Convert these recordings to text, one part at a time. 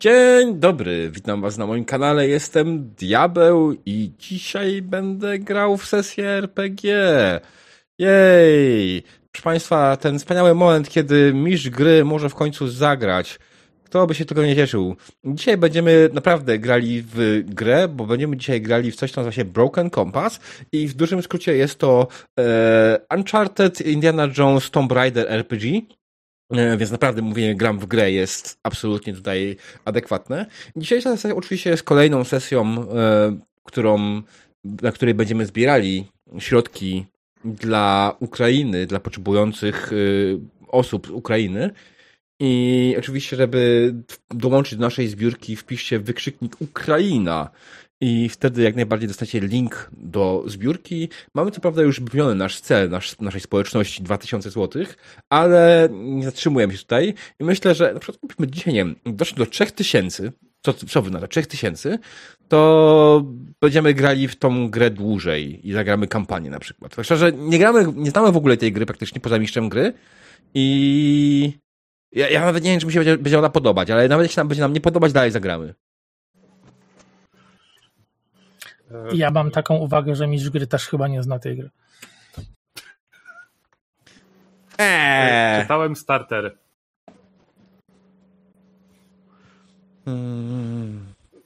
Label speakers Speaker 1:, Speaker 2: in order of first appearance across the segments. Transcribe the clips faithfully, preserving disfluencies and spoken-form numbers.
Speaker 1: Dzień dobry, witam was na moim kanale, jestem Diabeł i dzisiaj będę grał w sesję er pe gie. Jej! Proszę państwa, ten wspaniały moment, kiedy mistrz gry może w końcu zagrać. Kto by się tego nie cieszył? Dzisiaj będziemy naprawdę grali w grę, bo będziemy dzisiaj grali w coś, co nazywa się Broken Compass i w dużym skrócie jest to e, Uncharted Indiana Jones Tomb Raider er pe gie. Więc naprawdę mówienie gram w grę jest absolutnie tutaj adekwatne. Dzisiejsza sesja oczywiście jest kolejną sesją, e, którą, na której będziemy zbierali środki dla Ukrainy, dla potrzebujących e, osób z Ukrainy. I oczywiście, żeby dołączyć do naszej zbiórki, wpiszcie wykrzyknik Ukraina i wtedy jak najbardziej dostacie link do zbiórki. Mamy co prawda już wypełniony nasz cel nasz, naszej społeczności dwa tysiące złotych, ale nie zatrzymujemy się tutaj i myślę, że na przykład gdybyśmy dzisiaj, nie wiem, doszli do trzech tysięcy, co, co wy na to, trzech tysięcy, to będziemy grali w tą grę dłużej i zagramy kampanię na przykład. Tak szczerze, nie gramy, nie znamy w ogóle tej gry praktycznie poza mistrzem gry i ja, ja nawet nie wiem, czy mi się będzie, będzie ona podobać, ale nawet jeśli nam będzie nam nie podobać, dalej zagramy.
Speaker 2: Ja mam taką uwagę, że mistrz gry też chyba nie zna tej gry.
Speaker 3: Eee. Czytałem startery.
Speaker 1: Hmm.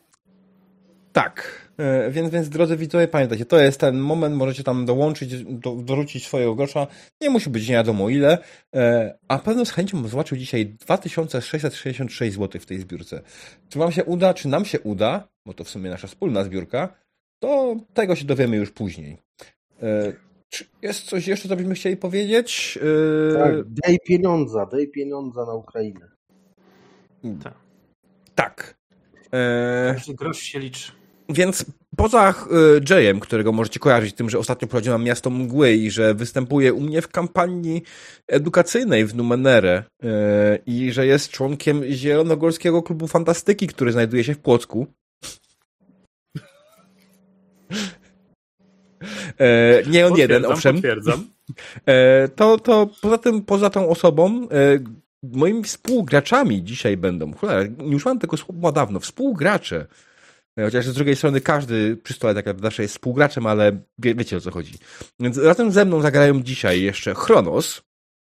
Speaker 1: Tak. E, więc, więc drodzy widzowie, pamiętajcie, to jest ten moment, możecie tam dołączyć, do, dorzucić swojego grosza. Nie musi być nie wiadomo ile, e, a pewno z chęcią bym zobaczył dzisiaj dwa tysiące sześćset sześćdziesiąt sześć złotych w tej zbiórce. Czy wam się uda, czy nam się uda, bo to w sumie nasza wspólna zbiórka, to tego się dowiemy już później. E, czy jest coś jeszcze, co byśmy chcieli powiedzieć?
Speaker 4: E... Tak, daj pieniądza, daj pieniądza na Ukrainę.
Speaker 1: Tak. Tak. E...
Speaker 3: Każdy grosz się liczy.
Speaker 1: Więc poza y, Jayem, którego możecie kojarzyć tym, że ostatnio prowadzi nam Miasto Mgły i że występuje u mnie w kampanii edukacyjnej w Numenere y, i że jest członkiem Zielonogórskiego Klubu Fantastyki, który znajduje się w Płocku. E, nie on jeden, owszem.
Speaker 3: Potwierdzam.
Speaker 1: E, to, to poza tym, poza tą osobą, e, moimi współgraczami dzisiaj będą, cholera, nie używam tego słowa dawno, współgracze. Chociaż z drugiej strony każdy przy stole tak zawsze jest współgraczem, ale wie, wiecie o co chodzi. Więc razem ze mną zagrają dzisiaj jeszcze Chronos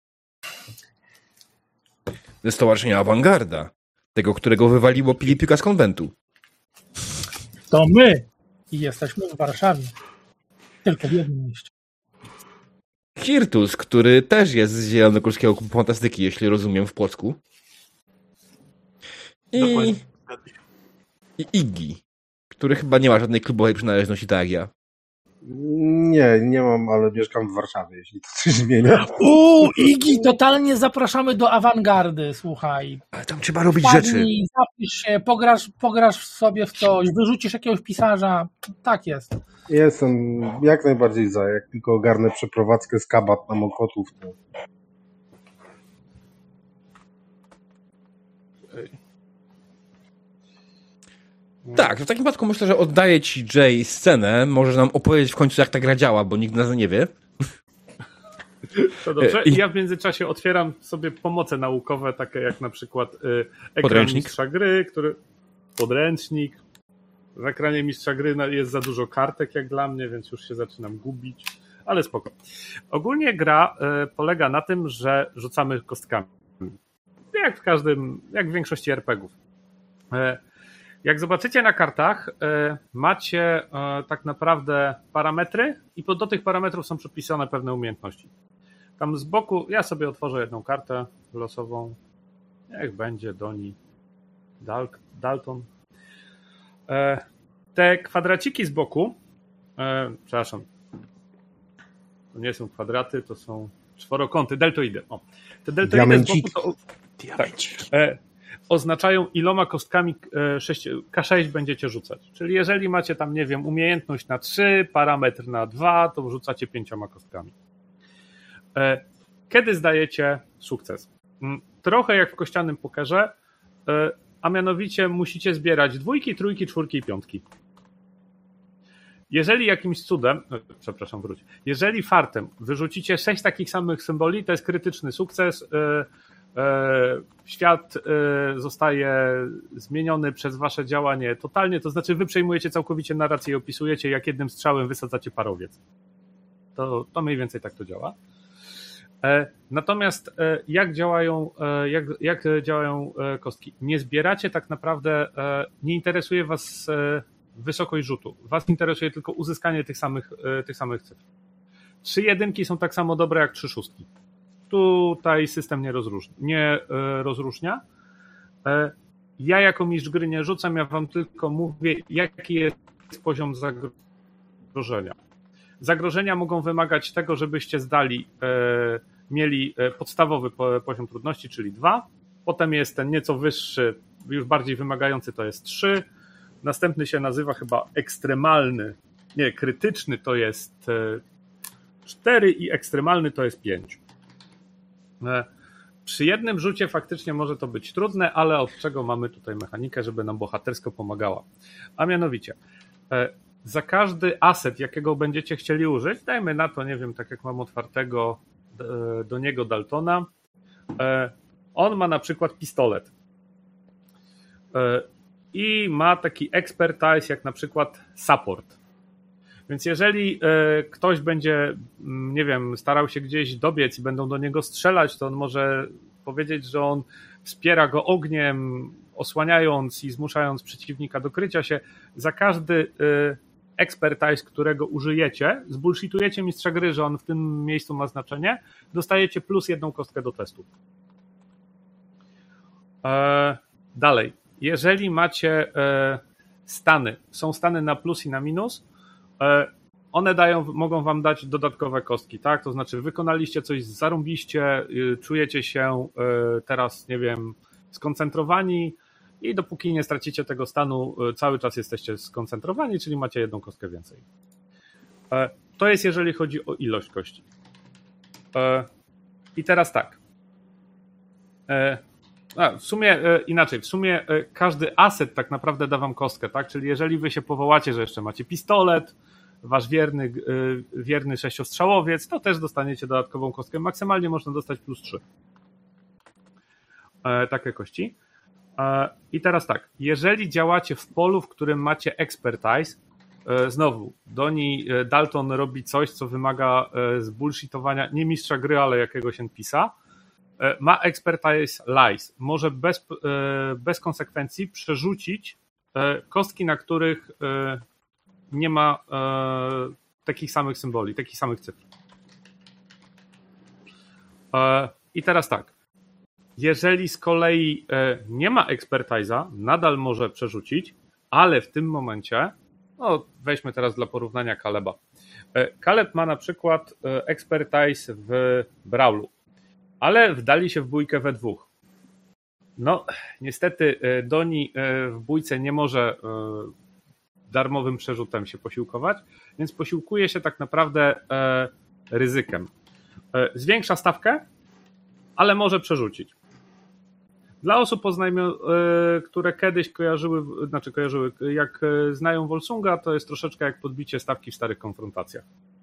Speaker 1: ze Stowarzyszenia Awangarda, tego, którego wywaliło Pilipika z konwentu.
Speaker 2: To my i jesteśmy w Warszawie. Tylko w jednym mieście.
Speaker 1: Hirtus, który też jest z Zielonogórskiego Klubu Fantastyki, jeśli rozumiem, w Płocku. I, I Iggy, który chyba nie ma żadnej klubowej przynależności, tak jak ja.
Speaker 4: Nie, nie mam, ale mieszkam w Warszawie, jeśli to coś zmienia.
Speaker 2: Uuu, Iggy, totalnie zapraszamy do awangardy, słuchaj.
Speaker 1: Ale tam trzeba robić
Speaker 2: Padnij,
Speaker 1: rzeczy.
Speaker 2: Zapisz się, pograsz, pograsz sobie w coś, wyrzucisz jakiegoś pisarza. Tak jest.
Speaker 4: Jestem jak najbardziej za, jak tylko ogarnę przeprowadzkę z Kabat na Mokotów, to...
Speaker 1: Tak, w takim przypadku myślę, że oddaję ci Jay scenę. Możesz nam opowiedzieć w końcu, jak ta gra działa, bo nikt nas nie wie.
Speaker 3: To dobrze. I ja w międzyczasie otwieram sobie pomoce naukowe, takie jak na przykład y, ekran
Speaker 1: podręcznik.
Speaker 3: mistrza gry, który podręcznik. W ekranie mistrza gry jest za dużo kartek jak dla mnie, więc już się zaczynam gubić, ale spoko. Ogólnie gra y, polega na tym, że rzucamy kostkami. Jak w każdym, jak w większości er pe gie ów. Y, Jak zobaczycie na kartach, macie tak naprawdę parametry i do tych parametrów są przypisane pewne umiejętności. Tam z boku, ja sobie otworzę jedną kartę losową, jak będzie Doni Dal- Dalton. Te kwadraciki z boku, przepraszam, to nie są kwadraty, to są czworokąty, deltoidy. O, te deltoidy z boku to... Diamenciki. Tak, oznaczają, iloma kostkami K sześć będziecie rzucać. Czyli jeżeli macie tam, nie wiem, umiejętność na trzy, parametr na dwa, to rzucacie pięcioma kostkami. Kiedy zdajecie sukces? Trochę jak w kościanym pokerze, a mianowicie musicie zbierać dwójki, trójki, czwórki i piątki. Jeżeli jakimś cudem, no, przepraszam, wróć, jeżeli fartem wyrzucicie sześć takich samych symboli, to jest krytyczny sukces, świat zostaje zmieniony przez wasze działanie totalnie, to znaczy wy przejmujecie całkowicie narrację i opisujecie, jak jednym strzałem wysadzacie parowiec. To, to mniej więcej tak to działa. Natomiast jak działają, jak, jak działają kostki? Nie zbieracie tak naprawdę, nie interesuje was wysokość rzutu. Was interesuje tylko uzyskanie tych samych, tych samych cyfr. Trzy jedynki są tak samo dobre jak trzy szóstki. Tutaj system nie, rozróżnia, nie rozróżnia. Ja jako mistrz gry nie rzucam, ja wam tylko mówię, jaki jest poziom zagrożenia. Zagrożenia mogą wymagać tego, żebyście zdali, mieli podstawowy poziom trudności, czyli dwa. Potem jest ten nieco wyższy, już bardziej wymagający, to jest trzy. Następny się nazywa chyba ekstremalny, nie, krytyczny to jest cztery i ekstremalny to jest pięć. Przy jednym rzucie faktycznie może to być trudne, ale od czego mamy tutaj mechanikę, żeby nam bohatersko pomagała. A mianowicie, za każdy aset, jakiego będziecie chcieli użyć, dajmy na to, nie wiem, tak jak mam otwartego do niego Daltona, on ma na przykład pistolet i ma taki expertise jak na przykład support. Więc jeżeli ktoś będzie, nie wiem, starał się gdzieś dobiec i będą do niego strzelać, to on może powiedzieć, że on wspiera go ogniem, osłaniając i zmuszając przeciwnika do krycia się. Za każdy expertise, którego użyjecie, zbullshitujecie mistrza gry, że on w tym miejscu ma znaczenie, dostajecie plus jedną kostkę do testu. Dalej, jeżeli macie stany, są stany na plus i na minus, one dają, mogą wam dać dodatkowe kostki, tak? To znaczy wykonaliście coś, zarąbiście, czujecie się teraz, nie wiem, skoncentrowani i dopóki nie stracicie tego stanu, cały czas jesteście skoncentrowani, czyli macie jedną kostkę więcej. To jest jeżeli chodzi o ilość kości. I teraz tak. A, w sumie inaczej, w sumie każdy aset tak naprawdę da wam kostkę, tak? Czyli jeżeli wy się powołacie, że jeszcze macie pistolet, wasz wierny, wierny sześciostrzałowiec, to też dostaniecie dodatkową kostkę. Maksymalnie można dostać plus trzy. Takie kości. I teraz tak, jeżeli działacie w polu, w którym macie expertise, znowu, Doni Dalton robi coś, co wymaga zbullshitowania nie mistrza gry, ale jakiegoś en pi es a, ma expertise lies. Może bez, bez konsekwencji przerzucić kostki, na których nie ma takich samych symboli, takich samych cyfr. I teraz tak. Jeżeli z kolei nie ma expertise'a, nadal może przerzucić, ale w tym momencie, no weźmy teraz dla porównania Kaleba. Kaleb ma na przykład expertise w Brawlu, ale wdali się w bójkę we dwóch. No, niestety Doni w bójce nie może darmowym przerzutem się posiłkować, więc posiłkuje się tak naprawdę ryzykiem. Zwiększa stawkę, ale może przerzucić. Dla osób, które kiedyś kojarzyły, znaczy kojarzyły, jak znają Volsunga, to jest troszeczkę jak podbicie stawki w starych konfrontacjach.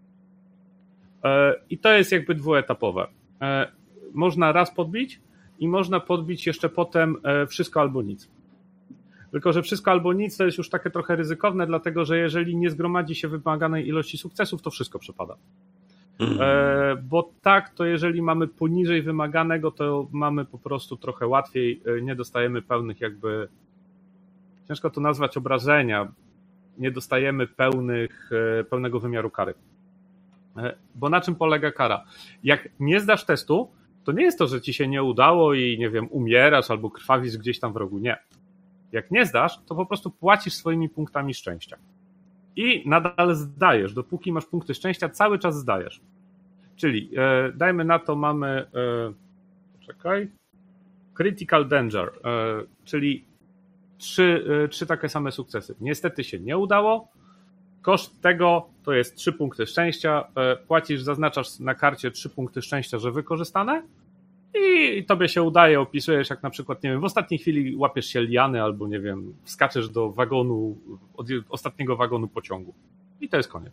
Speaker 3: I to jest jakby dwuetapowe. Można raz podbić i można podbić jeszcze potem wszystko albo nic. Tylko że wszystko albo nic to jest już takie trochę ryzykowne, dlatego że jeżeli nie zgromadzi się wymaganej ilości sukcesów, to wszystko przepada. E, bo tak, to jeżeli mamy poniżej wymaganego, to mamy po prostu trochę łatwiej, nie dostajemy pełnych jakby, ciężko to nazwać obrażenia, nie dostajemy pełnych, pełnego wymiaru kary. E, bo na czym polega kara? Jak nie zdasz testu, to nie jest to, że ci się nie udało i nie wiem, umierasz albo krwawisz gdzieś tam w rogu, nie. Jak nie zdasz, to po prostu płacisz swoimi punktami szczęścia. I nadal zdajesz. Dopóki masz punkty szczęścia, cały czas zdajesz. Czyli e, dajmy na to mamy e, czekaj, critical danger, e, czyli trzy, e, trzy takie same sukcesy. Niestety się nie udało. Koszt tego to jest trzy punkty szczęścia. E, płacisz, zaznaczasz na karcie trzy punkty szczęścia, że wykorzystane. I tobie się udaje, opisujesz jak na przykład, nie wiem, w ostatniej chwili łapiesz się liany albo, nie wiem, skaczesz do wagonu, od ostatniego wagonu pociągu. I to jest koniec.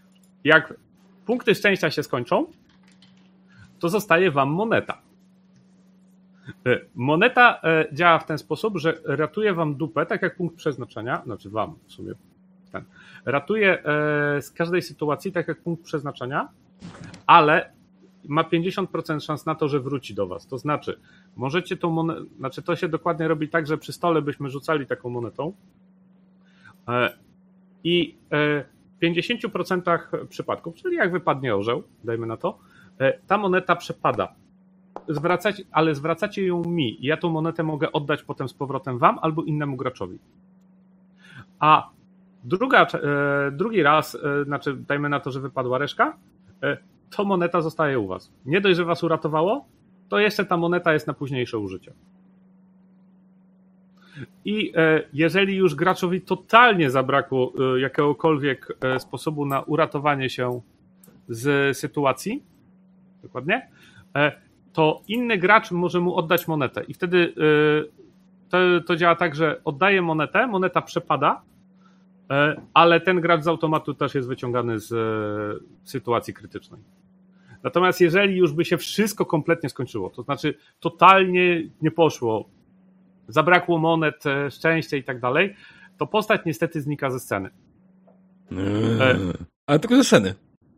Speaker 3: Jak punkty szczęścia się skończą, to zostaje wam moneta. Moneta działa w ten sposób, że ratuje wam dupę, tak jak punkt przeznaczenia, znaczy wam w sumie, ten, ratuje z każdej sytuacji, tak jak punkt przeznaczenia, ale ma pięćdziesiąt procent szans na to, że wróci do was. To znaczy, możecie tą monetę, znaczy to się dokładnie robi tak, że przy stole byśmy rzucali taką monetą i w pięćdziesięciu procentach przypadków, czyli jak wypadnie orzeł, dajmy na to, ta moneta przepada. Zwracacie, ale zwracacie ją mi i ja tą monetę mogę oddać potem z powrotem wam albo innemu graczowi. A druga, drugi raz, znaczy dajmy na to, że wypadła reszka, to moneta zostaje u was. Nie dość, że was uratowało, to jeszcze ta moneta jest na późniejsze użycie. I jeżeli już graczowi totalnie zabrakło jakiegokolwiek sposobu na uratowanie się z sytuacji, dokładnie, to inny gracz może mu oddać monetę. I wtedy to, to działa tak, że oddaje monetę, moneta przepada, ale ten gracz z automatu też jest wyciągany z sytuacji krytycznej. Natomiast jeżeli już by się wszystko kompletnie skończyło, to znaczy totalnie nie poszło, zabrakło monet, szczęścia i tak dalej, to postać niestety znika ze sceny.
Speaker 1: Hmm. Ale tylko ze sceny.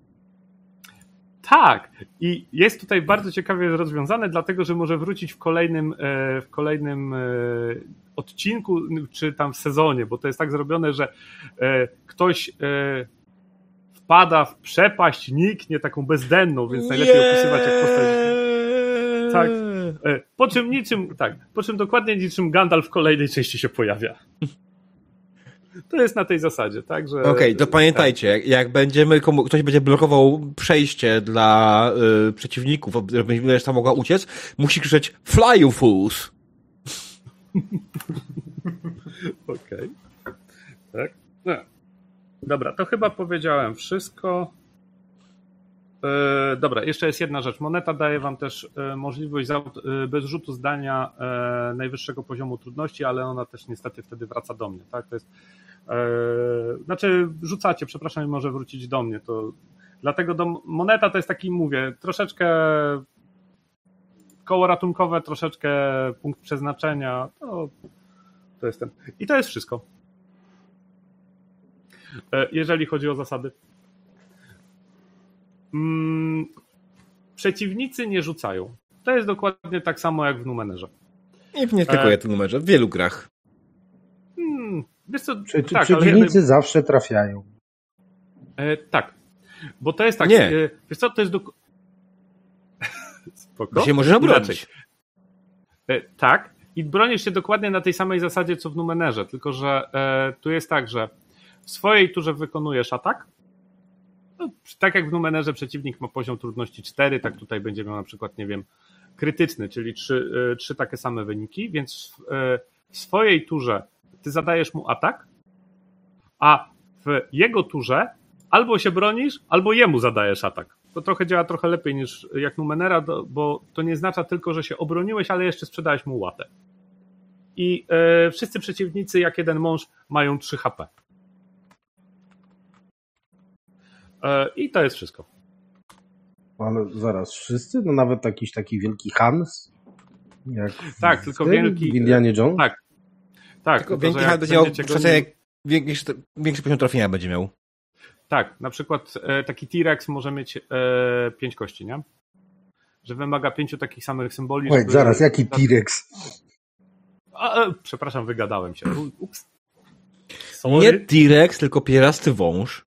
Speaker 3: Tak. I jest tutaj bardzo ciekawie rozwiązane, dlatego że może wrócić w kolejnym, w kolejnym odcinku, czy tam w sezonie, bo to jest tak zrobione, że ktoś wpada w przepaść, niknie taką bezdenną, więc najlepiej nie. opisywać jak postać. Tak. Po czym niczym, tak, po czym dokładnie niczym Gandalf w kolejnej części się pojawia. To jest na tej zasadzie, tak, że...
Speaker 1: Okej, okay, to pamiętajcie, jak, jak będziemy, komu, ktoś będzie blokował przejście dla y, przeciwników, żeby reszta mogła uciec, musi krzyczeć Fly you fools!
Speaker 3: Okej. Okay. Tak? No. Dobra, to chyba powiedziałem wszystko. Yy, dobra, jeszcze jest jedna rzecz. Moneta daje wam też yy, możliwość za, yy, bez rzutu zdania yy, najwyższego poziomu trudności, ale ona też niestety wtedy wraca do mnie, tak? To jest, yy, znaczy rzucacie, przepraszam, i może wrócić do mnie. To, dlatego do, moneta to jest taki, mówię, troszeczkę koło ratunkowe, troszeczkę punkt przeznaczenia. To, to jest ten. I to jest wszystko. Yy, jeżeli chodzi o zasady. Hmm, przeciwnicy nie rzucają. To jest dokładnie tak samo jak w Numenerze.
Speaker 1: I nie tylko e... w Numenerze, w wielu grach.
Speaker 3: Hmm, wiesz co,
Speaker 4: Czy,
Speaker 3: tak,
Speaker 4: przeciwnicy
Speaker 3: ale...
Speaker 4: zawsze trafiają.
Speaker 3: E, tak, bo to jest tak.
Speaker 1: Nie.
Speaker 3: E, wiesz co, to jest do... Spoko.
Speaker 1: Bo się możesz obronić.
Speaker 3: E, tak, i bronisz się dokładnie na tej samej zasadzie co w Numenerze, tylko że e, tu jest tak, że w swojej turze wykonujesz atak. No, tak jak w Numenerze przeciwnik ma poziom trudności cztery, tak tutaj będzie miał na przykład, nie wiem, krytyczny, czyli trzy, trzy takie same wyniki, więc w, w swojej turze ty zadajesz mu atak, a w jego turze albo się bronisz, albo jemu zadajesz atak. To trochę działa trochę lepiej niż jak Numenera, bo to nie oznacza tylko, że się obroniłeś, ale jeszcze sprzedałeś mu łatę. I e, wszyscy przeciwnicy, jak jeden mąż, mają trzy H P. I to jest wszystko.
Speaker 4: Ale zaraz, wszyscy? No nawet jakiś taki wielki Hans? Jak
Speaker 3: tak,
Speaker 4: w,
Speaker 3: tylko
Speaker 4: w
Speaker 3: wielki...
Speaker 4: W Indianie Jones?
Speaker 3: Tak. tak
Speaker 1: tylko wielki Hans będzie miał większy, większy poziom trafienia będzie miał.
Speaker 3: Tak, na przykład e, taki T-Rex może mieć e, pięć kości, nie? Że wymaga pięciu takich samych symboli.
Speaker 4: Wait, żeby... zaraz, jaki T-Rex?
Speaker 3: A, e, przepraszam, wygadałem się. Ups.
Speaker 1: Sorry. Nie T-Rex, tylko pierasty wąż.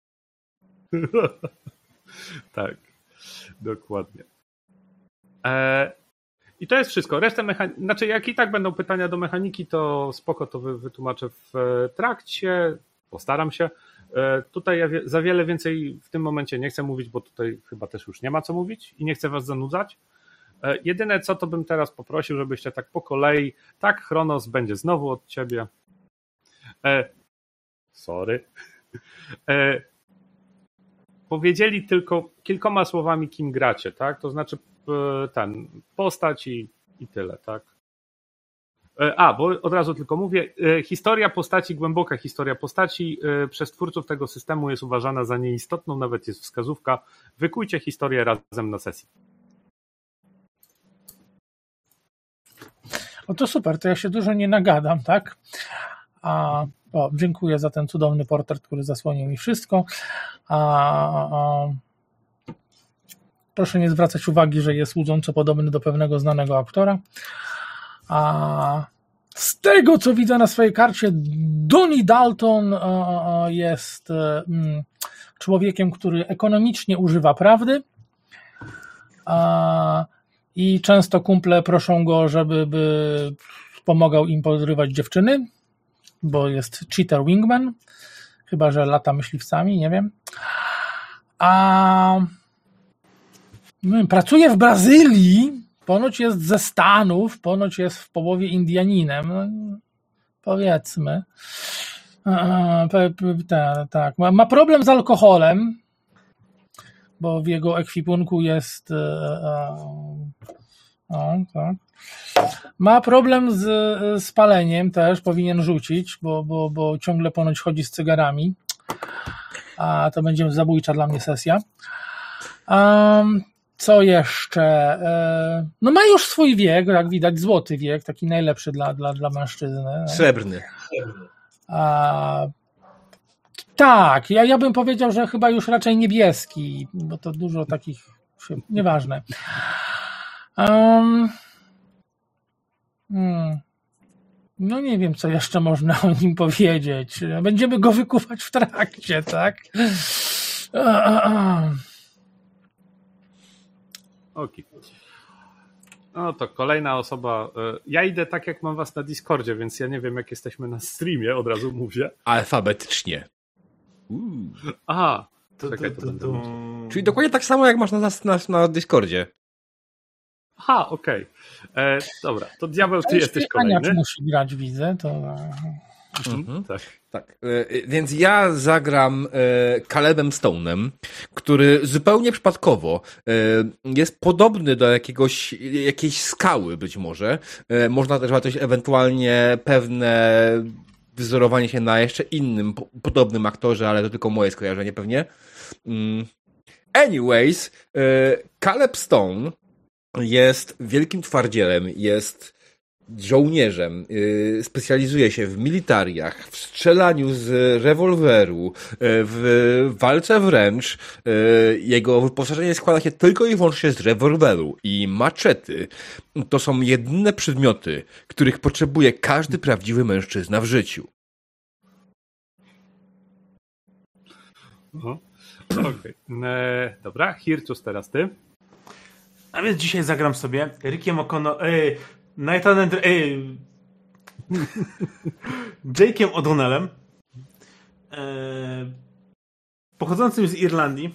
Speaker 3: Tak, dokładnie. E, I to jest wszystko. Resztę mechaniki, znaczy jak i tak będą pytania do mechaniki, to spoko, to wy, wytłumaczę w trakcie, postaram się. E, tutaj ja wie, za wiele więcej w tym momencie nie chcę mówić, bo tutaj chyba też już nie ma co mówić i nie chcę was zanudzać. E, jedyne co, to bym teraz poprosił, żebyście tak po kolei, tak Chronos będzie znowu od ciebie. E, sorry. E, powiedzieli tylko kilkoma słowami, kim gracie, tak? To znaczy ten, postać i, i tyle, tak? A, bo od razu tylko mówię, historia postaci, głęboka historia postaci przez twórców tego systemu jest uważana za nieistotną, nawet jest wskazówka. Wykujcie historię razem na sesji.
Speaker 2: O to super, to ja się dużo nie nagadam, tak? A, o, dziękuję za ten cudowny portret, który zasłonił mi wszystko. A, a, proszę nie zwracać uwagi, że jest łudząco podobny do pewnego znanego aktora. A z tego, co widzę na swojej karcie, Donnie Dalton a, a, jest mm, człowiekiem, który ekonomicznie używa prawdy. A, I często kumple proszą go, żeby by pomagał im podrywać dziewczyny, bo jest cheater wingman, chyba że lata myśliwcami, nie wiem. A pracuje w Brazylii, ponoć jest ze Stanów, ponoć jest w połowie Indianinem, no, powiedzmy. Tak, ma problem z alkoholem, bo w jego ekwipunku jest o, tak. Ma problem z, z paleniem też, powinien rzucić, bo, bo, bo ciągle ponoć chodzi z cygarami, a to będzie zabójcza dla mnie sesja. Um, co jeszcze? No ma już swój wiek, jak widać, złoty wiek, taki najlepszy dla, dla, dla mężczyzny.
Speaker 1: Srebrny.
Speaker 2: A, tak, ja, ja bym powiedział, że chyba już raczej niebieski, bo to dużo takich, nieważne. Um, hmm. No nie wiem, co jeszcze można o nim powiedzieć. Będziemy go wykuwać w trakcie, tak?
Speaker 3: Okej. No to kolejna osoba. Ja idę tak, jak mam was na Discordzie, więc ja nie wiem, jak jesteśmy na streamie, od razu mówię.
Speaker 1: Alfabetycznie.
Speaker 3: Uuu. Aha.
Speaker 5: To,
Speaker 3: Czekaj,
Speaker 5: to,
Speaker 3: to
Speaker 5: to,
Speaker 3: będę
Speaker 5: to...
Speaker 3: mówić.
Speaker 1: Czyli dokładnie tak samo, jak masz na, na, na Discordzie.
Speaker 3: Aha, okej. Okay. Dobra, to Diabeł, ty jesteś
Speaker 2: Ania
Speaker 3: kolejny.
Speaker 2: musi grać, widzę. To...
Speaker 3: Mhm, tak.
Speaker 1: Tak, więc ja zagram Calebem Stone'em, który zupełnie przypadkowo jest podobny do jakiegoś, jakiejś skały być może. Można też zobaczyć ewentualnie pewne wzorowanie się na jeszcze innym, podobnym aktorze, ale to tylko moje skojarzenie pewnie. Anyways, Caleb Stone jest wielkim twardzielem, jest żołnierzem, yy, specjalizuje się w militariach, w strzelaniu z rewolweru, yy, w walce wręcz. Yy, jego wyposażenie składa się tylko i wyłącznie z rewolweru i maczety. To są jedyne przedmioty, których potrzebuje każdy prawdziwy mężczyzna w życiu.
Speaker 3: Okej. Okay. E, dobra, Hirtus, teraz ty.
Speaker 5: A więc dzisiaj zagram sobie Rickiem O'Connor... Ej, Nathanem... Ej, Jake'em O'Donnellem, e, pochodzącym z Irlandii,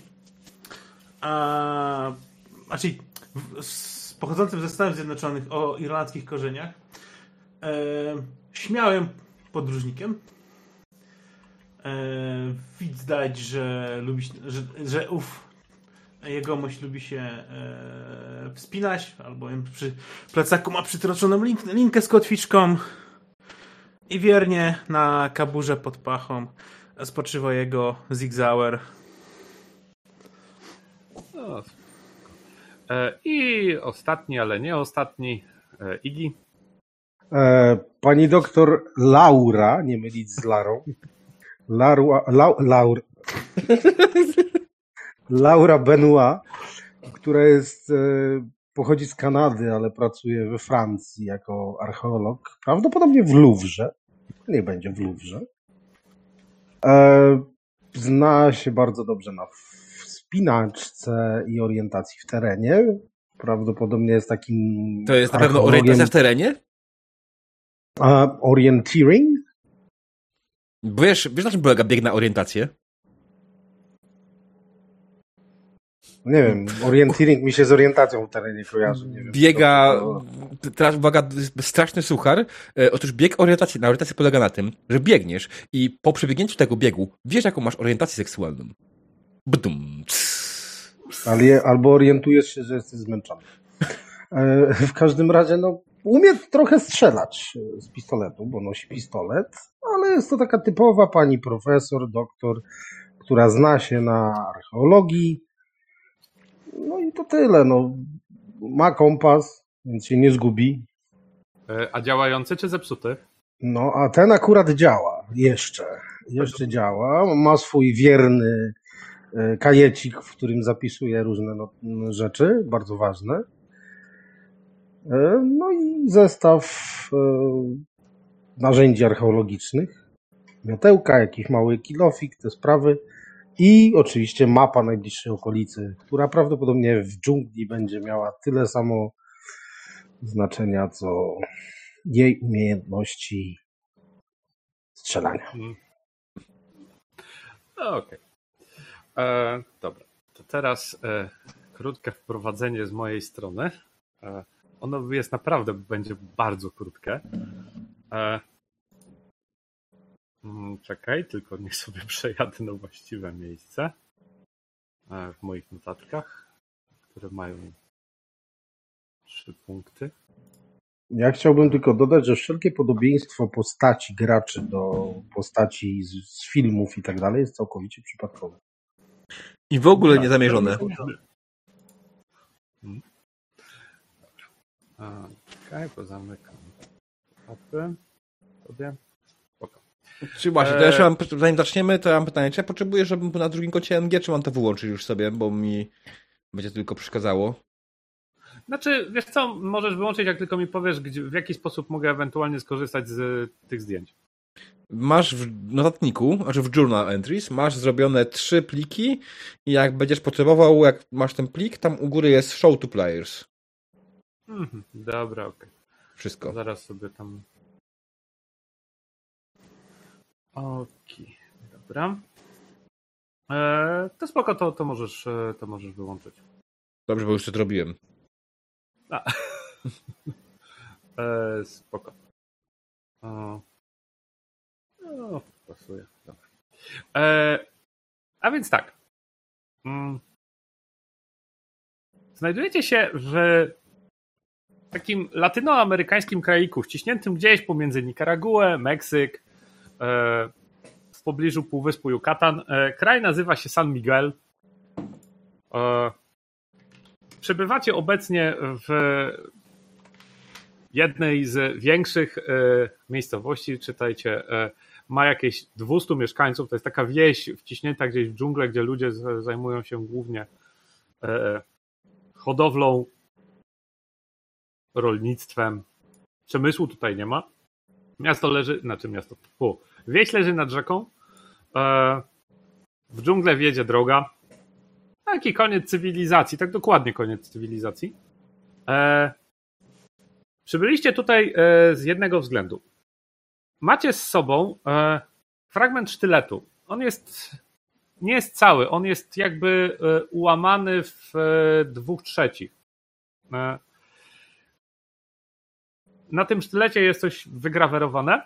Speaker 5: a, znaczy z, pochodzącym ze Stanów Zjednoczonych o irlandzkich korzeniach, e, śmiałym podróżnikiem. E, widać, że lubi, że, że ów jegomość lubi się e, wspinać, albo przy plecaku ma przytroczoną link, linkę z kotwiczką i wiernie na kaburze pod pachą spoczywa jego Zig Zauer.
Speaker 3: No. E, I ostatni, ale nie ostatni, e, Iggy.
Speaker 4: E, pani doktor Laura, nie mylić z Larą. Larua, Lau, Laur, Laura Benoit, która jest, e, pochodzi z Kanady, ale pracuje we Francji jako archeolog. Prawdopodobnie w Louvre. Nie będzie w Louvre. E, zna się bardzo dobrze na wspinaczce i orientacji w terenie. Prawdopodobnie jest takim
Speaker 1: To jest na pewno
Speaker 4: archeologiem.
Speaker 1: orientacja w terenie?
Speaker 4: A, orienteering?
Speaker 1: Wiesz, wiesz, na czym polega bieg na orientację?
Speaker 4: Nie wiem, orienteering mi się z orientacją w terenie kojarzy. Nie wiem,
Speaker 1: Biega,
Speaker 4: to-
Speaker 1: teraz uwaga, straszny suchar. E, Otóż bieg orientacji, na orientacji polega na tym, że biegniesz i po przebiegnięciu tego biegu wiesz, jaką masz orientację seksualną. Bdum.
Speaker 4: Ale je- albo orientujesz się, że jesteś zmęczony. E, W każdym razie, no, umie trochę strzelać e, z pistoletu, bo nosi pistolet, ale jest to taka typowa pani profesor, doktor, która zna się na archeologii. No i to tyle, no. Ma kompas, więc się nie zgubi.
Speaker 3: A działający czy zepsuty?
Speaker 4: No, a ten akurat działa. Jeszcze. Jeszcze działa. Ma swój wierny kajecik, w którym zapisuje różne no, rzeczy, bardzo ważne. No i zestaw narzędzi archeologicznych. Miotełka, jakiś mały kilofik, te sprawy. I oczywiście mapa najbliższej okolicy, która prawdopodobnie w dżungli będzie miała tyle samo znaczenia, co jej umiejętności strzelania.
Speaker 3: Hmm. Okej. Okay. Dobra. To teraz e, krótkie wprowadzenie z mojej strony. E, ono jest naprawdę, będzie bardzo krótkie. E, Czekaj, tylko niech sobie przejadę na właściwe miejsce w moich notatkach, które mają trzy punkty.
Speaker 4: Ja chciałbym tylko dodać, że wszelkie podobieństwo postaci graczy do postaci z, z filmów i tak dalej jest całkowicie przypadkowe.
Speaker 1: I w ogóle niezamierzone.
Speaker 3: Hmm. Czekaj, pozamykam notatkę sobie.
Speaker 1: Czy właśnie, to jeszcze mam, zanim zaczniemy, to ja mam pytanie, czy ja potrzebuję, żebym na drugim kocie N G, czy mam to wyłączyć już sobie, bo mi będzie tylko przeszkadzało?
Speaker 3: Znaczy, wiesz co, możesz wyłączyć, jak tylko mi powiesz, gdzie, w jaki sposób mogę ewentualnie skorzystać z tych zdjęć.
Speaker 1: Masz w notatniku, znaczy w journal entries, masz zrobione trzy pliki i jak będziesz potrzebował, jak masz ten plik, tam u góry jest show to players.
Speaker 3: Mhm, dobra, okej. Okay.
Speaker 1: Wszystko.
Speaker 3: Zaraz sobie tam... Okej, okay, dobra. Eee, to spoko, to, to, możesz, to możesz wyłączyć.
Speaker 1: Dobrze, bo już to zrobiłem.
Speaker 3: A. eee, spoko. O. O, pasuje. Dobra. Eee, a więc tak. Mm. Znajdujecie się w takim latynoamerykańskim kraiku, wciśniętym gdzieś pomiędzy Nikaraguę, Meksyk, w pobliżu Półwyspu Yucatan. Kraj nazywa się San Miguel. Przebywacie obecnie w jednej z większych miejscowości, czytajcie, ma jakieś dwieście mieszkańców, to jest taka wieś wciśnięta gdzieś w dżunglę, gdzie ludzie zajmują się głównie hodowlą, rolnictwem. Przemysłu tutaj nie ma. Miasto leży, znaczy miasto, fu, wieś leży nad rzeką. W dżunglę wiedzie droga. Taki koniec cywilizacji, tak dokładnie koniec cywilizacji. Przybyliście tutaj z jednego względu. Macie z sobą fragment sztyletu. On jest, nie jest cały, on jest jakby ułamany w dwóch trzecich. Na tym sztylecie jest coś wygrawerowane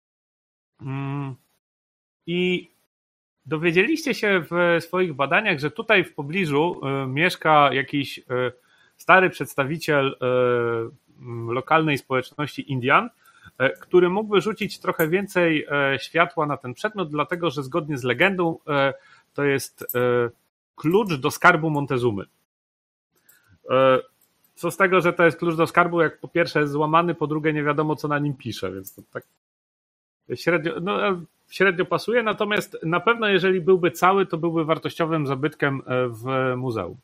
Speaker 3: i dowiedzieliście się w swoich badaniach, że tutaj w pobliżu mieszka jakiś stary przedstawiciel lokalnej społeczności Indian, który mógłby rzucić trochę więcej światła na ten przedmiot, dlatego że zgodnie z legendą to jest klucz do skarbu Montezumy. Co z tego, że to jest klucz do skarbu, jak po pierwsze jest złamany, po drugie nie wiadomo, co na nim pisze, więc to tak średnio, no, średnio pasuje, natomiast na pewno jeżeli byłby cały, to byłby wartościowym zabytkiem w muzeum.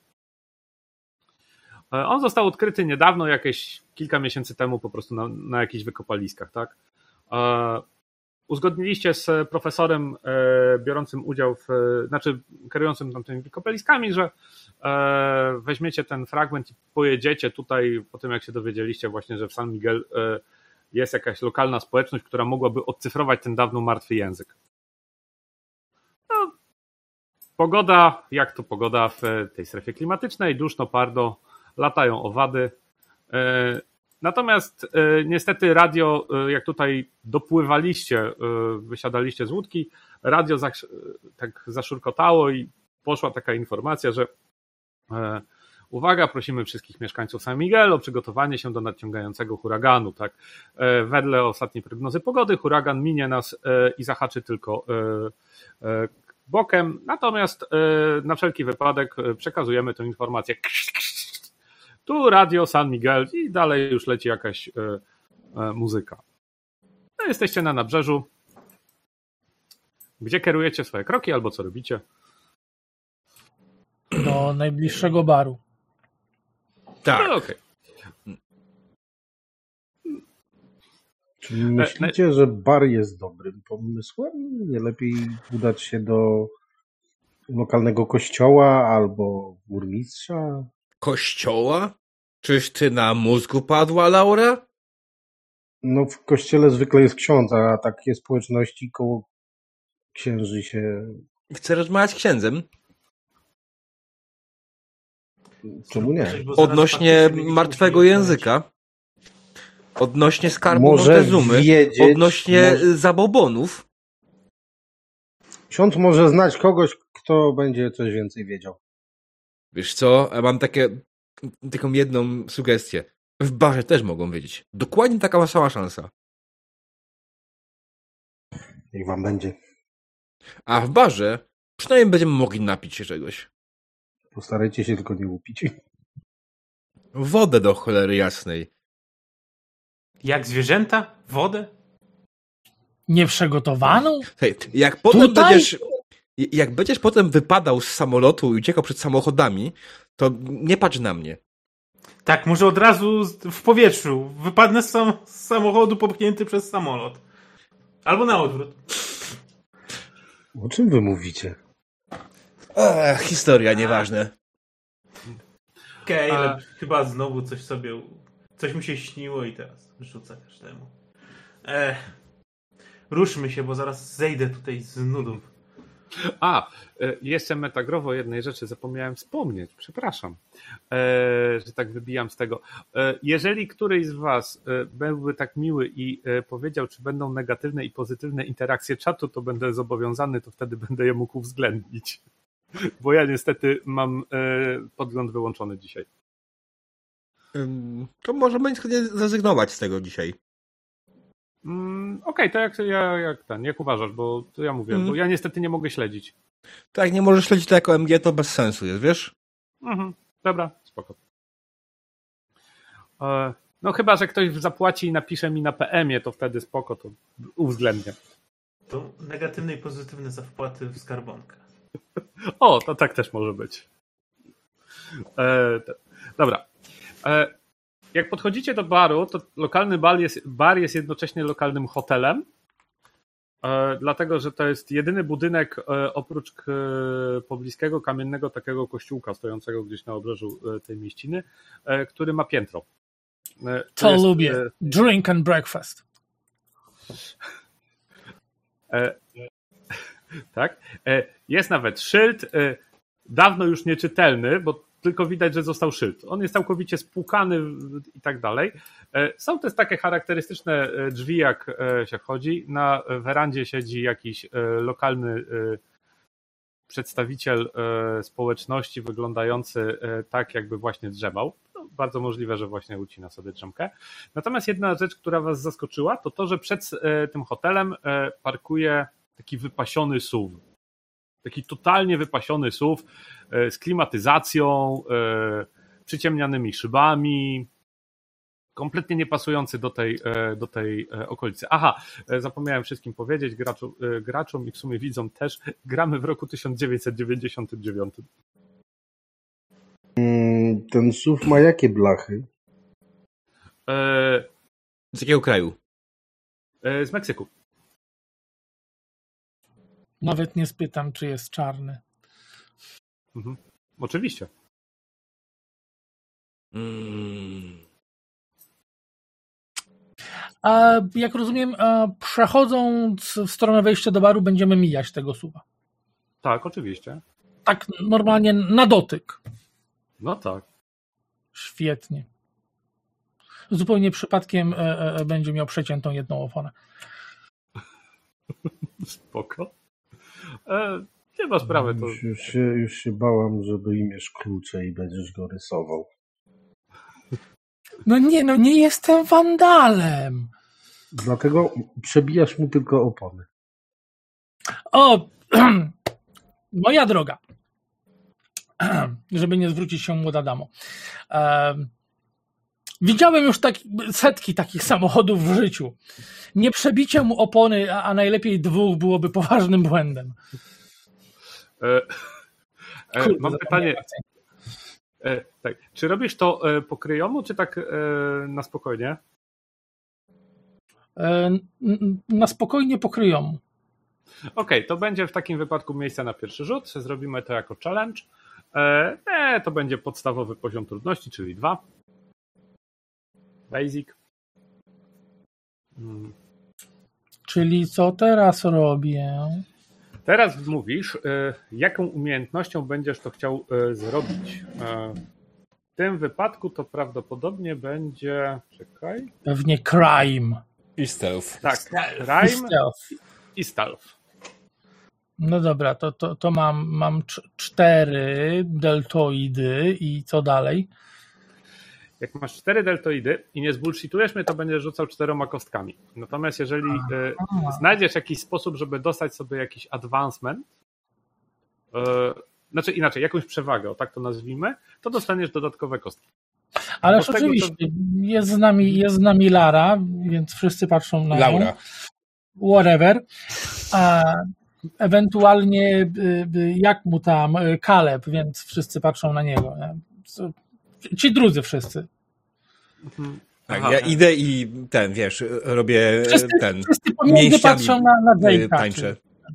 Speaker 3: On został odkryty niedawno, jakieś kilka miesięcy temu po prostu na, na jakichś wykopaliskach, tak? Uzgodniliście z profesorem biorącym udział w, znaczy kierującym tamtymi wykopaliskami, że weźmiecie ten fragment i pojedziecie tutaj po tym, jak się dowiedzieliście właśnie, że w San Miguel jest jakaś lokalna społeczność, która mogłaby odcyfrować ten dawno martwy język. No, pogoda, jak to pogoda w tej strefie klimatycznej, duszno, pardo, latają owady. Natomiast niestety radio, jak tutaj dopływaliście, wysiadaliście z łódki, radio tak zaszurkotało i poszła taka informacja, że uwaga, prosimy wszystkich mieszkańców San Miguel o przygotowanie się do nadciągającego huraganu. Tak? Wedle ostatniej prognozy pogody huragan minie nas i zahaczy tylko bokiem, natomiast na wszelki wypadek przekazujemy tę informację. Tu radio San Miguel i dalej już leci jakaś e, muzyka. No, jesteście na nabrzeżu. Gdzie kierujecie swoje kroki albo co robicie?
Speaker 2: Do najbliższego baru.
Speaker 1: Tak.
Speaker 3: No, okej.
Speaker 4: Czy myślicie, że bar jest dobrym pomysłem? Nie lepiej udać się do lokalnego kościoła albo burmistrza?
Speaker 1: Kościoła? Czyś ty na mózgu padła, Laura?
Speaker 4: No w kościele zwykle jest ksiądz, a takie społeczności koło księży się...
Speaker 1: Chcę rozmawiać z księdzem.
Speaker 4: Czemu nie?
Speaker 5: Bo zaraz
Speaker 1: Odnośnie
Speaker 5: faktycznie
Speaker 1: martwego
Speaker 5: musimy
Speaker 1: języka. Odnośnie skarbu
Speaker 4: Może
Speaker 1: Montezumy.
Speaker 4: wiedzieć,
Speaker 1: Odnośnie
Speaker 4: może-
Speaker 1: zabobonów.
Speaker 4: Ksiądz może znać kogoś, kto będzie coś więcej wiedział.
Speaker 1: Wiesz co, ja mam takie, taką jedną sugestię. W barze też mogą wiedzieć. Dokładnie taka sama szansa.
Speaker 4: Niech wam będzie.
Speaker 1: A w barze przynajmniej będziemy mogli napić się czegoś.
Speaker 4: Postarajcie się tylko nie upić.
Speaker 1: Wodę do cholery jasnej.
Speaker 5: Jak zwierzęta? Wodę?
Speaker 2: Nieprzygotowaną?
Speaker 1: Hej, jak potem
Speaker 2: Tutaj?
Speaker 1: będziesz... Jak będziesz potem wypadał z samolotu i uciekał przed samochodami, to nie patrz na mnie.
Speaker 5: Tak, może od razu z- w powietrzu. Wypadnę z, sam, z samochodu popchnięty przez samolot. Albo na odwrót.
Speaker 4: O czym wy mówicie?
Speaker 1: Ech, historia, nieważne.
Speaker 5: Okej,
Speaker 3: A-
Speaker 5: ale chyba znowu coś sobie... Coś mi się śniło i teraz rzucę każdemu. Ech. Ruszmy się, bo zaraz zejdę tutaj z nudów.
Speaker 3: A, e, jeszcze metagrowo jednej rzeczy zapomniałem wspomnieć, przepraszam, e, że tak wybijam z tego. E, jeżeli któryś z was e, byłby tak miły i e, powiedział, czy będą negatywne i pozytywne interakcje czatu, to będę zobowiązany, to wtedy będę je mógł uwzględnić. Bo ja niestety mam e, podgląd wyłączony dzisiaj.
Speaker 1: Ym, To może będzie zrezygnować z tego dzisiaj.
Speaker 3: Mm, Okej, to jak, ja, jak ten, jak uważasz, bo to ja mówię,
Speaker 1: Mm.
Speaker 3: bo ja niestety nie mogę śledzić.
Speaker 1: Tak, nie możesz śledzić to jako M G, to bez sensu jest, wiesz?
Speaker 3: Mhm, dobra, spoko. E, no chyba, że ktoś zapłaci i napisze mi na P M-ie, to wtedy spoko, to uwzględnię.
Speaker 5: To negatywne i pozytywne za wpłaty w skarbonkę.
Speaker 3: O, to tak też może być. E, te, dobra. E, jak podchodzicie do baru, to lokalny bar jest, bar jest jednocześnie lokalnym hotelem, e, dlatego, że to jest jedyny budynek e, oprócz k, pobliskiego kamiennego takiego kościółka stojącego gdzieś na obrzeżu e, tej mieściny, e, który ma piętro. E,
Speaker 2: To
Speaker 3: jest,
Speaker 2: lubię.
Speaker 3: e,
Speaker 2: Drink and breakfast.
Speaker 3: E, tak? E, jest nawet szyld, e, dawno już nieczytelny, bo tylko widać, że został szyld. On jest całkowicie spłukany w- i tak dalej. E, są też takie charakterystyczne e, drzwi, jak e, się wchodzi. Na werandzie siedzi jakiś e, lokalny e, przedstawiciel e, społeczności wyglądający e, tak, jakby właśnie drzemał. No, bardzo możliwe, że właśnie ucina sobie drzemkę. Natomiast jedna rzecz, która was zaskoczyła, to to, że przed e, tym hotelem e, parkuje taki wypasiony S U V. Taki totalnie wypasiony S U V e, z klimatyzacją, e, przyciemnianymi szybami, kompletnie niepasujący do tej, e, do tej e, okolicy. Aha, e, zapomniałem wszystkim powiedzieć, graczu, e, graczom i w sumie widzom też, gramy w roku tysiąc dziewięćset dziewięćdziesiątym dziewiątym.
Speaker 4: Mm, Ten S U V ma jakie blachy?
Speaker 3: E,
Speaker 1: Z jakiego kraju?
Speaker 3: e, z Meksyku.
Speaker 2: Nawet nie spytam, czy jest czarny.
Speaker 3: Mhm. Oczywiście.
Speaker 1: Mm.
Speaker 2: A jak rozumiem, a przechodząc w stronę wejścia do baru, będziemy mijać tego suwa.
Speaker 3: Tak, oczywiście.
Speaker 2: Tak normalnie na dotyk.
Speaker 3: No tak.
Speaker 2: Świetnie. Zupełnie przypadkiem e, e, będzie miał przeciętą jedną oponę.
Speaker 3: Spoko. E, nie ma sprawy. To...
Speaker 4: Już, już, się, już się bałam, że wyjmiesz klucze i będziesz go rysował.
Speaker 2: No nie, no nie jestem wandalem.
Speaker 4: Dlatego przebijasz mu tylko opony.
Speaker 2: O, moja droga. Żeby nie zwrócić się młoda damo. Em, Widziałem już tak, setki takich samochodów w życiu. Nie przebicie mu opony, a, a najlepiej dwóch byłoby poważnym błędem.
Speaker 3: E, e,
Speaker 2: Kurde,
Speaker 3: mam pytanie. E, tak. Czy robisz to e, po kryjomu, czy tak e, na spokojnie?
Speaker 2: E, n- na spokojnie pokryją.
Speaker 3: Okej, okay, to będzie w takim wypadku miejsce na pierwszy rzut. Zrobimy to jako challenge. E, e, to będzie podstawowy poziom trudności, czyli dwa. Basic. Hmm.
Speaker 2: Czyli co teraz robię?
Speaker 3: Teraz mówisz, e, jaką umiejętnością będziesz to chciał e, zrobić. E, w tym wypadku to prawdopodobnie będzie... Czekaj.
Speaker 2: Pewnie crime.
Speaker 1: I stealth.
Speaker 3: Tak,
Speaker 2: I
Speaker 3: crime
Speaker 2: stealth.
Speaker 3: i stealth.
Speaker 2: No dobra, to, to, to mam, mam cz- cztery deltoidy i co dalej?
Speaker 3: Jak masz cztery deltoidy i nie zbullshitujesz mnie, to będziesz rzucał czteroma kostkami. Natomiast jeżeli e, znajdziesz jakiś sposób, żeby dostać sobie jakiś advancement, e, znaczy inaczej, jakąś przewagę, o tak to nazwijmy, to dostaniesz dodatkowe kostki.
Speaker 2: Ależ
Speaker 3: Bo z tego,
Speaker 2: oczywiście,
Speaker 3: to-
Speaker 2: jest, z nami, jest z nami Lara, więc wszyscy patrzą na nią.
Speaker 1: Laura.
Speaker 2: Whatever. A ewentualnie y, y, jak mu tam y, Caleb, więc wszyscy patrzą na niego. Nie? Co- Ci drudzy wszyscy.
Speaker 1: Tak,
Speaker 3: Aha.
Speaker 1: ja idę i ten, wiesz, robię
Speaker 2: Wszyscy,
Speaker 1: ten,
Speaker 2: wszyscy pomiędzy
Speaker 1: mięśniami,
Speaker 2: patrzą na, na
Speaker 1: y,
Speaker 2: Jake'a.
Speaker 1: tańczę.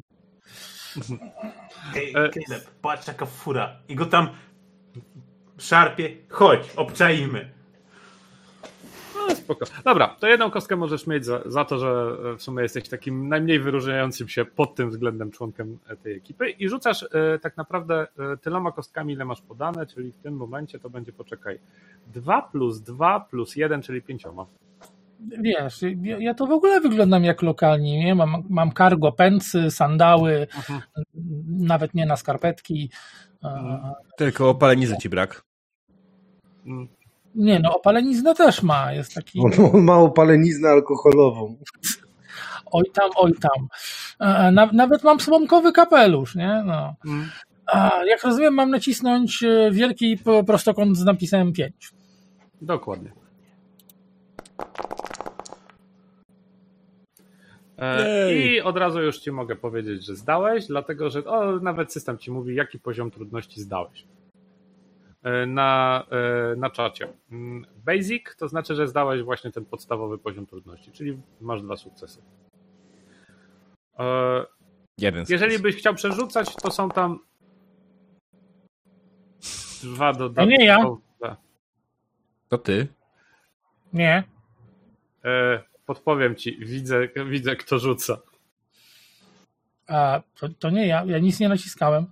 Speaker 5: Ej,
Speaker 3: E-
Speaker 5: Caleb, patrz jaka fura. I go tam szarpie. Chodź, obczajmy.
Speaker 3: No spoko. Dobra, to jedną kostkę możesz mieć za, za to, że w sumie jesteś takim najmniej wyróżniającym się pod tym względem członkiem tej ekipy i rzucasz e, tak naprawdę e, tyloma kostkami, ile masz podane, czyli w tym momencie to będzie, poczekaj, dwa plus dwa plus jeden, czyli pięcioma.
Speaker 2: Wiesz, ja, ja to w ogóle wyglądam jak lokalni, nie? Mam, mam cargo pętsy, sandały,
Speaker 3: Mhm.
Speaker 2: nawet nie na skarpetki.
Speaker 3: Mhm.
Speaker 1: Tylko opalenizy ci brak.
Speaker 3: Mm.
Speaker 2: Nie no, opaleniznę też ma, jest taki
Speaker 4: On, on ma opaleniznę alkoholową.
Speaker 2: oj tam, oj tam. E, na, nawet mam słomkowy kapelusz, nie? No.
Speaker 3: Mm.
Speaker 2: A, jak rozumiem, mam nacisnąć e, wielki p- prostokąt z napisem pięć.
Speaker 3: Dokładnie. E,
Speaker 1: Jej.
Speaker 3: I od razu już ci mogę powiedzieć, że zdałeś, dlatego że o, nawet system ci mówi, jaki poziom trudności zdałeś. E, Na, e, na czacie. Mm, Basic to znaczy, że zdałeś właśnie ten podstawowy poziom trudności, czyli masz dwa sukcesy. E,
Speaker 1: Jeden.
Speaker 3: Jeżeli byś chciał przerzucać, to są tam dwa dodatkowe.
Speaker 2: nie ja.
Speaker 1: To ty.
Speaker 2: Nie.
Speaker 3: E, Podpowiem ci, widzę, widzę kto rzuca.
Speaker 2: A, to, to nie ja, ja nic nie naciskałem.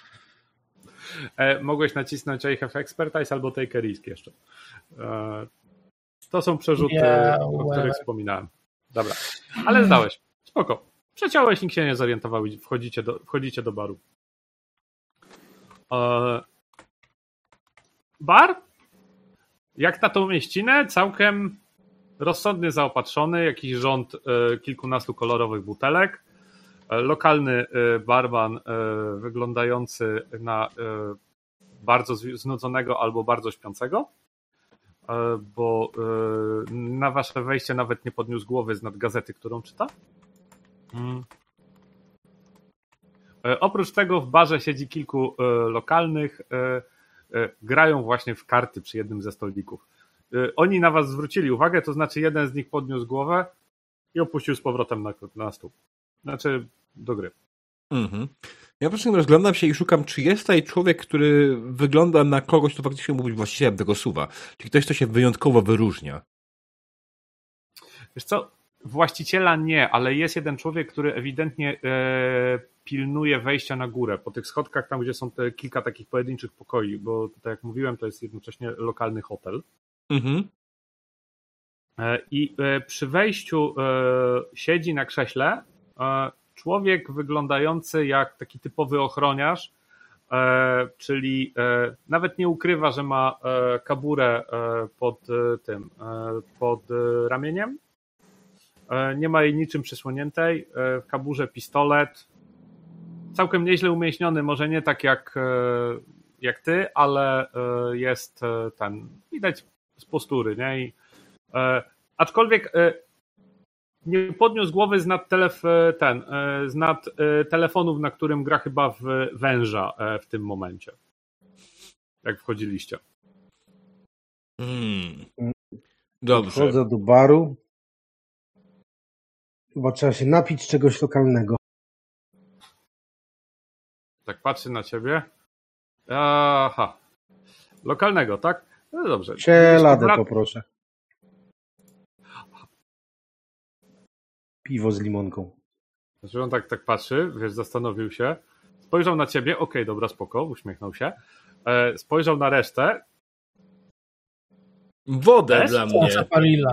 Speaker 3: E, mogłeś nacisnąć I have expertise albo take a risk jeszcze. E, to są przerzuty,
Speaker 2: Yeah,
Speaker 3: o
Speaker 2: well.
Speaker 3: których wspominałem. Dobra, ale zdałeś. Spoko. Przeciąłeś, nikt się nie zorientował i wchodzicie do, wchodzicie do baru. E, bar? Jak na tą mieścinę, całkiem rozsądnie zaopatrzony, jakiś rząd e, kilkunastu kolorowych butelek. Lokalny barman wyglądający na bardzo znudzonego albo bardzo śpiącego, bo na wasze wejście nawet nie podniósł głowy z nad gazety, którą czyta. Hmm. Oprócz tego w barze siedzi kilku lokalnych, grają właśnie w karty przy jednym ze stolików. Oni na was zwrócili uwagę, to znaczy jeden z nich podniósł głowę i opuścił z powrotem na, na stół. Znaczy do gry.
Speaker 1: Mhm. Ja po prostu rozglądam się i szukam, czy jest tutaj człowiek, który wygląda na kogoś, kto faktycznie mógł być właścicielem tego suwa. Czy ktoś, kto się wyjątkowo wyróżnia.
Speaker 3: Wiesz co, właściciela nie, ale jest jeden człowiek, który ewidentnie e, pilnuje wejścia na górę, po tych schodkach, tam gdzie są te kilka takich pojedynczych pokoi, bo tutaj jak mówiłem, to jest jednocześnie lokalny hotel.
Speaker 1: Mhm.
Speaker 3: E, I e, przy wejściu e, siedzi na krześle e, człowiek wyglądający jak taki typowy ochroniarz, e, czyli e, nawet nie ukrywa, że ma e, kaburę e, pod e, tym, e, pod e, ramieniem. E, nie ma jej niczym przysłoniętej. E, w kaburze pistolet. Całkiem nieźle umięśniony, może nie tak jak, e, jak ty, ale e, jest e, ten, widać z postury, nie? I, e, aczkolwiek e, nie podniósł głowy z nad, telef, ten, e, z nad e, telefonów, na którym gra chyba w węża e, w tym momencie. Jak wchodziliście.
Speaker 1: Hmm. Dobrze.
Speaker 4: Wchodzę do baru. Chyba trzeba się napić czegoś lokalnego.
Speaker 3: Tak patrzy na ciebie. Aha. Lokalnego, tak? No dobrze.
Speaker 4: Czeladę
Speaker 3: Wrac-
Speaker 4: poproszę. Piwo z limonką.
Speaker 3: Znaczy on tak, tak patrzy, wiesz, zastanowił się. Spojrzał na ciebie, okej, okay, dobra, spoko, uśmiechnął się. E, spojrzał na resztę.
Speaker 1: Wodę
Speaker 3: Też?
Speaker 1: dla mnie.
Speaker 2: Parilla.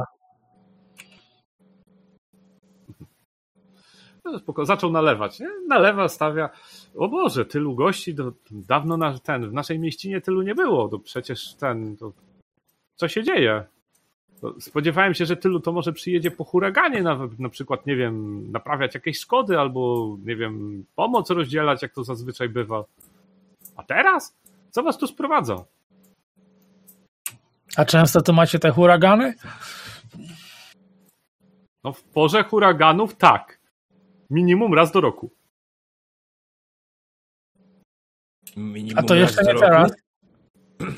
Speaker 3: No, spoko, zaczął nalewać. Nie? Nalewa, stawia. O Boże, tylu gości, to dawno na, ten, w naszej mieścinie tylu nie było. To przecież ten, to, co się dzieje? To spodziewałem się, że tylu to może przyjedzie po huraganie, nawet na przykład, nie wiem, naprawiać jakieś szkody albo, nie wiem, pomoc rozdzielać, jak to zazwyczaj bywa. A teraz? Co was tu sprowadza?
Speaker 2: A często to macie te huragany?
Speaker 3: No w porze huraganów tak. Minimum raz do roku.
Speaker 1: Minimum
Speaker 2: A to jeszcze
Speaker 1: raz
Speaker 2: nie
Speaker 1: do
Speaker 2: teraz.
Speaker 1: roku.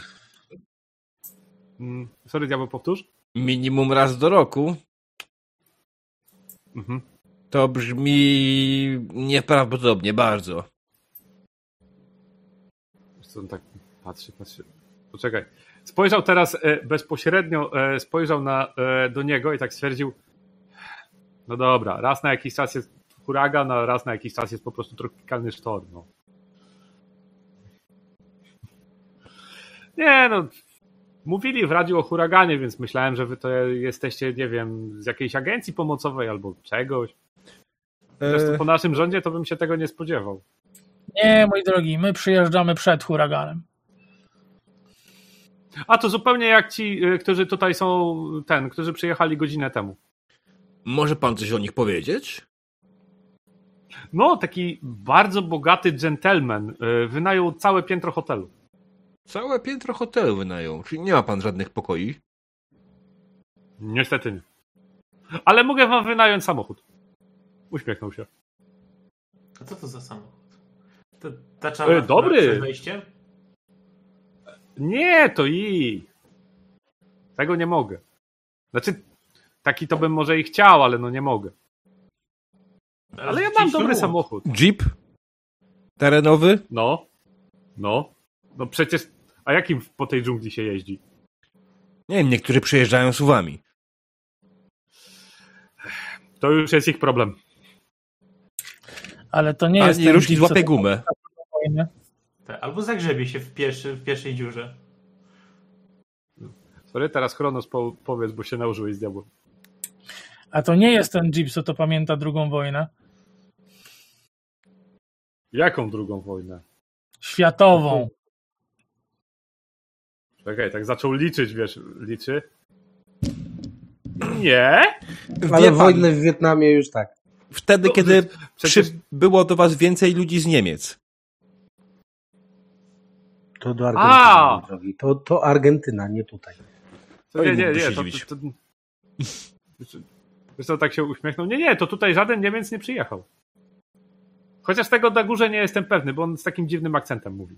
Speaker 3: Mm, sorry, diabeł, powtórz.
Speaker 1: Minimum raz do roku.
Speaker 3: Mhm.
Speaker 1: To brzmi nieprawdopodobnie bardzo.
Speaker 3: Wiesz co, on tak patrzy, patrzy. Poczekaj. Spojrzał teraz e, bezpośrednio, e, spojrzał na, e, do niego i tak stwierdził, no dobra, raz na jakiś czas jest huragan, a raz na jakiś czas jest po prostu tropikalny sztorm. No. Nie no, mówili w radiu o huraganie, więc myślałem, że wy to jesteście, nie wiem, z jakiejś agencji pomocowej albo czegoś. Zresztą po naszym rządzie to bym się tego nie spodziewał.
Speaker 2: Nie, mój drogi, my przyjeżdżamy przed huraganem.
Speaker 3: A to zupełnie jak ci, y, którzy tutaj są, ten, którzy przyjechali godzinę temu.
Speaker 1: Może pan coś o nich powiedzieć?
Speaker 3: No, taki bardzo bogaty dżentelmen y, wynajął całe piętro hotelu.
Speaker 1: Całe piętro hotelu wynajął, czyli nie ma pan żadnych pokoi?
Speaker 3: Niestety nie. Ale mogę wam wynająć samochód. Uśmiechnął się.
Speaker 5: A co to za samochód? To ta czarna,
Speaker 3: E, dobry.
Speaker 5: przed wejściem?
Speaker 3: Nie, to i. Tego nie mogę. Znaczy, taki to bym może i chciał, ale no nie mogę. Ale ja mam
Speaker 5: gdzieś
Speaker 3: dobry
Speaker 5: tu.
Speaker 3: samochód.
Speaker 1: Jeep? Terenowy?
Speaker 3: No. No. No przecież, a jakim po tej dżungli się jeździ?
Speaker 1: Nie wiem, niektórzy przyjeżdżają suwami.
Speaker 3: To już jest ich problem.
Speaker 2: Ale to nie
Speaker 1: A
Speaker 2: jest
Speaker 1: nie
Speaker 2: ten
Speaker 1: ruszki,
Speaker 2: Jeep, co
Speaker 1: złapie
Speaker 2: to-
Speaker 1: gumę.
Speaker 5: Tak, albo zagrzebie się w, pierwszy, w pierwszej dziurze.
Speaker 3: Sorry, teraz Chronos po, powiedz, bo się nałożyłeś z diabłem.
Speaker 2: A to nie jest ten Jeep, co to pamięta drugą wojnę.
Speaker 3: Jaką drugą wojnę?
Speaker 2: Światową.
Speaker 3: Czekaj, tak zaczął liczyć, wiesz, liczy. Nie?
Speaker 4: Ale
Speaker 1: Wie pan,
Speaker 4: wojnę w Wietnamie już tak.
Speaker 1: wtedy,
Speaker 3: No,
Speaker 1: kiedy
Speaker 3: przecież-
Speaker 1: przybyło do was więcej ludzi z Niemiec.
Speaker 4: To do Argentyny,
Speaker 3: A!
Speaker 4: mój drogi. To, to Argentyna, nie tutaj.
Speaker 3: To
Speaker 1: Oj,
Speaker 3: nie, nie,
Speaker 1: mógłby
Speaker 3: nie.
Speaker 1: się
Speaker 3: To,
Speaker 1: dziwić.
Speaker 3: to, to... Wiesz co, tak się uśmiechnął. Nie, nie, to tutaj żaden Niemiec nie przyjechał. Chociaż tego na górze nie jestem pewny, bo on z takim dziwnym akcentem mówi.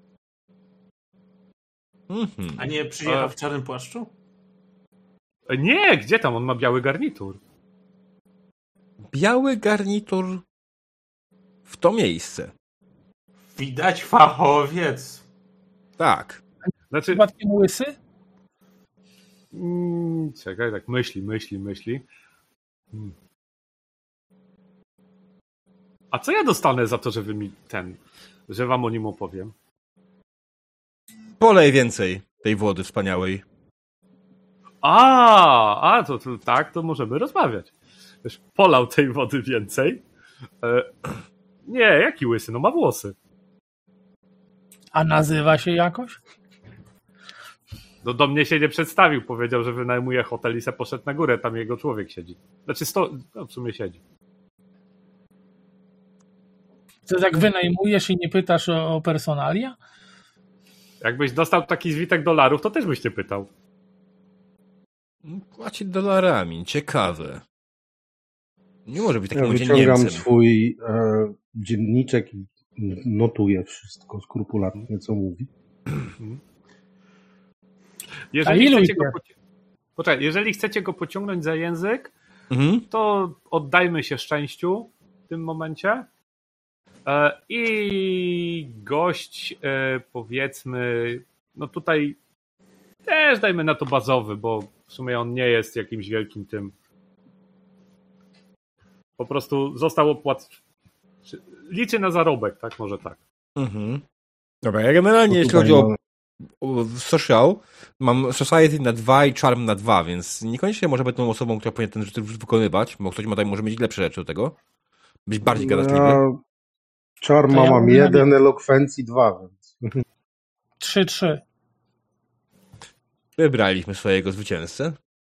Speaker 1: Mhm.
Speaker 5: A nie przyjechał
Speaker 3: A-
Speaker 5: w czarnym płaszczu?
Speaker 3: E, Nie, gdzie tam? On ma biały garnitur.
Speaker 1: Biały garnitur w to miejsce.
Speaker 5: Widać fachowiec.
Speaker 1: Tak.
Speaker 3: Znaczy,
Speaker 2: Przypadkiem łysy?
Speaker 3: mm, czekaj, tak myśli, myśli, myśli. Hmm. A co ja dostanę za to, że wy mi ten, że wam o nim opowiem?
Speaker 1: Polej więcej tej wody wspaniałej.
Speaker 3: A, a to, to tak, to możemy rozmawiać. Wiesz, polał tej wody więcej. E, nie, jaki łysy, no ma włosy.
Speaker 2: A nazywa się jakoś?
Speaker 3: No do mnie się nie przedstawił, powiedział, że wynajmuje hotel i se poszedł na górę, tam jego człowiek siedzi. Znaczy sto, no w sumie siedzi.
Speaker 2: To jak wynajmujesz i nie pytasz o, o personalia?
Speaker 3: Jakbyś dostał taki zwitek dolarów, to też byś nie pytał.
Speaker 1: Płaci dolarami, ciekawe. Nie może być takim
Speaker 4: Ja
Speaker 1: ludzie
Speaker 4: wyciągam
Speaker 1: Niemcem.
Speaker 4: swój e, dzienniczek i notuję wszystko skrupulatnie, co mówi.
Speaker 3: Jeżeli
Speaker 2: ilu
Speaker 3: chcecie,
Speaker 2: ich
Speaker 3: go
Speaker 2: jest?
Speaker 3: poci- Poczekaj, jeżeli chcecie go pociągnąć za język,
Speaker 1: Mhm.
Speaker 3: to oddajmy się szczęściu w tym momencie. E, I gość, e, powiedzmy, no tutaj też dajmy na to bazowy, bo w sumie on nie jest jakimś wielkim tym. Po prostu został opłacony. Liczy na zarobek, tak? Może tak.
Speaker 1: Mhm. Dobra, ja generalnie, jeśli chodzi o, o social, mam society na dwa i charm na dwa, więc niekoniecznie może być tą osobą, która powinien ten rzeczy wykonywać, bo ktoś ma, tutaj może mieć lepsze rzeczy do tego. Być bardziej gadatliwy.
Speaker 4: Ja Czarma
Speaker 2: To ja
Speaker 4: mam
Speaker 2: mówię na
Speaker 4: jeden, elokwencji dwa, więc...
Speaker 2: trzy trzy.
Speaker 1: Wybraliśmy swojego zwycięzcę.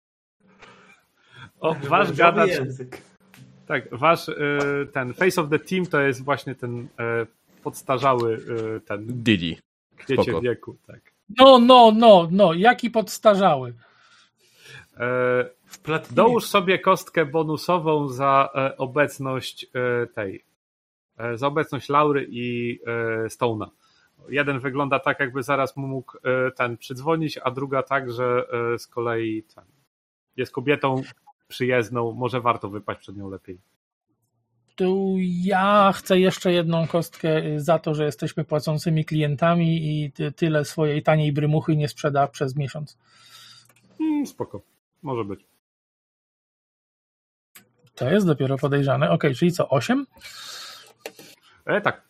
Speaker 3: O,
Speaker 5: Także
Speaker 3: wasz
Speaker 5: wężowy
Speaker 3: gadacz.
Speaker 5: język.
Speaker 3: Tak, wasz y, ten Face of the Team to jest właśnie ten y, podstarzały y, ten
Speaker 1: Didi.
Speaker 3: wiecie
Speaker 1: Spoko.
Speaker 3: wieku, tak.
Speaker 2: No, no, no, no, jaki podstarzały.
Speaker 3: E,
Speaker 5: W Platinie.
Speaker 3: dołóż sobie kostkę bonusową za e, obecność e, tej, e, za obecność Laury i e, Stone'a. Jeden wygląda tak, jakby zaraz mu mógł e, ten przydzwonić, a druga tak, że e, z kolei ten, jest kobietą przyjezdną, może warto wypaść przed nią lepiej.
Speaker 2: Tu ja chcę jeszcze jedną kostkę za to, że jesteśmy płacącymi klientami i ty- tyle swojej taniej brymuchy nie sprzeda przez miesiąc.
Speaker 3: Mm, spoko, może być.
Speaker 2: To jest dopiero podejrzane. Okej, czyli co, osiem?
Speaker 3: E, tak.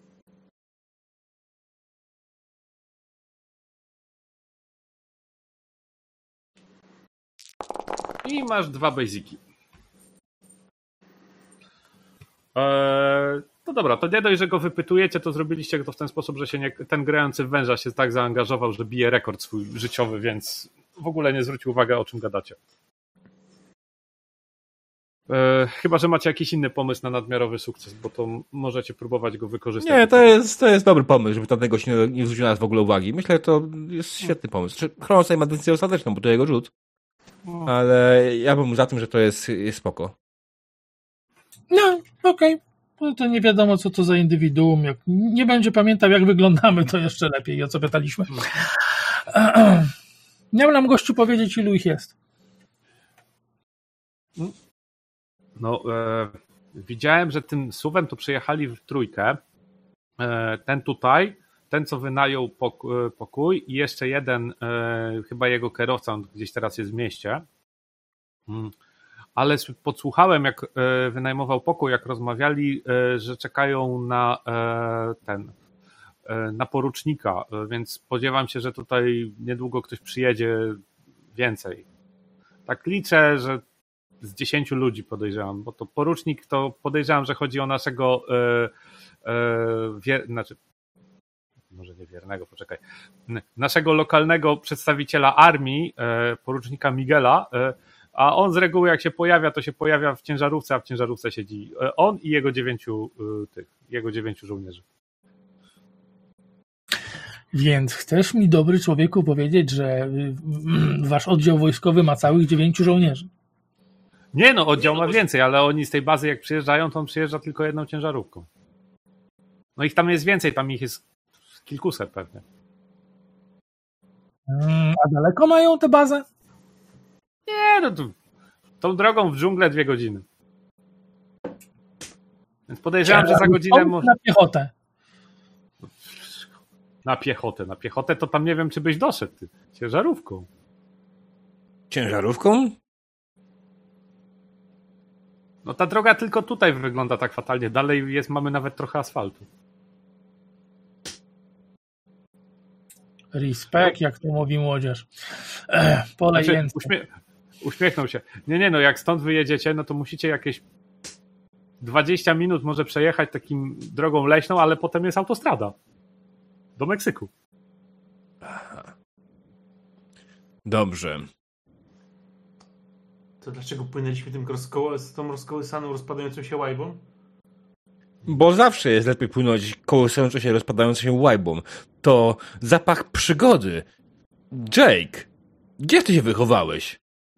Speaker 3: I masz dwa basiki. Eee, no dobra, to nie dość, że go wypytujecie, to zrobiliście to w ten sposób, że się nie, ten grający w węża się tak zaangażował, że bije rekord swój życiowy, więc w ogóle nie zwrócił uwagi, o czym gadacie. Eee, chyba, że macie jakiś inny pomysł na nadmiarowy sukces, bo to możecie próbować go wykorzystać.
Speaker 1: Nie, to jest, to jest dobry pomysł, żeby tamtego się nie, nie zwrócił na nas w ogóle uwagi. Myślę, że to jest świetny pomysł. Czy Chronos ma decyzję ostateczną, bo to jego rzut. Ale ja bym za tym, że to jest, jest spoko.
Speaker 2: No, okej. No to nie wiadomo, co to za indywiduum. Jak nie będzie pamiętał, jak wyglądamy, to jeszcze lepiej, o co pytaliśmy. Miał nam gościu powiedzieć, ilu ich jest.
Speaker 3: No, e, widziałem, że tym suwem to przyjechali w trójkę. E, ten tutaj, ten co wynajął pok- pokój i jeszcze jeden, e, chyba jego kierowca, on gdzieś teraz jest w mieście. Mm. Ale s- podsłuchałem, jak e, wynajmował pokój, jak rozmawiali, e, że czekają na e, ten, e, na porucznika, e, więc spodziewam się, że tutaj niedługo ktoś przyjedzie więcej. Tak liczę, że z dziesięciu ludzi podejrzewam, bo to porucznik to podejrzewam, że chodzi o naszego e, e, wie, znaczy może nie wiernego, poczekaj, naszego lokalnego przedstawiciela armii, e, porucznika Miguela, e, a on z reguły jak się pojawia, to się pojawia w ciężarówce, a w ciężarówce siedzi e, on i jego dziewięciu e, tych, jego dziewięciu żołnierzy.
Speaker 2: Więc chcesz mi, dobry człowieku, powiedzieć, że y, wasz oddział wojskowy ma całych dziewięciu żołnierzy?
Speaker 3: Nie no, oddział ma więcej, ale oni z tej bazy jak przyjeżdżają, to on przyjeżdża tylko jedną ciężarówką. No ich tam jest więcej, tam ich jest kilkuset pewnie.
Speaker 2: Mm, a daleko mają tę bazę?
Speaker 3: Nie, no to tą drogą w dżunglę dwie godziny. Więc podejrzewam, że za godzinę może...
Speaker 2: Na piechotę.
Speaker 3: Na piechotę, na piechotę to tam nie wiem, czy byś doszedł, ty. Ciężarówką.
Speaker 1: Ciężarówką?
Speaker 3: No ta droga tylko tutaj wygląda tak fatalnie. Dalej jest, mamy nawet trochę asfaltu.
Speaker 2: Respekt, jak to mówi młodzież. Ech, pole
Speaker 3: Znaczy,
Speaker 2: języka.
Speaker 3: uśmie... Uśmiechnął się. Nie, nie, no jak stąd wyjedziecie, no to musicie jakieś dwadzieścia minut może przejechać takim drogą leśną, ale potem jest autostrada. Do Meksyku.
Speaker 1: Dobrze.
Speaker 5: To dlaczego płynęliśmy tym rozkoło- z tą rozkołysaną, rozpadającą się łajbą?
Speaker 1: Bo zawsze jest lepiej płynąć kołysająco się, rozpadającą się łajbą. To zapach przygody. Jake, gdzie ty się wychowałeś?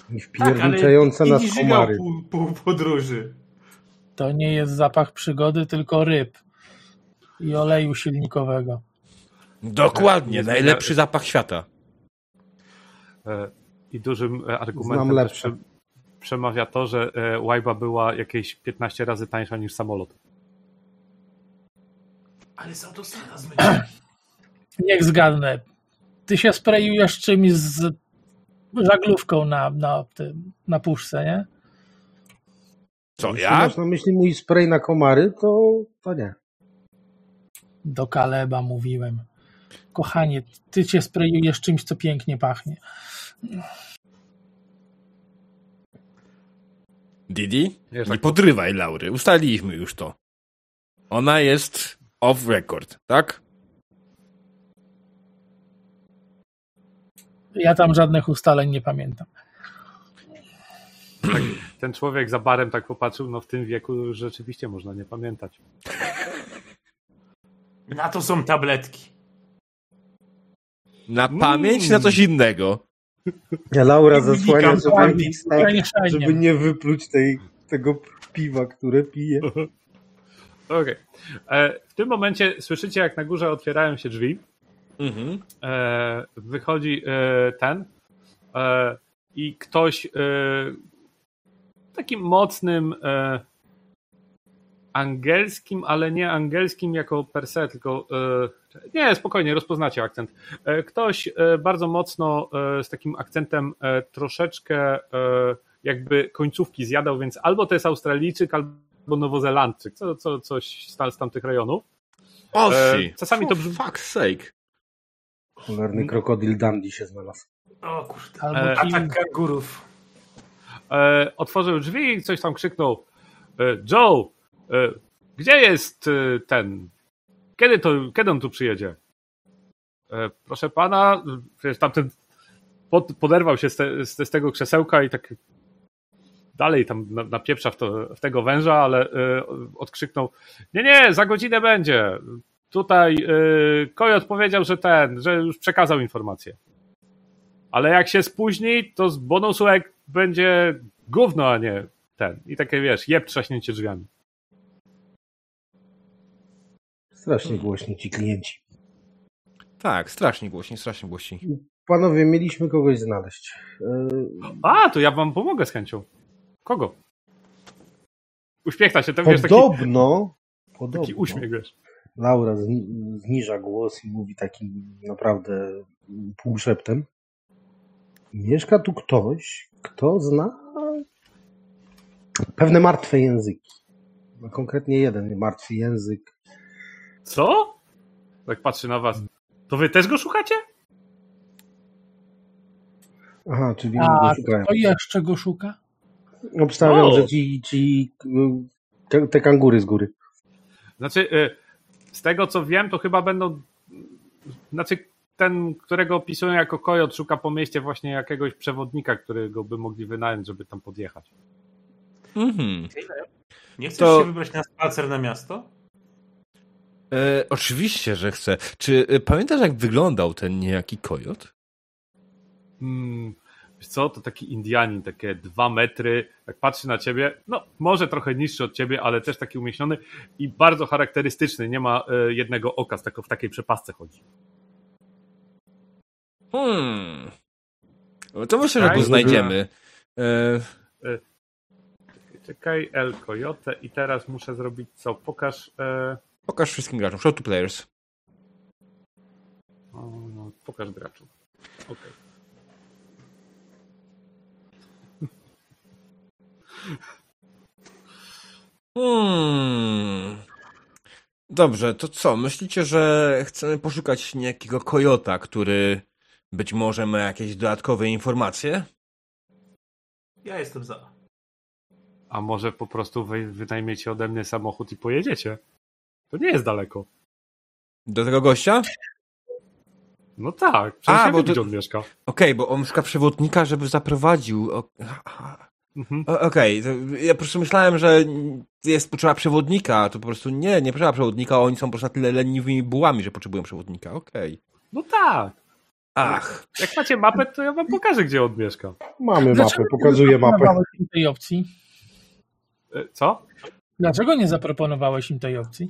Speaker 4: I wpierniczające
Speaker 5: tak,
Speaker 4: nas
Speaker 5: ale
Speaker 4: komary.
Speaker 5: Pół, pół podróży.
Speaker 2: To nie jest zapach przygody, tylko ryb i oleju silnikowego.
Speaker 1: Dokładnie,
Speaker 3: Nie,
Speaker 1: najlepszy
Speaker 3: nie,
Speaker 1: zapach świata.
Speaker 3: E, I dużym e,
Speaker 4: Znam
Speaker 3: argumentem też
Speaker 4: lepsze.
Speaker 3: prze, przemawia to, że e, łajba była jakieś piętnaście razy tańsza niż samolot.
Speaker 5: Ale z autostrada zmycia.
Speaker 2: Niech zgadnę. Ty się sprayujesz czymś z żaglówką na, na, tym, na puszce, nie?
Speaker 1: Co,
Speaker 4: Jeśli
Speaker 1: ja?
Speaker 4: masz na myśli mój spray na komary, to, to nie.
Speaker 2: Do Kaleba mówiłem. Kochanie, ty się sprayujesz czymś, co pięknie pachnie.
Speaker 1: Didi?
Speaker 3: Wiesz,
Speaker 1: Nie
Speaker 3: tak-
Speaker 1: podrywaj Laury, ustaliliśmy już to. Ona jest off record, tak?
Speaker 2: Ja tam żadnych ustaleń nie pamiętam.
Speaker 3: Ten człowiek za barem tak popatrzył, no w tym wieku już rzeczywiście można nie pamiętać.
Speaker 5: Na to są tabletki.
Speaker 1: Na pamięć, na coś innego.
Speaker 4: Ja Laura zasłania, żeby,
Speaker 2: Dokładnie.
Speaker 4: tak,
Speaker 2: Zanieszaniem.
Speaker 4: żeby nie wypluć tej, tego piwa, które pije.
Speaker 3: Okej. E, W tym momencie słyszycie, jak na górze otwierają się drzwi.
Speaker 1: Mhm.
Speaker 3: E, Wychodzi e, ten e, i ktoś e, takim mocnym e, angielskim, ale nie angielskim jako per se, tylko e, nie, spokojnie, rozpoznacie akcent. E, Ktoś e, bardzo mocno e, z takim akcentem e, troszeczkę e, jakby końcówki zjadał, więc albo to jest Australijczyk, albo Nowozelandczyk, co, co, coś z, tam, z tamtych rejonów.
Speaker 1: O,
Speaker 3: E,
Speaker 1: si.
Speaker 3: czasami to
Speaker 1: For
Speaker 3: brzmi-
Speaker 1: fuck's sake.
Speaker 4: Cholerny krokodyl Dandy się znalazł.
Speaker 5: O kurde.
Speaker 2: Albo
Speaker 3: E,
Speaker 2: kim-
Speaker 5: Atak kangurów.
Speaker 3: e, otworzył drzwi i coś tam krzyknął: e, Joe, e, gdzie jest e, ten? Kiedy, to, kiedy on tu przyjedzie? E, proszę pana, przecież tamten pod, poderwał się z, te, z, z tego krzesełka i tak dalej tam na- napieprza w, to, w tego węża, ale e, odkrzyknął: nie, nie, za godzinę będzie. Tutaj e, Kojot powiedział, że ten, że już przekazał informację. Ale jak się spóźni, to z bonusek będzie gówno, a nie ten. I takie, wiesz, jeb trzaśnięcie drzwiami.
Speaker 4: Strasznie głośni ci klienci.
Speaker 1: Tak, strasznie głośniej, strasznie głośniej.
Speaker 4: Panowie, mieliśmy kogoś znaleźć. E,
Speaker 3: A, to ja wam pomogę z chęcią. Kogo? Uśmiechna się, tam wiesz, taki,
Speaker 4: Podobno, podobno
Speaker 3: taki uśmiech, wiesz.
Speaker 4: Laura zni- zniża głos i mówi takim naprawdę półszeptem. Mieszka tu ktoś, kto zna pewne martwe języki. No, konkretnie jeden martwy język.
Speaker 3: Co? Tak patrzy na was. To wy też go szukacie?
Speaker 4: Aha, czyli inni
Speaker 2: A
Speaker 4: go szukają.
Speaker 2: kto jeszcze go szuka?
Speaker 4: Obstawiam,
Speaker 3: O!
Speaker 4: że ci, ci te, te kangury z góry.
Speaker 3: Znaczy, y, z tego co wiem, to chyba będą. Znaczy, ten, którego opisują jako Kojot, szuka po mieście właśnie jakiegoś przewodnika, którego by mogli wynająć, żeby tam podjechać.
Speaker 1: Mhm.
Speaker 5: Nie chcesz
Speaker 1: To-
Speaker 5: się wybrać na spacer na miasto?
Speaker 1: E, oczywiście, że chcę. Czy e, pamiętasz, jak wyglądał ten niejaki Kojot?
Speaker 3: Hmm, wiesz co, to taki Indianin, takie dwa metry, jak patrzy na ciebie, no może trochę niższy od ciebie, ale też taki umieśniony i bardzo charakterystyczny, nie ma e, jednego oka, tylko w takiej przepasce chodzi.
Speaker 1: Hmm. No to myślę, że
Speaker 3: Tak,
Speaker 1: go
Speaker 3: żeby-
Speaker 1: znajdziemy. E,
Speaker 3: Czekaj, El Coyote i teraz muszę zrobić co? Pokaż, e,
Speaker 1: pokaż wszystkim graczom. Show to players.
Speaker 3: o, no, pokaż graczu. Okej.
Speaker 1: Hmm. Dobrze, to co? Myślicie, że chcemy poszukać niejakiego Kojota, który być może ma jakieś dodatkowe informacje?
Speaker 5: Ja jestem za.
Speaker 3: A może po prostu wy, wynajmiecie ode mnie samochód i pojedziecie? To nie jest daleko.
Speaker 1: Do tego gościa?
Speaker 3: No tak, przecież
Speaker 1: A,
Speaker 3: ja
Speaker 1: bo
Speaker 3: wiem,
Speaker 1: to-
Speaker 3: gdzie on mieszka.
Speaker 1: Okej, bo on szuka przewodnika, żeby zaprowadził. O- aha.
Speaker 3: Mhm.
Speaker 1: O- Okej, to ja po prostu myślałem, że jest potrzeba przewodnika, a to po prostu nie, nie potrzeba przewodnika, oni są po prostu na tyle leniwymi bułami, że potrzebują przewodnika. Okej.
Speaker 3: No tak.
Speaker 1: Ach.
Speaker 3: Jak macie mapę, to ja wam pokażę, gdzie on mieszka.
Speaker 4: Mamy
Speaker 2: Dlaczego
Speaker 4: mapę, pokazuję
Speaker 2: nie
Speaker 4: mapę.
Speaker 2: zaproponowałeś im tej opcji?
Speaker 3: E, Co?
Speaker 2: Dlaczego nie zaproponowałeś im tej opcji?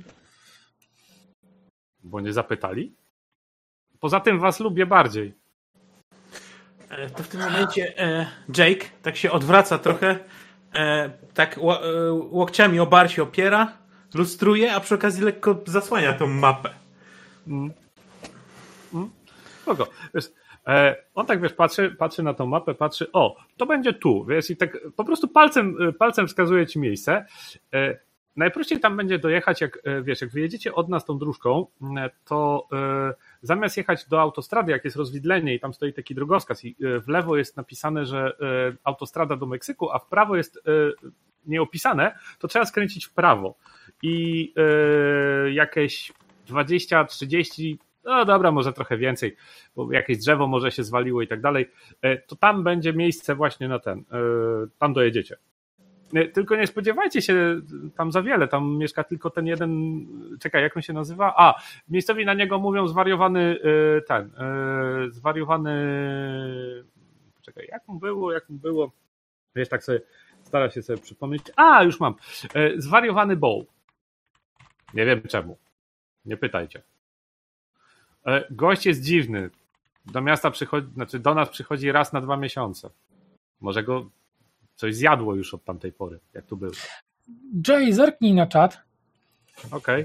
Speaker 3: Bo nie zapytali? Poza tym was lubię bardziej.
Speaker 5: E, To w tym momencie e, Jake tak się odwraca trochę, e, tak ła, e, łokciami o bar się opiera, lustruje, a przy okazji lekko zasłania tą mapę.
Speaker 3: Mm. Mm. Spoko. Wiesz, e, on tak, wiesz, patrzy, patrzy na tą mapę, patrzy, o, to będzie tu, wiesz, i tak po prostu palcem, palcem wskazuje ci miejsce. E, najprościej tam będzie dojechać, jak, e, wiesz, jak wyjedziecie od nas tą dróżką, e, to e, zamiast jechać do autostrady, jak jest rozwidlenie i tam stoi taki drogowskaz i e, w lewo jest napisane, że e, autostrada do Meksyku, a w prawo jest e, nieopisane, to trzeba skręcić w prawo. I e, jakieś dwadzieścia trzydzieści, no dobra, może trochę więcej, bo jakieś drzewo może się zwaliło i tak dalej, to tam będzie miejsce właśnie na ten, tam dojedziecie. Tylko nie spodziewajcie się tam za wiele, tam mieszka tylko ten jeden, czekaj, jak on się nazywa? A, miejscowi na niego mówią zwariowany ten, zwariowany, czekaj, jak mu było, jak mu było, wiesz, tak sobie, stara się sobie przypomnieć, a, już mam, zwariowany Bow. Nie wiem czemu. Nie pytajcie. Gość jest dziwny. Do miasta przychodzi, znaczy do nas przychodzi raz na dwa miesiące. Może go coś zjadło już od tamtej pory, jak tu był.
Speaker 2: Jay, zerknij na czat.
Speaker 3: Okej. Okay.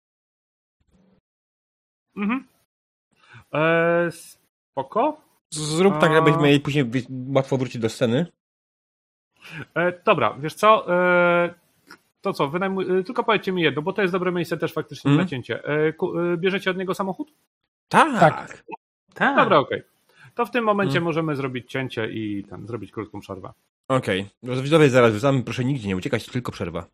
Speaker 3: Mhm. Eee, spoko.
Speaker 1: Zrób tak, żebyśmy mieli później łatwo wrócić do sceny.
Speaker 3: Eee, dobra, wiesz co? Eee, to co, wynajmuj... tylko powiedzcie mi jedno, bo to jest dobre miejsce też faktycznie mm. na cięcie. Eee, ku... bierzecie od niego samochód?
Speaker 1: Tak.
Speaker 2: Tak.
Speaker 5: Tak.
Speaker 3: Dobra, okej. Okay. To w tym momencie
Speaker 1: mm.
Speaker 3: możemy zrobić cięcie i tam zrobić krótką przerwę.
Speaker 1: Okej. Okay. Widzowie, zaraz wracamy. Proszę nigdzie nie uciekać, tylko przerwa.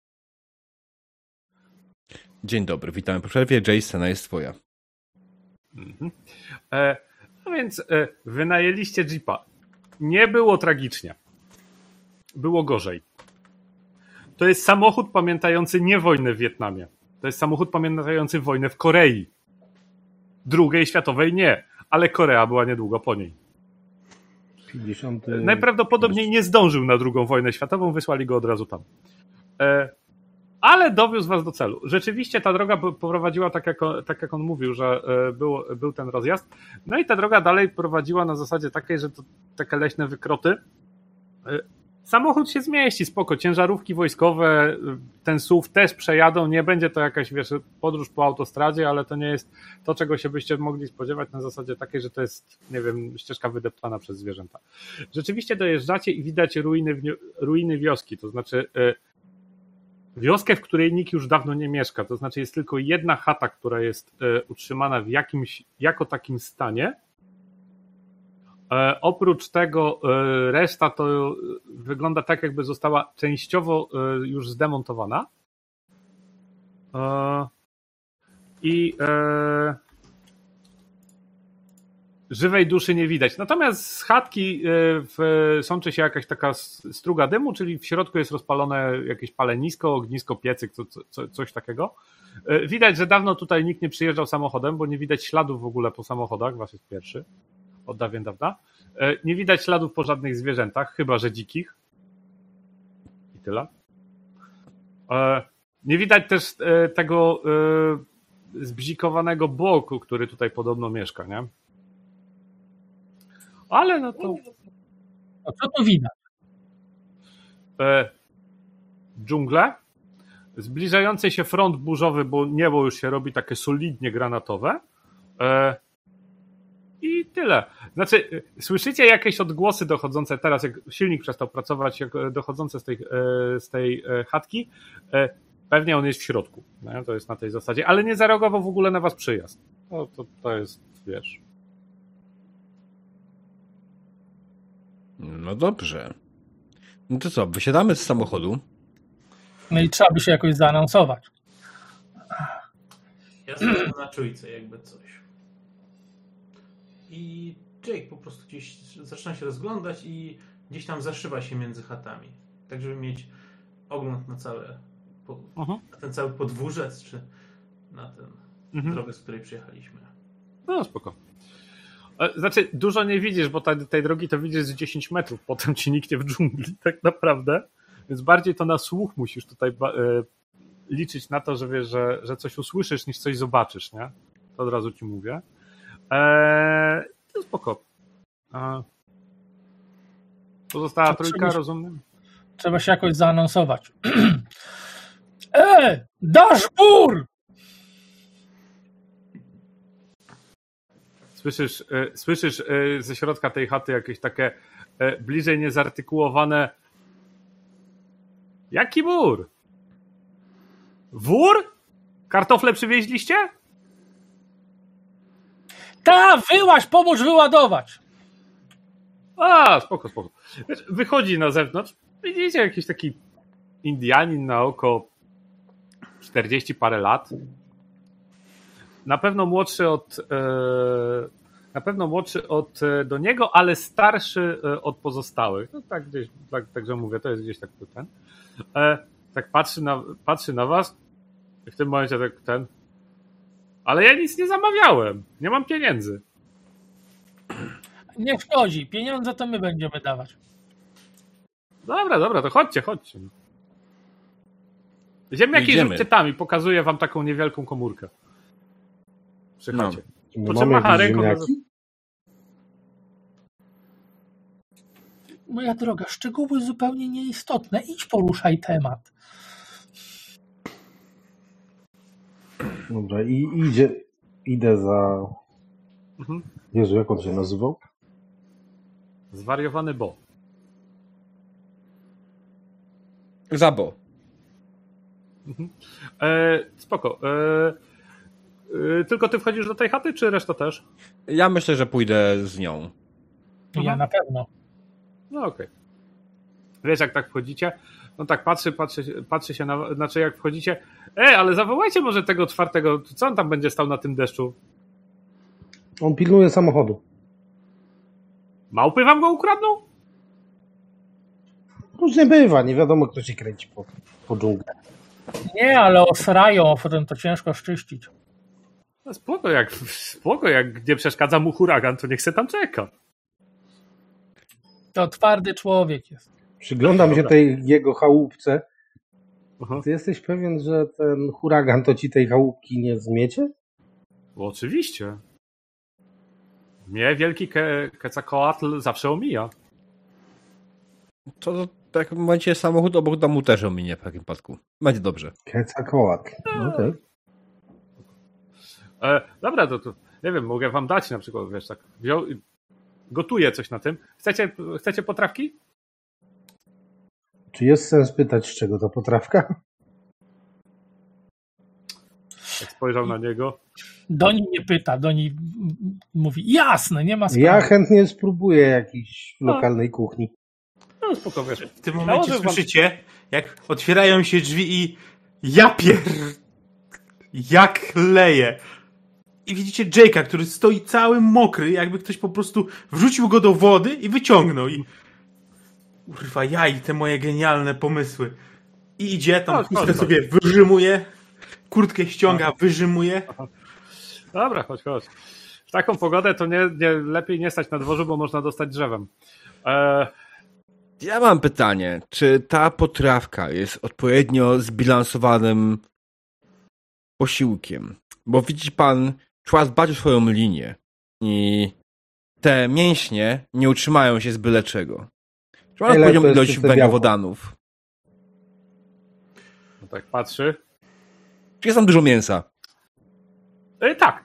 Speaker 1: Dzień dobry, witamy po przerwie. Jay, scena jest twoja.
Speaker 3: Mhm. E, no więc e, wynajęliście Jeepa. Nie było tragicznie. Było gorzej. To jest samochód pamiętający nie wojnę w Wietnamie. To jest samochód pamiętający wojnę w Korei. Drugiej światowej nie, ale Korea była niedługo po niej.
Speaker 4: pięćdziesiąty
Speaker 3: Najprawdopodobniej nie zdążył na drugą wojnę światową, wysłali go od razu tam. E, ale dowiózł was do celu. Rzeczywiście ta droga poprowadziła tak jak on, tak jak on mówił, że był, był ten rozjazd. No i ta droga dalej prowadziła na zasadzie takiej, że to takie leśne wykroty. Samochód się zmieści, spoko. Ciężarówki wojskowe, ten S U V też przejadą. Nie będzie to jakaś, wiesz, podróż po autostradzie, ale to nie jest to, czego się byście mogli spodziewać na zasadzie takiej, że to jest, nie wiem, ścieżka wydeptana przez zwierzęta. Rzeczywiście dojeżdżacie i widać ruiny, ruiny wioski, to znaczy wioskę, w której nikt już dawno nie mieszka. To znaczy jest tylko jedna chata, która jest utrzymana w jakimś, jako takim stanie. E, oprócz tego e, reszta to wygląda tak, jakby została częściowo e, już zdemontowana. E, I e, żywej duszy nie widać. Natomiast z chatki e, w, sączy się jakaś taka struga dymu, czyli w środku jest rozpalone jakieś palenisko, ognisko, piecyk, co, co, coś takiego. E, widać, że dawno tutaj nikt nie przyjeżdżał samochodem, bo nie widać śladów w ogóle po samochodach. Was jest pierwszy. Od dawien dawna. Nie widać śladów po żadnych zwierzętach, chyba że dzikich. I tyle. Nie widać też tego zbzikowanego boku, który tutaj podobno mieszka, nie? Ale no to...
Speaker 2: A co tu widać?
Speaker 3: Dżungle. Zbliżający się front burzowy, bo niebo już się robi takie solidnie granatowe. I tyle. Znaczy, słyszycie jakieś odgłosy dochodzące teraz, jak silnik przestał pracować, jak dochodzące z tej, z tej chatki. Pewnie on jest w środku. Nie? To jest na tej zasadzie, ale nie zareagował w ogóle na was przyjazd. No, to, to jest, wiesz.
Speaker 1: No dobrze. No to co, wysiadamy z samochodu.
Speaker 2: No i trzeba by się jakoś zaanonsować.
Speaker 5: Ja stoję na czujce, jakby coś. I Jake po prostu gdzieś zaczyna się rozglądać i gdzieś tam zaszywa się między chatami. Tak, żeby mieć ogląd na całe, po, uh-huh. na ten cały podwórzec, czy na tę uh-huh. drogę, z której przyjechaliśmy.
Speaker 3: No spoko. Znaczy, dużo nie widzisz, bo ta, tej drogi to widzisz z dziesięć metrów, potem ci niknie w dżungli, tak naprawdę. Więc bardziej to na słuch musisz tutaj ba- y- liczyć na to, że wiesz, że, że coś usłyszysz, niż coś zobaczysz, nie? To od razu ci mówię. Eee, to spoko. Eee, pozostała
Speaker 2: To
Speaker 3: trójka,
Speaker 2: trzeba-
Speaker 3: rozumiem?
Speaker 2: Trzeba się jakoś zaanonsować. E, Dashbur!
Speaker 3: Słyszysz, y, słyszysz y, ze środka tej chaty jakieś takie y, bliżej niezartykułowane. Jaki wór? Wór? Kartofle przywieźliście?
Speaker 2: Ta, wyłaź, pomóż wyładować.
Speaker 3: A, spoko, spoko. Wiesz, wychodzi na zewnątrz. Widzicie, jakiś taki Indianin na oko czterdzieści parę lat. Na pewno młodszy od e, na pewno młodszy od e, do niego, ale starszy e, od pozostałych. No tak gdzieś, tak, także mówię, to jest gdzieś tak ten. E, tak patrzy na, patrzy na was i w tym momencie tak ten. Ale ja nic nie zamawiałem. Nie mam pieniędzy.
Speaker 2: Nie szkodzi, pieniądze to my będziemy dawać.
Speaker 3: Dobra, dobra, to chodźcie, chodźcie. Ziemniaki
Speaker 1: Idziemy.
Speaker 3: rzućcie tam i pokazuję wam taką niewielką komórkę. Przy
Speaker 1: No.
Speaker 3: chacie.
Speaker 4: My
Speaker 3: Po czym
Speaker 4: mamy
Speaker 3: macha
Speaker 4: jakieś
Speaker 3: ręką na-
Speaker 4: ziemniaki?
Speaker 2: Moja droga, szczegóły zupełnie nieistotne. Idź poruszaj temat.
Speaker 4: Dobra, i idzie, idę za...
Speaker 3: Mhm.
Speaker 4: Jezu, jak on się nazywał?
Speaker 3: Zwariowany Bo.
Speaker 1: Zabo.
Speaker 3: E, spoko. E, e, tylko ty wchodzisz do tej chaty, czy reszta też?
Speaker 1: Ja myślę, że pójdę z nią.
Speaker 2: Ja na pewno.
Speaker 3: No okej. Wiesz, jak tak wchodzicie? No tak patrzy, patrzy, patrzy się na... Znaczy jak wchodzicie... Ej, ale zawołajcie może tego czwartego... Co on tam będzie stał na tym deszczu?
Speaker 4: On pilnuje samochodu.
Speaker 3: Małpy wam go ukradną?
Speaker 4: Różnie bywa, nie wiadomo kto się kręci po, po dżungli.
Speaker 2: Nie, ale osrają, a potem to ciężko szczyścić.
Speaker 3: No spoko, jak, spoko, jak nie przeszkadza mu huragan, to niech se tam czeka.
Speaker 2: To twardy człowiek jest.
Speaker 4: Przyglądam się
Speaker 3: Dobra.
Speaker 4: tej jego chałupce.
Speaker 3: Aha.
Speaker 4: Ty jesteś pewien, że ten huragan to ci tej chałupki nie zmiecie?
Speaker 3: Bo oczywiście. Mnie wielki ke, Quetzalcoatl zawsze omija.
Speaker 1: To tak w momencie samochód obok domu też ominie w takim przypadku. Będzie dobrze.
Speaker 4: Quetzalcoatl. Okej.
Speaker 3: E, dobra, to, to nie wiem, mogę wam dać na przykład, wiesz, tak wziął i gotuję coś na tym. Chcecie, chcecie potrawki?
Speaker 4: Czy jest sens pytać, z czego to potrawka?
Speaker 3: Jak spojrzał na niego.
Speaker 2: Doni nie pyta, Doni mówi, jasne, nie ma sprawy.
Speaker 4: Ja chętnie spróbuję jakiejś lokalnej kuchni.
Speaker 3: No spoko, wiesz.
Speaker 5: W tym momencie
Speaker 3: Nałożę wam-
Speaker 5: słyszycie, jak otwierają się drzwi i ja pier... jak leje. I widzicie Jake'a, który stoi cały mokry, jakby ktoś po prostu wrzucił go do wody i wyciągnął. I kurwa, ja i te moje genialne pomysły. I idzie, tam
Speaker 3: Chodź,
Speaker 5: chustkę
Speaker 3: chodź,
Speaker 5: sobie wyrzymuje, kurtkę ściąga, wyrzymuje.
Speaker 3: Dobra, chodź, chodź. W taką pogodę to nie, nie, lepiej nie stać na dworzu, bo można dostać drzewem. E,
Speaker 1: Ja mam pytanie, czy ta potrawka jest odpowiednio zbilansowanym posiłkiem? Bo widzi pan, trzeba dbać o swoją linię i te mięśnie nie utrzymają się z byle czego. Trzeba
Speaker 4: Ile
Speaker 1: odpowiednią
Speaker 4: to jest
Speaker 1: ilość
Speaker 4: czyste
Speaker 1: węglowodanów.
Speaker 3: no tak patrzy.
Speaker 1: Czy jest tam dużo mięsa?
Speaker 3: E, tak.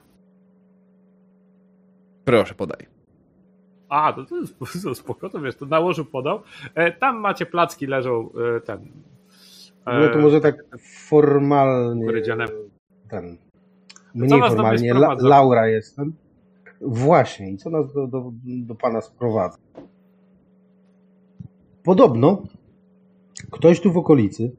Speaker 1: Proszę, podaj.
Speaker 3: A, to, to jest to spoko, to wiesz, to na łożu podał. E, tam macie placki, leżą e, ten.
Speaker 4: No to może tak formalnie.
Speaker 3: Powiedziane.
Speaker 4: Ten.
Speaker 3: Co
Speaker 4: Mniej
Speaker 3: was do mnie
Speaker 4: formalnie. La,
Speaker 3: sprowadza?
Speaker 4: Laura jestem. Właśnie. I co nas do, do, do pana sprowadza? Podobno ktoś tu w okolicy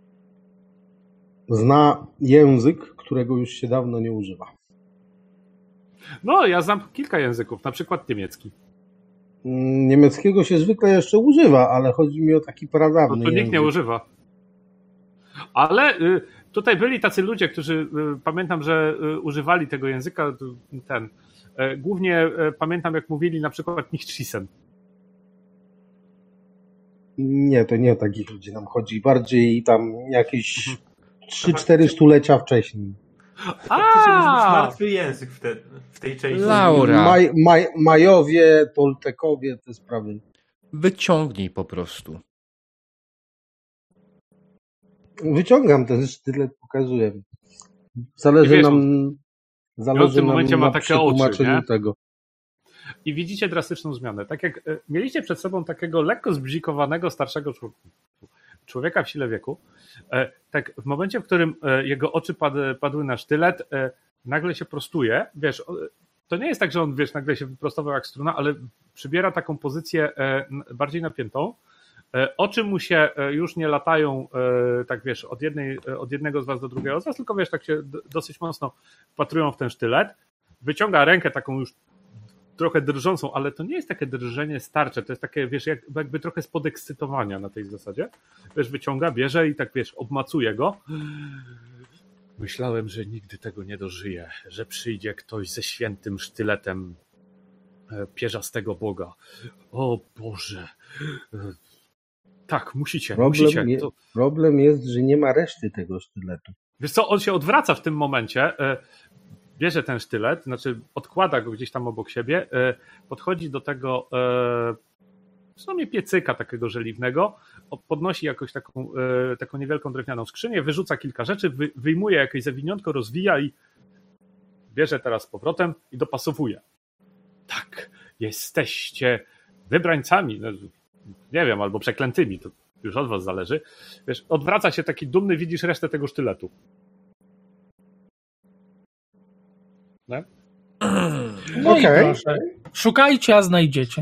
Speaker 4: zna język, którego już się dawno nie używa.
Speaker 3: No, ja znam kilka języków, na przykład niemiecki.
Speaker 4: Mm, Niemieckiego się zwykle jeszcze używa, ale chodzi mi o taki
Speaker 3: No
Speaker 4: pradawny
Speaker 3: to nikt
Speaker 4: język.
Speaker 3: nie używa. Ale y, tutaj byli tacy ludzie, którzy y, pamiętam, że y, używali tego języka, y, ten. Głównie pamiętam, jak mówili na przykład nicht schießen.
Speaker 4: Nie, to nie o takich ludzi nam chodzi. Bardziej tam jakieś trzy cztery stulecia wcześniej.
Speaker 5: Faktycznie to jest martwy język w, te, w tej części.
Speaker 1: Laura.
Speaker 4: Maj, maj, Majowie, Toltekowie, te sprawy.
Speaker 1: Wyciągnij po prostu.
Speaker 4: Wyciągam ten sztylet, pokazuję. Zależy
Speaker 3: wiesz,
Speaker 4: nam,
Speaker 3: w
Speaker 4: zależy
Speaker 3: tym
Speaker 4: nam
Speaker 3: momencie ma
Speaker 4: na
Speaker 3: takie oczy,
Speaker 4: przetłumaczeniu
Speaker 3: nie?
Speaker 4: tego.
Speaker 3: I widzicie drastyczną zmianę. Tak jak mieliście przed sobą takiego lekko zbzikowanego starszego człowieka w sile wieku, tak w momencie, w którym jego oczy padły, padły na sztylet, nagle się prostuje. Wiesz, to nie jest tak, że on, wiesz, nagle się wyprostował jak struna, ale przybiera taką pozycję bardziej napiętą. Oczy mu się już nie latają, tak wiesz, od, jednej, od jednego z was do drugiego z was, tylko wiesz, tak się dosyć mocno wpatrują w ten sztylet. Wyciąga rękę taką już trochę drżącą, ale to nie jest takie drżenie starcze, to jest takie, wiesz, jakby trochę z podekscytowania na tej zasadzie. Wiesz, wyciąga, bierze i tak, wiesz, obmacuje go. Myślałem, że nigdy tego nie dożyję, że przyjdzie ktoś ze świętym sztyletem pierzastego Boga. O Boże. Tak, musicie,
Speaker 4: Problem,
Speaker 3: musicie.
Speaker 4: je,
Speaker 3: To...
Speaker 4: problem jest, że nie ma reszty tego sztyletu.
Speaker 3: Wiesz co, on się odwraca w tym momencie, bierze ten sztylet, znaczy odkłada go gdzieś tam obok siebie, podchodzi do tego w sumie piecyka takiego żeliwnego, podnosi jakąś taką, taką niewielką drewnianą skrzynię, wyrzuca kilka rzeczy, wyjmuje jakieś zawiniątko, rozwija i bierze teraz z powrotem i dopasowuje. Tak, jesteście wybrańcami, nie wiem, albo przeklętymi, to już od was zależy. Wiesz, odwraca się taki dumny, widzisz resztę tego sztyletu. Nie?
Speaker 2: No
Speaker 4: Okej.
Speaker 2: i proszę. Szukajcie, a znajdziecie.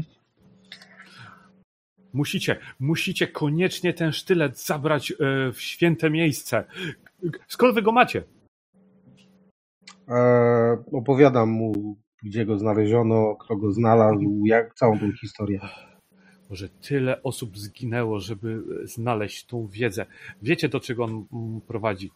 Speaker 3: Musicie, musicie koniecznie ten sztylet zabrać w święte miejsce. Skąd wy go macie?
Speaker 4: E, opowiadam mu, gdzie go znaleziono, kto go znalazł, jak całą tą historię.
Speaker 3: Może tyle osób zginęło, żeby znaleźć tą wiedzę. Wiecie, do czego on prowadzi.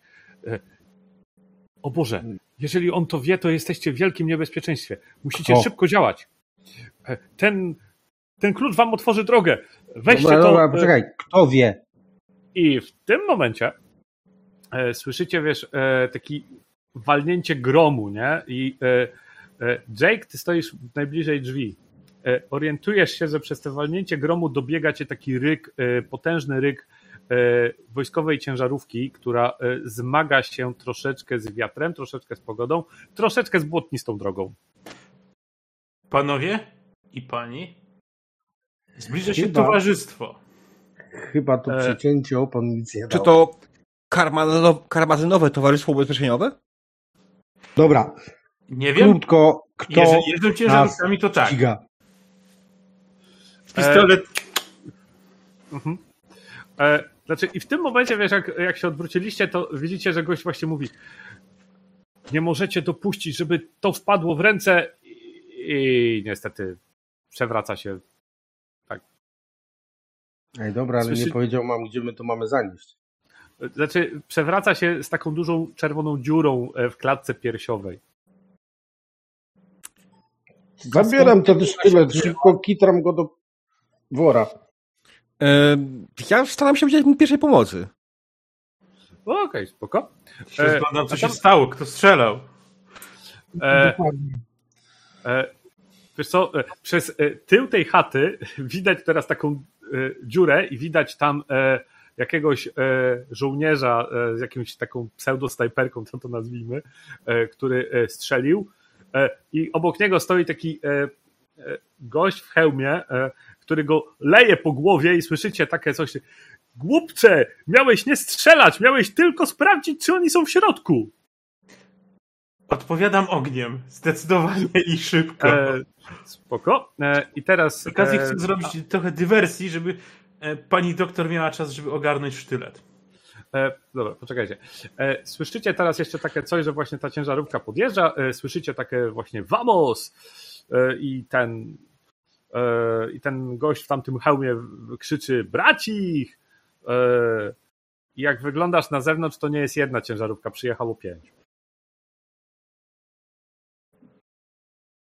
Speaker 3: O Boże, jeżeli on to wie, to jesteście w wielkim niebezpieczeństwie. Musicie
Speaker 4: Kto?
Speaker 3: szybko działać. Ten, ten klucz wam otworzy drogę. Weźcie
Speaker 4: Dobra,
Speaker 3: to.
Speaker 4: dobra, poczekaj, kto wie?
Speaker 3: I w tym momencie e, słyszycie, wiesz, e, taki walnięcie gromu, nie? I e, e, Jake, ty stoisz najbliżej drzwi. E, orientujesz się, że przez to walnięcie gromu dobiega cię taki ryk, e, potężny ryk e, wojskowej ciężarówki, która e, zmaga się troszeczkę z wiatrem, troszeczkę z pogodą, troszeczkę z błotnistą drogą.
Speaker 5: Panowie i pani, zbliża się
Speaker 4: Chyba.
Speaker 5: towarzystwo.
Speaker 4: Chyba to
Speaker 3: E,
Speaker 4: przecięcie opon nic nie
Speaker 1: Czy
Speaker 4: dało.
Speaker 1: to karmazynowe, karmazynowe Towarzystwo Ubezpieczeniowe?
Speaker 4: Dobra,
Speaker 5: Nie wiem,
Speaker 4: krótko, kto
Speaker 5: jeżeli jeżdżą ciężarówkami, to tak.
Speaker 4: ściga?
Speaker 5: Pistolet.
Speaker 3: Mhm. E, znaczy, i w tym momencie, wiesz, jak, jak się odwróciliście, to widzicie, że gość właśnie mówi: nie możecie dopuścić, żeby to wpadło w ręce i, i niestety przewraca się. Tak.
Speaker 4: Ej, dobra, ale
Speaker 3: Słyszy-
Speaker 4: nie powiedział mam, gdzie my to mamy zanieść.
Speaker 3: Znaczy, przewraca się z taką dużą czerwoną dziurą w klatce piersiowej.
Speaker 4: Zabieram ten sztylet, szybko kitram go do wora.
Speaker 1: E, ja staram się udzielić mu pierwszej pomocy.
Speaker 3: Okej, okay, spoko.
Speaker 5: Się
Speaker 3: E,
Speaker 5: Rozglądam, co
Speaker 3: a
Speaker 5: się
Speaker 3: tam-
Speaker 5: stało, kto strzelał.
Speaker 3: E,
Speaker 2: Dokładnie.
Speaker 3: E, wiesz co, e, przez e, tył tej chaty widać teraz taką e, dziurę i widać tam e, jakiegoś e, żołnierza e, z jakąś taką pseudosnajperką, co to nazwijmy, e, który e, strzelił e, i obok niego stoi taki e, e, gość w hełmie, e, który go leje po głowie i słyszycie takie coś: głupcze, miałeś nie strzelać, miałeś tylko sprawdzić, czy oni są w środku.
Speaker 5: Odpowiadam ogniem. Zdecydowanie i szybko.
Speaker 3: E, spoko. E, I teraz...
Speaker 5: Z okazji
Speaker 3: e,
Speaker 5: chcę zrobić trochę dywersji, żeby e, pani doktor miała czas, żeby ogarnąć sztylet.
Speaker 3: E, dobra, poczekajcie. E, słyszycie teraz jeszcze takie coś, że właśnie ta ciężarówka podjeżdża, e, słyszycie takie właśnie vamos e, i ten e, i ten gość w tamtym hełmie krzyczy bracich. E, I jak wyglądasz na zewnątrz, to nie jest jedna ciężarówka, przyjechało pięć.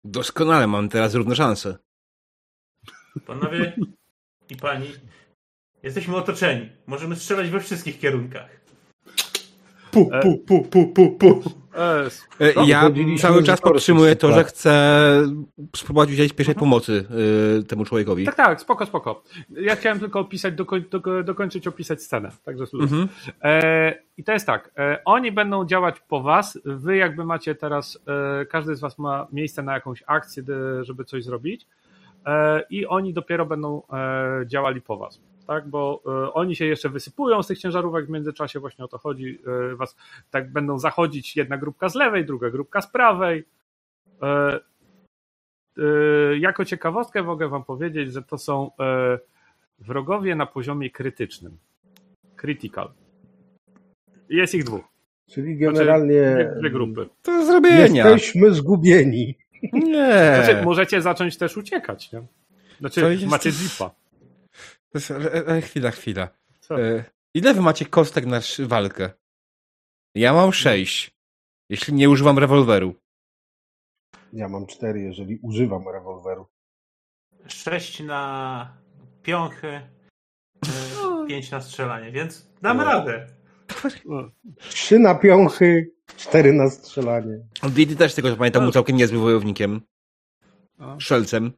Speaker 1: Doskonale, mam teraz równe szanse.
Speaker 5: Panowie i pani, jesteśmy otoczeni. Możemy strzelać we wszystkich kierunkach. Pu, pu, pu, pu, pu, pu.
Speaker 3: E,
Speaker 1: E, Ja
Speaker 4: Chodziliśmy
Speaker 1: cały
Speaker 4: z
Speaker 1: czas
Speaker 4: Torkiem
Speaker 1: podtrzymuję to, że
Speaker 4: przykład.
Speaker 1: chcę spróbować udzielić pierwszej pomocy y, temu człowiekowi.
Speaker 3: tak, tak, spoko, spoko. Ja chciałem tylko opisać, doko, doko, dokończyć opisać scenę. Także luz.
Speaker 1: Mhm.
Speaker 3: E, I to jest tak, e, oni będą działać po was, wy jakby macie teraz, e, każdy z was ma miejsce na jakąś akcję, de, żeby coś zrobić e, i oni dopiero będą e, działali po was. Tak, bo e, oni się jeszcze wysypują z tych ciężarówek w międzyczasie, właśnie o to chodzi, e, was tak będą zachodzić jedna grupka z lewej, druga grupka z prawej. E, e, jako ciekawostkę mogę wam powiedzieć, że to są e, wrogowie na poziomie krytycznym. Critical. Jest ich dwóch.
Speaker 4: Czyli generalnie
Speaker 3: Dwie, dwie grupy.
Speaker 1: To do zrobienia.
Speaker 4: jesteśmy zgubieni.
Speaker 1: Nie.
Speaker 3: Znaczy, możecie zacząć też uciekać, nie? Znaczy,
Speaker 1: To jest-
Speaker 3: macie zipa.
Speaker 1: To jest, e, e, chwila, chwila.
Speaker 3: Co?
Speaker 1: E, ile wy macie kostek na sz- walkę? Ja mam sześć. Jeśli nie używam rewolweru.
Speaker 4: Ja mam cztery, jeżeli używam rewolweru.
Speaker 5: Sześć na piąchy, y, pięć na strzelanie, więc damy radę.
Speaker 4: Trzy na piąchy, cztery na strzelanie.
Speaker 1: Didi też tego, że pamiętam, był całkiem niezłym wojownikiem.
Speaker 3: No.
Speaker 1: Strzelcem.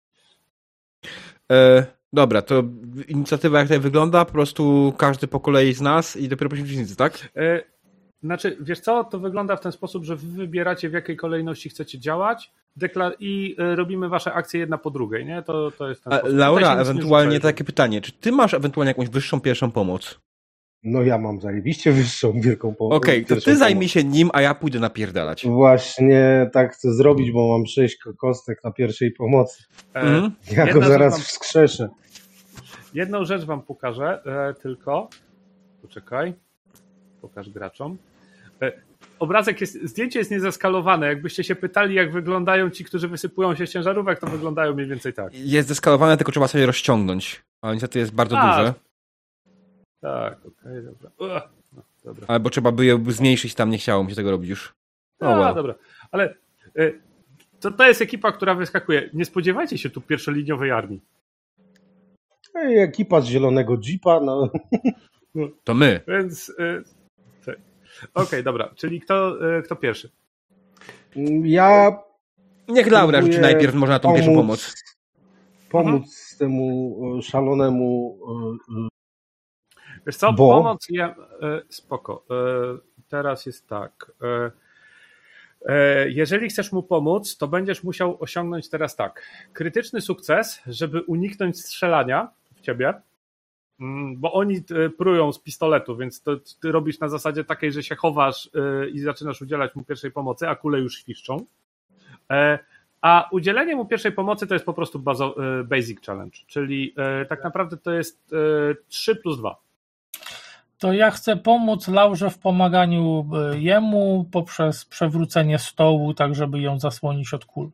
Speaker 1: E, dobra, to inicjatywa jak tutaj wygląda? Po prostu każdy po kolei z nas i dopiero później przeciwnicy, tak?
Speaker 3: E, znaczy, wiesz co, to wygląda w ten sposób, że wy wybieracie, w jakiej kolejności chcecie działać deklar- i e, robimy wasze akcje jedna po drugiej, nie? To, to jest ten
Speaker 1: A,
Speaker 3: sposób. Tutaj się
Speaker 1: Laura,
Speaker 3: nic nie
Speaker 1: ewentualnie
Speaker 3: rzuca,
Speaker 1: takie pytanie. Czy ty masz ewentualnie jakąś wyższą pierwszą pomoc?
Speaker 4: No ja mam zajebiście wyższą, wielką pomoc.
Speaker 1: Okej, to ty zajmij się nim, a ja pójdę napierdalać.
Speaker 4: Właśnie tak chcę zrobić, bo mam sześć kostek na pierwszej pomocy.
Speaker 3: E,
Speaker 1: Mhm.
Speaker 4: Ja
Speaker 3: Jedna
Speaker 4: go
Speaker 3: rzecz
Speaker 4: zaraz
Speaker 3: wam-
Speaker 4: wskrzeszę.
Speaker 3: Jedną rzecz wam pokażę, e, tylko. Poczekaj. Pokaż graczom. E, obrazek jest, zdjęcie jest niezeskalowane. Jakbyście się pytali, jak wyglądają ci, którzy wysypują się z ciężarówek, to wyglądają mniej więcej tak.
Speaker 1: Jest zeskalowane, tylko trzeba sobie rozciągnąć. A niestety jest bardzo
Speaker 3: A,
Speaker 1: duże.
Speaker 3: Tak, okej, dobra. Ugh, no, dobra.
Speaker 1: Albo trzeba by je zmniejszyć, tam nie chciało mi się tego robić już. O,
Speaker 3: A,
Speaker 1: well.
Speaker 3: dobra. Ale e, to, to jest ekipa, która wyskakuje. Nie spodziewajcie się tu pierwszoliniowej armii.
Speaker 4: Ej, ekipa z zielonego jeepa, no.
Speaker 1: To my.
Speaker 3: Więc. E, tak. Okej, dobra. Czyli kto, e, kto pierwszy?
Speaker 4: Ja
Speaker 1: Niech Laura rzuci
Speaker 4: próbuję
Speaker 1: najpierw, może na tą pierwszą pomoc.
Speaker 4: Pomóc temu e, szalonemu e,
Speaker 3: Wiesz co,
Speaker 4: Bo?
Speaker 3: pomoc ja, e, spoko. E, teraz jest tak. E, e, jeżeli chcesz mu pomóc, to będziesz musiał osiągnąć teraz tak. Krytyczny sukces, żeby uniknąć strzelania w ciebie, mm, bo oni e, prują z pistoletu, więc to ty robisz na zasadzie takiej, że się chowasz e, i zaczynasz udzielać mu pierwszej pomocy, a kule już świszczą. E, A udzielenie mu pierwszej pomocy to jest po prostu bazo, e, basic challenge, czyli e, tak naprawdę to jest e, trzy plus dwa.
Speaker 2: To ja chcę pomóc Laurze w pomaganiu y, jemu poprzez przewrócenie stołu, tak żeby ją zasłonić od kul.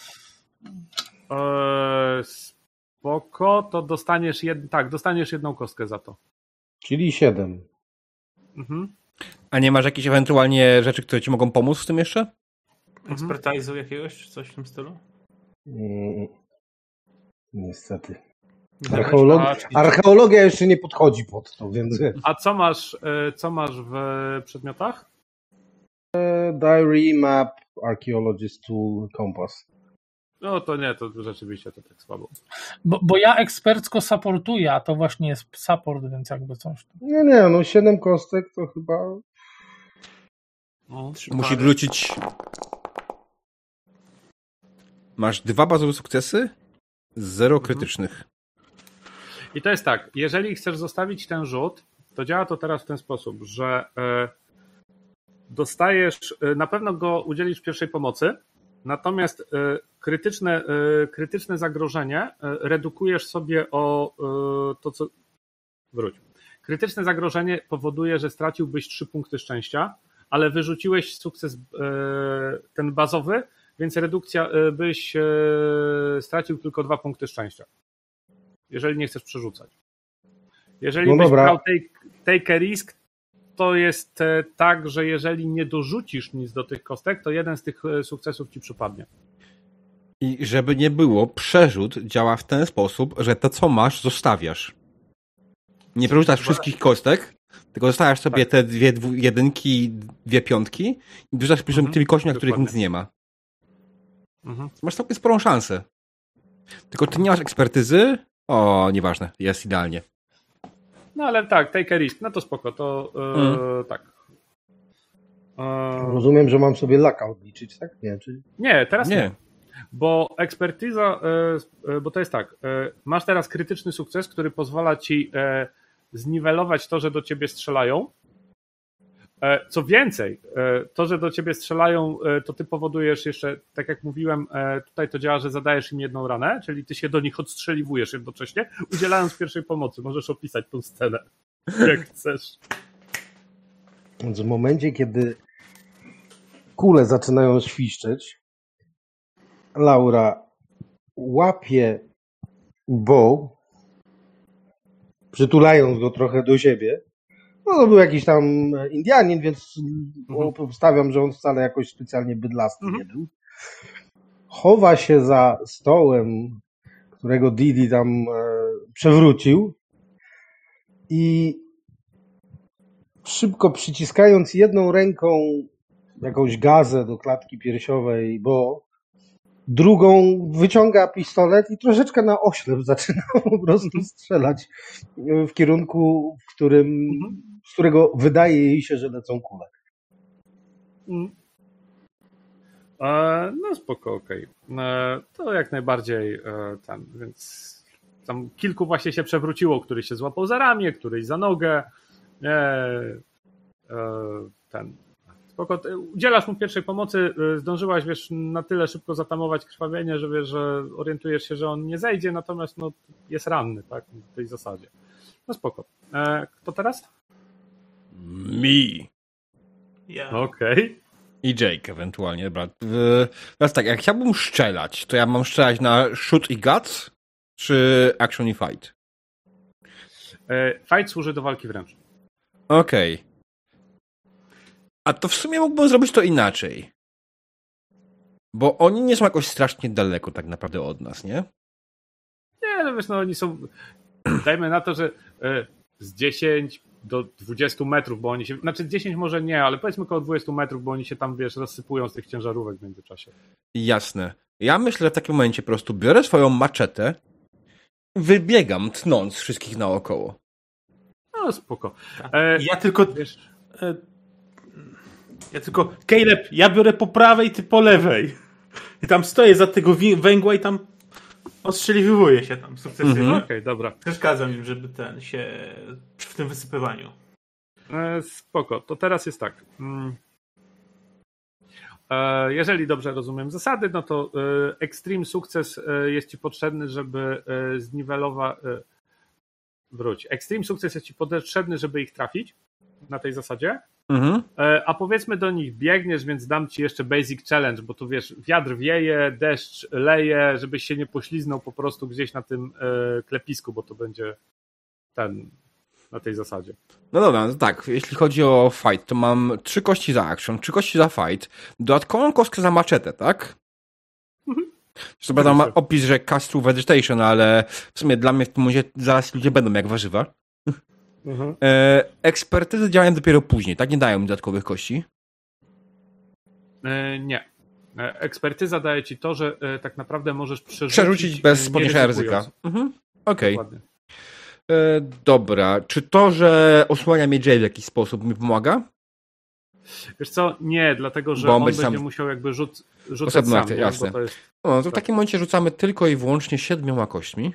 Speaker 3: Eee, spoko, to dostaniesz jed... tak, dostaniesz jedną kostkę za to.
Speaker 4: czyli siedem.
Speaker 3: Mhm.
Speaker 1: A nie masz jakichś ewentualnie rzeczy, które ci mogą pomóc w tym jeszcze?
Speaker 5: Ekspertizu jakiegoś, czy coś w tym stylu?
Speaker 4: Mm, Niestety.
Speaker 5: Nie
Speaker 4: Archeolog...
Speaker 3: a-
Speaker 4: Archeologia jeszcze nie podchodzi pod to, więc
Speaker 3: A co masz, e, co masz w przedmiotach?
Speaker 4: Diary, Map, Archaeologist Tool, Compass.
Speaker 3: No to nie, to rzeczywiście to tak słabo.
Speaker 2: Bo, bo ja ekspercko supportuję, a to właśnie jest support, więc jakby coś.
Speaker 4: Nie, nie, no siedem kostek to chyba...
Speaker 3: No.
Speaker 1: Musi wrócić. Masz dwa bazowe sukcesy, zero krytycznych.
Speaker 3: I to jest tak, jeżeli chcesz zostawić ten rzut, to działa to teraz w ten sposób, że e, dostajesz, e, na pewno go udzielisz pierwszej pomocy, natomiast e, krytyczne, e, krytyczne zagrożenie e, redukujesz sobie o e, to, co... Wróć. Krytyczne zagrożenie powoduje, że straciłbyś trzy punkty szczęścia, ale wyrzuciłeś sukces e, ten bazowy, więc redukcja e, byś e, stracił tylko dwa punkty szczęścia. Jeżeli nie chcesz przerzucać. Jeżeli
Speaker 4: No
Speaker 3: byś
Speaker 4: dobra.
Speaker 3: brał take, take a risk, to jest e, tak, że jeżeli nie dorzucisz nic do tych kostek, to jeden z tych e, sukcesów ci przypadnie.
Speaker 1: I żeby nie było, przerzut działa w ten sposób, że to, co masz, zostawiasz. Nie przerzucasz wszystkich kostek, tylko zostawiasz sobie
Speaker 3: Tak.
Speaker 1: te dwie dwu, jedynki, dwie piątki i wrzucasz mhm. tymi kośćmi, na których
Speaker 3: Dokładnie.
Speaker 1: nic nie ma.
Speaker 3: Mhm.
Speaker 1: Masz całkiem sporą szansę. Tylko ty nie masz ekspertyzy? O, nieważne, jest idealnie.
Speaker 3: No ale tak, take a risk, no to spoko, to e,
Speaker 1: Mm.
Speaker 3: tak. E,
Speaker 4: Rozumiem, że mam sobie laka odliczyć, tak? Nie, czyli...
Speaker 3: nie, teraz nie.
Speaker 1: Nie.
Speaker 3: Bo ekspertyza, e, e, bo to jest tak, e, masz teraz krytyczny sukces, który pozwala ci e, zniwelować to, że do ciebie strzelają. E, co więcej, e, to, że do ciebie strzelają, e, to ty powodujesz jeszcze, tak jak mówiłem, e, tutaj to działa, że zadajesz im jedną ranę, czyli ty się do nich odstrzeliwujesz jednocześnie, udzielając pierwszej pomocy. Możesz opisać tą scenę, jak chcesz.
Speaker 4: Więc w momencie, kiedy kule zaczynają świszczeć, Laura łapie Bo, przytulając go trochę do siebie. No to był jakiś tam Indianin, więc
Speaker 3: Mhm.
Speaker 4: obstawiam, że on wcale jakoś specjalnie bydlasty
Speaker 3: Mhm.
Speaker 4: nie był. Chowa się za stołem, którego Didi tam e, przewrócił i szybko przyciskając jedną ręką jakąś gazę do klatki piersiowej, bo drugą wyciąga pistolet i troszeczkę na oślep zaczyna po prostu strzelać w kierunku, w którym,
Speaker 3: Mhm.
Speaker 4: z którego wydaje jej się, że lecą kule.
Speaker 3: Mm. E, no spoko, okej. E, to jak najbardziej e, ten, więc tam kilku właśnie się przewróciło, który się złapał za ramię, któryś za nogę. E, e, ten. Spoko, ty udzielasz mu pierwszej pomocy, e, zdążyłaś, wiesz, na tyle szybko zatamować krwawienie, że wiesz, że orientujesz się, że on nie zejdzie, natomiast no, jest ranny, tak, w tej zasadzie. No spoko. E, kto teraz?
Speaker 1: Mi.
Speaker 5: Ja.
Speaker 3: Okej.
Speaker 1: I Jake ewentualnie, dobra. W- Teraz tak, jak chciałbym strzelać, to ja mam strzelać na shoot i guts, czy action i fight?
Speaker 3: E, Fight służy do walki wręcz.
Speaker 1: Okej. A to w sumie mógłbym zrobić to inaczej. Bo oni nie są jakoś strasznie daleko tak naprawdę od nas, nie?
Speaker 3: Nie, no wiesz, no oni są, dajmy na to, że e, z dziesięć do dwudziestu metrów, bo oni się, znaczy dziesięć może nie, ale powiedzmy około dwudziestu metrów, bo oni się tam, wiesz, rozsypują z tych ciężarówek w międzyczasie.
Speaker 1: Jasne. Ja myślę, że w takim momencie po prostu biorę swoją maczetę, wybiegam tnąc wszystkich naokoło.
Speaker 3: No spoko. E,
Speaker 5: Ja tylko...
Speaker 3: wiesz,
Speaker 5: e, Ja tylko... Caleb, ja biorę po prawej, ty po lewej. I tam stoję za tego wi- węgła i tam ostrzeliwuję się tam sukcesywnie.
Speaker 1: Mhm.
Speaker 3: okej, dobra.
Speaker 5: Przeszkadzam im, żeby ten się... w tym wysypywaniu.
Speaker 3: E, spoko, to teraz jest tak. Mm. E, jeżeli dobrze rozumiem zasady, no to e, extreme sukces e, jest ci potrzebny, żeby e, zniwelować... E, wróć. Extreme sukces jest ci potrzebny, żeby ich trafić na tej zasadzie.
Speaker 1: Mhm.
Speaker 3: E, A powiedzmy do nich biegniesz, więc dam ci jeszcze basic challenge, bo tu wiesz, wiatr wieje, deszcz leje, żebyś się nie pośliznął po prostu gdzieś na tym e, klepisku, bo to będzie ten, na tej zasadzie.
Speaker 1: No dobra, no tak, jeśli chodzi o fight, to mam trzy kości za action, trzy kości za fight, dodatkową kostkę za maczetę, tak?
Speaker 3: Mhm.
Speaker 1: Co prawda ma opis, że cast through vegetation, ale w sumie dla mnie w tym momencie zaraz ludzie będą jak warzywa.
Speaker 3: Mhm.
Speaker 1: E, ekspertyzy działają dopiero później, tak? Nie dają mi dodatkowych kości.
Speaker 3: E, nie. E, Ekspertyza daje ci to, że e, tak naprawdę możesz przerzucić,
Speaker 1: Przerzucić bez
Speaker 3: nie
Speaker 1: podniesienia
Speaker 3: ryzykując.
Speaker 1: ryzyka. Mhm. Okej.
Speaker 3: Dokładnie.
Speaker 1: E, Dobra, czy to, że osłania mnie Jay w jakiś sposób mi pomaga?
Speaker 3: Wiesz co? Nie, dlatego że
Speaker 1: Bo on
Speaker 3: on
Speaker 1: będzie
Speaker 3: będzie
Speaker 1: sam-
Speaker 3: musiał jakby rzuc, rzucać
Speaker 1: Osobno
Speaker 3: sam,
Speaker 1: akcja,
Speaker 3: nie?
Speaker 1: jasne.
Speaker 3: Bo to jest...
Speaker 1: No, to w
Speaker 3: Tak.
Speaker 1: takim momencie rzucamy tylko i wyłącznie siedmioma kośćmi.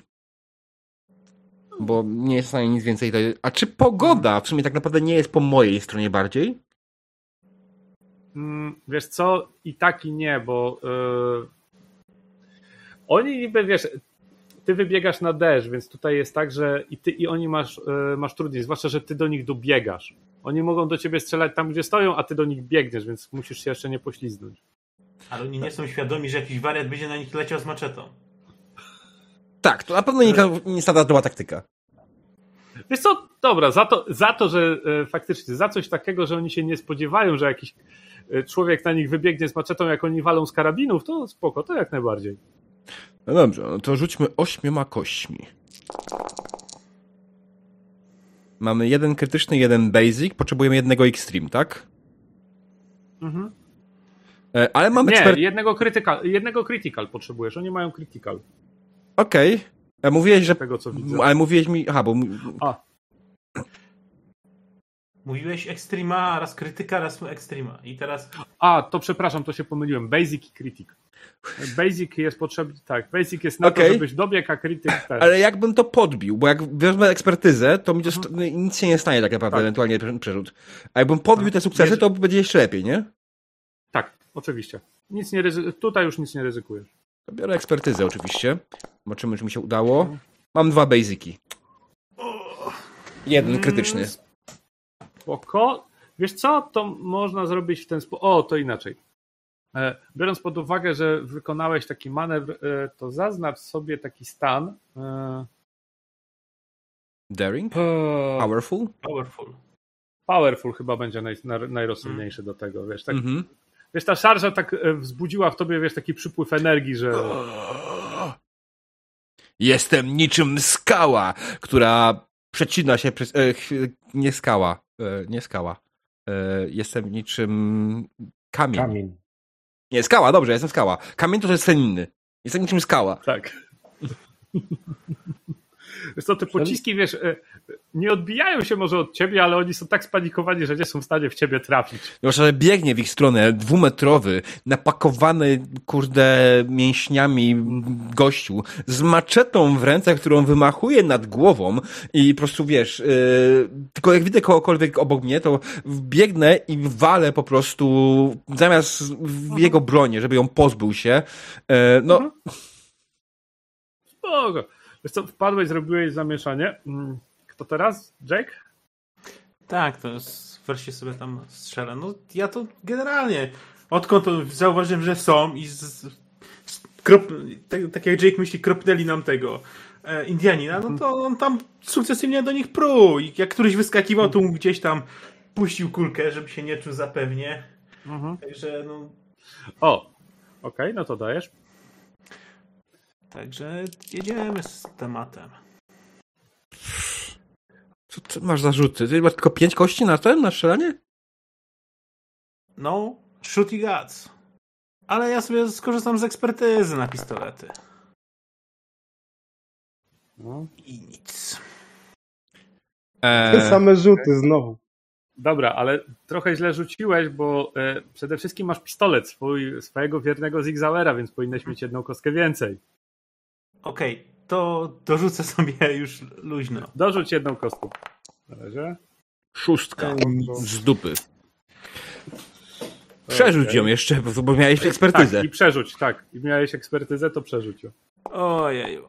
Speaker 1: Bo nie jest w stanie nic więcej. tutaj- A czy pogoda w sumie tak naprawdę nie jest po mojej stronie bardziej?
Speaker 3: Mm, Wiesz co? I tak i nie, bo yy... oni niby, wiesz, ty wybiegasz na deszcz, więc tutaj jest tak, że i ty i oni masz, yy, masz trudniej, zwłaszcza, że ty do nich dobiegasz. Oni mogą do ciebie strzelać tam, gdzie stoją, a ty do nich biegniesz, więc musisz się jeszcze nie pośliznąć.
Speaker 5: Ale oni nie są świadomi, że jakiś wariat będzie na nich leciał z maczetą.
Speaker 1: Tak, to na pewno nie, nie standardowa taktyka.
Speaker 3: Wiesz co? Dobra, za to, za to, że e, faktycznie za coś takiego, że oni się nie spodziewają, że jakiś e, człowiek na nich wybiegnie z maczetą, jak oni walą z karabinów, to spoko, to jak najbardziej.
Speaker 1: No dobrze, no to rzućmy ośmioma kośćmi. Mamy jeden krytyczny, jeden basic, potrzebujemy jednego extreme, tak?
Speaker 3: Mhm.
Speaker 1: E, ale mamy
Speaker 3: Nie,
Speaker 1: ekspert...
Speaker 3: jednego critical, jednego critical potrzebujesz, oni mają critical.
Speaker 1: Okej. Okay. Mówiłeś, że...
Speaker 3: Tego, co widzę.
Speaker 1: Ale mówiłeś mi... Aha, bo...
Speaker 3: A.
Speaker 5: Mówiłeś Extrema, raz krytyka, raz Extrema. I teraz...
Speaker 3: A, to przepraszam, to się pomyliłem. Basic i critic. Basic jest potrzebny, tak, basic jest na
Speaker 1: okay.
Speaker 3: to, żebyś dobiegł, a critic też.
Speaker 1: Ale jakbym to podbił, bo jak wezmę ekspertyzę, to mi to st- nic się nie stanie tak naprawdę, tak. Ewentualnie przerzut. A jakbym podbił te sukcesy, Wiesz... to będzie jeszcze lepiej, nie?
Speaker 3: Tak, oczywiście. Nic nie ryzy... Tutaj już nic nie ryzykujesz.
Speaker 1: To biorę ekspertyzę oczywiście. Zobaczymy, czy mi się udało. Mam dwa basiki. Jeden krytyczny.
Speaker 3: Spoko. Wiesz co? To można zrobić w ten sposób. O, to inaczej. Biorąc pod uwagę, że wykonałeś taki manewr, to zaznacz sobie taki stan.
Speaker 1: Daring? Powerful?
Speaker 5: Powerful.
Speaker 3: Powerful chyba będzie naj, najrozsądniejszy mm. do tego, wiesz. Tak,
Speaker 1: mm-hmm.
Speaker 3: Wiesz, ta szarża tak wzbudziła w tobie, wiesz, taki przypływ energii, że...
Speaker 1: Jestem niczym skała, która przecina się przez... E, nie skała. E, nie skała. E, jestem niczym kamień.
Speaker 4: Kamień.
Speaker 1: Nie, skała, dobrze, jestem skała. Kamień to jest ten inny. Jestem niczym skała.
Speaker 3: Tak. Wiesz co, te pociski, wiesz, nie odbijają się może od ciebie, ale oni są tak spanikowani, że nie są w stanie w ciebie trafić.
Speaker 1: Zwłaszcza, że biegnie w ich stronę dwumetrowy, napakowany, kurde, mięśniami gościu, z maczetą w ręce, którą wymachuje nad głową i po prostu, wiesz, yy, tylko jak widzę kogokolwiek obok mnie, to biegnę i walę po prostu zamiast w jego bronię, żeby ją pozbył się. Yy, no... Mhm.
Speaker 3: Spoko. Wiesz co, wpadłeś, zrobiłeś zamieszanie. Kto teraz? Jake?
Speaker 5: Tak, to wreszcie sobie tam strzelę. No ja to generalnie odkąd to zauważyłem, że są i z, z, krop, tak, tak jak Jake myśli, kropnęli nam tego e, Indianina, no to on tam sukcesywnie do nich pruł i jak któryś wyskakiwał, to mu gdzieś tam puścił kulkę, żeby się nie czuł zapewnie. Mhm. Także no...
Speaker 3: O, okej, okay, no to dajesz.
Speaker 5: Także jedziemy z tematem.
Speaker 1: Co ty masz za rzuty? Ty masz tylko pięć kości na ten, na strzelanie?
Speaker 5: No, shoot i guts. Ale ja sobie skorzystam z ekspertyzy na pistolety.
Speaker 3: No.
Speaker 5: I nic.
Speaker 4: Eee... Te same rzuty znowu.
Speaker 3: Dobra, ale trochę źle rzuciłeś, bo e, przede wszystkim masz pistolet swój, swojego wiernego Zigzauera, więc powinieneś mieć jedną kostkę więcej.
Speaker 5: Okej, okay, to dorzucę sobie już luźno.
Speaker 3: Dorzuć jedną kostkę. Na razie.
Speaker 1: Szóstka. Z dupy. Przerzuć okay. ją jeszcze, bo miałeś ekspertyzę.
Speaker 3: Tak, i przerzuć, tak. I miałeś ekspertyzę, to przerzuć ją.
Speaker 5: Ojeju.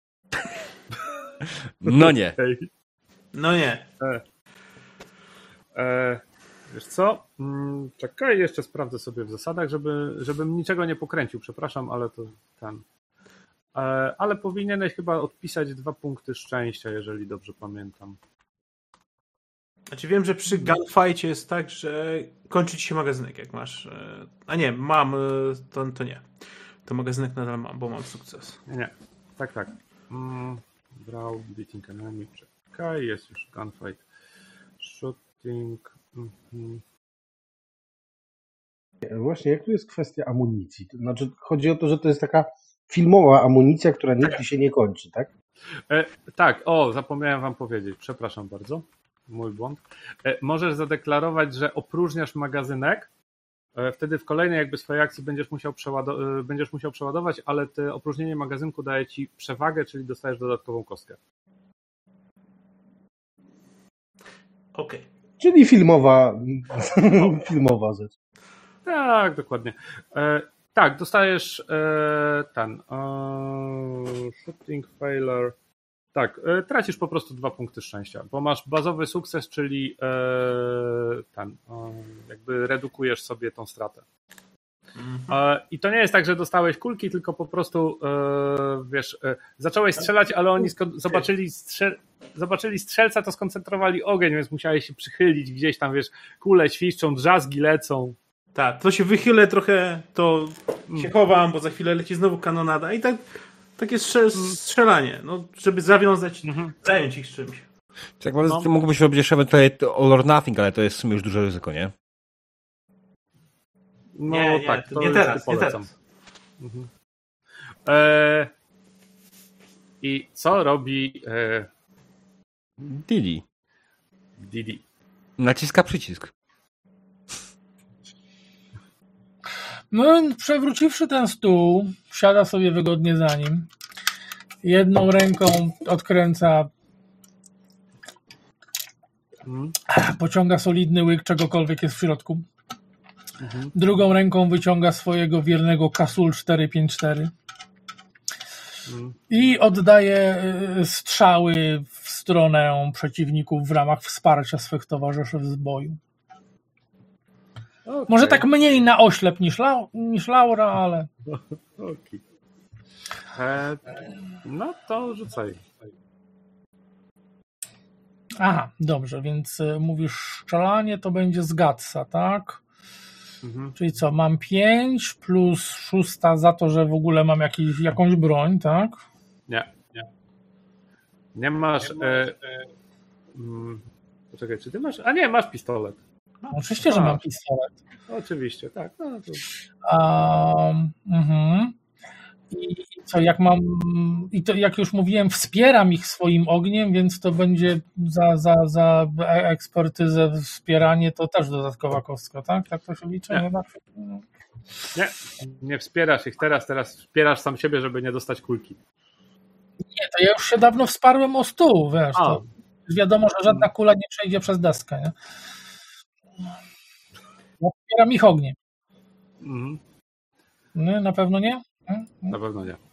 Speaker 1: No nie.
Speaker 3: Okay.
Speaker 5: No nie.
Speaker 3: E. E, wiesz co? Mm, czekaj, jeszcze sprawdzę sobie w zasadach, żeby, żebym niczego nie pokręcił. Przepraszam, ale to ten... Ale powinieneś chyba odpisać dwa punkty szczęścia, jeżeli dobrze pamiętam.
Speaker 5: Znaczy wiem, że przy gunfightie jest tak, że kończy ci się magazynek, jak masz... A nie, mam, to, to nie. To magazynek nadal mam, bo mam sukces.
Speaker 3: Nie, tak, tak. Mm, Brawl, beating enemy, czekaj, jest już gunfight. Shooting... Mm-hmm.
Speaker 4: Właśnie, jak tu jest kwestia amunicji? To znaczy, chodzi o to, że to jest taka filmowa amunicja, która nigdy tak. się nie kończy, tak?
Speaker 3: E, tak, o, zapomniałem wam powiedzieć, przepraszam bardzo, mój błąd. E, możesz zadeklarować, że opróżniasz magazynek, e, wtedy w kolejnej jakby swojej akcji będziesz musiał, przełado- e, będziesz musiał przeładować, ale te opróżnienie magazynku daje ci przewagę, czyli dostajesz dodatkową kostkę.
Speaker 5: Okej. Okay.
Speaker 4: Czyli filmowa, filmowa rzecz.
Speaker 3: Tak, dokładnie. E, tak, dostajesz e, ten e, shooting failure. Tak, e, tracisz po prostu dwa punkty szczęścia, bo masz bazowy sukces, czyli e, ten, e, jakby redukujesz sobie tą stratę. Mhm. E, I to nie jest tak, że dostałeś kulki, tylko po prostu e, wiesz, e, zacząłeś strzelać, ale oni sko- zobaczyli, strzel- zobaczyli strzelca, to skoncentrowali ogień, więc musiałeś się przychylić gdzieś tam, wiesz, kule świszczą, drzazgi lecą.
Speaker 5: Tak, to się wychylę trochę, to się chowam, bo za chwilę leci znowu kanonada i tak takie strze- strzelanie, no, żeby zawiązać, mhm. zająć ich czymś.
Speaker 1: Tak naprawdę no. mógłbyś robić jeszcze ewentualnie all or nothing, ale to jest w sumie już duże ryzyko, nie?
Speaker 3: No
Speaker 5: nie, nie,
Speaker 3: tak, to
Speaker 5: nie teraz, nie teraz.
Speaker 3: Mhm. E... I co robi e...
Speaker 1: Didi?
Speaker 3: Didi.
Speaker 1: Naciska przycisk.
Speaker 2: No, przewróciwszy ten stół, siada sobie wygodnie za nim. Jedną ręką odkręca, mhm. pociąga solidny łyk czegokolwiek jest w środku. Mhm. Drugą ręką wyciąga swojego wiernego Kasul cztery pięć cztery mhm. i oddaje strzały w stronę przeciwników w ramach wsparcia swych towarzyszy w zboju. Okay. Może tak mniej na oślep niż, lau, niż Laura, ale...
Speaker 3: Okay. E, no to rzucaj.
Speaker 2: Aha, dobrze, więc mówisz strzelanie, to będzie z Gatsa, tak? Mhm. Czyli co, mam pięć plus szósta za to, że w ogóle mam jakiś, jakąś broń, tak?
Speaker 3: Nie, nie. Nie masz... E, e, mm, poczekaj, czy ty masz... A nie, masz pistolet.
Speaker 2: No, oczywiście, a, że mam pistolet.
Speaker 3: Oczywiście, tak. No, to...
Speaker 2: um, mhm. I co, jak mam, i to jak już mówiłem, wspieram ich swoim ogniem, więc to będzie za, za, za ekspertyzę, wspieranie, to też dodatkowa kostka, tak? Tak to się liczy?
Speaker 3: Nie, nie, nie wspierasz ich teraz, teraz wspierasz sam siebie, żeby nie dostać kulki.
Speaker 2: Nie, to ja już się dawno wsparłem o stół, wiesz, to wiadomo, że żadna kula nie przejdzie przez deskę, nie? Ja wspieram ich ogniem. Mhm. Nie, na pewno nie?
Speaker 3: Na pewno nie.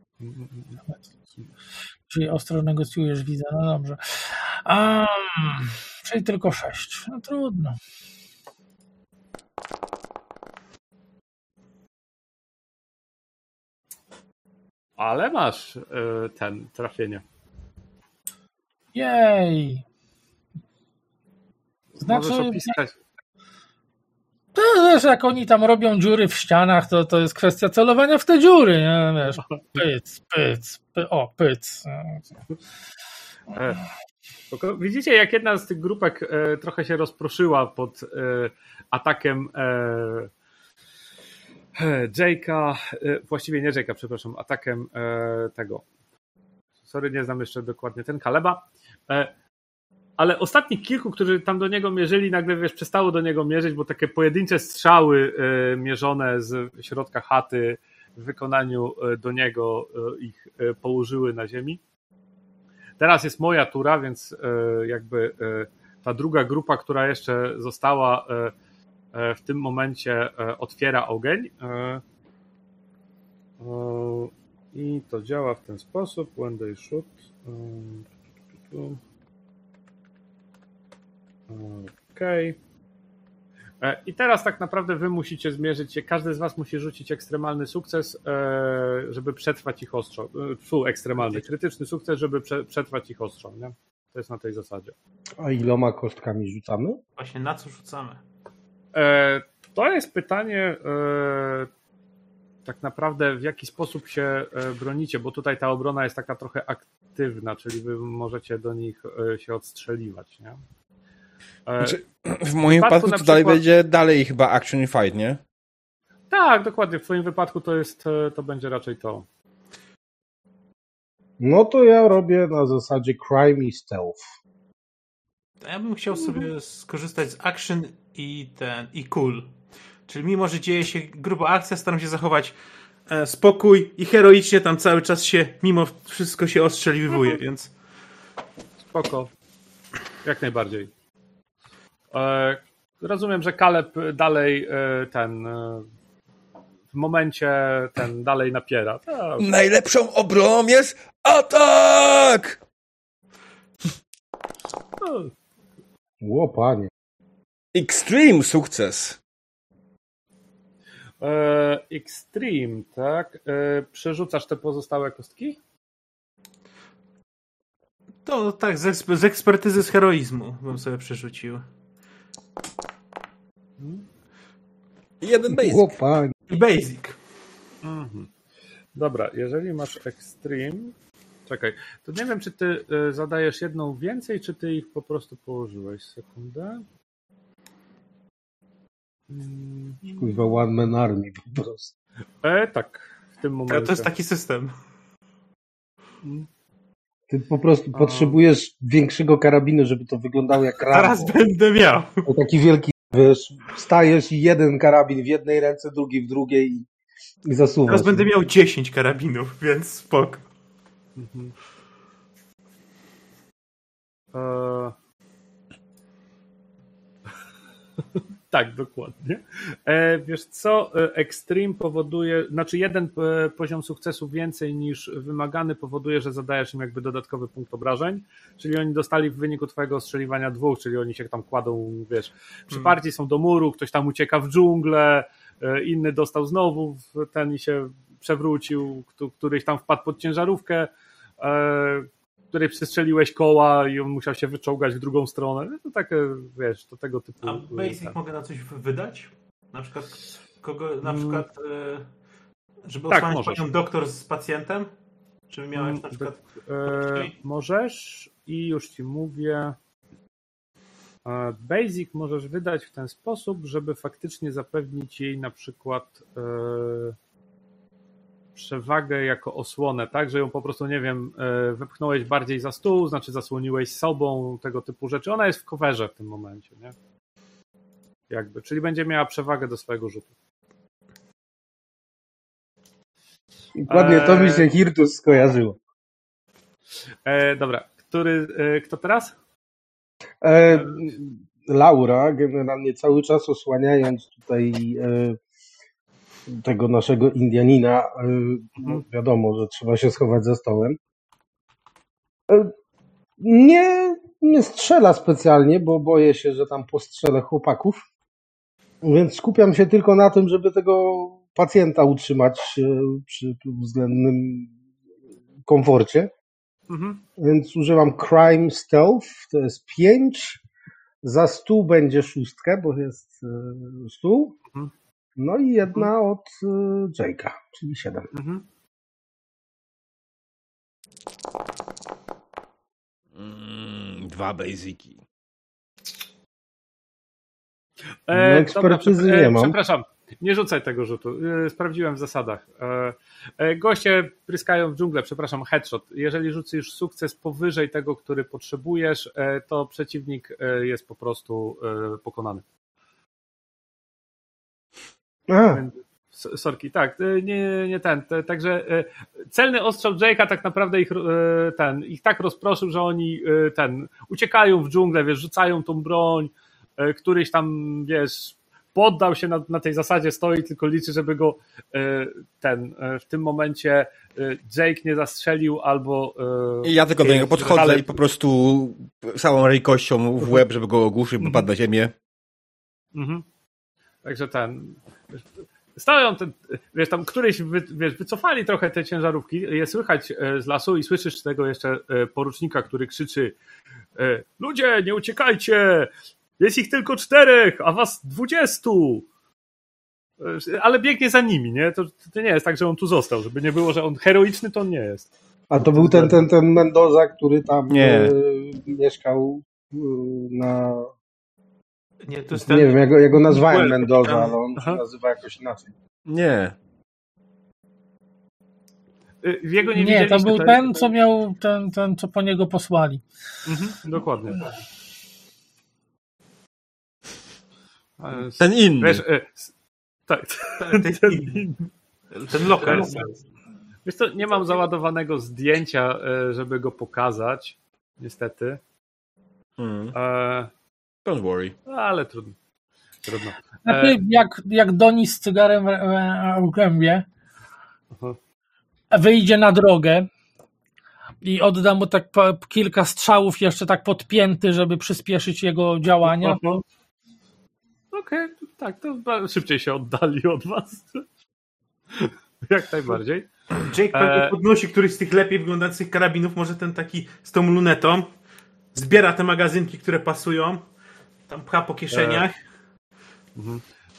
Speaker 2: Czyli ostro negocjujesz, widzę, no dobrze. Um, czyli tylko sześć. No trudno.
Speaker 3: Ale masz y, ten, trafienie.
Speaker 2: Jej.
Speaker 3: Znaczy, możesz opisać.
Speaker 2: To wiesz, jak oni tam robią dziury w ścianach, to, to jest kwestia celowania w te dziury, nie? Wiesz, pyc, pyc, py, o, pyc.
Speaker 3: E, widzicie, jak jedna z tych grupek e, trochę się rozproszyła pod e, atakiem e, Jake'a, e, właściwie nie Jake'a, przepraszam, atakiem e, tego, sorry, nie znam jeszcze dokładnie, ten Kaleba, e, ale ostatnich kilku, którzy tam do niego mierzyli, nagle wiesz, przestało do niego mierzyć, bo takie pojedyncze strzały e, mierzone z środka chaty w wykonaniu e, do niego e, ich e, położyły na ziemi. Teraz jest moja tura, więc e, jakby e, ta druga grupa, która jeszcze została e, e, w tym momencie e, otwiera ogień. E, e, I to działa w ten sposób. When they shoot. E, Okej. Okay. I teraz tak naprawdę wy musicie zmierzyć się, każdy z was musi rzucić ekstremalny sukces, żeby przetrwać ich ostrzo. Fu, ekstremalny, krytyczny sukces, żeby prze, przetrwać ich ostrzo, nie? To jest na tej zasadzie.
Speaker 4: A iloma kostkami rzucamy?
Speaker 5: Właśnie na co rzucamy?
Speaker 3: To jest pytanie tak naprawdę w jaki sposób się bronicie, bo tutaj ta obrona jest taka trochę aktywna, czyli wy możecie do nich się odstrzeliwać, nie?
Speaker 1: Znaczy, w moim w wypadku to przykład... dalej będzie dalej chyba action fight, nie?
Speaker 3: Tak, dokładnie. W twoim wypadku to jest, to będzie raczej to.
Speaker 4: No to ja robię na zasadzie crime i stealth.
Speaker 5: Ja bym chciał sobie skorzystać z action i ten, i cool. Czyli mimo, że dzieje się gruba akcja, staram się zachować e, spokój i heroicznie tam cały czas się, mimo wszystko się ostrzeliwuje, mhm. Więc...
Speaker 3: Spoko. Jak najbardziej. Rozumiem, że Kaleb dalej ten w momencie ten dalej napiera. Tak.
Speaker 1: Najlepszą obroną jest atak!
Speaker 4: Ło, panie.
Speaker 1: Extreme sukces.
Speaker 3: Extreme, tak? Przerzucasz te pozostałe kostki?
Speaker 5: To tak, z, eksper- z ekspertyzy z heroizmu bym sobie przerzucił.
Speaker 1: I jeden basic.
Speaker 4: Chłopanie.
Speaker 5: I basic.
Speaker 3: Mhm. Dobra, jeżeli masz extreme... Czekaj, to nie wiem, czy ty y, zadajesz jedną więcej, czy ty ich po prostu położyłeś. Sekundę. Mm.
Speaker 4: Kurwa, one man army po prostu.
Speaker 3: E, tak, w tym momencie.
Speaker 5: To jest taki system.
Speaker 4: Ty po prostu
Speaker 3: A.
Speaker 4: potrzebujesz większego karabinu, żeby to wyglądało jak Rambo.
Speaker 5: Zaraz będę miał.
Speaker 4: To taki wielki, wiesz, wstajesz i jeden karabin w jednej ręce, drugi w drugiej i, i zasuwasz.
Speaker 5: Teraz będę miał dziesięć karabinów, więc spoko.
Speaker 3: Mhm. E... tak, dokładnie. E, wiesz co, Extreme powoduje, znaczy jeden e, poziom sukcesu więcej niż wymagany powoduje, że zadajesz im jakby dodatkowy punkt obrażeń, czyli oni dostali w wyniku twojego ostrzeliwania dwóch, czyli oni się tam kładą, wiesz, przyparci są do muru, ktoś tam ucieka w dżunglę, e, inny dostał znowu w ten i się przewrócił, któryś tam wpadł pod ciężarówkę, e, której przestrzeliłeś koła i on musiał się wyczołgać w drugą stronę. To takie, wiesz, to tego typu...
Speaker 5: A basic
Speaker 3: tak.
Speaker 5: mogę na coś wydać? Na przykład kogo, na
Speaker 3: Mm.
Speaker 5: przykład e, żeby
Speaker 3: Tak,
Speaker 5: osłaniać
Speaker 3: możesz.
Speaker 5: panią doktor z pacjentem? Czy miałeś na przykład...
Speaker 3: E, możesz i już ci mówię. E, Basic możesz wydać w ten sposób, żeby faktycznie zapewnić jej na przykład e, przewagę jako osłonę, tak? Że ją po prostu, nie wiem, e, wepchnąłeś bardziej za stół, znaczy zasłoniłeś sobą, tego typu rzeczy. Ona jest w coverze w tym momencie, nie? Jakby, czyli będzie miała przewagę do swojego rzutu.
Speaker 4: Dokładnie to mi się Hirtus skojarzyło.
Speaker 3: E, dobra, który, e, kto teraz?
Speaker 4: E, Laura, generalnie cały czas osłaniając tutaj e, tego naszego Indianina, e, no wiadomo, że trzeba się schować za stołem. E, nie, nie strzela specjalnie, bo boję się, że tam postrzelę chłopaków, więc skupiam się tylko na tym, żeby tego pacjenta utrzymać e, przy względnym komforcie.
Speaker 3: Mhm.
Speaker 4: Więc używam Crime Stealth, to jest pięć, za stół będzie szóstkę, bo jest y, stół,
Speaker 3: Mhm.
Speaker 4: no i jedna od y, Jake'a, czyli siedem.
Speaker 3: Mhm.
Speaker 1: Mm, dwa basiki.
Speaker 4: No,
Speaker 3: E,
Speaker 4: ekspertyzy
Speaker 3: dobra,
Speaker 4: nie
Speaker 3: e,
Speaker 4: mam.
Speaker 3: Przepraszam, nie rzucaj tego rzutu. E, sprawdziłem w zasadach. E, e, goście pryskają w dżunglę, przepraszam, headshot. Jeżeli rzucisz sukces powyżej tego, który potrzebujesz, e, to przeciwnik e, jest po prostu e, pokonany.
Speaker 4: A,
Speaker 3: S- Sorki, tak, e, nie, nie ten. Te, także e, celny ostrzał Jake'a tak naprawdę ich, e, ten, ich tak rozproszył, że oni e, ten, uciekają w dżunglę, wiesz, rzucają tą broń, e, któryś tam, wiesz, poddał się na, na tej zasadzie, stoi, tylko liczy, żeby go e, ten, e, w tym momencie e, Jake nie zastrzelił albo... e,
Speaker 1: I ja tylko do niego podchodzę
Speaker 3: ale-
Speaker 1: i po prostu całą rękością w łeb, żeby go ogłuszyć, bo padł na ziemię.
Speaker 3: Mhm. Także ten... wiesz, stoją, ten, wiesz, tam któryś wy, wiesz, wycofali trochę te ciężarówki, je słychać e, z lasu i słyszysz tego jeszcze e, porucznika, który krzyczy e, ludzie, nie uciekajcie! Jest ich tylko czterech, a was dwudziestu! E, Ale biegnie za nimi, nie? To, to nie jest tak, że on tu został, żeby nie było, że on heroiczny, to on nie jest.
Speaker 4: a to był ten, ten, ten Mendoza, który tam
Speaker 1: Nie.
Speaker 4: e, mieszkał e, na...
Speaker 5: Nie, to jest
Speaker 4: Nie
Speaker 5: ten...
Speaker 4: wiem, ja go, ja go nazwałem
Speaker 5: Miguel,
Speaker 4: Mendoza,
Speaker 5: tam-
Speaker 4: ale on
Speaker 3: Aha.
Speaker 4: się nazywa jakoś inaczej.
Speaker 1: Nie.
Speaker 3: E, Jego nie,
Speaker 2: Nie,
Speaker 3: widzieliście,
Speaker 2: to był
Speaker 3: jest-
Speaker 2: ten, co miał, ten, ten, co po niego posłali.
Speaker 3: Mhm, dokładnie. E,
Speaker 1: Ten inny.
Speaker 3: Wiesz, e, s- tak,
Speaker 5: ten, ten,
Speaker 3: ten
Speaker 5: inny. ten lokal.
Speaker 3: Wiesz co, nie mam załadowanego zdjęcia, e, żeby go pokazać, niestety,
Speaker 1: Mm.
Speaker 3: e,
Speaker 1: Don't worry.
Speaker 3: ale trudno. trudno.
Speaker 2: Znaczy,
Speaker 3: E,
Speaker 2: jak, jak Doni z cygarem w, w, w gębie
Speaker 3: aha.
Speaker 2: wyjdzie na drogę i odda mu tak po, kilka strzałów jeszcze tak podpięty, żeby przyspieszyć jego działania.
Speaker 3: Aha. Okej, tak, to ba- szybciej się oddali od was. Jak najbardziej.
Speaker 5: Jake pewnie
Speaker 3: E-
Speaker 5: podnosi któryś z tych lepiej wyglądających karabinów, może ten taki z tą lunetą, zbiera te magazynki, które pasują, tam pcha po kieszeniach.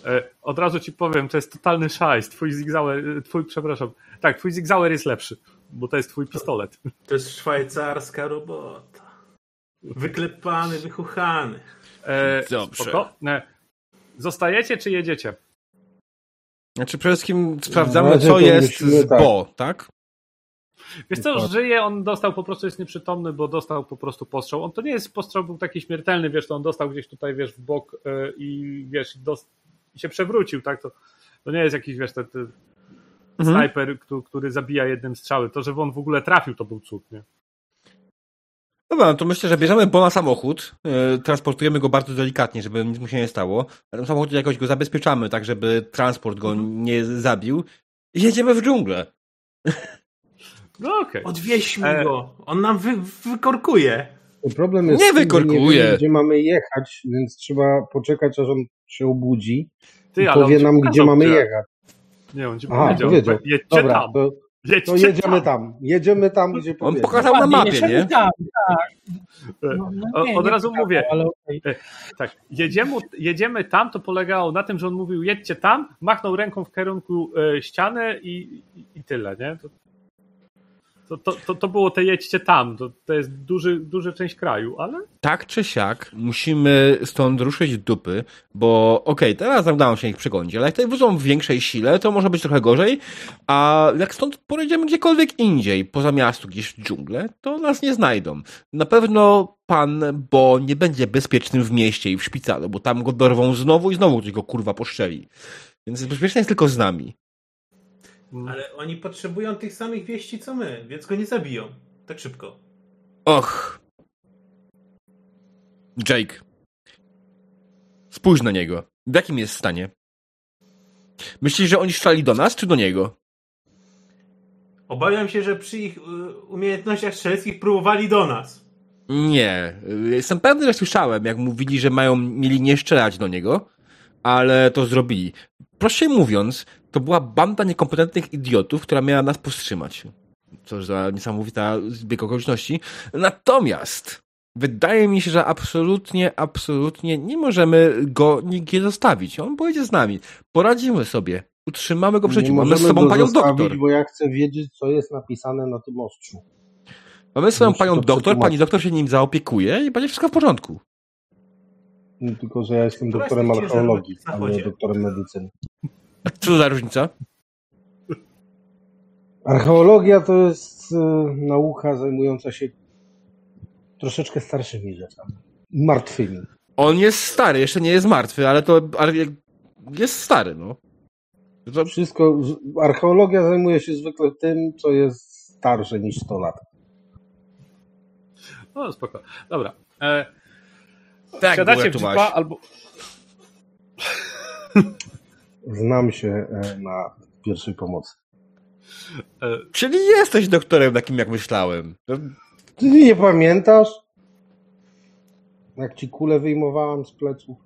Speaker 3: Od razu ci powiem, to jest totalny szajs. Twój Zigzauer, twój, przepraszam, tak, twój Zigzauer jest lepszy, bo to jest twój pistolet.
Speaker 5: To jest szwajcarska robota. Wyklepany, wychuchany.
Speaker 3: E,
Speaker 1: Dobrze.
Speaker 3: Spoko. Zostajecie czy jedziecie?
Speaker 1: Znaczy przede wszystkim sprawdzamy,
Speaker 4: Na razie
Speaker 1: co
Speaker 4: to
Speaker 1: jest
Speaker 4: musimy,
Speaker 1: z
Speaker 4: tak.
Speaker 1: Bo, tak?
Speaker 3: Wiesz co, żyje, on dostał po prostu, jest nieprzytomny, bo dostał po prostu postrzał. On to nie jest postrzał, był taki śmiertelny, wiesz, to on dostał gdzieś tutaj, wiesz, w bok yy, i wiesz, dos- i się przewrócił, tak? To, to nie jest jakiś, wiesz, ten, ten
Speaker 1: Mhm.
Speaker 3: snajper, który, który zabija jednym strzałem. To, że on w ogóle trafił, to był cud, nie?
Speaker 1: Dobra, no to myślę, że bierzemy Bo na samochód, yy, transportujemy go bardzo delikatnie, żeby nic mu się nie stało. Na tym samochodzie jakoś go zabezpieczamy, tak żeby transport go nie zabił. I jedziemy w dżunglę.
Speaker 3: No okej. Okay.
Speaker 5: Odwieźmy
Speaker 3: E...
Speaker 5: go. On nam wy, wykorkuje.
Speaker 4: Problem jest
Speaker 1: Nie
Speaker 4: tym, że
Speaker 1: wykorkuje.
Speaker 4: Nie wiemy, gdzie mamy jechać, więc trzeba poczekać, aż on się obudzi
Speaker 3: Ty,
Speaker 4: i
Speaker 3: ale
Speaker 4: powie
Speaker 3: on ci
Speaker 4: nam, gdzie
Speaker 3: pokazał,
Speaker 4: mamy
Speaker 3: gdzie-
Speaker 4: jechać.
Speaker 3: Nie, on ci
Speaker 4: Aha,
Speaker 3: powiedział.
Speaker 4: powiedział.
Speaker 3: Jedźcie
Speaker 4: Dobra,
Speaker 3: tam.
Speaker 4: to,
Speaker 3: Jedźcie
Speaker 4: to jedziemy tam. Jedziemy tam, gdzie
Speaker 1: On
Speaker 4: powiedział.
Speaker 1: pokazał na
Speaker 2: Ładnie,
Speaker 1: mapie,
Speaker 2: jeszcze
Speaker 1: nie?
Speaker 2: Tam, tak. No, no
Speaker 3: O-
Speaker 2: nie,
Speaker 3: od
Speaker 2: nie
Speaker 3: razu
Speaker 2: pokazał,
Speaker 3: mówię.
Speaker 2: Ale okej.
Speaker 3: Tak, jedziemy, jedziemy tam, to polegało na tym, że on mówił jedźcie tam, machnął ręką w kierunku e, ściany i, i, i tyle, nie? To, to, to, to, to było te jedźcie tam, to, to jest duży, duża część kraju, ale
Speaker 1: Tak czy siak musimy stąd ruszyć dupy, bo okej, okay, teraz udało się ich przegonić, ale jak tutaj wózą w większej sile, to może być trochę gorzej, a jak stąd pojedziemy gdziekolwiek indziej, poza miasto, gdzieś w dżunglę, to nas nie znajdą. Na pewno pan Bo nie będzie bezpiecznym w mieście i w szpitalu, bo tam go dorwą znowu i znowu ktoś go kurwa poszczeli. Więc bezpieczny jest tylko z nami.
Speaker 5: Ale oni potrzebują tych samych wieści, co my, więc go nie zabiją. Tak szybko.
Speaker 1: Och. Jake. Spójrz na niego. W jakim jest stanie? Myślisz, że oni strzelali do nas, czy do niego?
Speaker 5: Obawiam się, że przy ich y, umiejętnościach strzeleckich próbowali do nas.
Speaker 1: Nie. Jestem pewny, że słyszałem, jak mówili, że mają, mieli nie strzelać do niego, ale to zrobili. Prościej mówiąc, to była banda niekompetentnych idiotów, która miała nas powstrzymać. Co za niesamowita zbieg okoliczności. Natomiast wydaje mi się, że absolutnie, absolutnie nie możemy go nigdzie zostawić. On pojedzie z nami. Poradzimy sobie. Utrzymamy go w życiu.
Speaker 4: Nie
Speaker 1: Mamy z
Speaker 4: możemy
Speaker 1: sobą
Speaker 4: go
Speaker 1: panią
Speaker 4: zostawić,
Speaker 1: doktor.
Speaker 4: bo ja chcę wiedzieć, co jest napisane na tym ostrzu.
Speaker 1: Mamy swoją
Speaker 4: Muszę
Speaker 1: panią
Speaker 4: to
Speaker 1: doktor, pani
Speaker 4: przetłumaczyć.
Speaker 1: doktor się nim zaopiekuje i będzie wszystko w porządku.
Speaker 4: No, tylko, że ja jestem
Speaker 5: Która z
Speaker 4: doktorem
Speaker 5: tych ciężarówek
Speaker 4: archeologii,
Speaker 5: jest na
Speaker 4: a nie
Speaker 5: chodzie?
Speaker 4: doktorem medycyny.
Speaker 1: A co za różnica?
Speaker 4: Archeologia to jest y, nauka zajmująca się troszeczkę starszymi rzeczami. Martwymi.
Speaker 1: On jest stary, jeszcze nie jest martwy, ale to ale jest stary, no. To,
Speaker 4: Wszystko, archeologia zajmuje się zwykle tym, co jest starsze niż sto lat.
Speaker 3: no spoko. Dobra. E,
Speaker 1: tak,
Speaker 3: Siadacie
Speaker 1: było,
Speaker 3: w
Speaker 1: tu
Speaker 3: jeepa
Speaker 1: masz.
Speaker 3: albo...
Speaker 4: Znam się e, na pierwszej pomocy.
Speaker 3: E,
Speaker 1: Czyli jesteś doktorem takim, jak myślałem. To-
Speaker 4: Ty nie pamiętasz? Jak ci kulę wyjmowałem z pleców?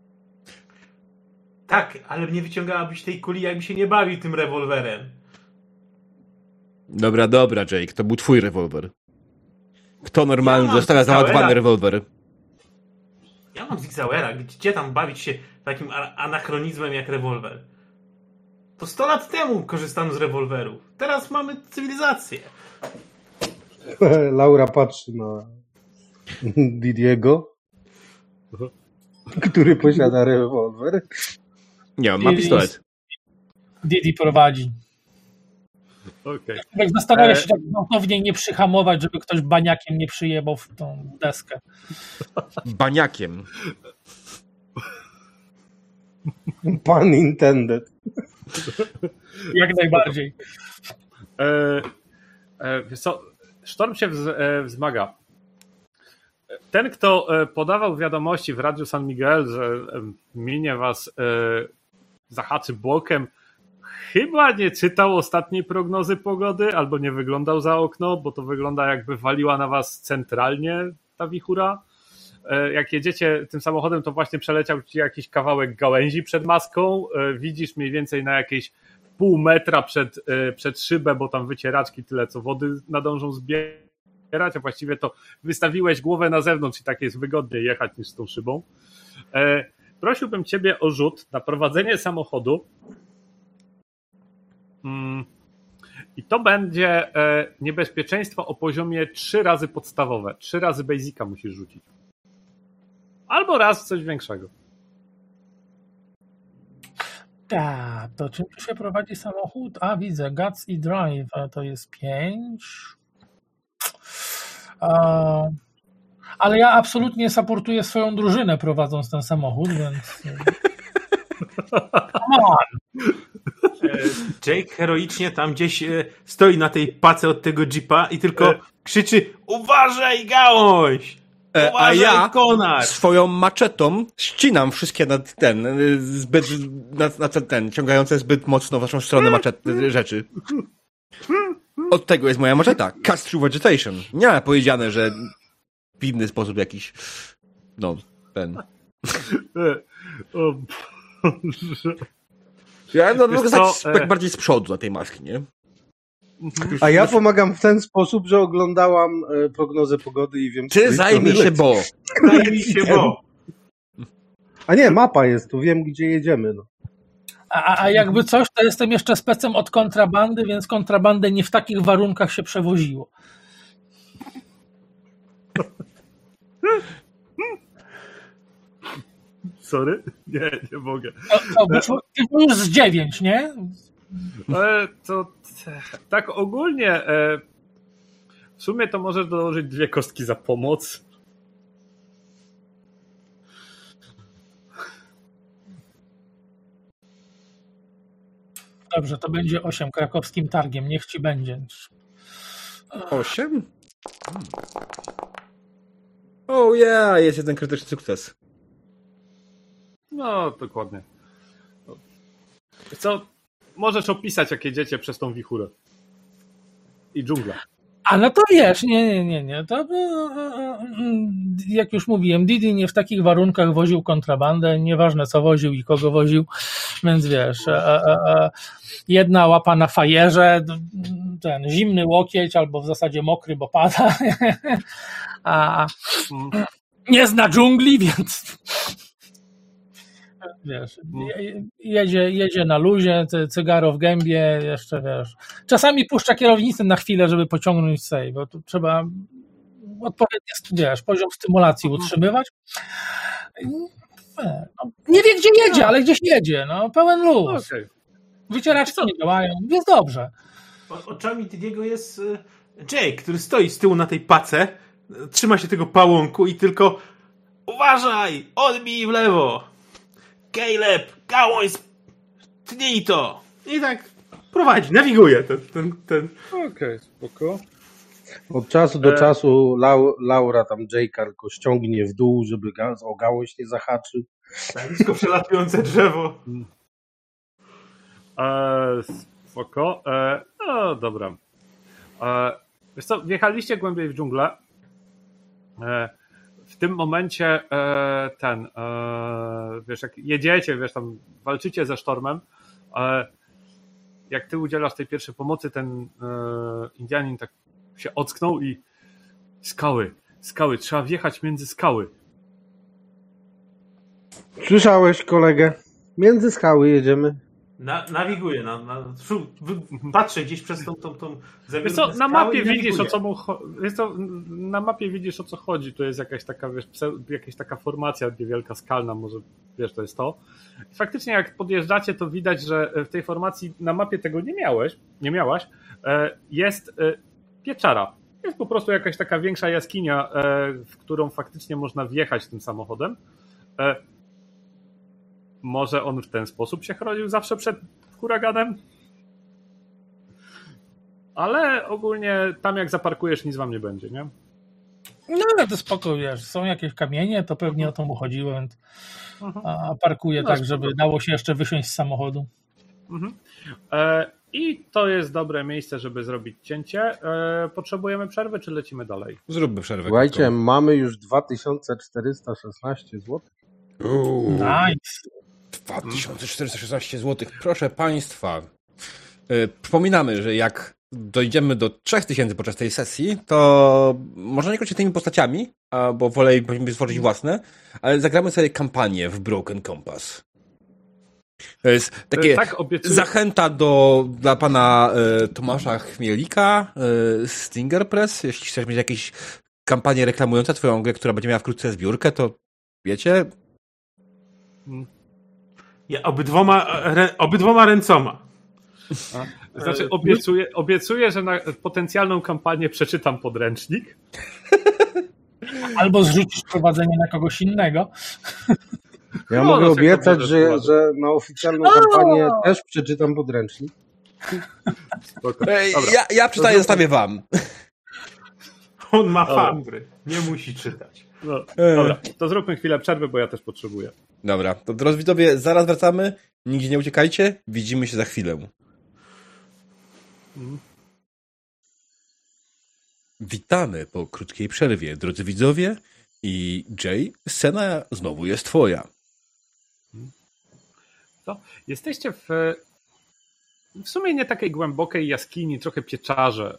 Speaker 5: Tak, ale nie wyciągałabyś tej kuli, jakby się nie bawił tym rewolwerem.
Speaker 1: Dobra, dobra, Jake, to był twój rewolwer. Kto normalnie
Speaker 5: Ja mam
Speaker 1: zostawia
Speaker 5: całe
Speaker 1: załadowany
Speaker 5: lat.
Speaker 1: rewolwer?
Speaker 5: Ja mam Zigzauera, gdzie tam bawić się takim a- anachronizmem jak rewolwer? To sto lat temu korzystano z rewolwerów. Teraz mamy cywilizację.
Speaker 4: Laura patrzy na Didiego, który posiada rewolwer.
Speaker 1: Nie, on ma pistolet.
Speaker 2: Didi prowadzi.
Speaker 3: Okej.
Speaker 2: Jak zastanawia się,
Speaker 3: E-
Speaker 2: tak gwałtownie nie przyhamować, żeby ktoś baniakiem nie przyjebał w tą deskę.
Speaker 1: Baniakiem.
Speaker 4: Pun intended.
Speaker 2: Jak najbardziej.
Speaker 3: E, e, wiesz co, Sztorm się wz, e, wzmaga. Ten, kto e, podawał wiadomości w Radiu San Miguel, że e, minie was, e, zahaczy bokiem, chyba nie czytał ostatniej prognozy pogody, albo nie wyglądał za okno, bo to wygląda jakby waliła na was centralnie ta wichura. E, jak jedziecie tym samochodem, to właśnie przeleciał ci jakiś kawałek gałęzi przed maską, e, widzisz mniej więcej na jakieś pół metra przed, e, przed szybę, bo tam wycieraczki tyle co wody nadążą zbierać, a właściwie to wystawiłeś głowę na zewnątrz i tak jest wygodniej jechać niż z tą szybą. E, prosiłbym ciebie o rzut na prowadzenie samochodu. Mm. I to będzie e, niebezpieczeństwo o poziomie trzy razy podstawowe. trzy razy basica musisz rzucić. Albo raz coś większego.
Speaker 2: Tak, to czym tu się prowadzi samochód? A, widzę, Guts i Drive, a to jest pięć. A, ale ja absolutnie supportuję swoją drużynę prowadząc ten samochód, więc... Come on!
Speaker 5: Jake heroicznie tam gdzieś stoi na tej pace od tego jeepa i tylko krzyczy: uważaj, gałąź!
Speaker 1: A
Speaker 5: Uważaj,
Speaker 1: ja
Speaker 5: konar!
Speaker 1: swoją maczetą ścinam wszystkie na ten, zbyt, na, na ten, ten, ciągające zbyt mocno w waszą stronę maczet, rzeczy. Od tego jest moja maczeta. Cut through vegetation. Nie ma powiedziane, że w inny sposób jakiś, no, ten.
Speaker 3: O Boże.
Speaker 1: Ja no, mogę
Speaker 3: co,
Speaker 1: stać tak bardziej z przodu na tej maski, nie?
Speaker 4: A ja pomagam w ten sposób, że oglądałam e, prognozę pogody i wiem...
Speaker 1: Ty zajmij się, bo.
Speaker 5: Zajmij się, bo.
Speaker 4: A nie, mapa jest tu, wiem gdzie jedziemy. No.
Speaker 2: A, a jakby coś, to jestem jeszcze specem od kontrabandy, więc kontrabandę nie w takich warunkach się przewoziło.
Speaker 3: Sorry? Nie, nie mogę.
Speaker 2: To, to wyszło, wyszło już z dziewięć, nie?
Speaker 3: E, to tak ogólnie e, w sumie to możesz dołożyć dwie kostki za pomoc.
Speaker 2: Dobrze, to będzie osiem krakowskim targiem, niech ci będzie.
Speaker 1: Osiem? Oh yeah, jest jeden krytyczny sukces.
Speaker 3: No, dokładnie. Co? Możesz opisać, jak jedziecie przez tą wichurę. I dżunglę.
Speaker 2: A no to wiesz, nie, nie, nie, nie. To, jak już mówiłem, Didi nie w takich warunkach woził kontrabandę, nieważne co woził i kogo woził, więc wiesz, e, e, jedna łapa na fajerze, ten zimny łokieć, albo w zasadzie mokry, bo pada, a nie zna dżungli, więc wiesz, jedzie, jedzie na luzie, cygaro w gębie, jeszcze wiesz. Czasami puszcza kierownicę na chwilę, żeby pociągnąć sej, bo tu trzeba odpowiedni, wiesz, poziom stymulacji utrzymywać. No, nie wie, gdzie jedzie, ale gdzieś jedzie, no, pełen luz.
Speaker 3: Okay.
Speaker 2: Wycieraczki nie działają, jest dobrze.
Speaker 5: O, oczami Didiego jest Jake, który stoi z tyłu na tej pace, trzyma się tego pałąku i tylko uważaj, odbij w lewo. Caleb, gałąź, tnij to. I tak prowadzi, nawiguje ten... ten, ten.
Speaker 3: Okej, okay, spoko.
Speaker 4: Od czasu do e... czasu Lau, Laura tam Jake'a tylko ściągnie w dół, żeby ga- o gałąź nie zahaczył.
Speaker 5: Tak, blisko przelatujące drzewo.
Speaker 3: E, spoko. E, no dobra. E, wiesz co, wjechaliście głębiej w dżunglę. E, w tym momencie e, ten, e, wiesz, jak jedziecie, wiesz, tam walczycie ze sztormem, e, jak ty udzielasz tej pierwszej pomocy, ten e, Indianin tak się ocknął i skały, skały, trzeba wjechać między skały.
Speaker 4: Słyszałeś kolegę? Między skały jedziemy.
Speaker 5: Na, nawiguję, na, na, patrzę gdzieś przez tą, tą, tą
Speaker 3: wiesz co, na mapie widzisz o co mu wiesz co, na mapie widzisz o co chodzi, to jest jakaś taka, wiesz, jakaś taka formacja niewielka, skalna, może wiesz, to jest to. I faktycznie jak podjeżdżacie, to widać, że w tej formacji na mapie tego nie miałeś, nie miałaś, jest pieczara. Jest po prostu jakaś taka większa jaskinia, w którą faktycznie można wjechać tym samochodem. Może on w ten sposób się chronił zawsze przed huraganem? Ale ogólnie tam jak zaparkujesz, nic wam nie będzie, nie?
Speaker 2: No ale to spoko, wiesz, są jakieś kamienie, to pewnie o to mu chodziło, więc a parkuje no, tak, spoko. Żeby dało się jeszcze wysiąść z samochodu.
Speaker 3: Mhm. E, I to jest dobre miejsce, żeby zrobić cięcie. E, potrzebujemy przerwy, czy lecimy dalej?
Speaker 1: Zróbmy przerwę.
Speaker 4: Słuchajcie,
Speaker 1: krótko.
Speaker 4: mamy już dwa tysiące czterysta szesnaście złotych.
Speaker 1: Uuu.
Speaker 2: Nice.
Speaker 1: dwa tysiące czterysta szesnaście złotych. Proszę Państwa, yy, przypominamy, że jak dojdziemy do trzech tysięcy podczas tej sesji, to może nie kończyć tymi postaciami, a, bo wolelibyśmy stworzyć własne, ale zagramy sobie kampanię w Broken Compass. To jest takie
Speaker 3: tak, obiecuję...
Speaker 1: zachęta do, dla pana e, Tomasza Chmielika e, Stinger Press. Jeśli chcesz mieć jakieś kampanię reklamujące twoją grę, która będzie miała wkrótce zbiórkę, to wiecie...
Speaker 5: Ja obydwoma, re, obydwoma ręcoma.
Speaker 3: A, znaczy obiecuję, obiecuję, że na potencjalną kampanię przeczytam podręcznik.
Speaker 2: Albo zrzucisz prowadzenie na kogoś innego.
Speaker 4: Ja
Speaker 3: No,
Speaker 4: mogę
Speaker 3: no,
Speaker 4: obiecać,
Speaker 3: tak
Speaker 4: że, że na oficjalną kampanię też przeczytam podręcznik.
Speaker 1: Ej, ja, ja czytaję, zostawię wam.
Speaker 5: On ma fabry. Nie musi czytać.
Speaker 3: No, dobra, to zróbmy chwilę przerwy, bo ja też potrzebuję.
Speaker 1: Dobra, to drodzy widzowie, zaraz wracamy. Nigdzie nie uciekajcie. Widzimy się za chwilę. Hmm. Witamy po krótkiej przerwie, drodzy widzowie. I Jay, scena znowu jest twoja.
Speaker 3: To jesteście w w sumie nie takiej głębokiej jaskini, trochę pieczarze.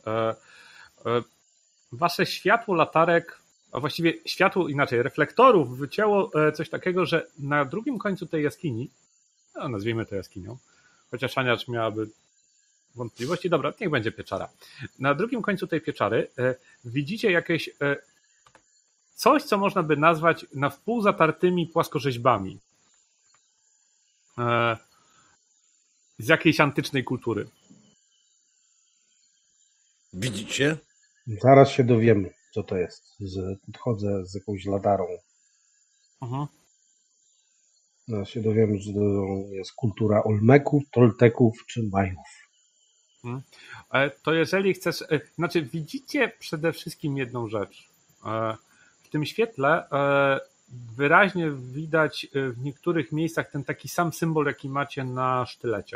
Speaker 3: Wasze światło latarek, a właściwie światło inaczej, reflektorów wycięło coś takiego, że na drugim końcu tej jaskini, no nazwijmy to jaskinią, chociaż Aniacz miałaby wątpliwości, dobra, niech będzie pieczara. Na drugim końcu tej pieczary widzicie jakieś coś, co można by nazwać na wpół zatartymi płaskorzeźbami z jakiejś antycznej kultury.
Speaker 1: Widzicie?
Speaker 4: Zaraz się dowiemy, co to jest. Z, podchodzę z jakąś latarą.
Speaker 3: Mhm.
Speaker 4: Zaraz się dowiemy, że to jest kultura Olmeków, Tolteków czy Majów.
Speaker 3: Mhm. To jeżeli chcesz... Znaczy widzicie przede wszystkim jedną rzecz. W tym świetle wyraźnie widać w niektórych miejscach ten taki sam symbol, jaki macie na sztylecie.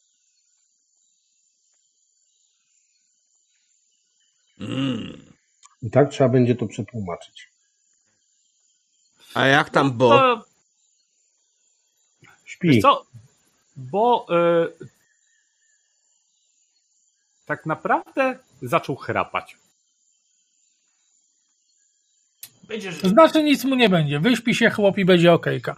Speaker 1: Mm.
Speaker 4: I tak trzeba będzie to przetłumaczyć.
Speaker 1: A jak tam Bo?
Speaker 3: To,
Speaker 4: Śpi.
Speaker 3: wiesz co? Bo y, tak naprawdę zaczął chrapać.
Speaker 5: Będziesz...
Speaker 2: To znaczy nic mu nie będzie. Wyśpi się chłop i będzie okejka.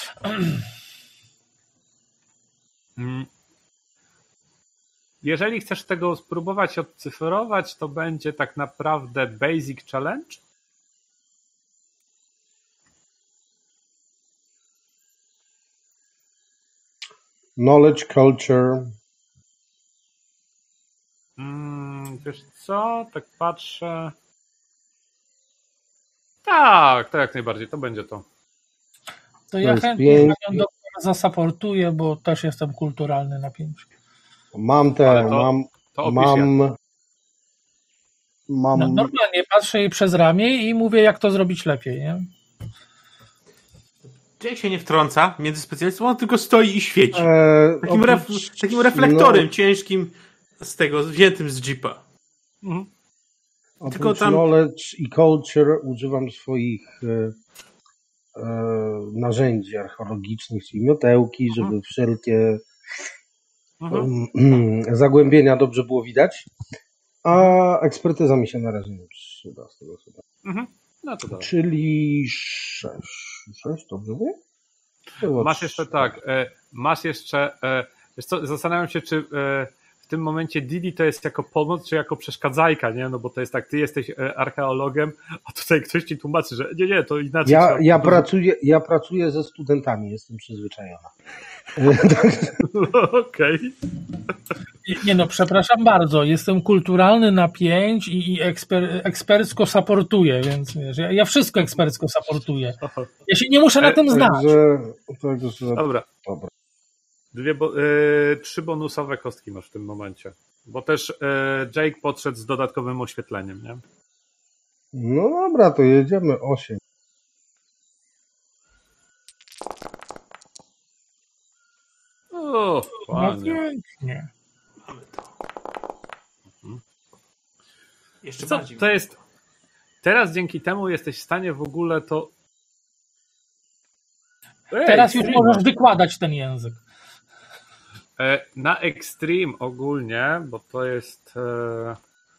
Speaker 3: Jeżeli chcesz tego spróbować odcyfrować, to będzie tak naprawdę Basic Challenge.
Speaker 4: Knowledge, culture.
Speaker 3: Hmm, wiesz co? Tak patrzę. Tak, tak jak najbardziej, to będzie to.
Speaker 2: To ja
Speaker 4: jest
Speaker 2: chętnie
Speaker 4: pięknie.
Speaker 2: panią doktora zasaportuję, bo też jestem kulturalny na pięć.
Speaker 4: Mam te,
Speaker 3: Ale to-
Speaker 4: mam,
Speaker 3: To opisz
Speaker 4: mam,
Speaker 3: jak.
Speaker 4: mam,
Speaker 2: No, normalnie patrzę jej przez ramię i mówię, jak to zrobić lepiej, nie?
Speaker 5: Jake się nie wtrąca między specjalistą, on tylko stoi i świeci.
Speaker 4: e,
Speaker 5: Takim,
Speaker 4: oprócz-
Speaker 5: ref, takim reflektorem
Speaker 4: no,
Speaker 5: ciężkim z tego, wziętym z jeepa.
Speaker 3: Mhm.
Speaker 4: oprócz
Speaker 5: tylko tam-
Speaker 4: knowledge i culture używam swoich e, e, narzędzi archeologicznych, czyli miotełki, żeby
Speaker 3: Mhm.
Speaker 4: wszelkie
Speaker 3: Mhm.
Speaker 4: mm, zagłębienia dobrze było widać. A ekspertyza mi się na razie nie przyda z tego co.
Speaker 3: Mhm. No to dobra.
Speaker 4: Czyli sześć. Sześć, dobrze mówię? Było
Speaker 3: Masz
Speaker 4: trzy.
Speaker 3: jeszcze tak, e, masz jeszcze, e, wiesz co, zastanawiam się, czy e, w tym momencie Didi to jest jako pomoc, czy jako przeszkadzajka, nie? No bo to jest tak, ty jesteś e, archeologiem, a tutaj ktoś ci tłumaczy, że nie, nie, to inaczej.
Speaker 4: Ja,
Speaker 3: trzeba-
Speaker 4: ja, pracuję, ja pracuję ze studentami, jestem przyzwyczajona.
Speaker 3: Okej.
Speaker 2: Nie no, przepraszam bardzo, jestem kulturalny na pięć i, i eksper, ekspercko saportuję, więc wiesz, ja, ja wszystko ekspercko saportuję. Ja się nie muszę na tym znać.
Speaker 4: Także, także
Speaker 3: Dobra.
Speaker 4: dobra.
Speaker 3: Dwie, bo, e, trzy bonusowe kostki masz w tym momencie. Bo też e, Jake podszedł z dodatkowym oświetleniem, nie?
Speaker 4: No dobra, to jedziemy osiem.
Speaker 3: O,
Speaker 2: No
Speaker 3: ładnie.
Speaker 2: pięknie.
Speaker 5: Mamy to. Jeszcze
Speaker 3: Co,
Speaker 5: bardziej.
Speaker 3: to jest. Teraz dzięki temu jesteś w stanie w ogóle to. Ej,
Speaker 2: Teraz już
Speaker 3: streama.
Speaker 2: możesz wykładać ten język.
Speaker 3: E, na Extreme ogólnie, bo to jest... E,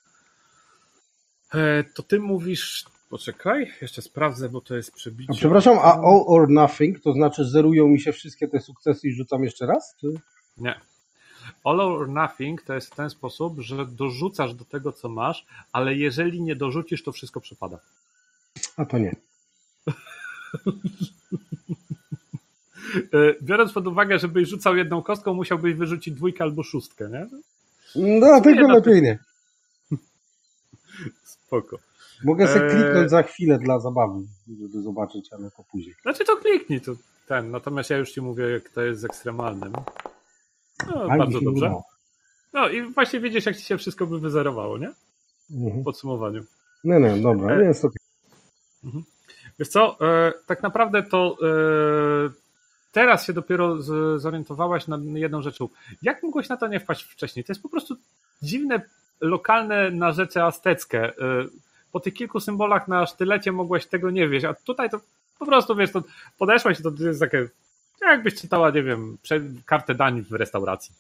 Speaker 3: e, to ty mówisz... Poczekaj, jeszcze sprawdzę, bo to jest przebicie.
Speaker 4: A przepraszam, a all or nothing, to znaczy zerują mi się wszystkie te sukcesy i rzucam jeszcze raz? Czy...
Speaker 3: Nie. All or nothing to jest w ten sposób, że dorzucasz do tego, co masz, ale jeżeli nie dorzucisz, to wszystko przepada.
Speaker 4: A to nie.
Speaker 3: Biorąc pod uwagę, żebyś rzucał jedną kostką, musiałbyś wyrzucić dwójkę albo szóstkę, nie?
Speaker 4: No, tylko lepiej nie.
Speaker 3: Spoko.
Speaker 4: Mogę sobie
Speaker 3: Eee...
Speaker 4: kliknąć za chwilę dla zabawy, żeby zobaczyć, ale to później.
Speaker 3: Znaczy to kliknij, to ten. Natomiast ja już ci mówię, jak to jest z ekstremalnym. No,
Speaker 4: A,
Speaker 3: bardzo dobrze.
Speaker 4: udało.
Speaker 3: No i właśnie widzisz, jak ci się wszystko by wyzerowało, nie?
Speaker 4: Mhm.
Speaker 3: W podsumowaniu.
Speaker 4: Nie, nie, dobra,
Speaker 3: E...
Speaker 4: jest okej.
Speaker 3: Mhm. Wiesz co, e, tak naprawdę to e, teraz się dopiero z, zorientowałaś na jedną rzeczą. Jak mogłeś na to nie wpaść wcześniej? To jest po prostu dziwne, lokalne na rzeczy azteckie. E, po tych kilku symbolach na sztylecie mogłeś tego nie wiedzieć, a tutaj to po prostu, wiesz, to podeszłaś, to jest takie, jakbyś czytała, nie wiem, kartę dań w restauracji.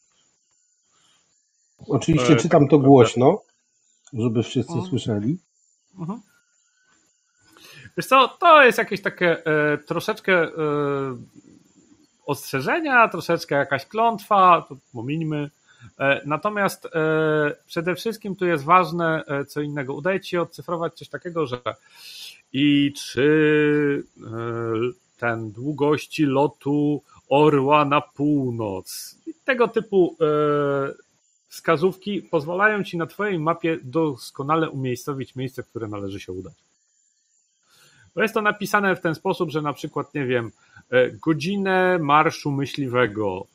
Speaker 4: Oczywiście
Speaker 3: e,
Speaker 4: czytam to głośno, żeby wszyscy mhm. słyszeli.
Speaker 3: Mhm. Wiesz co, to jest jakieś takie e, troszeczkę e, ostrzeżenia, troszeczkę jakaś klątwa, to pomińmy. E, natomiast e, przede wszystkim tu jest ważne e, co innego. Udaje ci się odcyfrować coś takiego, że i czy e, ten długości lotu orła na północ. I tego typu e, wskazówki pozwalają ci na twojej mapie doskonale umiejscowić miejsce, w które należy się udać. Bo jest to napisane w ten sposób, że na przykład, nie wiem, godzinę marszu myśliwego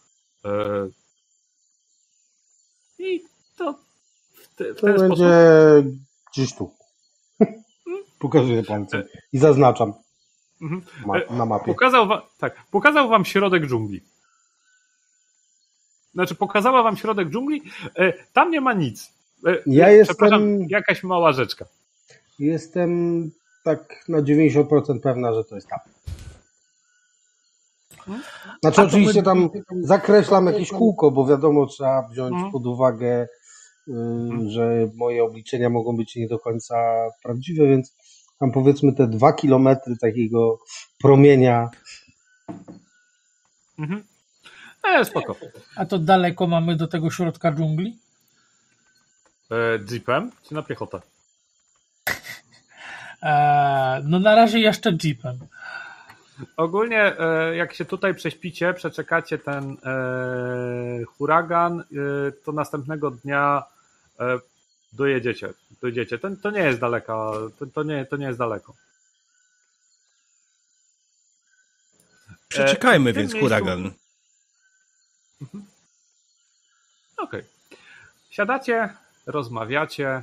Speaker 3: i to w, te, w
Speaker 4: to
Speaker 3: ten
Speaker 4: będzie
Speaker 3: sposób...
Speaker 4: gdzieś tu. Pokazuję palcem i zaznaczam ma- na mapie.
Speaker 3: Pokazał wam, tak, pokazał wam środek dżungli. Znaczy, pokazała wam środek dżungli, tam nie ma nic.
Speaker 4: Ja jestem...
Speaker 3: Jakaś mała rzeczka.
Speaker 4: Jestem tak na dziewięćdziesiąt procent pewna, że to jest tam. Znaczy, oczywiście tam zakreślam jakieś kółko, bo wiadomo, trzeba wziąć hmm. pod uwagę, y, hmm. że moje obliczenia mogą być nie do końca prawdziwe, więc tam powiedzmy te dwa kilometry takiego promienia.
Speaker 3: Mhm. E, spoko.
Speaker 2: A to daleko mamy do tego środka dżungli?
Speaker 3: E, jeepem czy na piechotę?
Speaker 2: E, no na razie jeszcze jeepem.
Speaker 3: Ogólnie jak się tutaj prześpicie, przeczekacie ten e, huragan, e, to następnego dnia e, dojedziecie. dojedziecie. To, to nie jest daleka, to, to, nie, to nie jest daleko.
Speaker 1: Przeczekajmy
Speaker 3: e,
Speaker 1: więc
Speaker 3: miejscu...
Speaker 1: huragan.
Speaker 3: Mhm. Okej. Okay. Siadacie, rozmawiacie,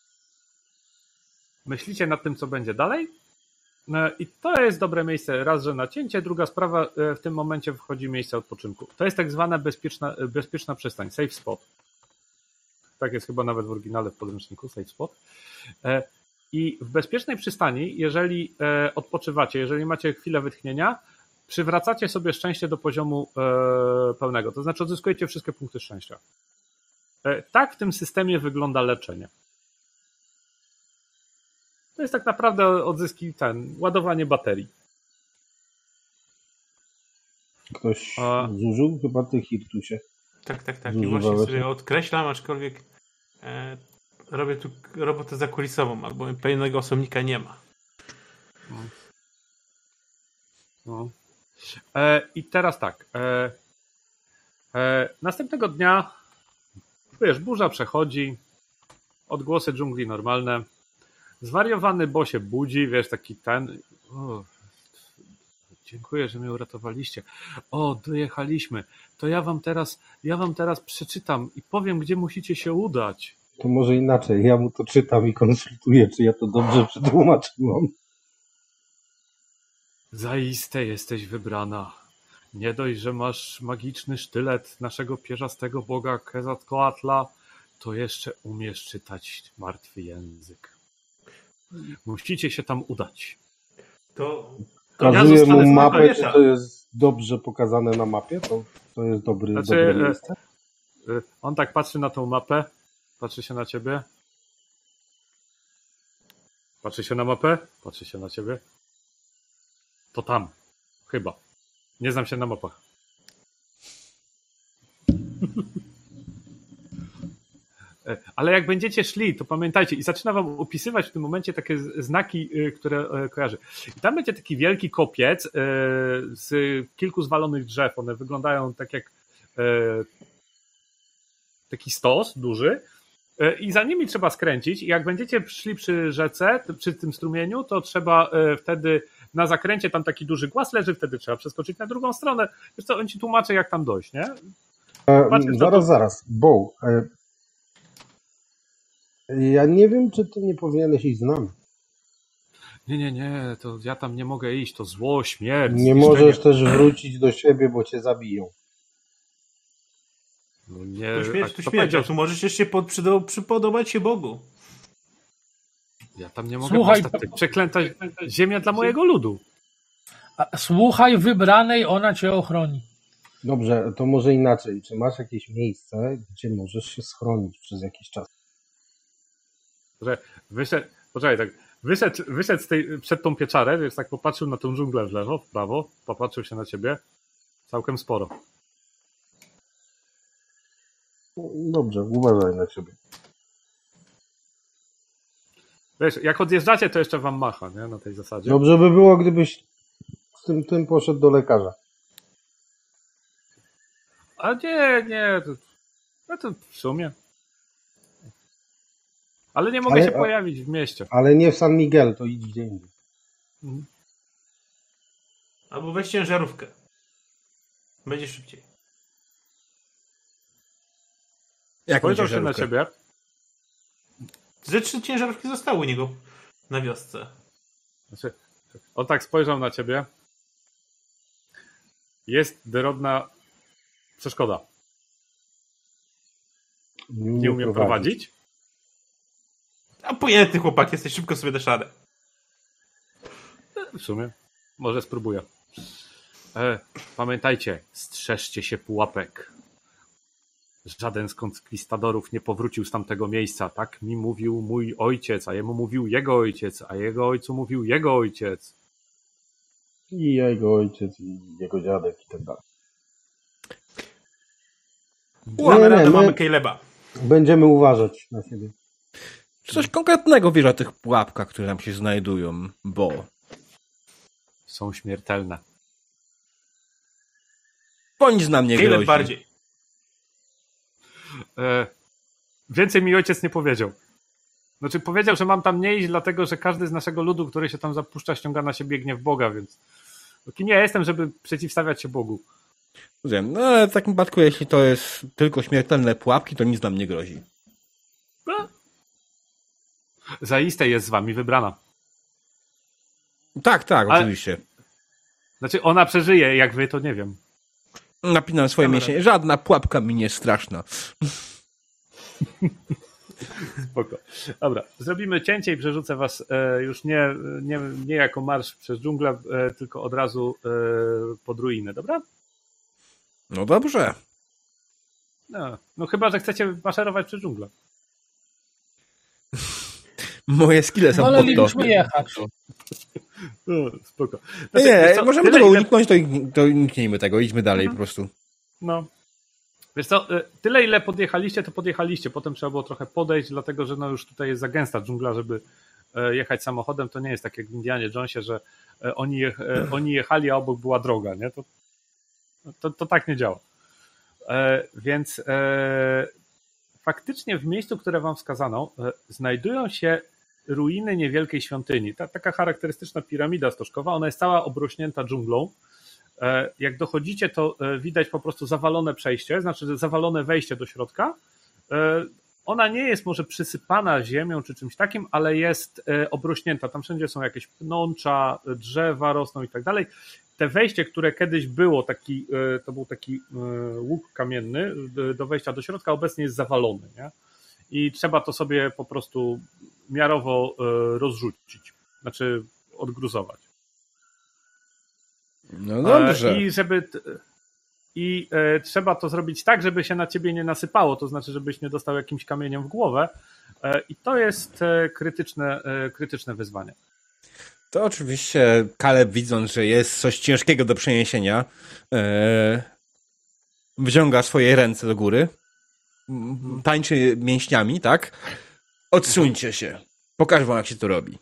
Speaker 3: myślicie nad tym, co będzie dalej. I to jest dobre miejsce, raz, że na cięcie, druga sprawa, w tym momencie wchodzi miejsce odpoczynku. To jest tak zwana bezpieczna, bezpieczna przystań, safe spot. Tak jest chyba nawet w oryginale w podręczniku, safe spot. I w bezpiecznej przystani, jeżeli odpoczywacie, jeżeli macie chwilę wytchnienia, przywracacie sobie szczęście do poziomu pełnego, to znaczy odzyskujecie wszystkie punkty szczęścia. Tak w tym systemie wygląda leczenie. To jest tak naprawdę odzyski, ten, ładowanie baterii.
Speaker 4: Ktoś A... zużył? Chyba ty, Hirtusie.
Speaker 5: Tak, tak, tak. I właśnie sobie odkreślam, aczkolwiek e, robię tu robotę zakulisową, albo pewnego osobnika nie ma.
Speaker 3: No. No. E, I teraz tak. E, e, następnego dnia, wiesz, burza przechodzi, odgłosy dżungli normalne. Zwariowany Bo się budzi, wiesz, taki ten... O, dziękuję, że mnie uratowaliście. O, dojechaliśmy. To ja wam teraz, ja wam teraz przeczytam i powiem, gdzie musicie się udać.
Speaker 4: To może inaczej, ja mu to czytam i konsultuję, czy ja to dobrze przetłumaczyłam.
Speaker 3: Zaiste jesteś wybrana. Nie dość, że masz magiczny sztylet naszego pierzastego boga Quetzalcoatla, to jeszcze umiesz czytać martwy język. Musicie się tam udać.
Speaker 5: To,
Speaker 4: to Pokazuję ja mu mapę, czy to jest dobrze pokazane na mapie? To To jest dobry,
Speaker 3: Znaczy,
Speaker 4: dobre
Speaker 3: e,
Speaker 4: miejsce?
Speaker 3: e, on tak patrzy na tą mapę, patrzy się na ciebie. Patrzy się na mapę, patrzy się na ciebie. To tam. Chyba. Nie znam się na mapach. E, Ale jak będziecie szli, to pamiętajcie, i zaczyna wam opisywać w tym momencie takie z- znaki, y, które e, kojarzy. I tam będzie taki wielki kopiec e, z kilku zwalonych drzew. One wyglądają tak jak e, taki stos duży. E, I za nimi trzeba skręcić. I jak będziecie szli przy rzece, t- przy tym strumieniu, to trzeba e, wtedy na zakręcie, tam taki duży głaz leży, wtedy trzeba przeskoczyć na drugą stronę. Wiesz co, on ci tłumaczy, jak tam dojść, nie?
Speaker 4: E,
Speaker 3: patrzcie,
Speaker 4: zaraz,
Speaker 3: to-
Speaker 4: zaraz. Bo e, ja nie wiem, czy ty nie powinieneś iść z nami.
Speaker 3: Nie, nie, nie, to ja tam nie mogę iść, to zło, śmierć.
Speaker 4: Nie
Speaker 3: zniszczenie.
Speaker 4: możesz też wrócić do siebie, bo cię zabiją.
Speaker 3: No nie,
Speaker 5: To śmierć,
Speaker 3: a
Speaker 5: to
Speaker 3: kto
Speaker 5: śmierć,
Speaker 3: powiedział,
Speaker 5: a tu możesz jeszcze pod, przydo- przypodobać się Bogu.
Speaker 3: ja tam nie mogę
Speaker 2: Słuchaj,
Speaker 3: postać. Przeklęta ziemia dla mojego ludu.
Speaker 2: A słuchaj wybranej, ona cię ochroni.
Speaker 4: Dobrze, to może inaczej. Czy masz jakieś miejsce, gdzie możesz się schronić przez jakiś czas?
Speaker 3: Że wyszedł, poczekaj, tak, wyszedł, wyszedł z tej, przed tą pieczarę, więc tak popatrzył na tą dżunglę w lewo, w prawo, popatrzył się na ciebie. Całkiem sporo.
Speaker 4: Dobrze, uważaj na siebie.
Speaker 3: Wiesz, jak odjeżdżacie, to jeszcze wam macha, nie? Na tej zasadzie.
Speaker 4: Dobrze by było, gdybyś z tym, tym poszedł do lekarza.
Speaker 3: A nie, nie, to, no to w sumie. Ale nie mogę
Speaker 4: Ale-
Speaker 3: się pojawić w mieście.
Speaker 4: Ale nie w San Miguel, to idź gdzie indziej.
Speaker 3: Mhm.
Speaker 5: Albo weź ciężarówkę. Będzie szybciej.
Speaker 1: Jak
Speaker 3: Spojrzał się na ciebie.
Speaker 5: Ze trzy ciężarówki zostały u niego na wiosce.
Speaker 3: Znaczy, on tak spojrzał na ciebie. Jest drobna przeszkoda. Nie umiem prowadzić.
Speaker 5: A pojęty chłopak, jesteś, szybko sobie dasz radę.
Speaker 3: W sumie. Może spróbuję. E, pamiętajcie, strzeżcie się pułapek. Żaden z konkwistadorów nie powrócił z tamtego miejsca. Tak mi mówił mój ojciec, a jemu mówił jego ojciec, a jego ojcu mówił jego ojciec.
Speaker 4: I jego ojciec, i jego dziadek i tak dalej.
Speaker 5: Mamy
Speaker 4: nie,
Speaker 5: radę,
Speaker 4: my-
Speaker 5: mamy Caleba.
Speaker 4: Będziemy uważać na siebie.
Speaker 1: Coś konkretnego wiesz o tych pułapkach, które tam się znajdują, bo
Speaker 3: Są śmiertelne.
Speaker 1: bo nic nam nie
Speaker 5: Caleb
Speaker 1: grozi.
Speaker 5: bardziej.
Speaker 3: E, więcej mi ojciec nie powiedział. Znaczy powiedział, że mam tam nie iść, dlatego że każdy z naszego ludu, który się tam zapuszcza, ściąga na siebie gniew Boga, więc no, kim ja jestem, żeby przeciwstawiać się Bogu?
Speaker 1: Wiem, no ale w takim przypadku, jeśli to jest tylko śmiertelne pułapki, to nic nam nie grozi.
Speaker 3: No. Zaiste jest z wami wybrana.
Speaker 1: Tak, tak,
Speaker 3: Ale-
Speaker 1: oczywiście.
Speaker 3: Znaczy ona przeżyje, jak wy, to nie wiem.
Speaker 1: Napinam swoje
Speaker 5: Dobra.
Speaker 1: mięśnie. Żadna pułapka mi nie straszna.
Speaker 3: Spoko. Dobra, zrobimy cięcie i przerzucę was e, już nie, nie, nie jako marsz przez dżunglę, e, tylko od razu e, pod ruiny, dobra?
Speaker 1: No dobrze.
Speaker 3: No, no chyba, że chcecie maszerować przez dżunglę.
Speaker 1: Moje skille są pod to.
Speaker 2: Wolelibyśmy jechać.
Speaker 3: No, spoko.
Speaker 1: Nie,
Speaker 3: Znaczy,
Speaker 1: nie,
Speaker 3: wiesz co,
Speaker 1: możemy
Speaker 3: tyle,
Speaker 1: tego
Speaker 3: ile-
Speaker 1: uniknąć, to, to uniknijmy tego. Idźmy dalej
Speaker 3: Mhm.
Speaker 1: po prostu.
Speaker 3: No. Wiesz co, y, tyle ile podjechaliście, to podjechaliście. Potem trzeba było trochę podejść, dlatego że no już tutaj jest za gęsta dżungla, żeby e, jechać samochodem. To nie jest tak jak w Indianie Jonesie, że e, oni, jech, e, oni jechali, a obok była droga, nie? To, to, to tak nie działa. E, Więc e, faktycznie w miejscu, które wam wskazano, e, znajdują się ruiny niewielkiej świątyni. Ta, taka charakterystyczna piramida stożkowa, ona jest cała obrośnięta dżunglą. E, Jak dochodzicie, to e, widać po prostu zawalone przejście, znaczy że zawalone wejście do środka. E, Ona nie jest może przysypana ziemią czy czymś takim, ale jest e, obrośnięta. Tam wszędzie są jakieś pnącza, drzewa rosną i tak dalej. Te wejście, które kiedyś było, taki, e, to był taki e, łuk kamienny do- do wejścia do środka, obecnie jest zawalony, nie? I trzeba to sobie po prostu miarowo e, rozrzucić, znaczy odgruzować.
Speaker 1: No dobrze.
Speaker 3: E, I żeby. t- i e, trzeba to zrobić tak, żeby się na ciebie nie nasypało, to znaczy, żebyś nie dostał jakimś kamieniem w głowę e, i to jest e, krytyczne, e, krytyczne wyzwanie.
Speaker 1: To oczywiście Caleb, widząc, że jest coś ciężkiego do przeniesienia, e, wyciąga swoje ręce do góry, tańczy mięśniami, tak? Odsuńcie się. Pokażę wam, jak się to robi.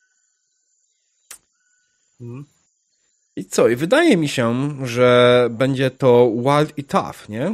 Speaker 3: Hmm.
Speaker 1: I co? I wydaje mi się, że będzie to wild i tough, nie?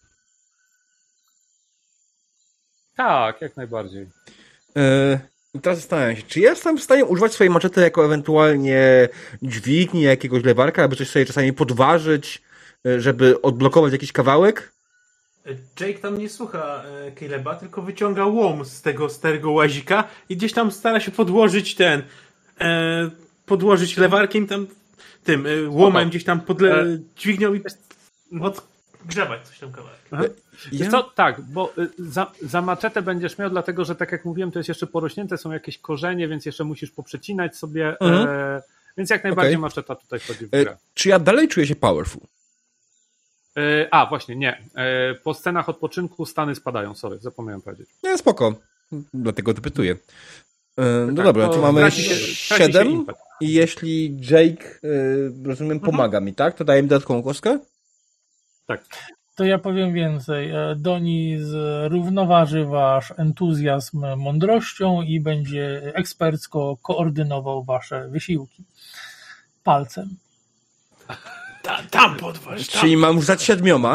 Speaker 3: Tak, jak najbardziej.
Speaker 1: Yy, I teraz zastanawiam się, czy ja jestem w stanie używać swojej maczety jako ewentualnie dźwigni, jakiegoś lewarka, albo coś sobie czasami podważyć, żeby odblokować jakiś kawałek?
Speaker 5: Jake tam nie słucha e, Caleba, tylko wyciąga łom z tego starego łazika i gdzieś tam stara się podłożyć ten, e, podłożyć lewarkiem tam, tym e, łomem gdzieś tam pod le, dźwignią i odgrzebać coś tam kawałek.
Speaker 3: Ja? Co? Tak, bo za, za maczetę będziesz miał, dlatego że tak jak mówiłem, to jest jeszcze porośnięte, są jakieś korzenie, więc jeszcze musisz poprzecinać sobie, mhm. e, więc jak najbardziej okay. maczeta tutaj wchodzi w grę.
Speaker 1: E, czy ja dalej czuję się powerful?
Speaker 3: E, a, właśnie, nie. E, po scenach odpoczynku stany spadają, sorry, zapomniałem powiedzieć.
Speaker 1: Nie, spoko. Dlatego to pytuję. E, no
Speaker 3: tak,
Speaker 1: dobra, to, to mamy siedem i jeśli Jake, e, rozumiem, pomaga mhm. mi, tak? To daje mi dodatkową kostkę?
Speaker 3: Tak.
Speaker 2: To ja powiem więcej. Doni zrównoważy wasz entuzjazm mądrością i będzie ekspercko koordynował wasze wysiłki. Palcem.
Speaker 5: Ta, tam podważ. Tam.
Speaker 1: Czyli mam rzucać siedmioma?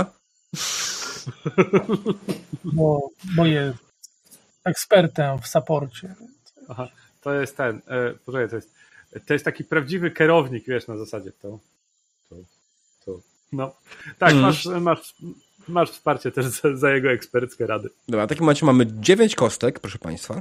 Speaker 2: Bo, bo jest ekspertem w saporcie.
Speaker 3: Aha, to jest ten, e, poczekaj, to jest, to jest taki prawdziwy kierownik, wiesz, na zasadzie to, to, to. No, tak, mm. masz, masz, masz wsparcie też za, za jego eksperckie rady.
Speaker 1: Dobra, w takim razie mamy dziewięć kostek, proszę państwa.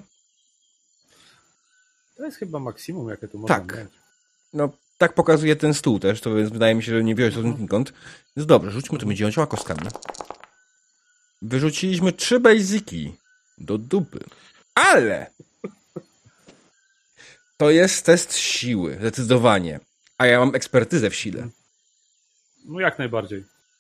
Speaker 3: To jest chyba maksimum, jakie tu można
Speaker 1: tak.
Speaker 3: mieć.
Speaker 1: No, tak pokazuje ten stół też, to więc wydaje mi się, że nie wziąłeś to znikąd. Więc dobrze, rzućmy tymi dziewięcioma kostkami. Wyrzuciliśmy trzy basiki do dupy. Ale to jest test siły, zdecydowanie. A ja mam ekspertyzę w sile.
Speaker 3: No jak najbardziej.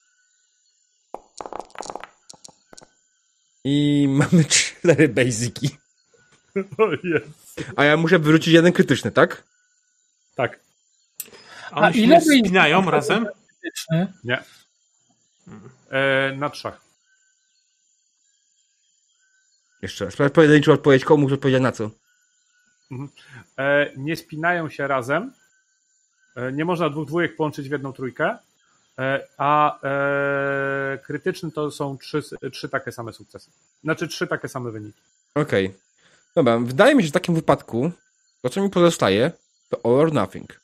Speaker 1: I mamy cztery basiki.
Speaker 3: O jest.
Speaker 1: A ja muszę wyrzucić jeden krytyczny, tak?
Speaker 3: Tak.
Speaker 5: A one się nie spinają razem?
Speaker 2: Krytyczny?
Speaker 3: Nie. E, na trzech.
Speaker 1: Jeszcze raz. Sprawdź pojedynczą odpowiedź, komu muszę odpowiedzieć na co?
Speaker 3: Mhm. E, nie spinają się razem. E, nie można dwóch dwójek połączyć w jedną trójkę. E, a e, krytyczny to są trzy, trzy takie same sukcesy. Znaczy trzy takie same wyniki.
Speaker 1: Okej. Okay. Dobra, wydaje mi się, że w takim wypadku to, co mi pozostaje, to all or nothing.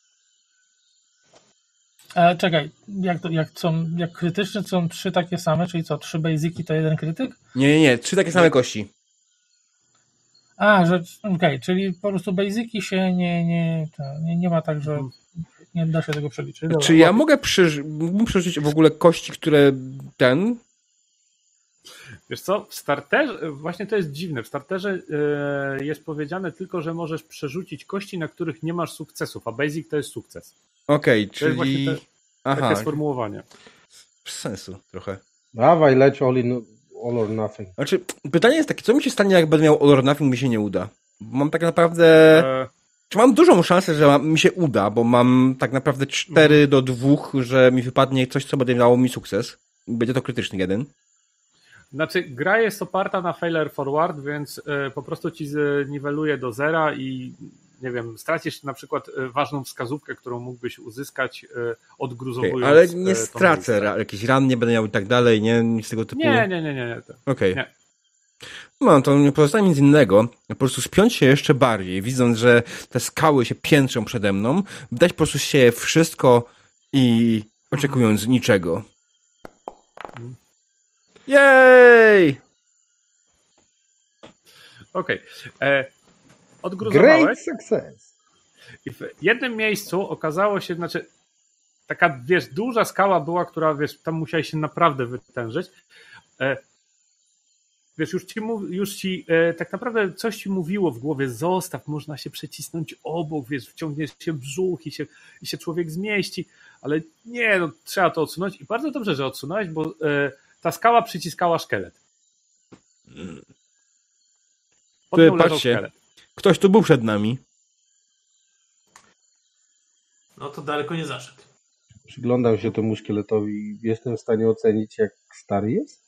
Speaker 2: E, czekaj, jak, to, jak, są, jak krytyczne są trzy takie same, czyli co, trzy basiki to jeden krytyk?
Speaker 1: Nie, nie, nie, trzy takie same kości.
Speaker 2: A, że okej, okay, czyli po prostu basiki się nie, nie, to, nie, nie ma tak, że nie da się tego przeliczyć. Dobra,
Speaker 1: czy ja mogę przeży- mógłbym przeżyć w ogóle kości, które ten...
Speaker 3: Wiesz co, w starterze, właśnie to jest dziwne, w starterze yy, jest powiedziane tylko, że możesz przerzucić kości, na których nie masz sukcesów, a basic to jest sukces.
Speaker 1: Okej, okay,
Speaker 3: to
Speaker 1: czyli...
Speaker 3: jest właśnie te,
Speaker 1: Aha.
Speaker 3: takie sformułowanie.
Speaker 1: Bez sensu trochę.
Speaker 4: Dawaj, leć all, in, all or nothing.
Speaker 1: Znaczy, pytanie jest takie, co mi się stanie, jak będę miał all or nothing, mi się nie uda? Bo mam tak naprawdę... E... Czy mam dużą szansę, że mi się uda, bo mam tak naprawdę cztery mhm. do dwóch, że mi wypadnie coś, co będzie dało mi sukces. Będzie to krytyczny jeden.
Speaker 3: Znaczy, gra jest oparta na failure forward, więc y, po prostu ci zniweluje do zera i nie wiem, stracisz na przykład ważną wskazówkę, którą mógłbyś uzyskać y, odgruzowując. Okay,
Speaker 1: ale nie stracę ra- jakichś ran, nie będę miał i tak dalej, nie? Nic tego typu.
Speaker 3: Nie, nie, nie, nie. nie.
Speaker 1: Okej. Okay. No, to nie pozostaje nic innego, po prostu spiąć się jeszcze bardziej, widząc, że te skały się piętrzą przede mną, dać po prostu się wszystko i oczekując niczego. Jej!
Speaker 3: Okej. Okay. Odgruzowałeś.
Speaker 4: Great success.
Speaker 3: I w jednym miejscu okazało się, znaczy taka, wiesz, duża skała była, która, wiesz, tam musiałeś się naprawdę wytężyć. E, wiesz, już ci, już ci e, tak naprawdę coś ci mówiło w głowie, zostaw, można się przecisnąć obok, wiesz, wciągniesz się w brzuch i się, i się człowiek zmieści, ale nie, no, trzeba to odsunąć i bardzo dobrze, że odsunąłeś, bo e, ta skała przyciskała szkielet. Pod
Speaker 1: Ty,
Speaker 3: nią leżał
Speaker 1: patrzcie,
Speaker 3: szkielet.
Speaker 1: ktoś tu był przed nami.
Speaker 5: No to daleko nie zaszedł.
Speaker 4: Przyglądam się temu szkieletowi. Jestem w stanie ocenić, jak stary jest?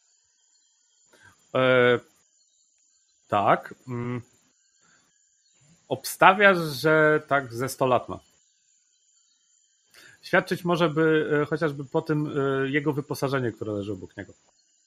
Speaker 3: E, tak. Mm. Obstawiasz, że tak ze sto lat ma. Świadczyć może by e, chociażby po tym e, jego wyposażenie, które leży obok niego.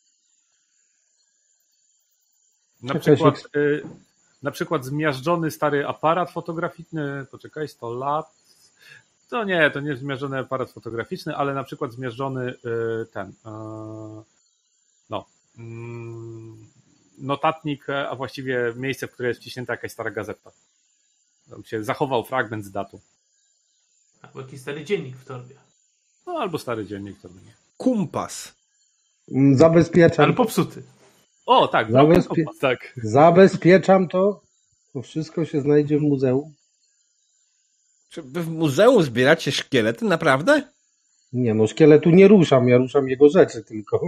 Speaker 3: Na
Speaker 4: Cześć,
Speaker 3: przykład,
Speaker 4: Eks-
Speaker 3: e, na przykład zmiażdżony stary aparat fotograficzny, poczekaj, sto lat. To nie, to nie jest zmiażdżony aparat fotograficzny, ale na przykład zmiażdżony e, ten, e, no, mm, notatnik, a właściwie miejsce, w które jest wciśnięta jakaś stara gazeta. Tam się zachował fragment z datą.
Speaker 5: Albo jakiś stary dziennik w torbie.
Speaker 3: No albo stary dziennik, to nie.
Speaker 1: Kumpas.
Speaker 4: Mm, Zabezpieczam.
Speaker 5: Ale popsuty.
Speaker 3: O, tak,
Speaker 4: Zabezpie-
Speaker 3: kompas, tak.
Speaker 4: Zabezpieczam to. To wszystko się znajdzie w muzeum.
Speaker 1: Czy wy w muzeum zbieracie szkielety? Naprawdę?
Speaker 4: Nie no, szkieletu nie ruszam, ja ruszam jego rzeczy tylko.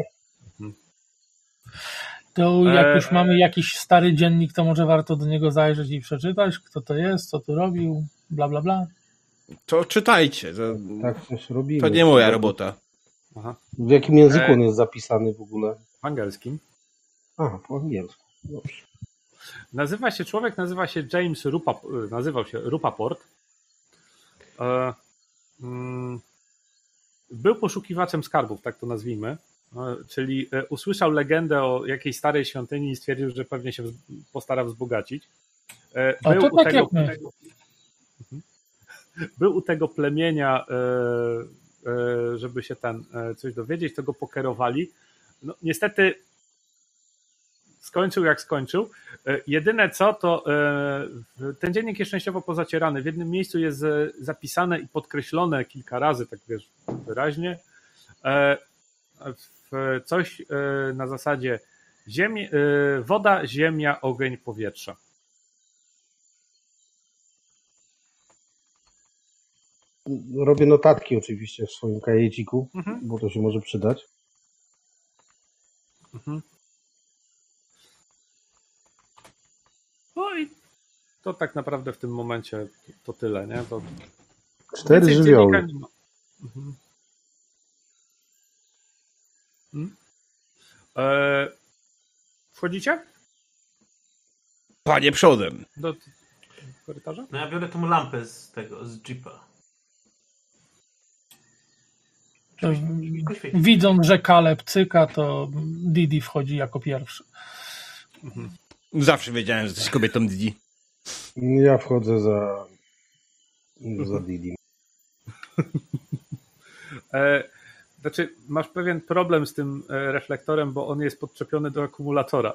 Speaker 2: To jak
Speaker 3: E,
Speaker 2: już mamy jakiś stary dziennik, to może warto do niego zajrzeć i przeczytać, kto to jest, co tu robił, bla bla bla.
Speaker 1: To czytajcie. To,
Speaker 4: Tak też robimy.
Speaker 1: to nie moja robota.
Speaker 3: Aha.
Speaker 4: W jakim języku
Speaker 3: E-
Speaker 4: on jest zapisany w ogóle?
Speaker 3: W angielskim.
Speaker 4: A, po angielsku. Dobrze.
Speaker 3: Nazywa się, człowiek nazywa się James Rupa, nazywał się Rupaport. E, mm, był poszukiwaczem skarbów, tak to nazwijmy. E, czyli e, usłyszał legendę o jakiejś starej świątyni i stwierdził, że pewnie się wz- postara wzbogacić. E,
Speaker 2: A
Speaker 3: był,
Speaker 2: to
Speaker 3: u
Speaker 2: tak
Speaker 3: tego,
Speaker 2: jak my.
Speaker 3: był u tego plemienia, e, e, żeby się ten e, coś dowiedzieć, to go pokierowali. No, niestety skończył jak skończył. E, Jedyne co, to e, ten dziennik jest częściowo pozacierany. W jednym miejscu jest e, zapisane i podkreślone kilka razy, tak wiesz, wyraźnie, e, w coś e, na zasadzie ziemi, e, woda, ziemia, ogień, powietrze.
Speaker 4: Robię notatki oczywiście w swoim kajeciku,
Speaker 3: Mhm.
Speaker 4: bo to się może przydać.
Speaker 3: Mhm. No i to tak naprawdę w tym momencie to, to tyle, nie? To
Speaker 4: Cztery
Speaker 3: więcej
Speaker 4: żywioły.
Speaker 3: dziennika nie ma. Mhm. Hmm? E, wchodzicie
Speaker 1: Panie przodem.
Speaker 3: do korytarza?
Speaker 5: No ja biorę tą lampę z tego, z jeepa.
Speaker 2: To,
Speaker 5: Tylko świeci.
Speaker 2: widząc, że Kaleb cyka, to Didi wchodzi jako pierwszy.
Speaker 1: Zawsze wiedziałem, że jesteś kobietą Didi.
Speaker 4: Ja wchodzę za, za Didi.
Speaker 3: E, znaczy, masz pewien problem z tym e, reflektorem, bo on jest podczepiony do akumulatora.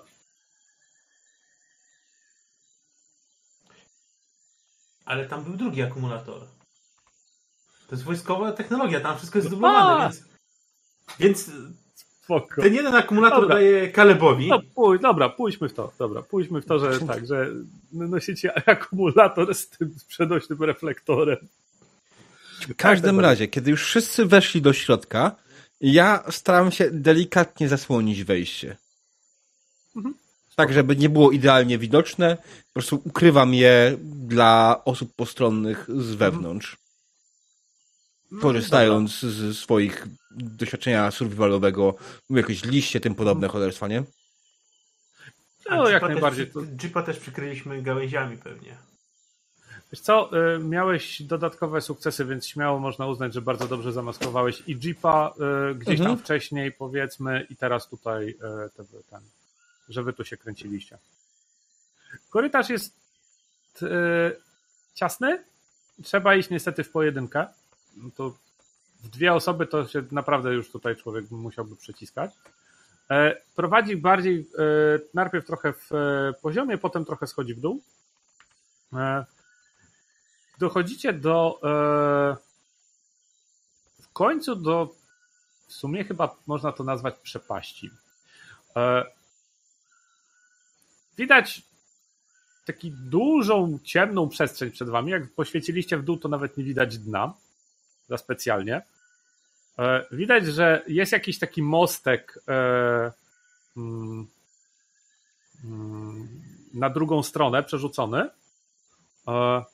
Speaker 5: Ale tam był drugi akumulator. To jest wojskowa technologia, tam wszystko jest zdublowane,
Speaker 3: A!
Speaker 5: więc... Więc
Speaker 3: Spoko.
Speaker 5: ten jeden akumulator
Speaker 3: Dobra.
Speaker 5: daje Kalebowi.
Speaker 3: No, pój, dobra, pójdźmy w to. Dobra, pójdźmy w to, że tak, że nosicie akumulator z tym z przenośnym reflektorem.
Speaker 1: W każdym
Speaker 3: dobra.
Speaker 1: razie, kiedy już wszyscy weszli do środka, ja staram się delikatnie zasłonić wejście. Tak, żeby nie było idealnie widoczne. Po prostu ukrywam je dla osób postronnych z wewnątrz. Korzystając z swoich doświadczenia survivalowego, jakieś liście, tym podobne cholerstwa, nie?
Speaker 5: A
Speaker 3: No, jak
Speaker 5: Jeepa
Speaker 3: najbardziej.
Speaker 5: Też, przy- Jeepa też przykryliśmy gałęziami pewnie.
Speaker 3: Wiesz co, y, miałeś dodatkowe sukcesy, więc śmiało można uznać, że bardzo dobrze zamaskowałeś i Jeepa y, gdzieś
Speaker 1: Mhm.
Speaker 3: tam wcześniej, powiedzmy, i teraz tutaj y, te, ten, że wy tu się kręciliście. Korytarz jest y, ciasny. Trzeba iść niestety w pojedynkę. No to w dwie osoby to się naprawdę już tutaj człowiek musiałby przeciskać. E, Prowadzi bardziej e, najpierw trochę w e, poziomie, potem trochę schodzi w dół. E, Dochodzicie do e, w końcu do w sumie chyba można to nazwać przepaści. E, Widać taką dużą, ciemną przestrzeń przed wami. Jak poświeciliście w dół, to nawet nie widać dna za specjalnie. E, widać, że jest jakiś taki mostek e, mm, mm, na drugą stronę przerzucony. E,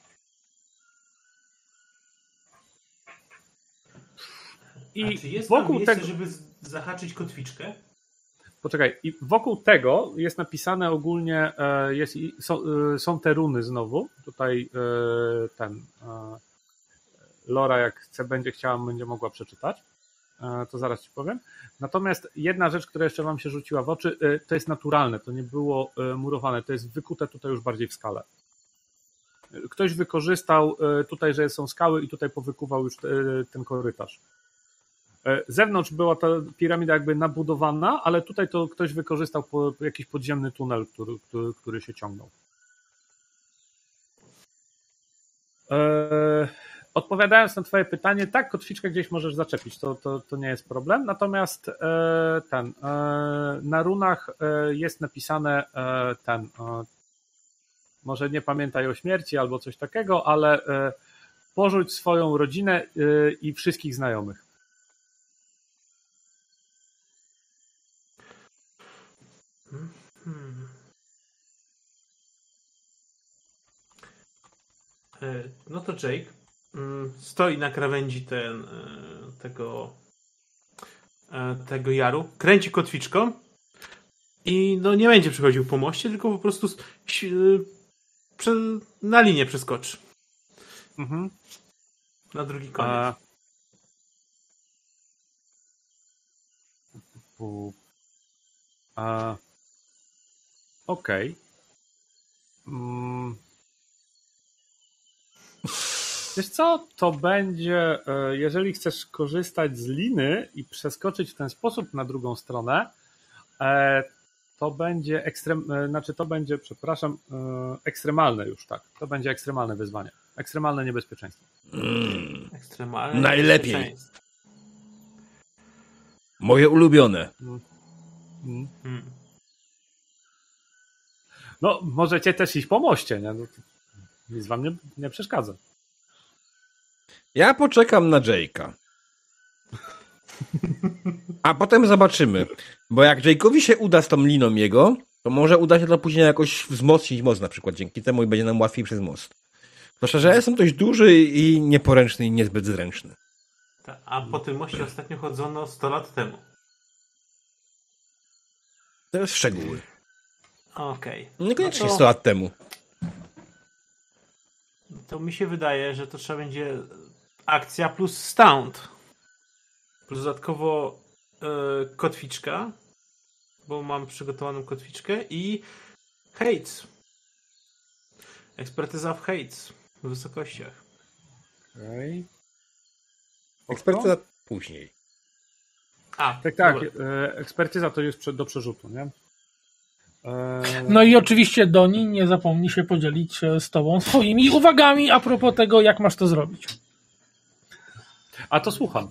Speaker 5: I A czy jest
Speaker 3: wokół
Speaker 5: tam miejsce,
Speaker 3: tego,
Speaker 5: żeby zahaczyć kotwiczkę?
Speaker 3: Poczekaj, i wokół tego jest napisane ogólnie, e, jest, są, e, są te runy znowu. Tutaj e, ten e, Lora, jak chce, będzie chciała, będzie mogła przeczytać. E, to zaraz ci powiem. Natomiast jedna rzecz, która jeszcze wam się rzuciła w oczy, e, to jest naturalne, to nie było e, murowane, to jest wykute tutaj już bardziej w skale. Ktoś wykorzystał e, tutaj, że są skały i tutaj powykuwał już te, ten korytarz. Z zewnątrz była ta piramida jakby nabudowana, ale tutaj to ktoś wykorzystał po, jakiś podziemny tunel, który, który, który się ciągnął. Eee, odpowiadając na twoje pytanie, tak, kotwiczkę gdzieś możesz zaczepić, to, to, to nie jest problem, natomiast e, ten, e, na runach e, jest napisane e, ten, e, może nie pamiętaj o śmierci albo coś takiego, ale e, porzuć swoją rodzinę e, i wszystkich znajomych.
Speaker 5: Hmm. No to Jake stoi na krawędzi ten, tego, tego jaru, kręci kotwiczką i no nie będzie przechodził po moście, tylko po prostu na linię przeskoczy.
Speaker 3: Mhm.
Speaker 5: Na drugi koniec.
Speaker 3: A... A... Okej. Okay. Mm. Wiesz co, to będzie, jeżeli chcesz korzystać z liny i przeskoczyć w ten sposób na drugą stronę, to będzie ekstrem, znaczy to będzie, przepraszam, ekstremalne już, tak. To będzie ekstremalne wyzwanie. Ekstremalne niebezpieczeństwo.
Speaker 5: Mm. Ekstremalne
Speaker 1: Najlepiej.
Speaker 5: niebezpieczeństwo.
Speaker 1: Moje ulubione.
Speaker 3: Mm. Mm. No, możecie też iść po moście, nie? No, nic wam nie, nie przeszkadza.
Speaker 1: Ja poczekam na Jake'a. A potem zobaczymy. Bo jak Jake'owi się uda z tą liną jego, to może uda się to później jakoś wzmocnić most na przykład dzięki temu i będzie nam łatwiej przez most. Proszę, że ja jestem dość duży i nieporęczny i niezbyt zręczny.
Speaker 5: A po tym moście ostatnio chodzono sto lat temu.
Speaker 1: To jest szczegóły.
Speaker 5: Okej.
Speaker 1: Okay. Niekoniecznie
Speaker 5: no to...
Speaker 1: sto lat temu.
Speaker 5: To mi się wydaje, że to trzeba będzie akcja plus stunt. Plus dodatkowo yy, kotwiczka, bo mam przygotowaną kotwiczkę i heights. Ekspertyza w heights. W wysokościach.
Speaker 3: Okay.
Speaker 1: Ekspertyza później.
Speaker 5: A,
Speaker 3: tak, tak. Dobra. Ekspertyza to jest do przerzutu, nie?
Speaker 2: No i oczywiście Doni nie zapomni się podzielić z tobą swoimi uwagami a propos tego, jak masz to zrobić.
Speaker 3: A to słucham.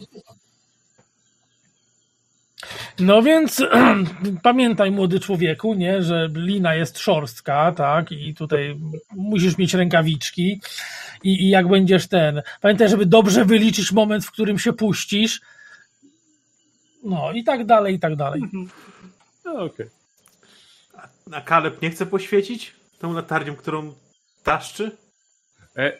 Speaker 2: No więc pamiętaj, młody człowieku, nie, że lina jest szorstka, tak, i tutaj musisz mieć rękawiczki i, i jak będziesz ten, pamiętaj, żeby dobrze wyliczyć moment, w którym się puścisz, no i tak dalej, i tak dalej.
Speaker 3: No, okej. Okay.
Speaker 5: A Kaleb nie chce poświecić tą latarnią, którą taszczy?
Speaker 3: E, e,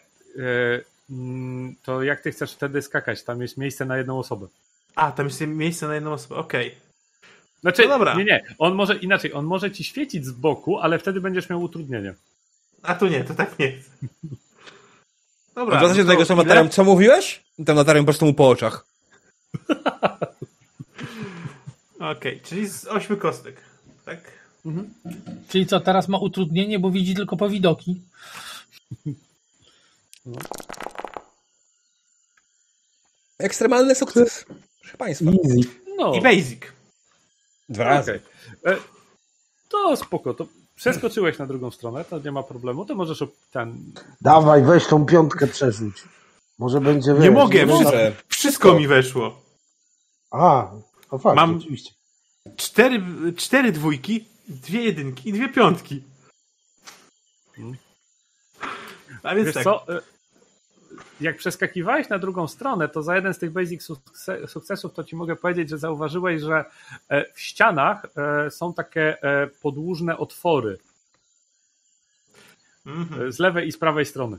Speaker 3: to jak ty chcesz wtedy skakać? Tam jest miejsce na jedną osobę.
Speaker 5: A, tam jest miejsce na jedną osobę, okej. Okay.
Speaker 3: Znaczy,
Speaker 5: no dobra.
Speaker 3: nie, nie, on może inaczej, on może ci świecić z boku, ale wtedy będziesz miał utrudnienie.
Speaker 5: A tu nie, to tak nie jest. Dobra.
Speaker 1: W zasadzie do tego są latarem, co mówiłeś? Tam latarem po prostu mu po oczach.
Speaker 5: Okej, okay, czyli z ośmiu kostek, tak?
Speaker 2: Mhm. Czyli co, teraz ma utrudnienie, bo widzi tylko powidoki.
Speaker 1: No. Ekstremalny sukces. Proszę Państwa.
Speaker 4: Easy.
Speaker 3: No.
Speaker 5: I basic.
Speaker 1: Dwa razy.
Speaker 3: Okay. To spoko, to przeskoczyłeś na drugą stronę, to nie ma problemu, to możesz ten...
Speaker 4: Dawaj, weź tą piątkę przerzuć. Może będzie...
Speaker 5: Nie
Speaker 4: wiesz,
Speaker 5: mogę,
Speaker 4: nie
Speaker 5: wszystko, wszystko mi weszło.
Speaker 4: A, to fakt,
Speaker 5: Mam
Speaker 4: oczywiście.
Speaker 5: Cztery, cztery dwójki, dwie jedynki i dwie piątki.
Speaker 3: Hmm.
Speaker 5: A więc
Speaker 3: Wiesz
Speaker 5: tak.
Speaker 3: co? jak przeskakiwałeś na drugą stronę, to za jeden z tych basic sukcesów to ci mogę powiedzieć, że zauważyłeś, że w ścianach są takie podłużne otwory mm-hmm. z lewej i z prawej strony.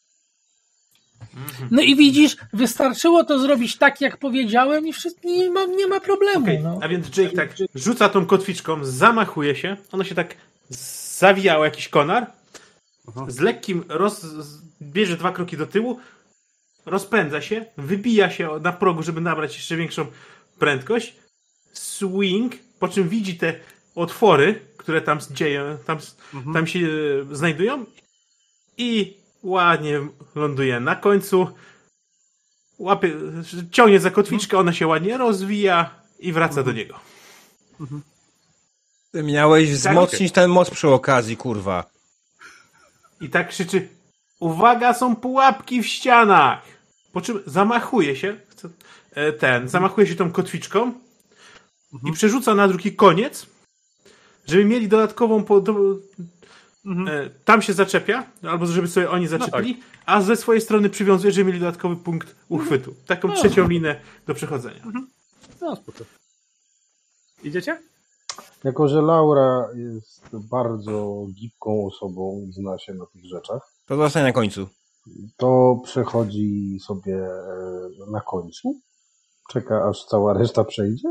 Speaker 2: No i widzisz, wystarczyło to zrobić tak, jak powiedziałem i wszystko, nie ma, nie ma problemu.
Speaker 5: Okay.
Speaker 2: No.
Speaker 5: A więc Jake tak rzuca tą kotwiczką, zamachuje się, ono się tak zawijało, jakiś konar, Aha. z lekkim roz... bierze dwa kroki do tyłu, rozpędza się, wybija się na progu, żeby nabrać jeszcze większą prędkość, swing, po czym widzi te otwory, które tam dzieją, tam, mhm. tam się znajdują i ładnie ląduje na końcu, łapie, ciągnie za kotwiczkę, ona się ładnie rozwija i wraca mhm. do niego.
Speaker 3: Mhm.
Speaker 1: Ty miałeś wzmocnić ten most przy okazji, kurwa.
Speaker 5: I tak krzyczy: uwaga, są pułapki w ścianach! Po czym zamachuje się ten, zamachuje się tą kotwiczką mhm. i przerzuca na drugi koniec, żeby mieli dodatkową po, do, mhm. tam się zaczepia, albo żeby sobie oni zaczepili, no tak. a ze swojej strony przywiązuje, żeby mieli dodatkowy punkt uchwytu. Taką no. trzecią linę do przechodzenia.
Speaker 3: Mhm. No spoko. Idziecie?
Speaker 4: Jako że Laura jest bardzo gibką osobą i zna się na tych rzeczach,
Speaker 1: to zostanie na końcu.
Speaker 4: To przechodzi sobie na końcu? Czeka, aż cała reszta przejdzie?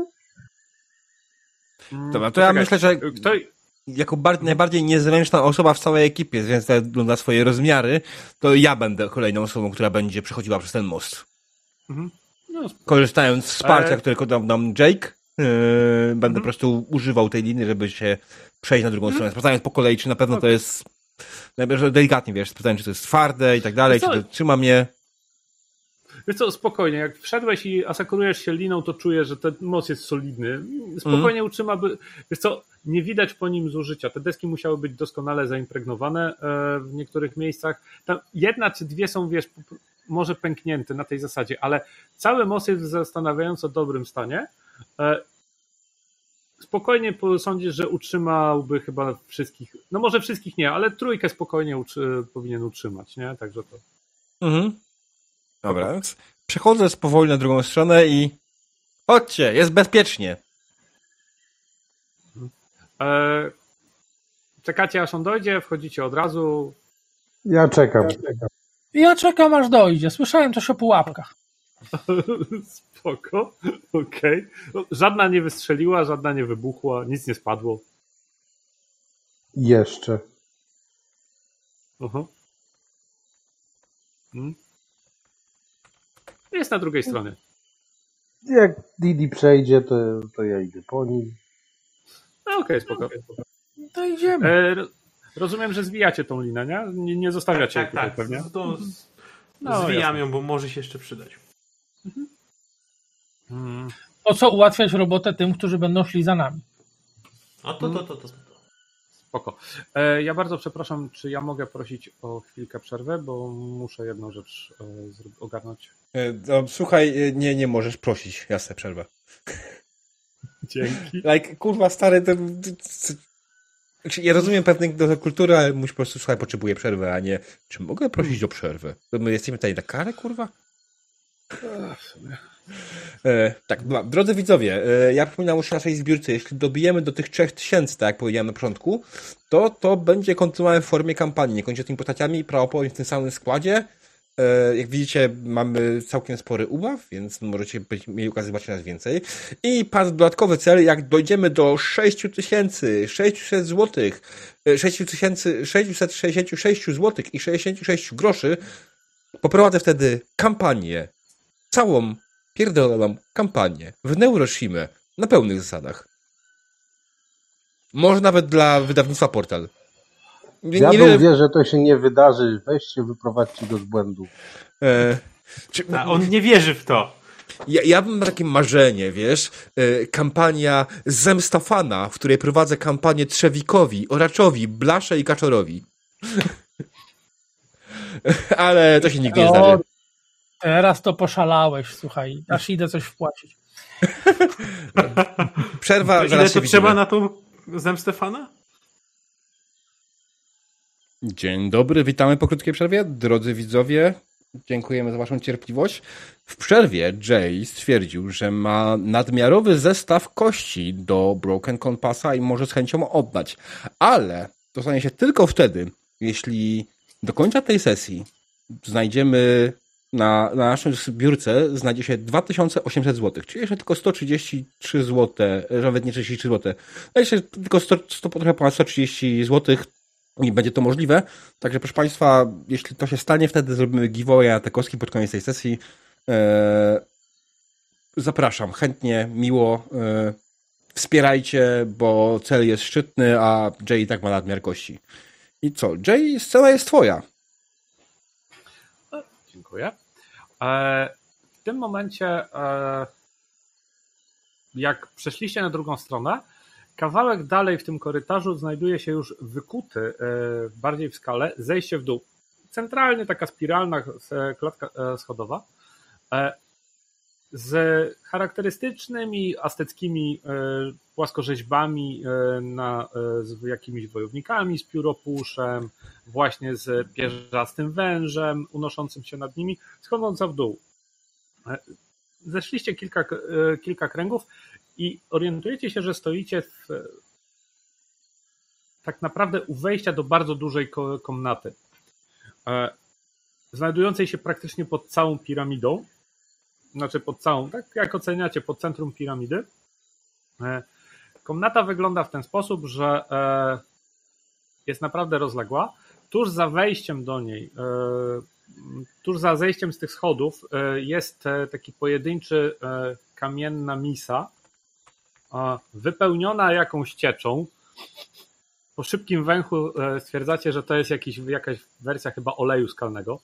Speaker 1: Dobra, to ja Czekaj, myślę, że kto... jako bar- najbardziej niezręczna osoba w całej ekipie, więc na swoje rozmiary, to ja będę kolejną osobą, która będzie przechodziła przez ten most. Mhm. No, korzystając z wsparcia, e... którego dał nam Jake, yy, będę mhm. po prostu używał tej liny, żeby się przejść na drugą mhm. stronę. Sprawdzając po kolei, czy na pewno okay. to jest najbardziej delikatnie, wiesz, sprawdzając, czy to jest twarde i tak dalej, czy to trzyma mnie.
Speaker 3: Wiesz co, spokojnie, jak wszedłeś i asekurujesz się liną, to czujesz, że ten most jest solidny. Spokojnie mm. utrzyma, by... wiesz co, nie widać po nim zużycia. Te deski musiały być doskonale zaimpregnowane w niektórych miejscach. Tam jedna czy dwie są, wiesz, może pęknięte na tej zasadzie, ale cały most jest w zastanawiająco dobrym stanie. Spokojnie sądzisz, że utrzymałby chyba wszystkich, no może wszystkich nie, ale trójkę spokojnie utrzy... powinien utrzymać, nie? Także to...
Speaker 1: Mhm. Dobra, więc przechodzę powoli na drugą stronę i chodźcie, jest bezpiecznie.
Speaker 3: Eee, czekacie aż on dojdzie, wchodzicie od razu.
Speaker 4: Ja czekam.
Speaker 2: Ja czekam aż dojdzie. Słyszałem coś o pułapkach.
Speaker 3: Spoko, okej. Okay. Żadna nie wystrzeliła, żadna nie wybuchła, nic nie spadło.
Speaker 4: Jeszcze.
Speaker 3: Uh-huh. Hmm. Jest na drugiej stronie.
Speaker 4: Jak Didi przejdzie, to, to ja idę po nim.
Speaker 3: No, okej, okay, spoko.
Speaker 2: To idziemy.
Speaker 3: E, rozumiem, że zwijacie tą linę, nie? Nie, nie zostawiacie
Speaker 5: tak,
Speaker 3: jej tutaj
Speaker 5: tak,
Speaker 3: pewnie?
Speaker 5: To z... no, zwijam jasne. ją, bo może się jeszcze przydać. Mhm.
Speaker 2: Hmm. Po co ułatwiać robotę tym, którzy będą szli za nami?
Speaker 5: A to, to, to, to. to.
Speaker 3: Spoko. E, ja bardzo przepraszam, czy ja mogę prosić o chwilkę przerwy, bo muszę jedną rzecz e, ogarnąć.
Speaker 1: E, no, słuchaj, nie, nie możesz prosić. Jasne, przerwę.
Speaker 3: Dzięki.
Speaker 1: Like, kurwa, stary, to... Ja rozumiem pewne do kultury, ale musisz po prostu, słuchaj, potrzebuję przerwy, a nie, czy mogę prosić o przerwę? To my jesteśmy tutaj na karę, kurwa? E, tak, drodzy widzowie, e, ja przypominam już o naszej zbiórce. Jeśli dobijemy do tych trzech tysięcy, tak jak powiedziałem na początku, to to będzie kontynuowane w formie kampanii. Nie kończę tymi postaciami, prawdopodobnie w tym samym składzie. E, jak widzicie, mamy całkiem spory ubaw, więc możecie być, mieli okazję zobaczyć nas więcej. I padł dodatkowy cel, jak dojdziemy do sześć tysięcy sześćset złotych, sześć tysięcy sześćset sześćdziesiąt sześć złotych i sześćdziesiąt sześć groszy, poprowadzę wtedy kampanię, całą pierdoloną kampanię w Neuroshimę na pełnych zasadach. Może nawet dla wydawnictwa Portal. Nie,
Speaker 4: ja
Speaker 1: nie
Speaker 4: wiem, wie, że to się nie wydarzy. Weźcie, wyprowadźcie go z błędu.
Speaker 1: E, czy,
Speaker 5: A on nie wierzy w to.
Speaker 1: Ja, ja mam takie marzenie, wiesz, e, kampania Zemsta Fana, w której prowadzę kampanię Trzewikowi, Oraczowi, Blasze i Kaczorowi. Ale to się nigdy nie zdarzy.
Speaker 2: Teraz to poszalałeś, słuchaj, aż idę coś wpłacić.
Speaker 1: Przerwa,
Speaker 5: to
Speaker 1: zaraz
Speaker 5: ile
Speaker 1: się
Speaker 5: to trzeba na tą zemstę Fana?
Speaker 1: Dzień dobry, witamy po krótkiej przerwie. Drodzy widzowie, Dziękujemy za waszą cierpliwość. W przerwie Jay stwierdził, że ma nadmiarowy zestaw kości do Broken Compassa i może z chęcią oddać. Ale to stanie się tylko wtedy, jeśli do końca tej sesji znajdziemy na, na naszej zbiórce znajdzie się dwa tysiące osiemset złotych, czyli jeszcze tylko sto trzydzieści trzy złote, nawet nie trzydzieści trzy złote, a jeszcze tylko sto, sto, trochę ponad sto trzydzieści złotych i będzie to możliwe. Także proszę Państwa, jeśli to się stanie, wtedy zrobimy giveaway na te kostki pod koniec tej sesji. Eee, zapraszam, chętnie, miło. Eee, wspierajcie, bo cel jest szczytny, a Jay i tak ma nadmiar kości. I co? Jay, scena jest twoja.
Speaker 3: Dziękuję. W tym momencie, jak przeszliście na drugą stronę, kawałek dalej w tym korytarzu znajduje się już wykuty bardziej w skale zejście w dół. Centralnie taka spiralna klatka schodowa z charakterystycznymi azteckimi płaskorzeźbami na, z jakimiś wojownikami, z pióropuszem, właśnie z pierzastym wężem unoszącym się nad nimi, schodząca w dół. Zeszliście kilka, kilka kręgów i orientujecie się, że stoicie w, tak naprawdę u wejścia do bardzo dużej komnaty, znajdującej się praktycznie pod całą piramidą. Znaczy pod całą, tak jak oceniacie, pod centrum piramidy. Komnata wygląda w ten sposób, że jest naprawdę rozległa. Tuż za wejściem do niej, tuż za zejściem z tych schodów jest taki pojedynczy kamienna misa, wypełniona jakąś cieczą. Po szybkim węchu stwierdzacie, że to jest jakiś, jakaś wersja chyba oleju skalnego,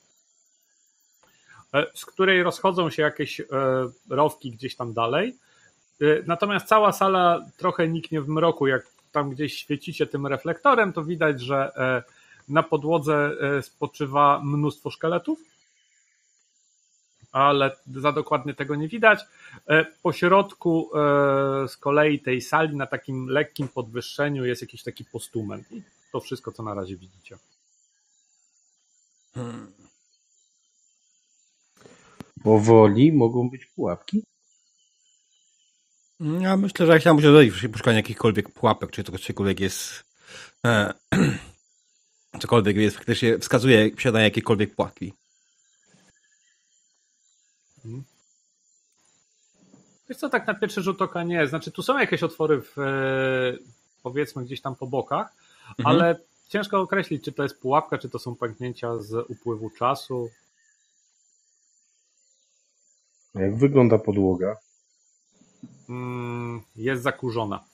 Speaker 3: z której rozchodzą się jakieś rowki gdzieś tam dalej. Natomiast cała sala trochę niknie w mroku. Jak tam gdzieś świecicie tym reflektorem, to widać, że na podłodze spoczywa mnóstwo szkieletów, ale za dokładnie tego nie widać. Po środku z kolei tej sali na takim lekkim podwyższeniu jest jakiś taki postument. I to wszystko, co na razie widzicie.
Speaker 4: Hmm. Powoli mogą być pułapki?
Speaker 1: Ja myślę, że jak ja muszę dojść w poszukaniu jakichkolwiek pułapek, czy to cokolwiek jest e, cokolwiek jest, faktycznie wskazuje posiadanie jakiejkolwiek pułapki.
Speaker 3: Hmm. Wiesz co, tak na pierwszy rzut oka nie. Znaczy tu są jakieś otwory w, powiedzmy gdzieś tam po bokach, mhm. ale ciężko określić, czy to jest pułapka, czy to są pęknięcia z upływu czasu.
Speaker 4: Jak wygląda podłoga?
Speaker 3: Jest zakurzona.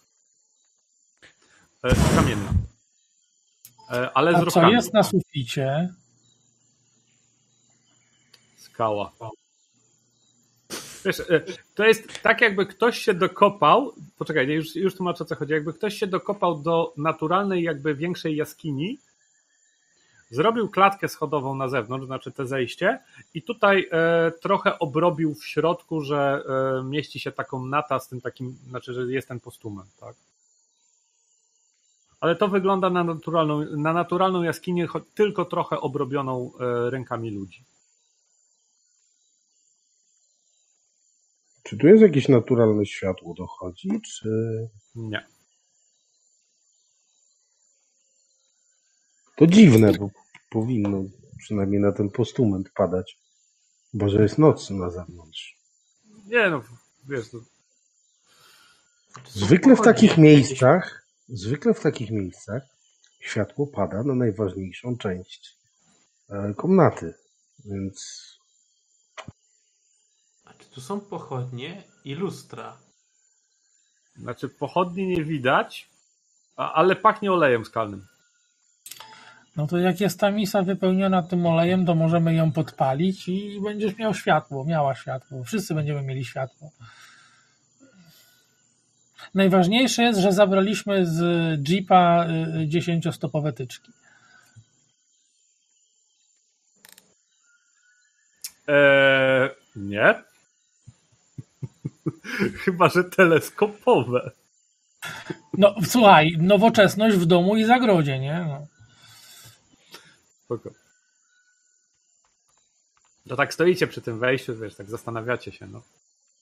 Speaker 3: Kamienna. Ale z
Speaker 2: A
Speaker 3: rowkami.
Speaker 2: co jest na suficie?
Speaker 3: Skała. Wiesz, to jest tak, jakby ktoś się dokopał, poczekaj, już, już tłumaczę, o co chodzi, jakby ktoś się dokopał do naturalnej, jakby większej jaskini, zrobił klatkę schodową na zewnątrz, znaczy te zejście, i tutaj e, trochę obrobił w środku, że e, mieści się taką nata z tym takim, znaczy, że jest ten postument, tak? Ale to wygląda na naturalną, na naturalną jaskinię, tylko trochę obrobioną e, rękami ludzi.
Speaker 4: Czy tu jest jakieś naturalne światło dochodzi, czy...
Speaker 3: Nie.
Speaker 4: To dziwne, bo powinno przynajmniej na ten postument padać. Bo że jest noc na zewnątrz.
Speaker 3: Nie no, wiesz... To...
Speaker 4: Zwykle w takich miejscach, zwykle w takich miejscach światło pada na najważniejszą część komnaty, więc...
Speaker 5: A czy tu są pochodnie i lustra?
Speaker 3: Znaczy pochodni nie widać, ale pachnie olejem skalnym.
Speaker 2: No to jak jest ta misa wypełniona tym olejem, to możemy ją podpalić i będziesz miał światło, miała światło. Wszyscy będziemy mieli światło. Najważniejsze jest, że zabraliśmy z jeepa dziesięciostopowe tyczki.
Speaker 3: Eee, nie. Chyba że teleskopowe.
Speaker 2: No słuchaj, nowoczesność w domu i zagrodzie, nie? No.
Speaker 3: Spoko. To tak stoicie przy tym wejściu, wiesz, tak zastanawiacie się, no.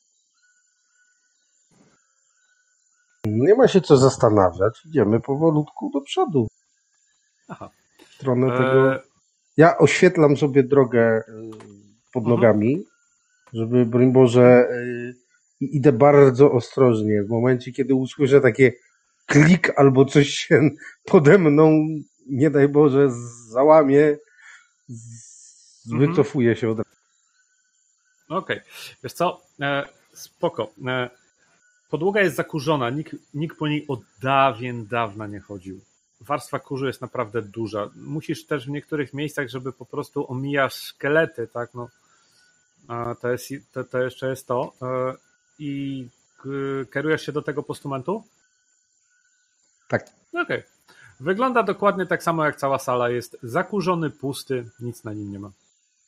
Speaker 4: Nie ma się co zastanawiać. Idziemy powolutku do przodu.
Speaker 3: Aha.
Speaker 4: W stronę tego...
Speaker 3: E,
Speaker 4: Ja oświetlam sobie drogę y, pod
Speaker 3: Mhm.
Speaker 4: nogami, żeby, broń Boże, y, i idę bardzo ostrożnie. W momencie, kiedy usłyszę takie klik albo coś się pode mną, nie daj Boże, załamie, z-
Speaker 3: Mhm.
Speaker 4: wycofuję się od razu.
Speaker 3: Okej. Wiesz co? E, spoko. E, podłoga jest zakurzona. Nikt, nikt po niej od dawien dawna nie chodził. Warstwa kurzu jest naprawdę duża. Musisz też w niektórych miejscach, żeby po prostu omijać szkielety, tak? No, e, to, jest, to, to jeszcze jest to. E, I k- kierujesz się do tego postumentu?
Speaker 4: Tak.
Speaker 3: Okej. Wygląda dokładnie tak samo jak cała sala. Jest zakurzony, pusty, nic na nim nie ma.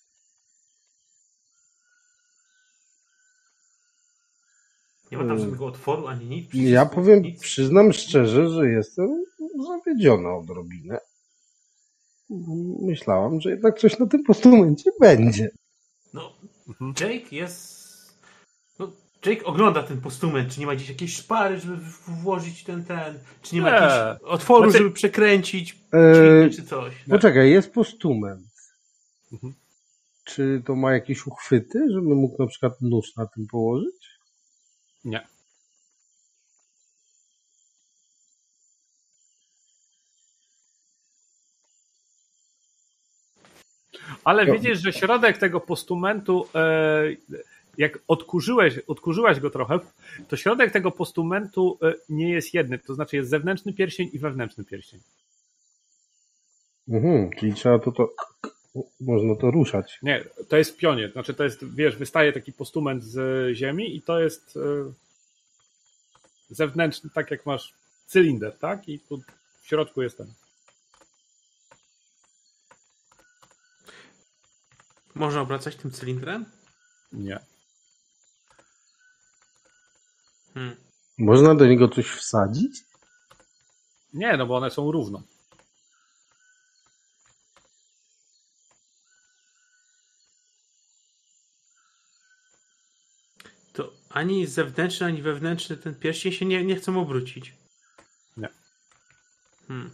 Speaker 5: Nie ma tam żadnego otworu ani nic.
Speaker 4: Ja
Speaker 5: przycisku,
Speaker 4: powiem,
Speaker 5: nic.
Speaker 4: przyznam szczerze, że jestem zawiedziony odrobinę. Myślałam, że jednak coś na tym postumencie będzie.
Speaker 5: No,
Speaker 3: Mhm.
Speaker 5: Jake jest... No, Jake ogląda ten postument, czy nie ma gdzieś jakiejś szpary, żeby w- włożyć ten, ten, czy nie ma
Speaker 3: Nie.
Speaker 5: jakiegoś otworu,
Speaker 3: Znaczy-
Speaker 5: żeby przekręcić
Speaker 4: Eee,
Speaker 5: dźwignię, czy coś.
Speaker 4: Poczekaj, jest postument.
Speaker 3: Mhm.
Speaker 4: Czy to ma jakieś uchwyty, żebym mógł na przykład nóż na tym położyć?
Speaker 3: Nie. Ale
Speaker 4: No.
Speaker 3: widzisz, że środek tego postumentu, e, jak odkurzyłeś, odkurzyłaś go trochę, to środek tego postumentu e, nie jest jedny. To znaczy jest zewnętrzny pierścień i wewnętrzny pierścień.
Speaker 4: Mhm, czyli trzeba to, to można to ruszać.
Speaker 3: Nie, to jest w pionie. Znaczy to jest, wiesz, wystaje taki postument z ziemi i to jest e, zewnętrzny, tak jak masz cylinder, tak? I tu w środku jest ten.
Speaker 5: Można obracać tym cylindrem?
Speaker 3: Nie.
Speaker 5: Hmm.
Speaker 4: Można do niego coś wsadzić?
Speaker 3: Nie, no bo one są równo.
Speaker 5: To ani zewnętrzny, ani wewnętrzny ten pierścień się nie, nie chcą obrócić.
Speaker 3: Nie.
Speaker 5: Hmm.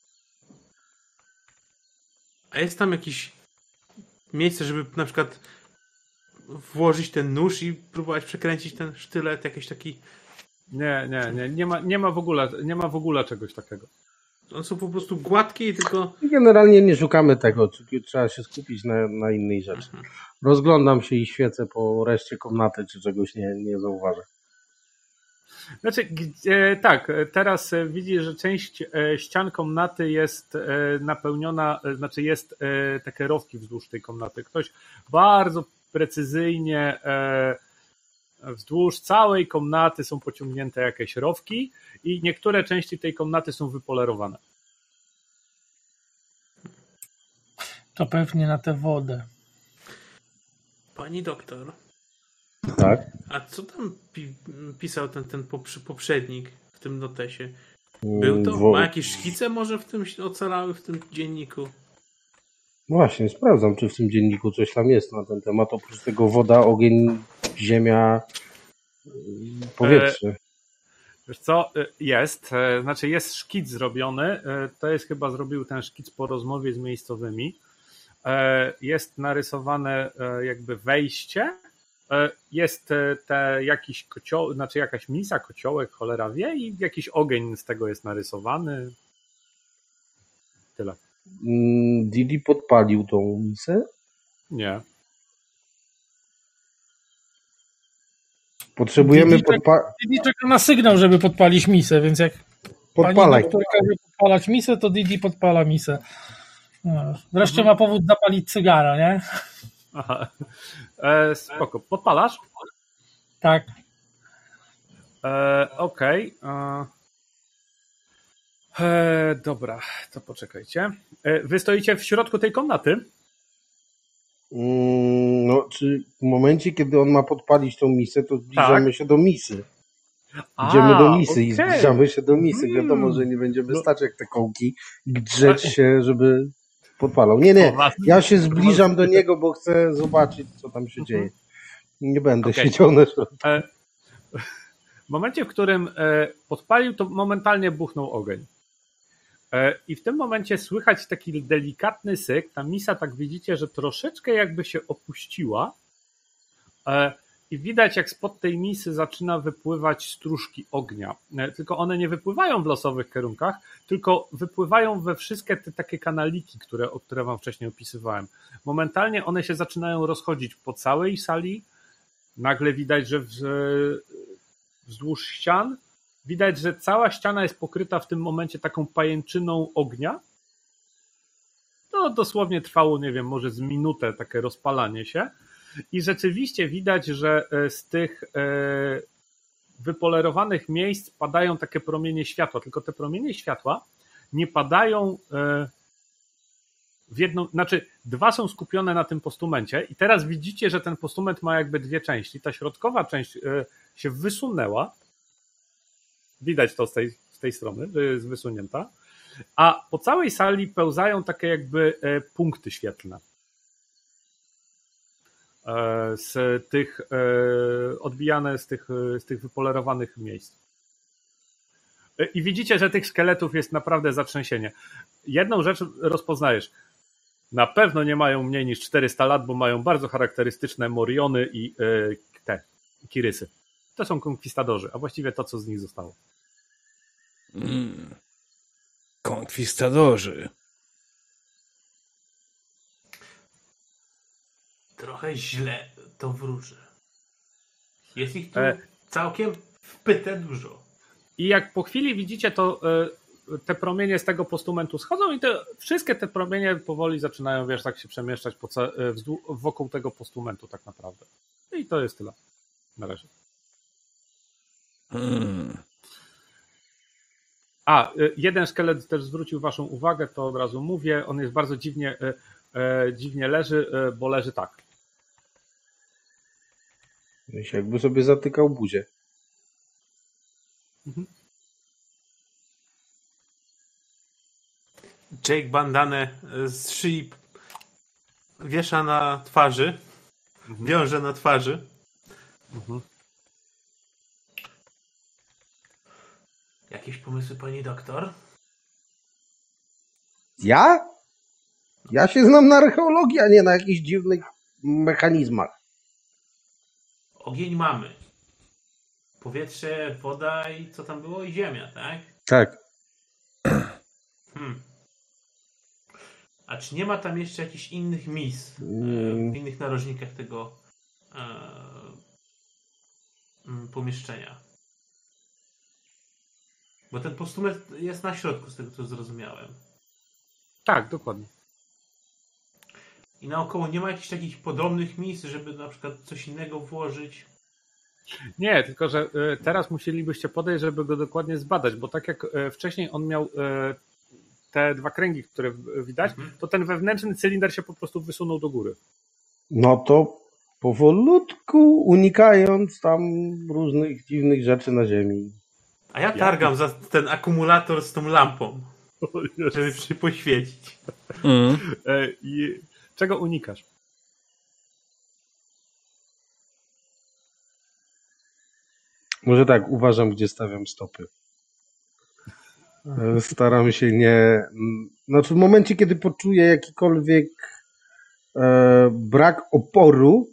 Speaker 5: A jest tam jakieś miejsce, żeby na przykład włożyć ten nóż i próbować przekręcić ten sztylet, jakiś taki...
Speaker 3: Nie, nie, nie, nie ma, nie ma w ogóle, nie ma w ogóle czegoś takiego.
Speaker 5: One są po prostu gładkie i tylko...
Speaker 4: I generalnie nie szukamy tego, czy- trzeba się skupić na, na innej rzeczy. Rozglądam się i świecę po reszcie komnaty, czy czegoś nie, nie zauważę.
Speaker 3: Znaczy, gdzie, tak, teraz e, widzisz, że część e, ścian komnaty jest e, napełniona, e, znaczy jest e, takie rowki wzdłuż tej komnaty. Ktoś bardzo precyzyjnie e, wzdłuż całej komnaty są pociągnięte jakieś rowki i niektóre części tej komnaty są wypolerowane.
Speaker 2: To pewnie na tę wodę.
Speaker 5: Pani doktor,
Speaker 4: Tak?
Speaker 5: a co tam pi- pisał ten, ten poprz- poprzednik w tym notesie? Był to?
Speaker 4: Wo-
Speaker 5: Ma jakieś szkice może w tym ocalały w tym dzienniku?
Speaker 4: Właśnie, sprawdzam, czy w tym dzienniku coś tam jest na ten temat. Oprócz tego woda, ogień, ziemia, y, powietrze.
Speaker 3: Wiesz co, e, jest, e, znaczy jest szkic zrobiony, e, to jest chyba zrobił ten szkic po rozmowie z miejscowymi. E, Jest narysowane e, jakby wejście, e, jest e, te jakiś kocioł, znaczy jakaś misa, kociołek, cholera wie i jakiś ogień z tego jest narysowany. Tyle.
Speaker 4: Mm, Didi podpalił tą misę.
Speaker 3: Nie.
Speaker 4: Potrzebujemy
Speaker 2: Didi tak-
Speaker 4: podpa-
Speaker 2: Didi czeka na sygnał, żeby podpalić misę, więc jak
Speaker 4: podpalać.
Speaker 2: pani doktor każe podpalać misę, to Didi podpala misę. No. Wreszcie
Speaker 3: Mhm.
Speaker 2: ma powód zapalić cygaro, nie?
Speaker 3: Aha. E, spoko. Podpalasz?
Speaker 2: Tak.
Speaker 3: E, Okej. E, e, dobra, to poczekajcie. E, wy stoicie w środku tej komnaty?
Speaker 4: Mm, no, czy w momencie, kiedy on ma podpalić tą misę, to zbliżamy
Speaker 3: Tak.
Speaker 4: się do misy. Idziemy do misy i
Speaker 3: okej.
Speaker 4: zbliżamy się do misy.
Speaker 3: Mm.
Speaker 4: Wiadomo, że nie będziemy
Speaker 3: No.
Speaker 4: stać jak te kołki i drzeć się, żeby... podpalał. Nie, nie,
Speaker 3: Poważnie?
Speaker 4: ja się zbliżam do niego, bo chcę zobaczyć, co tam się dzieje. Nie będę
Speaker 3: Okej.
Speaker 4: siedział na środku.
Speaker 3: E, W momencie, w którym e, podpalił, to momentalnie buchnął ogień. E, I w tym momencie słychać taki delikatny syk. Ta misa, tak widzicie, że troszeczkę jakby się opuściła. E, I widać, jak spod tej misy zaczyna wypływać stróżki ognia. E, Tylko one nie wypływają w losowych kierunkach, tylko wypływają we wszystkie te takie kanaliki, które, o które wam wcześniej opisywałem. Momentalnie one się zaczynają rozchodzić po całej sali. Nagle widać, że w, wzdłuż ścian widać, że cała ściana jest pokryta w tym momencie taką pajęczyną ognia. No dosłownie trwało, nie wiem, może z minutę takie rozpalanie się. I rzeczywiście widać, że z tych wypolerowanych miejsc padają takie promienie światła, tylko te promienie światła nie padają w jedną, znaczy dwa są skupione na tym postumencie i teraz widzicie, że ten postument ma jakby dwie części. Ta środkowa część się wysunęła, widać to z tej, z tej strony, że jest wysunięta, a po całej sali pełzają takie jakby punkty świetlne z tych odbijane z tych, z tych wypolerowanych miejsc. I widzicie, że tych szkieletów jest naprawdę zatrzęsienie. Jedną rzecz rozpoznajesz. Na pewno nie mają mniej niż czterysta lat, bo mają bardzo charakterystyczne moriony i te kirysy. To są konkwistadorzy, a właściwie to, co z nich zostało.
Speaker 1: Mm. Konkwistadorzy.
Speaker 5: Trochę źle to wróży. Jest ich tu
Speaker 3: E...
Speaker 5: całkiem wpyte dużo.
Speaker 3: I jak po chwili widzicie, to te promienie z tego postumentu schodzą i te, wszystkie te promienie powoli zaczynają, wiesz, tak się przemieszczać po, wokół tego postumentu tak naprawdę. I to jest tyle. Na razie.
Speaker 1: Hmm.
Speaker 3: A, jeden szkielet też zwrócił waszą uwagę, to od razu mówię. On jest bardzo dziwnie, e, dziwnie leży, e, bo leży tak.
Speaker 4: Jakby sobie zatykał buzię.
Speaker 3: Mhm.
Speaker 5: Jake bandanę z szyi wiesza na twarzy, mhm. wiąże na twarzy.
Speaker 3: Mhm.
Speaker 5: Jakieś pomysły, pani doktor?
Speaker 4: Ja? Ja się znam na archeologii, a nie na jakichś dziwnych mechanizmach.
Speaker 5: Ogień mamy. Powietrze, woda i co tam było? I ziemia, tak?
Speaker 4: Tak.
Speaker 5: Hmm. A czy nie ma tam jeszcze jakichś innych mis
Speaker 4: Hmm.
Speaker 5: w innych narożnikach tego e, pomieszczenia? Bo ten postument jest na środku, z tego co zrozumiałem.
Speaker 3: Tak, dokładnie.
Speaker 5: I naokoło nie ma jakichś takich podobnych miejsc, żeby na przykład coś innego włożyć?
Speaker 3: Nie, tylko że teraz musielibyście podejść, żeby go dokładnie zbadać, bo tak jak wcześniej on miał te dwa kręgi, które widać, mhm. to ten wewnętrzny cylinder się po prostu wysunął do góry.
Speaker 4: No to powolutku, unikając tam różnych dziwnych rzeczy na ziemi.
Speaker 5: A ja targam ja... za ten akumulator z tą lampą, żeby się poświecić.
Speaker 1: Mm.
Speaker 3: I czego unikasz?
Speaker 4: Może tak, uważam, gdzie stawiam stopy. Staram się nie... Znaczy w momencie, kiedy poczuję jakikolwiek e, brak oporu,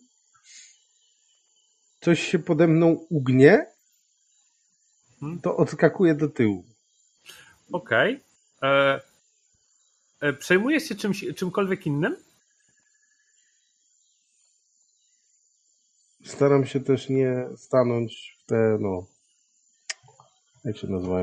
Speaker 4: coś się pode mną ugnie, to odskakuję do tyłu.
Speaker 3: Okej. Okay. E, przejmujesz się czymś, czymkolwiek innym?
Speaker 4: Staram się też nie stanąć w te, no... Jak się nazywają?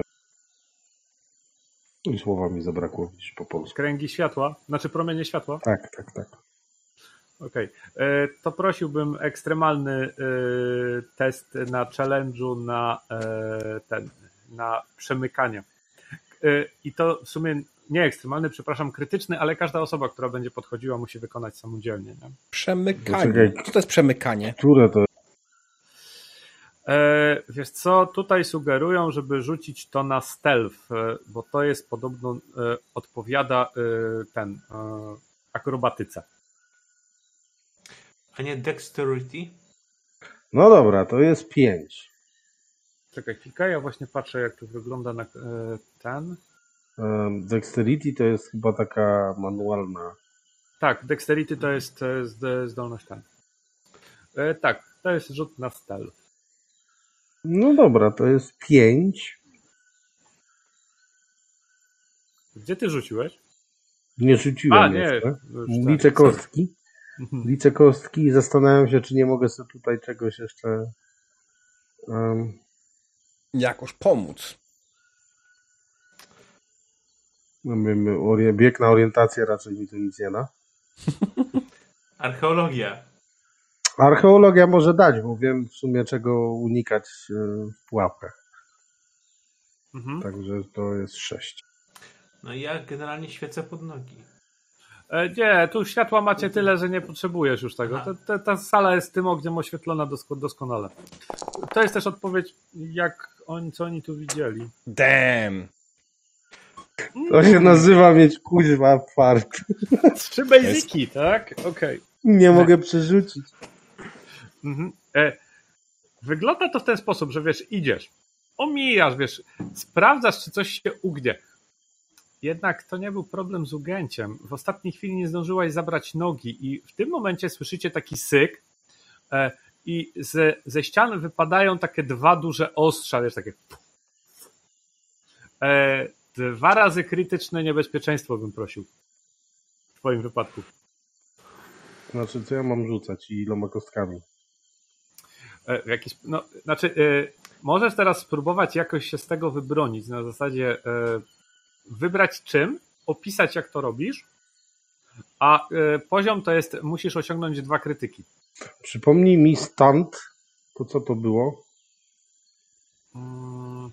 Speaker 4: I słowa mi zabrakło gdzieś po polsku.
Speaker 3: Kręgi światła? Znaczy promienie światła?
Speaker 4: Tak, tak, tak.
Speaker 3: Okej. Okay. To prosiłbym ekstremalny test na challenge'u na ten, na przemykanie. I to w sumie nie ekstremalny, przepraszam, krytyczny, ale każda osoba, która będzie podchodziła, musi wykonać samodzielnie. Nie?
Speaker 1: Przemykanie. Co to jest przemykanie?
Speaker 4: Które to?
Speaker 3: E, wiesz co, tutaj sugerują, żeby rzucić to na stealth, e, bo to jest podobno, e, odpowiada e, ten, e, akrobatyce.
Speaker 5: A nie dexterity?
Speaker 4: No dobra, to jest pięć.
Speaker 3: Czekaj chwilkę, ja właśnie patrzę, jak to wygląda na e, ten.
Speaker 4: Um, Dexterity to jest chyba taka manualna.
Speaker 3: Tak, dexterity to jest e, zd- zdolność ten. E, tak, to jest rzut na stealth.
Speaker 4: No dobra, to jest pięć.
Speaker 3: Gdzie ty rzuciłeś?
Speaker 4: Nie rzuciłem
Speaker 3: A, nie.
Speaker 4: jeszcze.
Speaker 3: Już
Speaker 4: Liczę
Speaker 3: tak.
Speaker 4: kostki.
Speaker 3: Mhm.
Speaker 4: Liczę kostki i zastanawiam się, czy nie mogę sobie tutaj czegoś jeszcze... Um,
Speaker 1: Jakoś pomóc.
Speaker 4: no, my- my- ori- bieg na orientację raczej mi to nic nie da.
Speaker 5: Archeologia.
Speaker 4: Archeologia może dać, bo wiem w sumie czego unikać e, w pułapkach.
Speaker 3: Mhm.
Speaker 4: Także to jest sześć.
Speaker 5: No i ja generalnie świecę pod nogi.
Speaker 3: E, nie, tu światła macie tyle, że nie potrzebujesz już tego.
Speaker 5: Aha.
Speaker 3: Ta, ta, ta sala jest tym ogniem oświetlona dosko, doskonale. To jest też odpowiedź, jak oni, co oni tu widzieli.
Speaker 1: Damn.
Speaker 4: To się nazywa mieć kuźwa fart.
Speaker 3: Trzy basiki, tak? Okej.
Speaker 4: Nie mogę przerzucić.
Speaker 3: Mhm. E, wygląda to w ten sposób, że wiesz, idziesz, omijasz, wiesz, sprawdzasz, czy coś się ugnie. Jednak to nie był problem z ugięciem. W ostatniej chwili nie zdążyłaś zabrać nogi i w tym momencie słyszycie taki syk e, i ze, ze ścian wypadają takie dwa duże ostrza, wiesz, takie e, dwa razy krytyczne niebezpieczeństwo bym prosił w twoim wypadku.
Speaker 4: Znaczy, co ja mam rzucać i iloma kostkami?
Speaker 3: E, w jakiś, no, znaczy, e, możesz teraz spróbować jakoś się z tego wybronić, na zasadzie e, wybrać czym, opisać jak to robisz, a e, poziom to jest, musisz osiągnąć dwa krytyki.
Speaker 4: Przypomnij mi stunt. To co to było?
Speaker 3: Mm.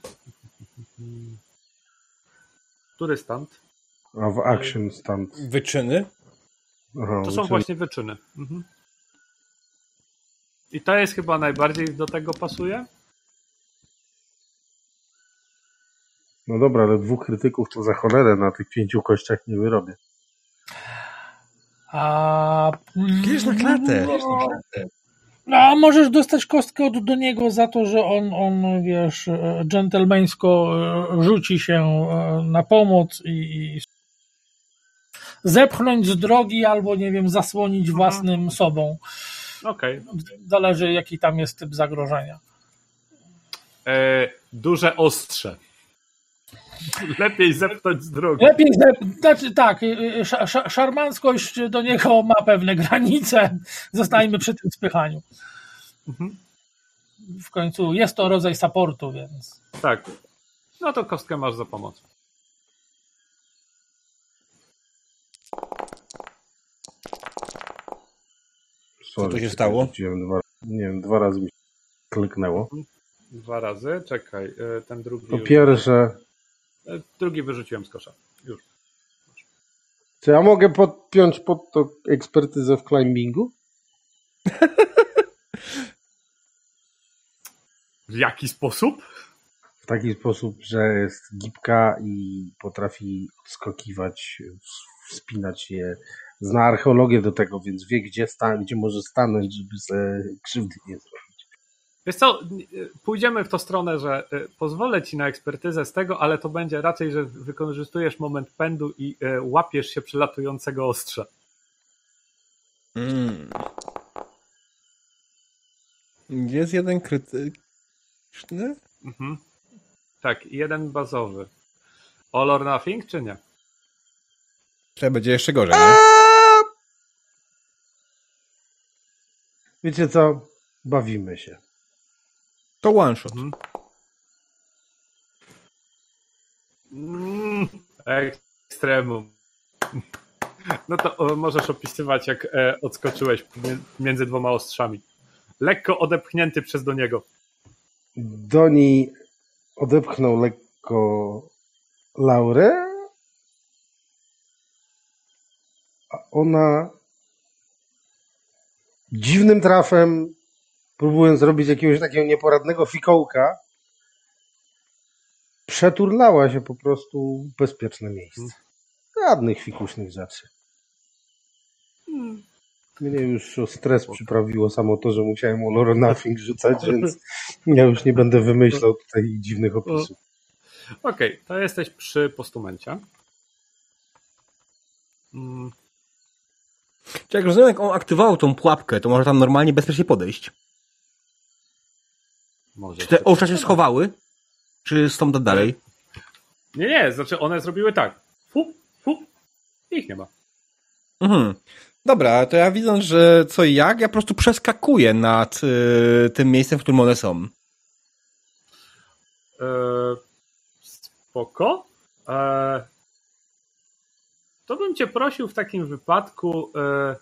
Speaker 3: Który stunt?
Speaker 4: A w action stunt.
Speaker 1: Wyczyny?
Speaker 4: Aha,
Speaker 3: To są
Speaker 4: uczy-
Speaker 3: właśnie wyczyny. Mhm. I to jest chyba najbardziej do tego pasuje?
Speaker 4: No dobra, ale dwóch krytyków to za cholerę na tych pięciu kościach nie wyrobię.
Speaker 2: A,
Speaker 1: Bierz na klatę.
Speaker 2: a możesz dostać kostkę od do niego za to, że on, on wiesz, e, dżentelmeńsko e, rzuci się e, na pomoc i, i zepchnąć z drogi albo, nie wiem, zasłonić własnym sobą.
Speaker 3: Okej.
Speaker 2: Zależy, jaki tam jest typ zagrożenia.
Speaker 3: E, Duże ostrze. Lepiej zepchnąć z drogi.
Speaker 2: Lepiej, zep- znaczy tak, y, y, sz- sz- szarmanckość do niego ma pewne granice. Zostańmy przy tym spychaniu.
Speaker 3: Mhm.
Speaker 2: W końcu jest to rodzaj supportu, więc
Speaker 3: Tak. No to kostkę masz za pomoc.
Speaker 4: Sorry,
Speaker 1: Co tu się
Speaker 4: czekaj,
Speaker 1: stało?
Speaker 4: rzuciłem Dwa, nie wiem, dwa razy mi się kliknęło.
Speaker 3: Dwa razy. Czekaj, e, ten drugi.
Speaker 4: Po
Speaker 3: już-
Speaker 4: pierwsze,
Speaker 3: e, Drugi wyrzuciłem z kosza. Już.
Speaker 4: czy ja mogę podpiąć pod to ekspertyzę w climbingu?
Speaker 3: W jaki sposób?
Speaker 4: W taki sposób, że jest gibka i potrafi odskakiwać, wspinać się. Zna archeologię do tego, więc wie, gdzie, sta- gdzie może stanąć, żeby sobie krzywdy nie zrobić.
Speaker 3: Wiesz co, pójdziemy w tą stronę, że e, pozwolę ci na ekspertyzę z tego, ale to będzie raczej, że wykorzystujesz moment pędu i e, łapiesz się przelatującego ostrza.
Speaker 1: Mm. Jest jeden krytyczny?
Speaker 3: Mhm. Tak, jeden bazowy. All or nothing, czy nie?
Speaker 1: Trzeba będzie jeszcze gorzej, nie?
Speaker 4: Wiecie co? Bawimy się.
Speaker 1: To one shot.
Speaker 3: Mhm. Mm, ekstremum. No to o, możesz opisywać, jak e, odskoczyłeś mie- między dwoma ostrzami. Lekko odepchnięty przez do niego.
Speaker 4: Doni odepchnął lekko Laurę, a ona dziwnym trafem próbując zrobić jakiegoś takiego nieporadnego fikołka, przeturlała się po prostu w bezpieczne miejsce. Żadnych fikuśnych rzeczy. Mnie już o stres przyprawiło samo to, że musiałem o Lore Nothing rzucać, więc ja już nie będę wymyślał tutaj dziwnych opisów.
Speaker 3: Okej, okay, to jesteś przy postumencie. Mm.
Speaker 1: Czy jak rozumiem, jak on aktywował tą pułapkę, to może tam normalnie bezpiecznie podejść?
Speaker 3: Może
Speaker 1: Czy te ostrza się schowały? Czy są tam dalej?
Speaker 3: Nie, nie, znaczy one zrobiły tak. Fup, fup, ich nie ma.
Speaker 1: Mhm. Dobra, to ja widząc, że co i jak, ja po prostu przeskakuję nad y, tym miejscem, w którym one są.
Speaker 3: Eee, spoko. Eee, to bym cię prosił w takim wypadku. Eee,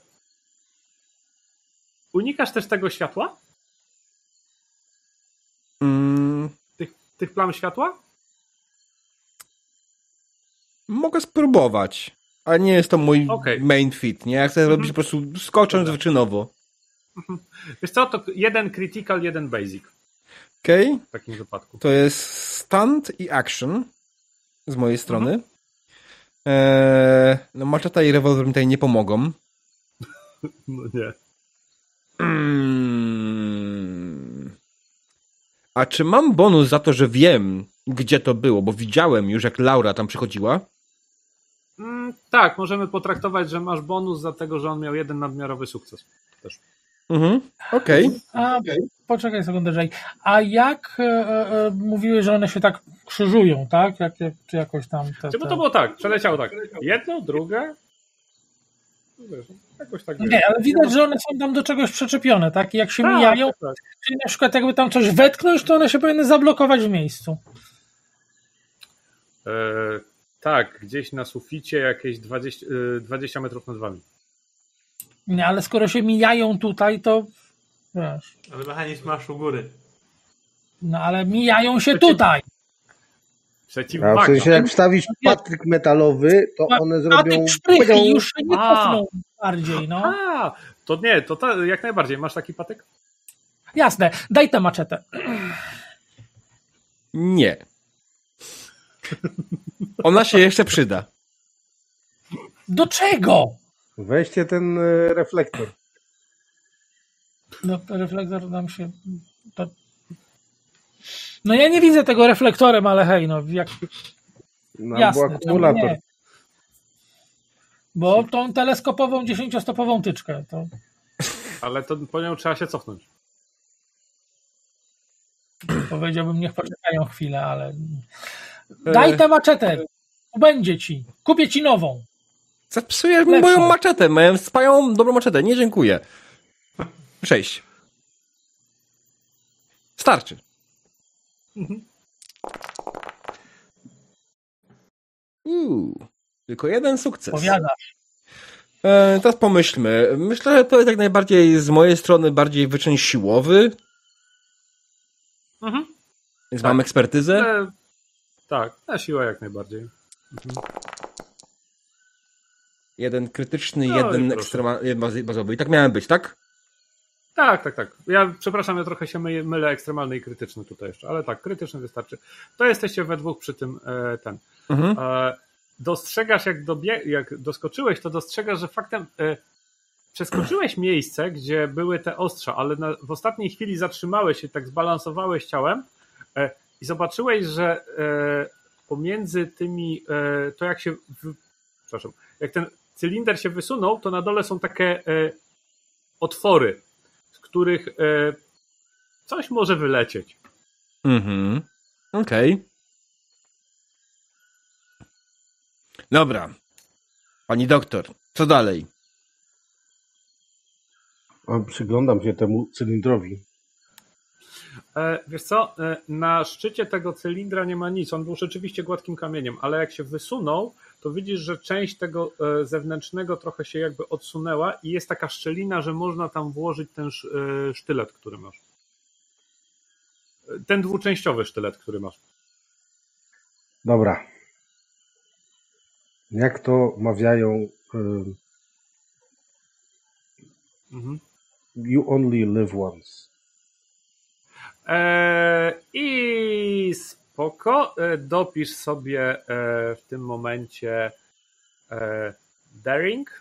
Speaker 3: unikasz też tego światła?
Speaker 1: Mm.
Speaker 3: Tych, tych plam światła?
Speaker 1: Mogę spróbować, ale nie jest to mój
Speaker 3: okay.
Speaker 1: main fit, nie? Ja chcę mm-hmm. robić po prostu skocząc wyczynowo.
Speaker 3: Mm-hmm. Wiesz co, to jeden critical, jeden basic.
Speaker 1: Okej. Okay.
Speaker 3: W takim wypadku.
Speaker 1: To jest stunt i action z mojej strony. Mm-hmm. Eee, no maczeta i rewolwer mi tutaj nie pomogą.
Speaker 3: No nie.
Speaker 1: Mm. A czy mam bonus za to, że wiem, gdzie to było, bo widziałem już, jak Laura tam przychodziła?
Speaker 3: Mm, tak, możemy potraktować, że masz bonus za tego, że on miał jeden nadmiarowy sukces. Też.
Speaker 1: Mhm, okej. Okay.
Speaker 2: A poczekaj sekundę, Jay. A jak e, e, mówiłeś, że one się tak krzyżują, tak? Jak, jak, czy jakoś tam... Te, te...
Speaker 3: Czy bo to było tak, przeleciało tak. Jedno, drugie... Wiesz, jakoś tak
Speaker 2: nie, ale widać, że one są tam do czegoś przyczepione, tak? I jak się
Speaker 3: tak,
Speaker 2: mijają,
Speaker 3: tak, tak.
Speaker 2: czyli na przykład jakby tam coś wetknąć, to one się powinny zablokować w miejscu.
Speaker 3: E, tak, gdzieś na suficie jakieś dwadzieścia, dwadzieścia metrów nad wami.
Speaker 2: Nie, ale skoro się mijają tutaj, to wiesz.
Speaker 5: Ale mechanizm masz u góry.
Speaker 2: No ale mijają się
Speaker 3: Przeciw...
Speaker 2: tutaj.
Speaker 3: Przeciwwaga.
Speaker 4: A w sensie jak wstawisz patryk metalowy, to one zrobią...
Speaker 2: Patryk szprych i już się nie cofną bardziej, no.
Speaker 3: A, to nie, to ta, jak najbardziej. Masz taki patyk?
Speaker 2: Jasne, daj tę maczetę.
Speaker 1: Nie. Ona się jeszcze przyda.
Speaker 2: Do czego?
Speaker 4: Weźcie ten reflektor.
Speaker 2: No reflektor nam się... To... No ja nie widzę tego reflektorem, ale hej, no jak...
Speaker 4: No,
Speaker 2: jasne,
Speaker 4: bo akumulator.
Speaker 2: Nie. Bo tą teleskopową dziesięciostopową tyczkę to...
Speaker 3: Ale to po nią trzeba się cofnąć.
Speaker 2: Powiedziałbym, niech poczekają chwilę, ale... Daj tę maczetę. Będzie ci. Kupię ci nową.
Speaker 1: Zapsujesz mi moją maczetę. Miałem wspaniałą, dobrą maczetę. Nie, dziękuję. Sześć. Starczy.
Speaker 3: Mhm.
Speaker 1: Uuu. Tylko jeden sukces.
Speaker 2: Powiadasz.
Speaker 1: E, teraz pomyślmy. Myślę, że to jest jak najbardziej z mojej strony bardziej wyczyn siłowy.
Speaker 3: Mhm.
Speaker 1: Więc
Speaker 3: tak.
Speaker 1: mam ekspertyzę.
Speaker 3: E, tak, na siłę jak najbardziej. Mhm.
Speaker 1: Jeden krytyczny,
Speaker 3: no,
Speaker 1: jeden ekstremalny, bazowy. I tak miałem być, tak?
Speaker 3: Tak, tak, tak. Ja przepraszam, ja trochę się my, mylę ekstremalny i krytyczny tutaj jeszcze, ale tak, krytyczny wystarczy. To jesteście we dwóch przy tym e, ten.
Speaker 1: Mhm.
Speaker 3: E, dostrzegasz, jak, dobie, jak doskoczyłeś, to dostrzegasz, że faktem e, przeskoczyłeś miejsce, gdzie były te ostrza, ale na, w ostatniej chwili zatrzymałeś się, tak zbalansowałeś ciałem e, i zobaczyłeś, że e, pomiędzy tymi, e, to jak się, w, przepraszam, jak ten cylinder się wysunął, to na dole są takie e, otwory, z których e, coś może wylecieć.
Speaker 1: Mhm. Okej. Okay. Dobra. Pani doktor, co dalej?
Speaker 4: Przyglądam się temu cylindrowi.
Speaker 3: E, wiesz co, e, na szczycie tego cylindra nie ma nic, on był rzeczywiście gładkim kamieniem, ale jak się wysunął, to widzisz, że część tego e, zewnętrznego trochę się jakby odsunęła i jest taka szczelina, że można tam włożyć ten sz, e, sztylet, który masz. Ten dwuczęściowy sztylet, który masz.
Speaker 4: Dobra. Jak to mawiają y,
Speaker 3: mhm.
Speaker 4: you only live once.
Speaker 3: Eee, I spoko. Eee, dopisz sobie eee, w tym momencie eee, daring.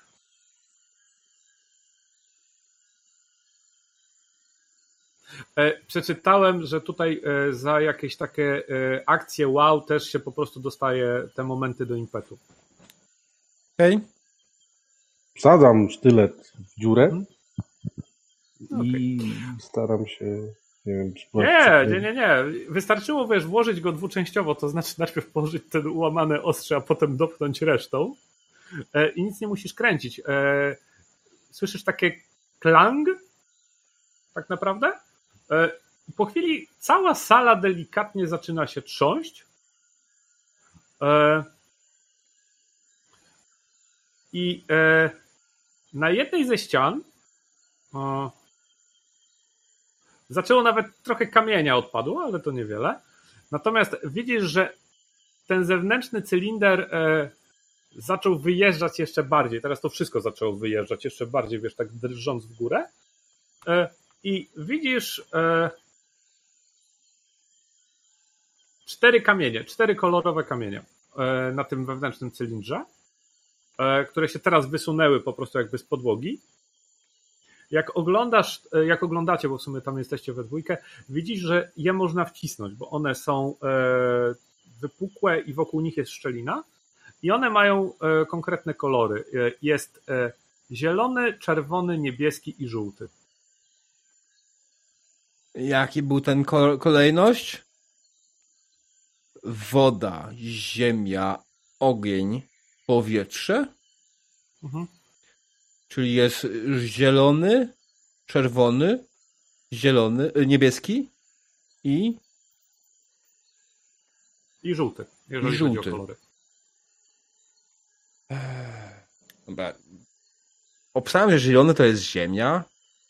Speaker 3: Eee, przeczytałem, że tutaj eee, za jakieś takie eee, akcje wow też się po prostu dostaje te momenty do impetu.
Speaker 1: Okej. Okay.
Speaker 4: Wsadzam sztylet w dziurę
Speaker 3: Hmm?
Speaker 4: i okay. staram się, nie wiem,
Speaker 3: Nie, nie, nie, nie. Wystarczyło, wiesz, włożyć go dwuczęściowo, to znaczy najpierw położyć ten ułamany ostrze, a potem dopchnąć resztą. E, I nic nie musisz kręcić. E, słyszysz takie klang? Tak naprawdę? E, po chwili cała sala delikatnie zaczyna się trząść. E, I e, na jednej ze ścian o, zaczęło nawet trochę kamienia odpadło, ale to niewiele. Natomiast widzisz, że ten zewnętrzny cylinder e, zaczął wyjeżdżać jeszcze bardziej. Teraz to wszystko zaczęło wyjeżdżać jeszcze bardziej, wiesz, tak drżąc w górę. E, I widzisz e, cztery kamienie, cztery kolorowe kamienie e, na tym wewnętrznym cylindrze, e, które się teraz wysunęły po prostu jakby z podłogi. Jak oglądasz, jak oglądacie, bo w sumie tam jesteście we dwójkę, widzisz, że je można wcisnąć, bo one są wypukłe i wokół nich jest szczelina i one mają konkretne kolory. Jest zielony, czerwony, niebieski i żółty.
Speaker 1: Jaki był ten kolejność? Woda, ziemia, ogień, powietrze? Mhm. Czyli jest zielony, czerwony, zielony, niebieski i...
Speaker 3: I żółty, jeżeli
Speaker 1: I żółty.
Speaker 3: chodzi o kolory.
Speaker 1: Dobra. Obstałem, że zielony to jest ziemia.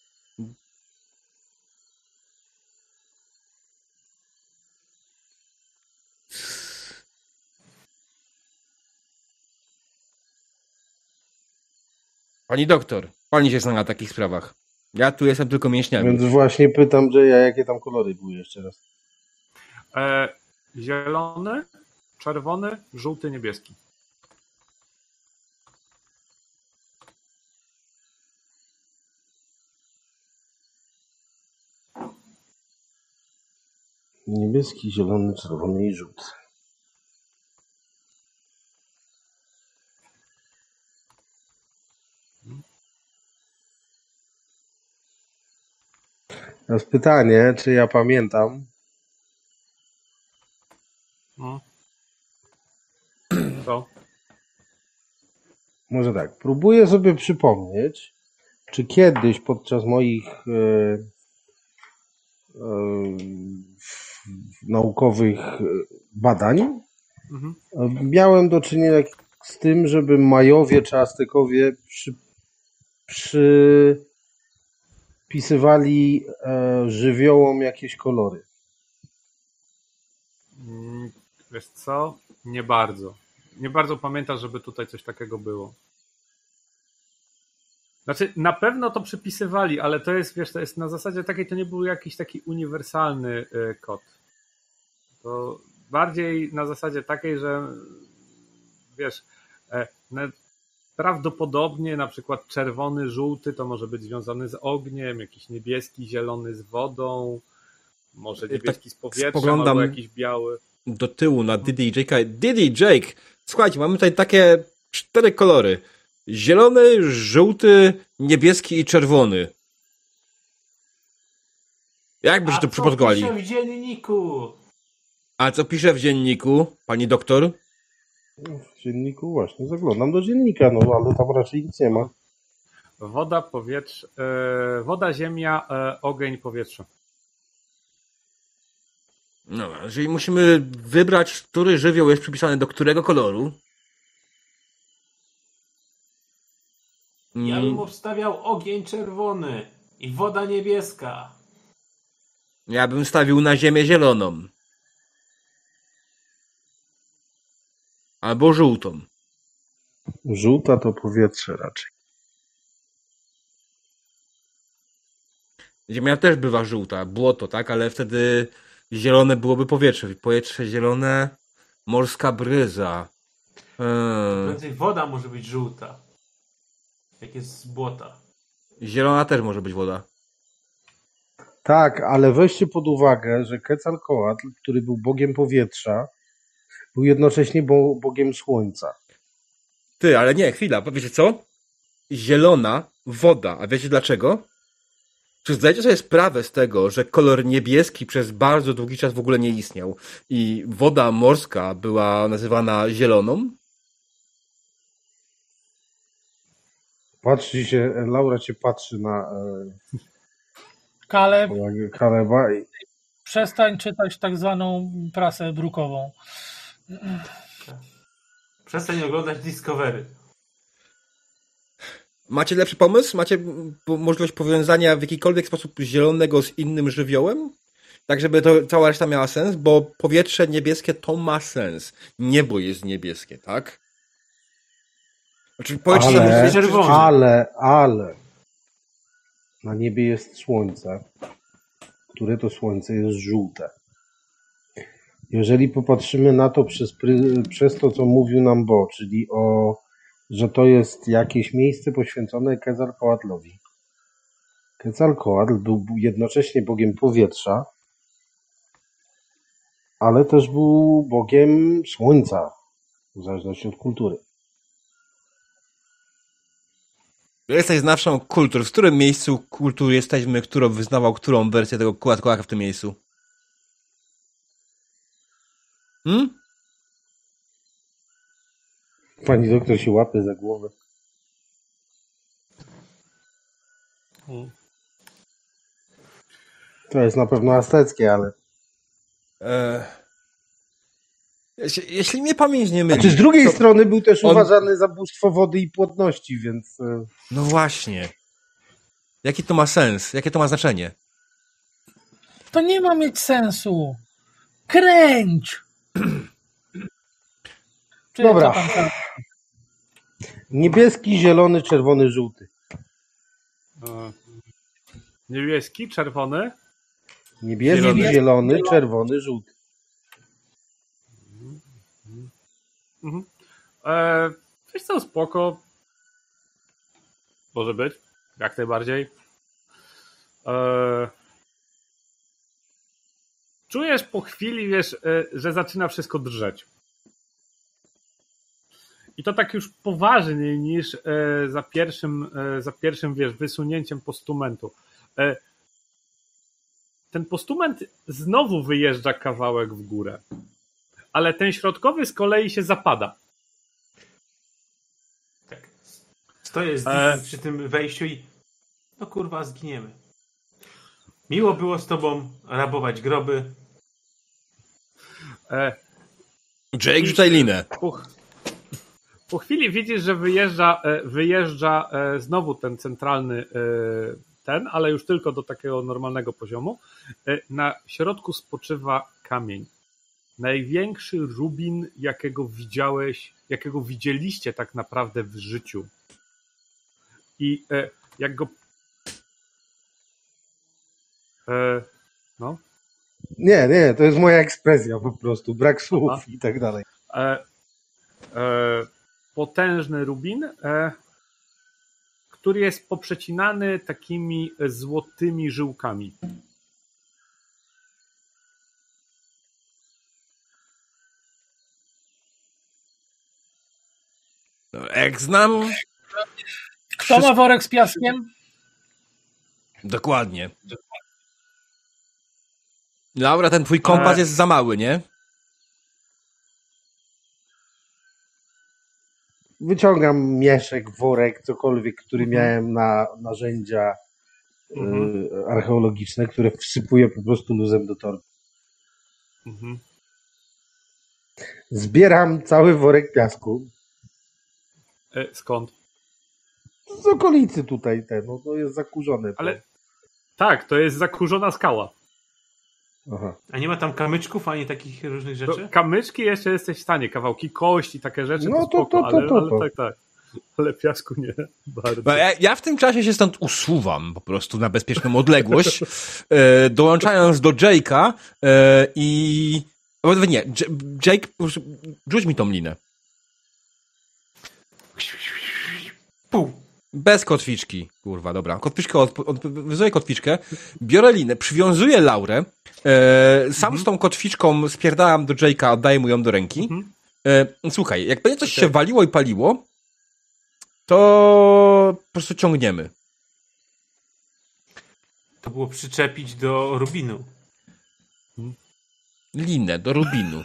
Speaker 1: Pani doktor, pani się zna na takich sprawach. Ja tu jestem tylko mięśniami.
Speaker 4: Więc właśnie pytam, że ja jakie tam kolory były jeszcze raz.
Speaker 3: E, zielony, czerwony, żółty, niebieski.
Speaker 4: Niebieski, zielony, czerwony i żółty. Teraz pytanie, czy ja pamiętam?
Speaker 3: No. Co?
Speaker 4: Może tak, próbuję sobie przypomnieć, czy kiedyś podczas moich e, e, naukowych badań mhm. miałem do czynienia z tym, żeby Majowie czy Aztekowie przy, przypisywali e, żywiołom jakieś kolory.
Speaker 3: Wiesz co? Nie bardzo. Nie bardzo pamiętasz, żeby tutaj coś takiego było. Znaczy, na pewno to przypisywali, ale to jest, wiesz, to jest na zasadzie takiej, to nie był jakiś taki uniwersalny y, kod. To bardziej na zasadzie takiej, że wiesz, e, prawdopodobnie na przykład czerwony, żółty to może być związany z ogniem, jakiś niebieski, zielony z wodą, może niebieski z powietrzem, albo jakiś biały.
Speaker 1: Do tyłu na Diddy i Jake'a. Diddy, Jake, słuchajcie, mamy tutaj takie cztery kolory. Zielony, żółty, niebieski i czerwony. Jak byście to przypadkowali?
Speaker 5: A co pisze w dzienniku?
Speaker 1: A co pisze w dzienniku, pani doktor?
Speaker 4: W dzienniku właśnie, zaglądam do dziennika, no ale tam raczej nic nie ma.
Speaker 3: Woda, powietrze, e, woda, ziemia, e, ogień, powietrze.
Speaker 1: No, jeżeli musimy wybrać, który żywioł jest przypisany do którego koloru.
Speaker 5: Ja bym obstawiał ogień czerwony i woda niebieska.
Speaker 1: Ja bym stawił na ziemię zieloną. Albo żółtą.
Speaker 4: Żółta to powietrze raczej.
Speaker 1: Ziemia też bywa żółta, błoto, tak? Ale wtedy zielone byłoby powietrze. Powietrze zielone, morska bryza. Hmm.
Speaker 5: Więcej woda może być żółta. Jak jest z błota.
Speaker 1: Zielona też może być woda.
Speaker 4: Tak, ale weźcie pod uwagę, że Quetzalcoatl, który był bogiem powietrza, był jednocześnie bo, bogiem słońca.
Speaker 1: Ty, ale nie, chwila, wiecie co? Zielona woda, a wiecie dlaczego? Czy zdajecie sobie sprawę z tego, że kolor niebieski przez bardzo długi czas w ogóle nie istniał i woda morska była nazywana zieloną?
Speaker 4: Patrzy się, Laura się patrzy na e,
Speaker 2: Kaleb,
Speaker 4: Kaleba i
Speaker 2: przestań czytać tak zwaną prasę brukową.
Speaker 5: Przestań oglądać Discovery.
Speaker 1: Macie lepszy pomysł? Macie możliwość powiązania w jakikolwiek sposób zielonego z innym żywiołem? Tak, żeby to cała reszta miała sens? Bo powietrze niebieskie to ma sens. Niebo jest niebieskie, tak? Znaczy, powietrze
Speaker 4: ale,
Speaker 1: jest czerwone.
Speaker 4: ale, ale na niebie jest słońce, które to słońce jest żółte. Jeżeli popatrzymy na to przez, przez to, co mówił nam Bo, czyli o, że to jest jakieś miejsce poświęcone Quetzalcoatlowi. Quetzalcoatl był jednocześnie bogiem powietrza, ale też był bogiem słońca, w zależności od kultury.
Speaker 1: Jesteś znawcą kultur. W którym miejscu kultur jesteśmy, kto wyznawał którą wersję tego Quetzalcoatla w tym miejscu? Hmm?
Speaker 4: Pani doktor się łapie za głowę. To jest na pewno azteckie, ale...
Speaker 1: Eee... Jeśli, jeśli mnie pamięć nie myli...
Speaker 4: Znaczy z drugiej
Speaker 1: to...
Speaker 4: strony był też
Speaker 1: on...
Speaker 4: uważany za bóstwo wody i płodności, więc...
Speaker 1: No właśnie. Jaki to ma sens? Jakie to ma znaczenie?
Speaker 2: To nie ma mieć sensu. Kręć! Czy
Speaker 4: Dobra.
Speaker 2: co tam?
Speaker 4: Niebieski, zielony, czerwony, żółty.
Speaker 3: E, niebieski, czerwony.
Speaker 4: Niebieski,
Speaker 1: Zielony.
Speaker 4: zielony, zielony, czerwony, żółty.
Speaker 3: Mhm. E, wiesz co, spoko. Może być. Jak najbardziej. E, czujesz po chwili, wiesz, e, że zaczyna wszystko drżeć. I to tak już poważniej niż e, za pierwszym, e, za pierwszym, wiesz, wysunięciem postumentu. E, ten postument znowu wyjeżdża kawałek w górę. Ale ten środkowy z kolei się zapada.
Speaker 5: Tak. Stoję z
Speaker 3: E...
Speaker 5: przy tym wejściu i no kurwa, zginiemy. Miło było z tobą rabować groby.
Speaker 3: E...
Speaker 1: Jake, rzucaj linę.
Speaker 3: Po, po chwili widzisz, że wyjeżdża, wyjeżdża znowu ten centralny ten, ale już tylko do takiego normalnego poziomu. Na środku spoczywa kamień. Największy rubin, jakiego widziałeś, jakiego widzieliście tak naprawdę w życiu. I e, jak go... E, no.
Speaker 4: Nie, nie, to jest moja ekspresja po prostu. Brak słów
Speaker 3: Aha.
Speaker 4: i tak dalej.
Speaker 3: E, e, potężny rubin, e, który jest poprzecinany takimi złotymi żyłkami.
Speaker 1: Jak znam...
Speaker 2: Kto ma worek z piaskiem?
Speaker 1: Dokładnie. Laura, ten twój kompas
Speaker 3: E...
Speaker 1: jest za mały, nie?
Speaker 4: Wyciągam mieszek, worek, cokolwiek, który
Speaker 3: Mhm.
Speaker 4: miałem na narzędzia
Speaker 3: Mhm.
Speaker 4: y, archeologiczne, które wsypuję po prostu luzem do torby.
Speaker 3: Mhm.
Speaker 4: Zbieram cały worek piasku.
Speaker 3: E, skąd?
Speaker 4: Z okolicy tutaj, ten, no to jest zakurzone. to.
Speaker 3: Ale tak, to jest zakurzona skała.
Speaker 4: Aha.
Speaker 5: A nie ma tam kamyczków, ani takich różnych
Speaker 3: To
Speaker 5: rzeczy?
Speaker 3: kamyczki jeszcze jesteś w stanie, kawałki kości, takie rzeczy,
Speaker 4: No
Speaker 3: to
Speaker 4: to-
Speaker 3: spoko,
Speaker 4: to- to-
Speaker 3: ale,
Speaker 4: to-
Speaker 3: ale
Speaker 4: to.
Speaker 3: tak, tak. ale piasku nie bardzo.
Speaker 1: Bo Ja, ja w tym czasie się stąd usuwam po prostu na bezpieczną odległość, e, dołączając do Jake'a e, i... O, nie, J- Jake, po prostu rzuć mi tą linę.
Speaker 5: Pół.
Speaker 1: Bez kotwiczki. Kurwa, dobra. Kotwiczkę, od, od, wyzuję kotwiczkę, biorę linę, przywiązuję Laurę, e, sam
Speaker 3: Mhm.
Speaker 1: z tą kotwiczką spierdalam do Jake'a, oddaję mu ją do ręki.
Speaker 3: Mhm.
Speaker 1: E, słuchaj, jak będzie coś
Speaker 3: Okej.
Speaker 1: się waliło i paliło, to po prostu ciągniemy.
Speaker 5: To było przyczepić do Rubinu.
Speaker 1: Linę do Rubinu.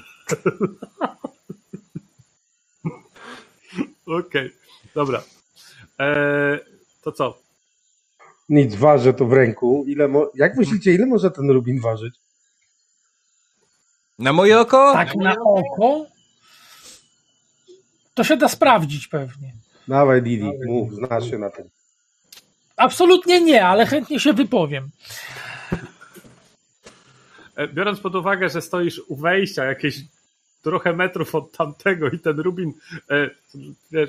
Speaker 3: Okej, dobra. Eee, to co?
Speaker 4: Nic, ważę to w ręku. Ile mo... Jak myślicie, ile może ten rubin ważyć?
Speaker 1: Na moje oko?
Speaker 2: Tak na oko? To się da sprawdzić pewnie.
Speaker 4: Dawaj, Didi, mów, znasz się na tym.
Speaker 2: Absolutnie nie, ale chętnie się wypowiem.
Speaker 3: E, biorąc pod uwagę, że stoisz u wejścia jakieś trochę metrów od tamtego i ten rubin e, wiesz,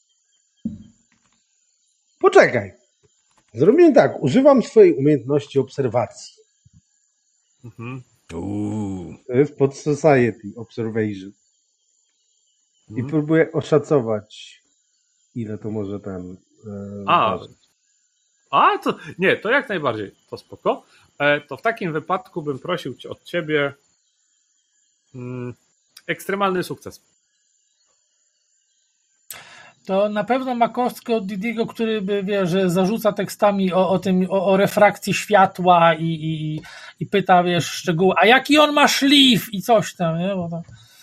Speaker 4: Poczekaj. Zrobimy tak, używam swojej umiejętności obserwacji.
Speaker 3: mhm.
Speaker 1: Uuu.
Speaker 4: To jest pod Society Observation. I
Speaker 3: Mhm.
Speaker 4: próbuję oszacować, ile to może ten... E,
Speaker 3: A,
Speaker 4: ważyć.
Speaker 3: a to nie, to jak najbardziej, to spoko. E, to w takim wypadku bym prosił cię, od ciebie mm, ekstremalny sukces.
Speaker 2: To na pewno ma kostkę od Didiego, który by, wie, że zarzuca tekstami o, o tym, o, o refrakcji światła i, i, i pyta, wiesz, szczegóły, a jaki on ma szlif i coś tam, nie? Bo to...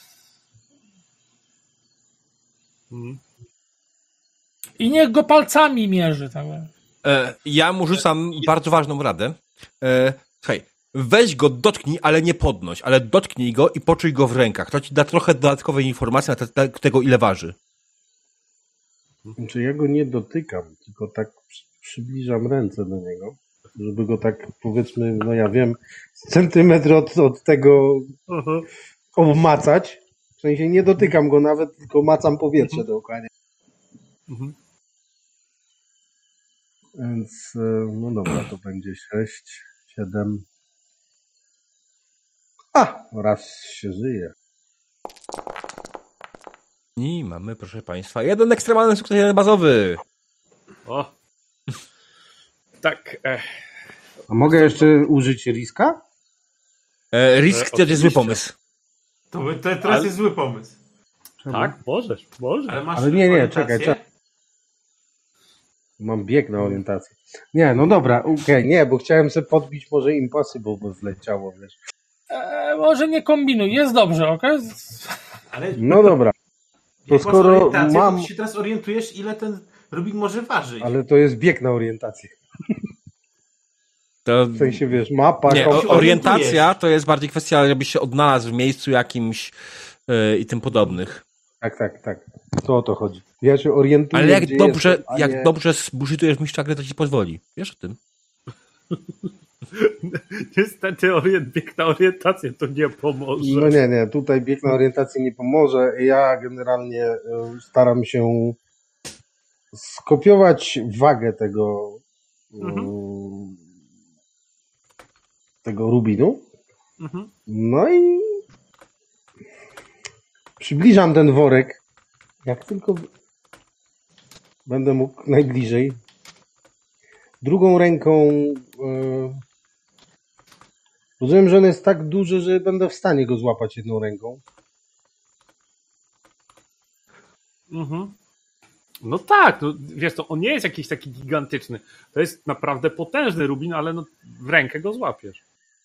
Speaker 3: Mhm.
Speaker 2: I niech go palcami mierzy. Tak?
Speaker 1: E, ja mu rzucam bardzo ważną radę. E, słuchaj, weź go, dotknij, ale nie podnoś, ale dotknij go i poczuj go w rękach. To ci da trochę dodatkowej informacji na te, te, tego, ile waży.
Speaker 4: Znaczy ja go nie dotykam, tylko tak przy- przybliżam ręce do niego, żeby go tak, powiedzmy, no ja wiem, z centymetr od, od tego
Speaker 3: Mhm.
Speaker 4: obmacać. W sensie nie dotykam go nawet, tylko macam powietrze dookoła. nie?
Speaker 3: Mhm.
Speaker 4: Więc, e, no dobra, to będzie sześć, siedem. A, raz się żyje.
Speaker 1: I mamy, proszę państwa, jeden ekstremalny sukces, jeden bazowy.
Speaker 3: O. Tak. E,
Speaker 4: A mogę jeszcze użyć riska?
Speaker 1: E, risk
Speaker 3: E,
Speaker 1: to jest zły
Speaker 3: oczywiście.
Speaker 1: pomysł.
Speaker 5: To, by- to teraz
Speaker 3: Ale-
Speaker 5: jest zły pomysł.
Speaker 4: Czemu?
Speaker 3: tak, możesz, możesz.
Speaker 5: Ale masz
Speaker 4: Ale nie, nie,
Speaker 5: orientację?
Speaker 4: czekaj, czekaj. Mam bieg na orientację. Nie, no dobra, okej, nie, bo chciałem sobie podbić, może Impossible by wleciało, wiesz.
Speaker 2: E, może nie kombinuj, jest dobrze, okej?
Speaker 5: Ale
Speaker 4: No dobra, to
Speaker 5: jak masz
Speaker 4: skoro
Speaker 5: orientację,
Speaker 4: mam-
Speaker 5: to ty się teraz orientujesz, ile ten Rubin może ważyć.
Speaker 4: ale to jest bieg na orientację.
Speaker 1: To...
Speaker 4: W sensie, wiesz, mapa,
Speaker 1: Nie,
Speaker 4: kompas.
Speaker 1: o, orientacja to jest bardziej kwestia, żebyś się odnalazł w miejscu jakimś e, i tym podobnych.
Speaker 4: Tak, tak, tak. To o to chodzi. Ja się orientuję,
Speaker 1: Ale jak
Speaker 4: gdzie
Speaker 1: dobrze,
Speaker 4: jestem, a
Speaker 1: jak
Speaker 4: nie...
Speaker 1: dobrze zbużytujesz mistrza gry, to ci pozwoli. Wiesz o tym?
Speaker 3: Niestety orient, bieg na orientację to nie pomoże.
Speaker 4: No nie, nie, tutaj bieg na orientację nie pomoże. Ja generalnie e, staram się skopiować wagę tego
Speaker 3: Mhm.
Speaker 4: e, tego rubinu.
Speaker 3: Mhm.
Speaker 4: No i przybliżam ten worek, jak tylko będę mógł najbliżej. Drugą ręką e, rozumiem, że on jest tak duży, że będę w stanie go złapać jedną ręką.
Speaker 3: Mhm. No tak, no, wiesz to on nie jest jakiś taki gigantyczny. To jest naprawdę potężny rubin, ale no, w rękę go złapiesz.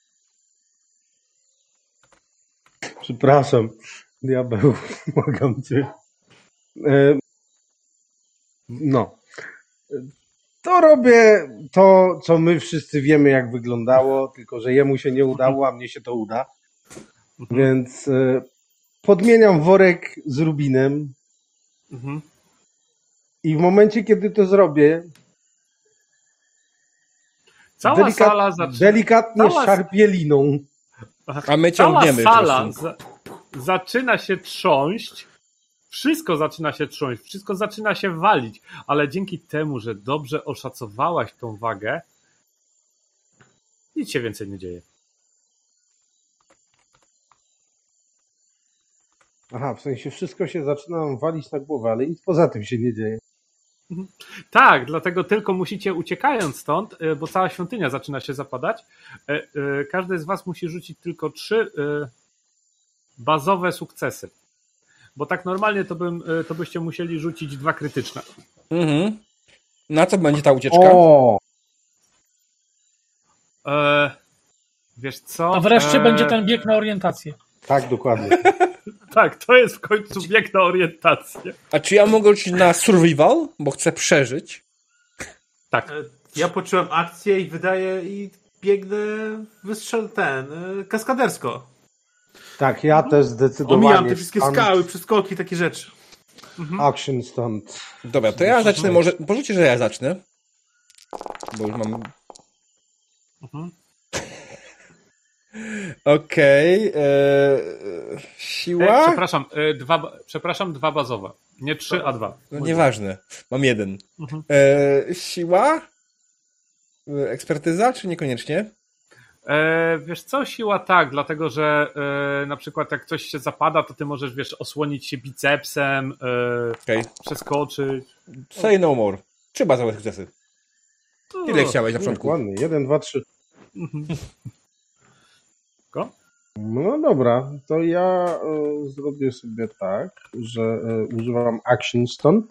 Speaker 4: Przepraszam, diabeł, mogę cię. E, no. To robię to, co my wszyscy wiemy, jak wyglądało, tylko że jemu się nie udało, a mnie się to uda. Więc e, podmieniam worek z rubinem
Speaker 3: Mhm.
Speaker 4: i w momencie, kiedy to zrobię,
Speaker 3: Cała
Speaker 4: delikat-
Speaker 3: sala zaczyna.
Speaker 4: delikatnie
Speaker 3: cała-
Speaker 4: szarpie liną.
Speaker 1: A my
Speaker 3: Cała
Speaker 1: ciągniemy.
Speaker 3: sala
Speaker 1: po prostu.
Speaker 3: za, zaczyna się trząść. Wszystko zaczyna się trząść, wszystko zaczyna się walić, ale dzięki temu, że dobrze oszacowałaś tą wagę, nic się więcej nie dzieje.
Speaker 4: Aha, w sensie wszystko się zaczyna nam walić na głowę, ale nic poza tym się nie dzieje.
Speaker 3: Tak, dlatego tylko musicie, uciekając stąd, bo cała świątynia zaczyna się zapadać, każdy z was musi rzucić tylko trzy bazowe sukcesy. Bo tak normalnie to, bym, to byście musieli rzucić dwa krytyczne.
Speaker 1: Mhm. Na co będzie ta ucieczka?
Speaker 4: O!
Speaker 3: E, wiesz co?
Speaker 2: A wreszcie
Speaker 3: e,
Speaker 2: będzie ten bieg na orientację.
Speaker 4: Tak, dokładnie.
Speaker 3: Tak, to jest w końcu bieg na orientację.
Speaker 1: A czy ja mogę liczyć na survival? Bo chcę przeżyć.
Speaker 3: Tak.
Speaker 5: E, Ja poczułem akcję i wydaję i biegnę wystrzel ten, e, kaskadersko.
Speaker 4: Tak, ja też zdecydowanie.
Speaker 5: Omijam te wszystkie
Speaker 4: stunt,
Speaker 5: skały, przeskoki, takie rzeczy.
Speaker 4: Action stunt.
Speaker 1: Dobra, to ja zacznę, może, pozwólcie, że ja zacznę. Bo już mam...
Speaker 3: Mhm.
Speaker 1: Okej. Okay, e, siła?
Speaker 3: E, przepraszam, e, dwa, przepraszam, dwa bazowe. Nie trzy, a dwa.
Speaker 1: No nieważne. Mam jeden.
Speaker 3: Mhm.
Speaker 1: E, siła? E, Ekspertyza, czy niekoniecznie?
Speaker 3: E, wiesz co, siła tak, dlatego że e, na przykład jak coś się zapada, to ty możesz, wiesz, osłonić się bicepsem, e,
Speaker 1: Okej.
Speaker 3: przeskoczyć.
Speaker 1: Say no more. Trzy bazowe sukcesy. Ile chciałeś na początku?
Speaker 4: Dokładnie, jeden, dwa, trzy.
Speaker 3: Mhm. Ko?
Speaker 4: No dobra, to ja e, zrobię sobie tak, że e, używam action stunt.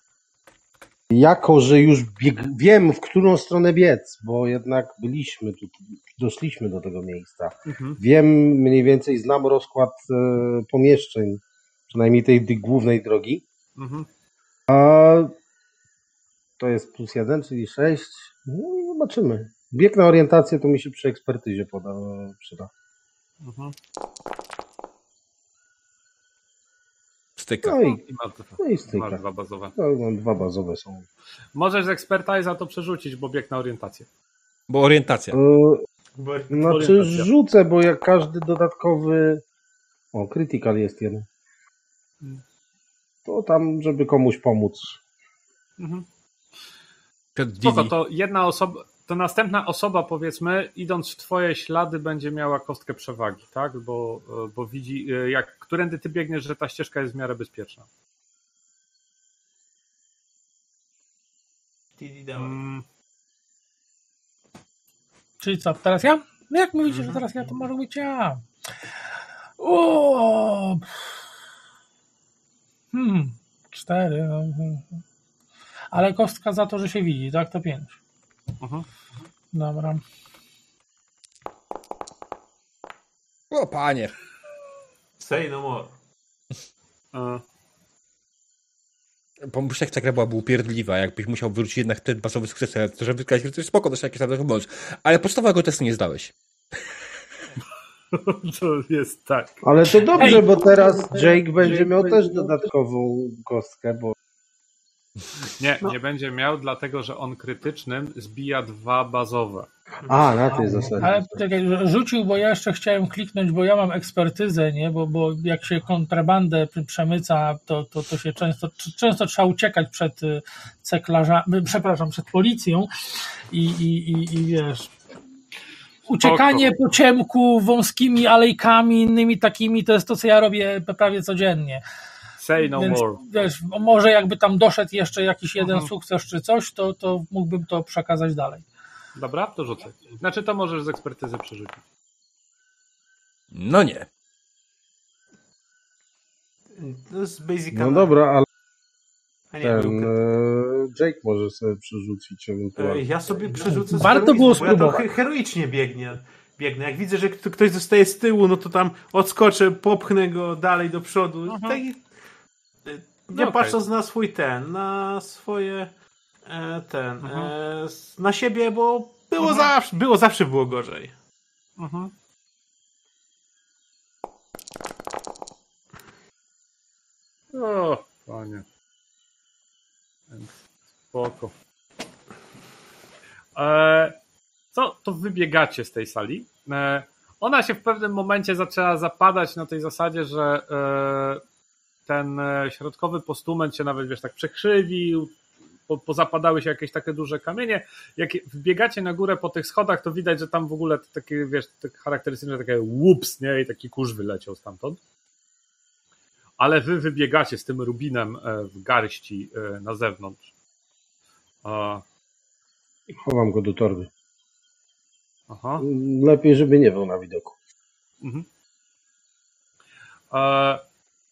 Speaker 4: Jako, że już bieg, wiem, w którą stronę biec, bo jednak byliśmy tu, doszliśmy do tego miejsca.
Speaker 3: Mhm.
Speaker 4: Wiem mniej więcej, znam rozkład e, pomieszczeń, przynajmniej tej, tej głównej drogi.
Speaker 3: Mhm.
Speaker 4: A to jest plus jeden, czyli sześć. No i zobaczymy. Bieg na orientację to mi się przy ekspertyzie poda, przyda.
Speaker 3: Mhm.
Speaker 1: Styka.
Speaker 4: No i,
Speaker 3: I ma dwa,
Speaker 4: no i
Speaker 3: masz
Speaker 4: styka.
Speaker 3: dwa bazowe.
Speaker 4: No, no, dwa bazowe są.
Speaker 3: Możesz z expertise'a to przerzucić, bo bieg na orientację.
Speaker 1: Bo orientacja.
Speaker 4: E,
Speaker 5: Bo
Speaker 4: Znaczy
Speaker 3: Orientacja.
Speaker 4: rzucę, bo jak każdy dodatkowy... O, critical jest jeden. To tam, żeby komuś pomóc.
Speaker 3: Mhm.
Speaker 1: Przed
Speaker 3: Spoko,
Speaker 1: Didi.
Speaker 3: to jedna osoba, to następna osoba, powiedzmy, idąc w twoje ślady, będzie miała kostkę przewagi, tak? Bo, bo widzi, jak którędy ty biegniesz, że ta ścieżka jest w miarę bezpieczna.
Speaker 5: Didi, dawaj.
Speaker 3: Mm,
Speaker 2: Czyli co, teraz ja? No jak mówicie, że teraz ja, to może być ja. O! Hmm, cztery. no, hmm. Ale kostka za to, że się widzi, tak? To pięć.
Speaker 3: mhm.
Speaker 2: Dobra.
Speaker 1: O panie.
Speaker 5: Say no more.
Speaker 3: E,
Speaker 1: Pomyśl, jak ta gra byłaby upierdliwa, jakbyś musiał wyrzucić jednak ten bazowy sukces, to żeby wygrać, to jest spoko, to jest jakieś tam pomóc. Ale podstawowego testu nie zdałeś.
Speaker 3: to jest tak.
Speaker 4: Ale to dobrze,
Speaker 2: Ej!
Speaker 4: bo teraz Jake będzie miał też dodatkową kostkę, bo
Speaker 3: Nie, nie będzie miał, dlatego że on krytycznym zbija dwa bazowe.
Speaker 4: A, na tej zasadzie.
Speaker 2: Ale czekaj, rzucił, bo ja jeszcze chciałem kliknąć, bo ja mam ekspertyzę, nie? Bo, bo jak się kontrabandę przemyca, to, to, to się często, często trzeba uciekać przed ceklarzami, przepraszam, przed policją i, i, i, i wiesz... Uciekanie po ciemku wąskimi alejkami, innymi takimi, to jest to, co ja robię prawie codziennie.
Speaker 3: Say no
Speaker 2: Więc
Speaker 3: more.
Speaker 2: wiesz, może jakby tam doszedł jeszcze jakiś jeden
Speaker 3: Mhm.
Speaker 2: sukces czy coś, to, to mógłbym to przekazać dalej.
Speaker 3: Dobra, to rzucę. Znaczy to możesz z ekspertyzy przerzucić.
Speaker 1: No nie.
Speaker 5: To jest basic.
Speaker 4: No dobra, ale
Speaker 5: A nie,
Speaker 4: ten
Speaker 5: był-
Speaker 4: e, Jake może sobie przerzucić
Speaker 5: E,
Speaker 4: ewentualnie.
Speaker 5: Ja sobie przerzucę z
Speaker 2: Warto
Speaker 5: heroizmu,
Speaker 2: było
Speaker 5: bo ja to
Speaker 2: spróbować.
Speaker 5: he- heroicznie biegnie. Biegnę. Jak widzę, że kto- ktoś zostaje z tyłu, no to tam odskoczę, popchnę go dalej do przodu.
Speaker 3: Mhm.
Speaker 5: Tak, i- e,
Speaker 3: No
Speaker 5: nie
Speaker 3: okej.
Speaker 5: patrząc na swój ten, na swoje e, ten,
Speaker 3: Mhm.
Speaker 5: e, s- na siebie, bo było
Speaker 3: Mhm.
Speaker 5: zawsze, było zawsze było gorzej.
Speaker 3: Mhm. O, panie. Spoko. E, co, to wybiegacie z tej sali. E, ona się w pewnym momencie zaczęła zapadać na tej zasadzie, że e, ten środkowy postument się nawet, wiesz, tak przekrzywił, po, pozapadały się jakieś takie duże kamienie. Jak wbiegacie na górę po tych schodach, to widać, że tam w ogóle takie, wiesz, tak charakterystyczne takie łups, nie? I taki kurz wyleciał stamtąd. Ale wy wybiegacie z tym rubinem w garści na zewnątrz.
Speaker 4: Chowam go do torby.
Speaker 3: Aha.
Speaker 4: Lepiej, żeby nie był na widoku.
Speaker 3: Mhm. E,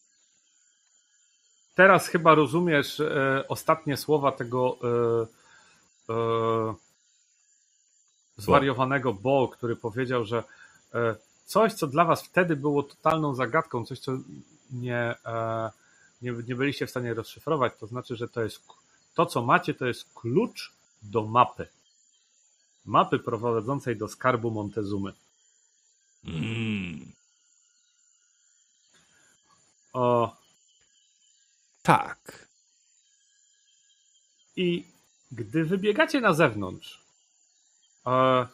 Speaker 3: teraz chyba rozumiesz e, ostatnie słowa tego e, e, zwariowanego Bo, który powiedział, że e, coś, co dla was wtedy było totalną zagadką, coś, co nie, e, nie, nie byliście w stanie rozszyfrować, to znaczy, że to jest to, co macie, to jest klucz do mapy. Mapy prowadzącej do skarbu Montezumy.
Speaker 1: Mm.
Speaker 3: O,
Speaker 1: Tak.
Speaker 3: I gdy wybiegacie na zewnątrz, e,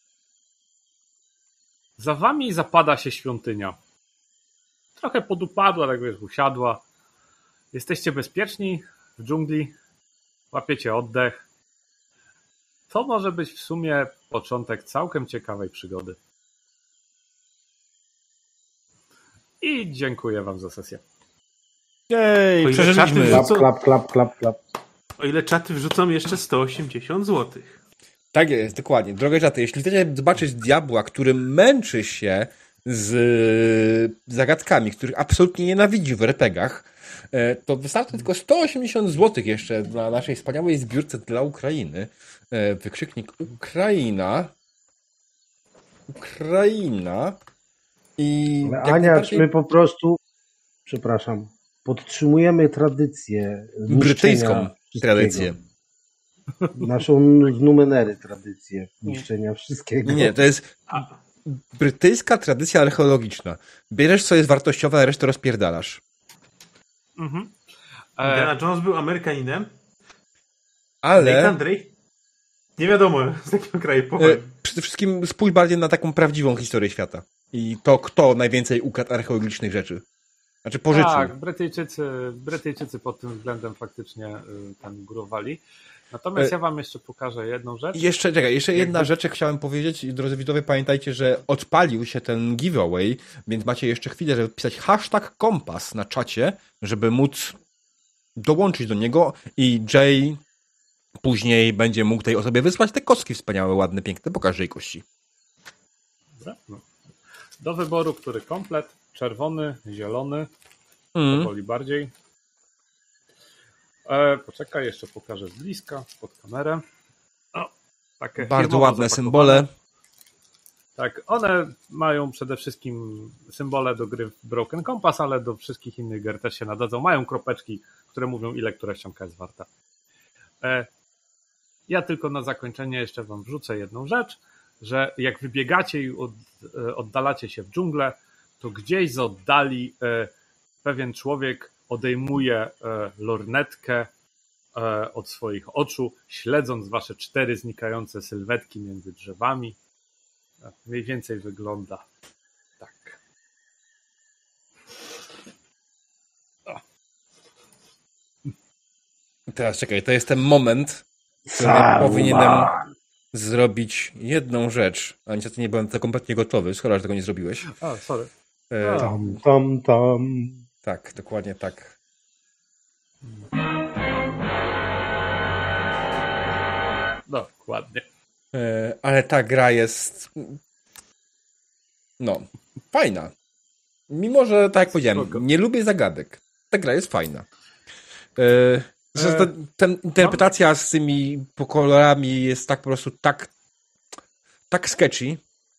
Speaker 3: za wami zapada się świątynia. Trochę podupadła, tak wiesz, usiadła. Jesteście bezpieczni w dżungli, łapiecie oddech. To może być w sumie początek całkiem ciekawej przygody. I dziękuję wam za sesję.
Speaker 1: Jej,
Speaker 5: O ile
Speaker 1: przeżyliśmy.
Speaker 5: czaty-
Speaker 4: Klap, klap, klap, klap, klap.
Speaker 5: O ile czaty wrzucą jeszcze sto osiemdziesiąt złotych.
Speaker 1: Tak jest, dokładnie. Drogie czaty, jeśli chcecie zobaczyć diabła, który męczy się z zagadkami, których absolutnie nienawidzi w er pe gach, to wystarczy tylko sto osiemdziesiąt złotych jeszcze dla naszej wspaniałej zbiórce dla Ukrainy. Wykrzyknik Ukraina. Ukraina. I
Speaker 4: Ale
Speaker 1: jak
Speaker 4: Ania,
Speaker 1: najbardziej-
Speaker 4: czy my po prostu, przepraszam, podtrzymujemy tradycję niszczenia
Speaker 1: brytyjską
Speaker 4: wszystkiego.
Speaker 1: tradycję.
Speaker 4: Naszą z numenery tradycję niszczenia wszystkiego.
Speaker 1: Nie, to jest brytyjska tradycja archeologiczna. Bierzesz, co jest wartościowe, a resztę rozpierdalasz.
Speaker 3: Mhm.
Speaker 5: Indiana
Speaker 3: E,
Speaker 5: Jones był Amerykaninem.
Speaker 1: Ale
Speaker 5: Nathan Drake? Nie wiadomo, z jakiego kraju
Speaker 1: e,
Speaker 5: pochodzi.
Speaker 1: przede wszystkim spójrz bardziej na taką prawdziwą historię świata. I to, kto najwięcej ukradł archeologicznych rzeczy. Znaczy pożyczył.
Speaker 3: tak, Brytyjczycy, Brytyjczycy pod tym względem faktycznie y, tam górowali. Natomiast
Speaker 1: E,
Speaker 3: ja wam jeszcze pokażę jedną rzecz.
Speaker 1: I jeszcze, czekaj, jeszcze jedna
Speaker 3: Jakby-
Speaker 1: rzecz, jak chciałem powiedzieć. Drodzy widzowie, pamiętajcie, że odpalił się ten giveaway, więc macie jeszcze chwilę, żeby wpisać hashtag kompas na czacie, żeby móc dołączyć do niego i Jay później będzie mógł tej osobie wysłać te kostki wspaniałe, ładne, piękne, pokaż jej kości.
Speaker 3: Dobra, no. Do wyboru, który komplet, czerwony, zielony,
Speaker 1: Mm.
Speaker 3: woli bardziej. E, poczekaj, jeszcze pokażę z bliska, pod kamerę. O, takie
Speaker 1: Bardzo
Speaker 3: firmowo
Speaker 1: ładne
Speaker 3: zapakowane.
Speaker 1: symbole.
Speaker 3: Tak, one mają przede wszystkim symbole do gry w Broken Compass, ale do wszystkich innych gier też się nadadzą. Mają kropeczki, które mówią, ile która ścianka jest warta. E, ja tylko na zakończenie jeszcze wam wrzucę jedną rzecz, że jak wybiegacie i od, e, oddalacie się w dżunglę, to gdzieś z oddali e, pewien człowiek odejmuje e, lornetkę e, od swoich oczu, śledząc wasze cztery znikające sylwetki między drzewami. Tak, mniej więcej wygląda tak.
Speaker 1: Teraz czekaj, to jest ten moment, w którym
Speaker 4: Saruman.
Speaker 1: powinienem zrobić jedną rzecz. A niestety nie byłem tak kompletnie gotowy, skoro że tego nie zrobiłeś.
Speaker 3: A, sorry.
Speaker 1: E,
Speaker 4: Tam, tam, tam.
Speaker 1: tak, dokładnie tak.
Speaker 3: Dokładnie.
Speaker 1: E, ale ta gra jest no, fajna. Mimo, że tak jak powiedziałem,
Speaker 3: Spoko.
Speaker 1: nie lubię zagadek. Ta gra jest fajna. E, zresztą ta, ta interpretacja z tymi kolorami jest tak po prostu tak tak sketchy.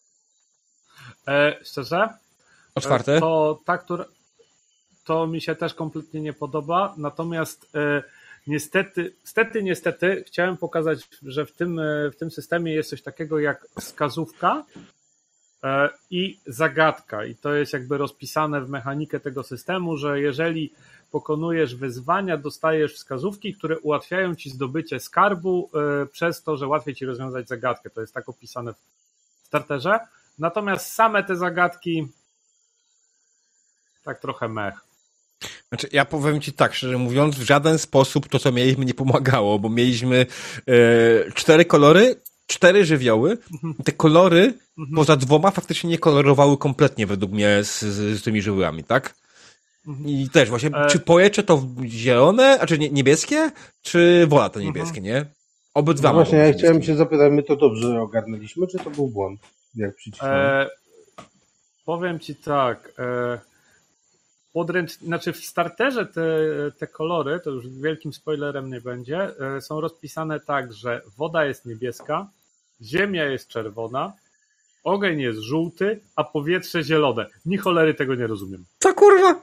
Speaker 3: E, szczerze?
Speaker 1: Otwarte.
Speaker 3: To ta, która. To mi się też kompletnie nie podoba. Natomiast e, niestety, niestety, niestety, chciałem pokazać, że w tym, e, w tym systemie jest coś takiego jak wskazówka e, i zagadka. I to jest jakby rozpisane w mechanikę tego systemu, że jeżeli pokonujesz wyzwania, dostajesz wskazówki, które ułatwiają ci zdobycie skarbu e, przez to, że łatwiej ci rozwiązać zagadkę. To jest tak opisane w starterze. Natomiast same te zagadki tak trochę mech.
Speaker 1: Znaczy, ja powiem ci tak, szczerze mówiąc, w żaden sposób to, co mieliśmy, nie pomagało, bo mieliśmy e, cztery kolory, cztery żywioły. Te kolory
Speaker 3: Mhm.
Speaker 1: poza dwoma faktycznie nie kolorowały kompletnie według mnie z, z, z tymi żywiołami, tak?
Speaker 3: Mhm.
Speaker 1: I też właśnie,
Speaker 3: E-
Speaker 1: czy powietrze to zielone, a czy nie, niebieskie, czy wola to niebieskie, nie? Obydwa
Speaker 4: No
Speaker 1: mogą
Speaker 4: właśnie,
Speaker 1: być
Speaker 4: ja chciałem
Speaker 1: niebieskie.
Speaker 4: się zapytać, my to dobrze ogarnęliśmy, czy to był błąd? Jak przycisnąłem?
Speaker 3: E, powiem ci tak. E, podręcz... Znaczy w starterze te, te kolory, to już wielkim spoilerem nie będzie, e, są rozpisane tak, że woda jest niebieska, ziemia jest czerwona, ogień jest żółty, a powietrze zielone. Ni cholery tego nie rozumiem.
Speaker 1: Co kurwa?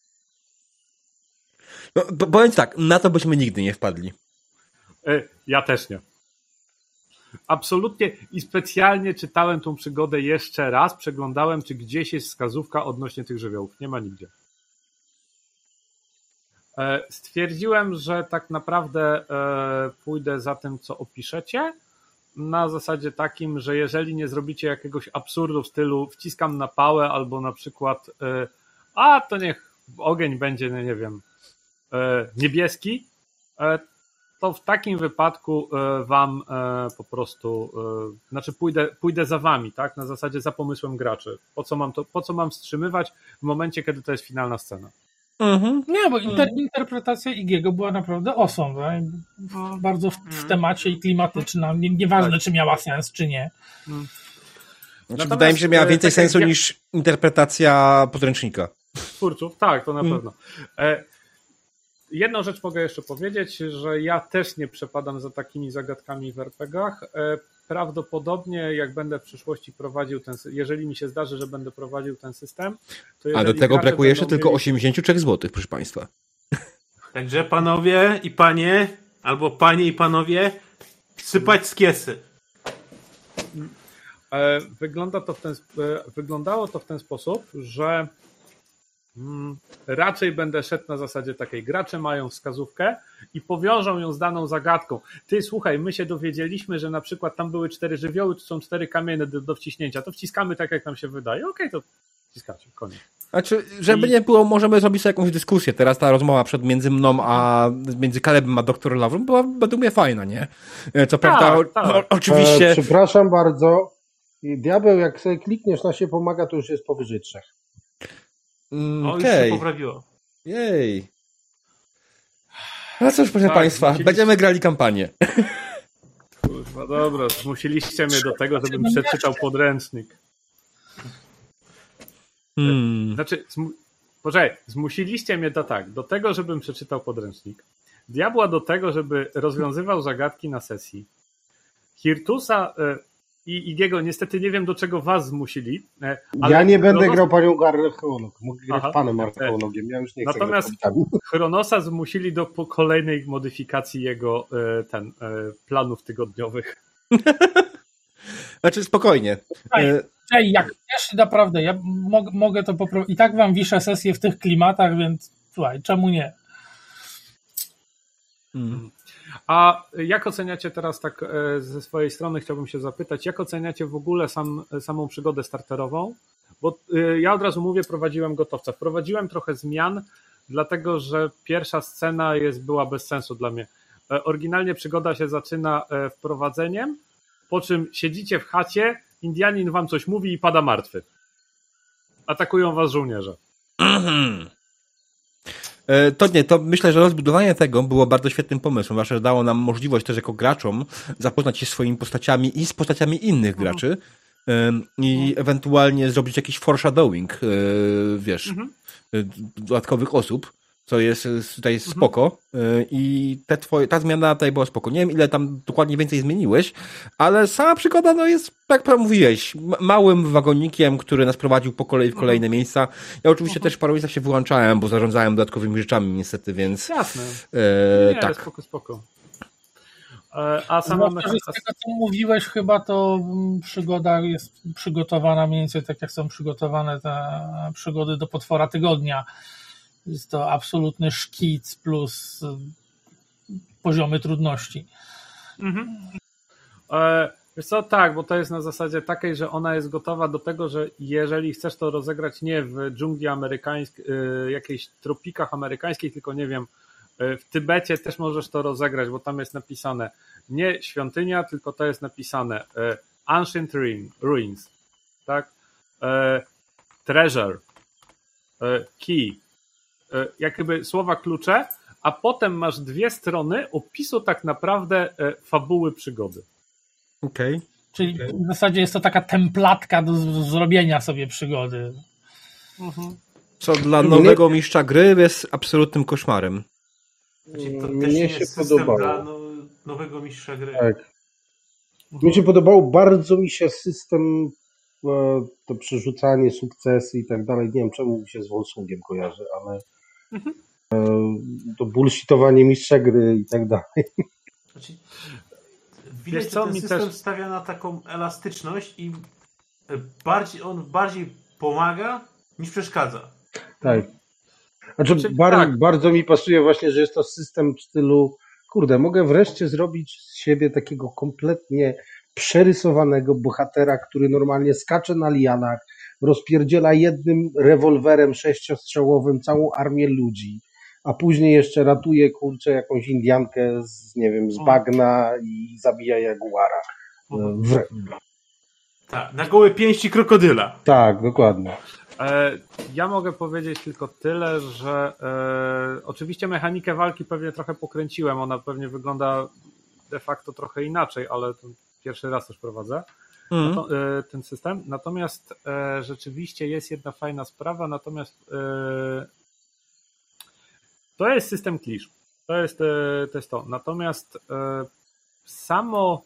Speaker 1: No, po- powiem ci tak, na to byśmy nigdy nie wpadli.
Speaker 3: E, ja też nie. Absolutnie i specjalnie czytałem tą przygodę jeszcze raz, przeglądałem, czy gdzieś jest wskazówka odnośnie tych żywiołów. Nie ma nigdzie. E, Stwierdziłem, że tak naprawdę e, pójdę za tym, co opiszecie, na zasadzie takim, że jeżeli nie zrobicie jakiegoś absurdu w stylu wciskam na pałę albo na przykład e, a to niech ogień będzie, nie, nie wiem, e, niebieski, e, to w takim wypadku e, wam e, po prostu, e, znaczy pójdę, pójdę za wami, tak, na zasadzie za pomysłem graczy. Po co mam to, po co mam wstrzymywać w momencie, kiedy to jest finalna scena?
Speaker 1: Mhm.
Speaker 2: Nie, bo inter, interpretacja Igiego była naprawdę awesome, tak? Bardzo w, w temacie i klimatyczna. Nie, nieważne, czy miała sens, czy nie.
Speaker 1: Znaczy,
Speaker 3: Natomiast,
Speaker 1: wydaje mi się, że miała
Speaker 3: e,
Speaker 1: więcej
Speaker 3: tak jak
Speaker 1: sensu
Speaker 3: ja-
Speaker 1: niż interpretacja podręcznika.
Speaker 3: Twórców, tak, to na
Speaker 1: Mm.
Speaker 3: pewno. E, jedną rzecz mogę jeszcze powiedzieć, że ja też nie przepadam za takimi zagadkami w er pe gach. E, prawdopodobnie jak będę w przyszłości prowadził ten, sy- jeżeli mi się zdarzy, że będę prowadził ten system, to
Speaker 1: A do
Speaker 3: jeżeli
Speaker 1: tego
Speaker 3: gracze
Speaker 1: brakuje jeszcze
Speaker 3: będą
Speaker 1: tylko
Speaker 3: mieli-
Speaker 1: osiemdziesiąt trzy złotych, proszę państwa.
Speaker 5: Także panowie i panie, albo panie i panowie, sypać z kiesy.
Speaker 3: E, Wygląda to w ten, sp- e, wyglądało to w ten sposób, że mm, raczej będę szedł na zasadzie takiej, gracze mają wskazówkę i powiążą ją z daną zagadką. Ty, słuchaj, my się dowiedzieliśmy, że na przykład tam były cztery żywioły, tu są cztery kamienie do, do wciśnięcia, to wciskamy tak, jak nam się wydaje. Okej, to wciskacie, koniec.
Speaker 1: Znaczy, żeby
Speaker 3: I-
Speaker 1: nie było, możemy zrobić sobie jakąś dyskusję. Teraz ta rozmowa przed między mną a między Kalebem a doktorem Lawrą była według mnie fajna, nie? E, Co prawda, o,
Speaker 3: tak.
Speaker 1: o, oczywiście...
Speaker 4: E, przepraszam bardzo. I Diabeł, jak sobie klikniesz na się pomaga, to już jest powyżej trzech.
Speaker 1: Mm,
Speaker 5: O, już się
Speaker 1: Okej,
Speaker 5: poprawiło.
Speaker 1: jej. No cóż, proszę
Speaker 3: Tak,
Speaker 1: państwa,
Speaker 3: musieliście-
Speaker 1: będziemy grali kampanię.
Speaker 3: Kurwa, dobra, zmusiliście mnie do tego, żebym
Speaker 2: Znaczy, no
Speaker 3: przeczytał podręcznik.
Speaker 1: Hmm.
Speaker 3: Znaczy, zmu... Poczekaj, zmusiliście mnie do tak, do tego, żebym przeczytał podręcznik. Diabła do tego, żeby rozwiązywał zagadki na sesji. Hirtusa e, i Igiego niestety nie wiem, do czego was zmusili. e, Ale
Speaker 4: Ja nie będę
Speaker 3: Chronos-
Speaker 4: grał panią archeolog. Mogę grać
Speaker 3: Aha.
Speaker 4: panem archeologiem. Ja już nie chcę
Speaker 3: Natomiast-
Speaker 4: grać panem.
Speaker 3: Chronosa zmusili do po kolejnej modyfikacji jego e, ten, e, planów tygodniowych.
Speaker 1: Znaczy, spokojnie. E,
Speaker 2: Ej, jak wiesz, naprawdę, ja mog, mogę to poprowadzić. I tak wam wiszę sesję w tych klimatach, więc słuchaj, czemu nie?
Speaker 1: hmm.
Speaker 3: A jak oceniacie teraz tak e, ze swojej strony, chciałbym się zapytać, jak oceniacie w ogóle sam, samą przygodę starterową? Bo e, ja od razu mówię, prowadziłem gotowca. Wprowadziłem trochę zmian, dlatego że pierwsza scena jest, była bez sensu dla mnie. E, Oryginalnie przygoda się zaczyna e, wprowadzeniem, po czym siedzicie w chacie, Indianin wam coś mówi i pada martwy. Atakują was żołnierze.
Speaker 1: E, To nie, to myślę, że rozbudowanie tego było bardzo świetnym pomysłem, zwłaszcza, że dało nam możliwość też jako graczom zapoznać się z swoimi postaciami i z postaciami innych graczy em, i ewentualnie zrobić jakiś foreshadowing, e, wiesz,
Speaker 3: Mhm.
Speaker 1: e, dodatkowych osób, co jest e, tutaj jest spoko e, i te twoje, ta zmiana tutaj była spoko. Nie wiem, ile tam dokładnie więcej zmieniłeś, ale sama przygoda no jest, tak jak mówiłeś, ma- małym wagonikiem, który nas prowadził po kolei w kolejne miejsca. Ja oczywiście też w paru miejscach się wyłączałem, bo zarządzałem dodatkowymi rzeczami niestety, więc
Speaker 3: Jasne.
Speaker 1: e,
Speaker 3: Nie,
Speaker 1: tak.
Speaker 3: spoko, spoko. E, A sama
Speaker 2: Zwłaszcza, że z
Speaker 3: mechanika...
Speaker 2: tego, co mówiłeś, chyba to mm, przygoda jest przygotowana mniej więcej tak, jak są przygotowane te przygody do potwora tygodnia. Jest to absolutny szkic plus y, poziomy trudności.
Speaker 3: Mhm. E, Wiesz co, tak, bo to jest na zasadzie takiej, że ona jest gotowa do tego, że jeżeli chcesz to rozegrać nie w dżungli amerykańskiej, jakiejś tropikach amerykańskich, tylko nie wiem, w Tybecie też możesz to rozegrać, bo tam jest napisane nie świątynia, tylko to jest napisane Ancient Ruins, tak? Treasure, Key, jakby słowa klucze, a potem masz dwie strony opisu tak naprawdę fabuły przygody.
Speaker 1: Okej. Okay.
Speaker 2: Czyli w zasadzie jest to taka templatka do z- zrobienia sobie przygody.
Speaker 3: Mhm.
Speaker 1: Co dla nowego mistrza gry jest absolutnym koszmarem.
Speaker 5: Znaczy, to też
Speaker 4: Mnie
Speaker 5: nie
Speaker 4: się
Speaker 5: jest system
Speaker 4: podobało.
Speaker 5: dla no, nowego mistrza gry.
Speaker 4: Tak. Mi się podobało, bardzo mi się system, e, to przerzucanie, sukcesy i tak dalej, nie wiem czemu mi się z Wolfsongiem kojarzy, ale
Speaker 3: Mhm.
Speaker 4: e, to bullshitowanie mistrza gry i tak dalej.
Speaker 5: Znaczy, widać,
Speaker 3: Wiesz co,
Speaker 5: że ten
Speaker 3: mi
Speaker 5: system
Speaker 3: też-
Speaker 5: stawia na taką elastyczność i bardziej, on bardziej pomaga niż przeszkadza.
Speaker 4: Tak. Znaczy,
Speaker 3: Znaczy,
Speaker 4: bar-
Speaker 3: tak.
Speaker 4: bardzo mi pasuje właśnie, że jest to system w stylu, kurde, mogę wreszcie zrobić z siebie takiego kompletnie przerysowanego bohatera, który normalnie skacze na lianach, rozpierdziela jednym rewolwerem sześciostrzałowym całą armię ludzi, a później jeszcze ratuje, kurczę, jakąś Indiankę z, nie wiem, z bagna i zabija jaguara.
Speaker 3: Mhm.
Speaker 4: W...
Speaker 5: Tak, na gołe pięści krokodyla.
Speaker 4: Tak, dokładnie.
Speaker 3: E, ja mogę powiedzieć tylko tyle, że e, oczywiście mechanikę walki pewnie trochę pokręciłem, ona pewnie wygląda de facto trochę inaczej, ale to pierwszy raz też prowadzę
Speaker 1: Mm.
Speaker 3: to, e, ten system. Natomiast e, rzeczywiście jest jedna fajna sprawa, natomiast e, to jest system klisz. To jest, e, to jest to. Natomiast e, samo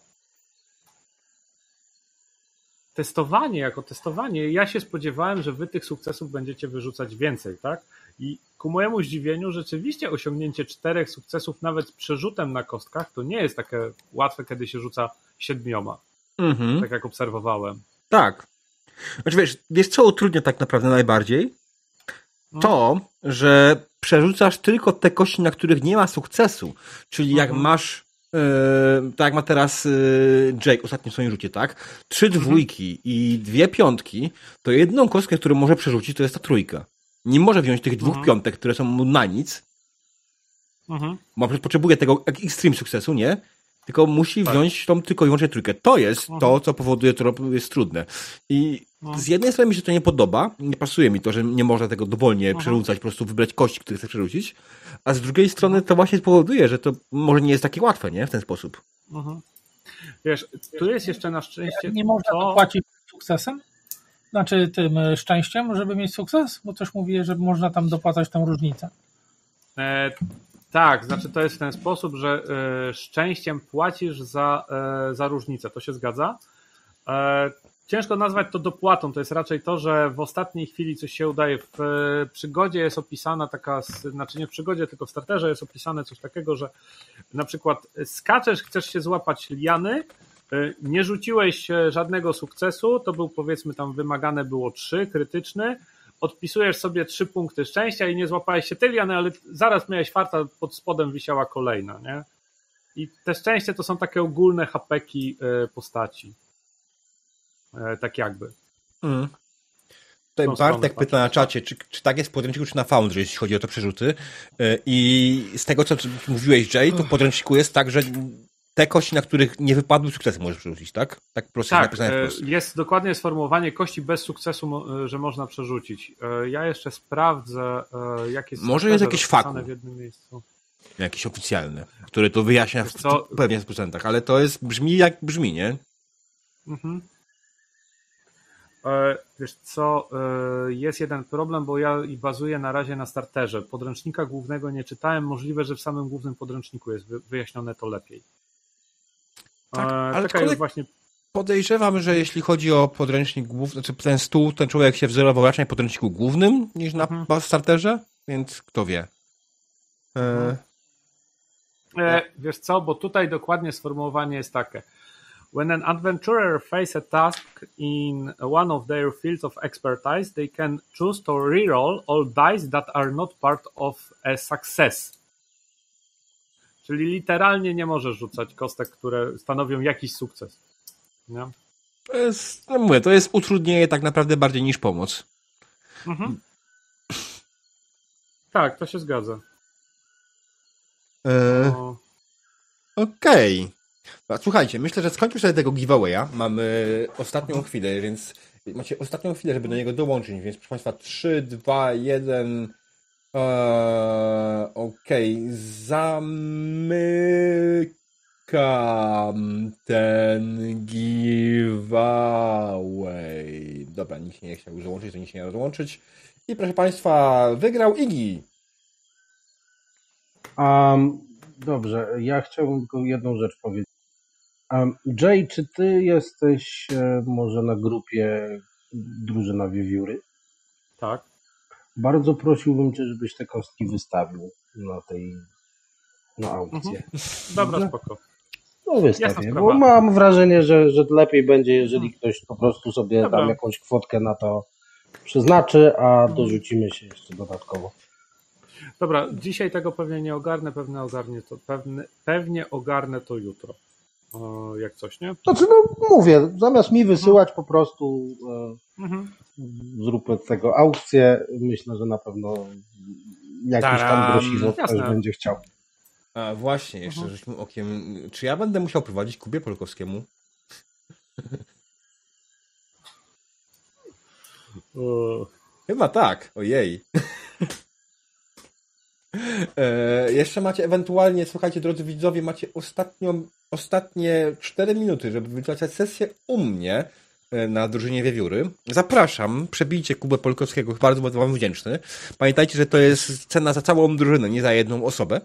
Speaker 3: testowanie jako testowanie, ja się spodziewałem, że wy tych sukcesów będziecie wyrzucać więcej, tak? I ku mojemu zdziwieniu rzeczywiście osiągnięcie czterech sukcesów nawet z przerzutem na kostkach to nie jest takie łatwe, kiedy się rzuca siedmioma,
Speaker 1: Mhm.
Speaker 3: tak jak obserwowałem.
Speaker 1: Tak. Znaczy wiesz, wiesz co utrudnia tak naprawdę najbardziej? To, że przerzucasz tylko te kości, na których nie ma sukcesu. Czyli jak
Speaker 3: Mhm.
Speaker 1: masz Yy, tak jak ma teraz yy, Jake ostatnio w swoim rzucie, tak? Trzy dwójki i dwie piątki, to jedną kostkę, którą może przerzucić, to jest ta trójka. Nie może wziąć tych dwóch
Speaker 3: Mhm.
Speaker 1: piątek, które są mu na nic,
Speaker 3: Mhm.
Speaker 1: bo potrzebuje tego extreme sukcesu, nie? Tylko musi
Speaker 3: Tak.
Speaker 1: wziąć tą tylko i wyłącznie trójkę. To jest
Speaker 3: Mhm.
Speaker 1: to, co powoduje, to jest trudne. I
Speaker 3: Mhm.
Speaker 1: z jednej strony mi się to nie podoba, nie pasuje mi to, że nie można tego dowolnie
Speaker 3: Mhm.
Speaker 1: przerzucać, po prostu wybrać kości, które chcesz przerzucić, a z drugiej strony to właśnie powoduje, że to może nie jest takie łatwe, nie? W ten sposób.
Speaker 3: Mhm. Wiesz, tu jest jeszcze na szczęście
Speaker 2: Nie można
Speaker 3: to...
Speaker 2: dopłacić sukcesem? Znaczy tym e, szczęściem, żeby mieć sukces? Bo też mówię, że można tam dopłacać tą różnicę.
Speaker 3: E, tak, znaczy to jest w ten sposób, że e, szczęściem płacisz za, e, za różnicę, to się zgadza. E, ciężko nazwać to dopłatą, to jest raczej to, że w ostatniej chwili coś się udaje. W e, przygodzie jest opisana taka, znaczy nie w przygodzie, tylko w starterze jest opisane coś takiego, że na przykład skaczesz, chcesz się złapać liany, e, nie rzuciłeś e, żadnego sukcesu, to był powiedzmy tam wymagane było trzy, krytyczny, odpisujesz sobie trzy punkty szczęścia i nie złapałeś się tej liany, ale zaraz miałeś farta, pod spodem wisiała kolejna, nie? I te szczęście to są takie ogólne hapeki e, postaci. E, tak jakby.
Speaker 1: Mm. Tutaj
Speaker 3: tą
Speaker 1: Bartek
Speaker 3: stronę
Speaker 1: pyta na czacie, czy, czy tak jest w podręczniku, czy na Foundry, jeśli chodzi o te przerzuty. Yy, I z tego, co mówiłeś, Jay, to w podręczniku jest tak, że te kości, na których nie wypadły sukcesy, możesz przerzucić, tak? Tak po prostu
Speaker 3: Tak,
Speaker 1: jest napisane
Speaker 3: e,
Speaker 1: wprost.
Speaker 3: jest dokładnie sformułowanie kości bez sukcesu, mo- e, że można przerzucić. E, Ja jeszcze sprawdzę, e, jak jest
Speaker 1: Może jest jakieś
Speaker 3: rozpisane
Speaker 1: faku.
Speaker 3: w jednym miejscu.
Speaker 1: Jakieś oficjalne, które to wyjaśnia w,
Speaker 3: Wiesz co?
Speaker 1: w pewnie w procentach, ale to jest, brzmi jak brzmi, nie?
Speaker 3: Mhm. E, Wiesz co, e, jest jeden problem, bo ja i bazuję na razie na starterze. Podręcznika głównego nie czytałem, możliwe, że w samym głównym podręczniku jest wy- wyjaśnione to lepiej.
Speaker 1: Tak,
Speaker 3: E,
Speaker 1: ale
Speaker 3: Czekaj,
Speaker 1: aczkolwiek-
Speaker 3: właśnie
Speaker 1: Podejrzewam, że jeśli chodzi o podręcznik główny, znaczy ten stół, ten człowiek się wzorował raczej na podręczniku głównym niż na
Speaker 3: Mhm.
Speaker 1: starterze, więc kto wie. E,
Speaker 3: E, wiesz co, bo tutaj dokładnie sformułowanie jest takie. When an adventurer faces a task in one of their fields of expertise, they can choose to reroll all dice that are not part of a success. Czyli literalnie nie możesz rzucać kostek, które stanowią jakiś sukces. Nie?
Speaker 1: To jest, no mówię, to jest utrudnienie tak naprawdę bardziej niż pomoc.
Speaker 3: Mhm. Tak, to się zgadza.
Speaker 1: E,
Speaker 3: O,
Speaker 1: Okej. Okay. Słuchajcie, myślę, że skończył sobie tego giveawaya. Mamy ostatnią chwilę, więc macie ostatnią chwilę, żeby do niego dołączyć, więc proszę Państwa, trzy, dwa, jeden. Eee, Okej, okay. Zamykam ten giveaway. Dobra, nikt się nie chciał dołączyć, to nikt się nie chciał dołączyć. I proszę Państwa, wygrał Iggy.
Speaker 4: Um, dobrze, ja chciałbym tylko jedną rzecz powiedzieć. Um, Jay, czy ty jesteś e, może na grupie Drużyna Wiewióry?
Speaker 3: tak.
Speaker 4: Bardzo prosiłbym cię, żebyś te kostki wystawił na tej na aukcję.
Speaker 3: Mhm. Dobra, spoko.
Speaker 4: No wystawię,
Speaker 3: Jasna
Speaker 4: bo
Speaker 3: sprawa.
Speaker 4: mam wrażenie, że, że lepiej będzie, jeżeli ktoś po prostu sobie
Speaker 3: Dobra.
Speaker 4: tam jakąś kwotkę na to przeznaczy, a dorzucimy się jeszcze dodatkowo.
Speaker 3: Dobra, dzisiaj tego pewnie nie ogarnę, pewnie ogarnę to, pewnie, pewnie ogarnę to jutro. O, jak coś, nie?
Speaker 4: Znaczy, no mówię, zamiast mi wysyłać po prostu e,
Speaker 3: Mhm.
Speaker 4: zróbmy z tego aukcję. Myślę, że na pewno jakiś tam
Speaker 1: Taram.
Speaker 4: grosiwo ktoś
Speaker 3: Jasne.
Speaker 4: będzie chciał.
Speaker 1: A właśnie, jeszcze
Speaker 3: Mhm.
Speaker 1: żeśmy okiem... Czy ja będę musiał prowadzić Kubie Polkowskiemu?
Speaker 3: O,
Speaker 1: Chyba tak, ojej. e, jeszcze macie ewentualnie, słuchajcie, drodzy widzowie, macie ostatnią, ostatnie cztery minuty, żeby wykonać sesję u mnie e, na drużynie Wiewióry. Zapraszam, przebijcie Kubę Polkowskiego, bardzo będę wam wdzięczny. Pamiętajcie, że to jest cena za całą drużynę, nie za jedną osobę.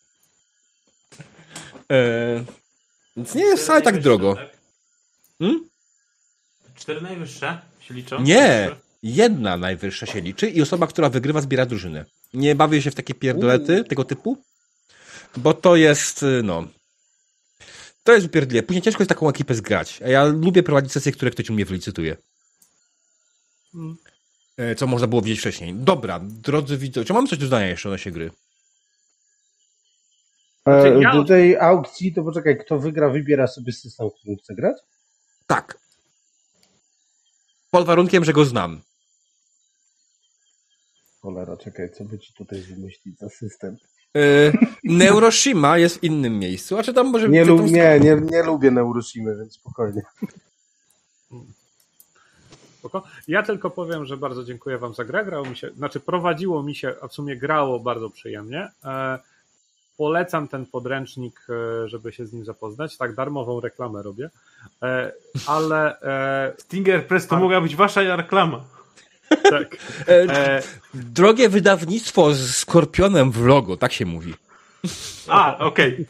Speaker 1: E, więc nie jest wcale tak drogo.
Speaker 5: Tak?
Speaker 1: Hmm?
Speaker 5: Cztery najwyższe się liczą?
Speaker 1: Nie! Jedna najwyższa się liczy i osoba, która wygrywa, zbiera drużynę. Nie bawię się w takie pierdolety
Speaker 4: Uuu.
Speaker 1: tego typu, bo to jest, no... To jest upierdliwe. Później ciężko jest taką ekipę zgrać. A ja lubię prowadzić sesje, które ktoś u mnie wylicytuje.
Speaker 3: Mm.
Speaker 1: E, Co można było wiedzieć wcześniej. Dobra, drodzy widzowie, czy mamy coś do dodania jeszcze odnośnie gry?
Speaker 4: E,
Speaker 3: Znaczy, ja-
Speaker 4: Do tej aukcji, to poczekaj, kto wygra, wybiera sobie system, którym chce grać?
Speaker 1: Tak. Pod warunkiem, że go znam.
Speaker 4: Cholera, czekaj, co by ci tutaj wymyślić za system?
Speaker 1: E, Neuroshima jest w innym miejscu, a czy tam może...
Speaker 4: Nie,
Speaker 1: czy
Speaker 4: lu-
Speaker 1: tam-
Speaker 4: nie, nie, nie lubię Neuroshimy, więc spokojnie.
Speaker 3: spoko. Ja tylko powiem, że bardzo dziękuję wam za grę. Grało mi się, znaczy prowadziło mi się, a w sumie grało bardzo przyjemnie. E, polecam ten podręcznik, e, żeby się z nim zapoznać. Tak, darmową reklamę robię. E, ale e,
Speaker 5: Stinger Press to
Speaker 3: Tak.
Speaker 5: mogła być wasza reklama.
Speaker 3: tak.
Speaker 1: E,
Speaker 3: E,
Speaker 1: Drogie wydawnictwo z Skorpionem w logo, tak się mówi.
Speaker 5: A, okej.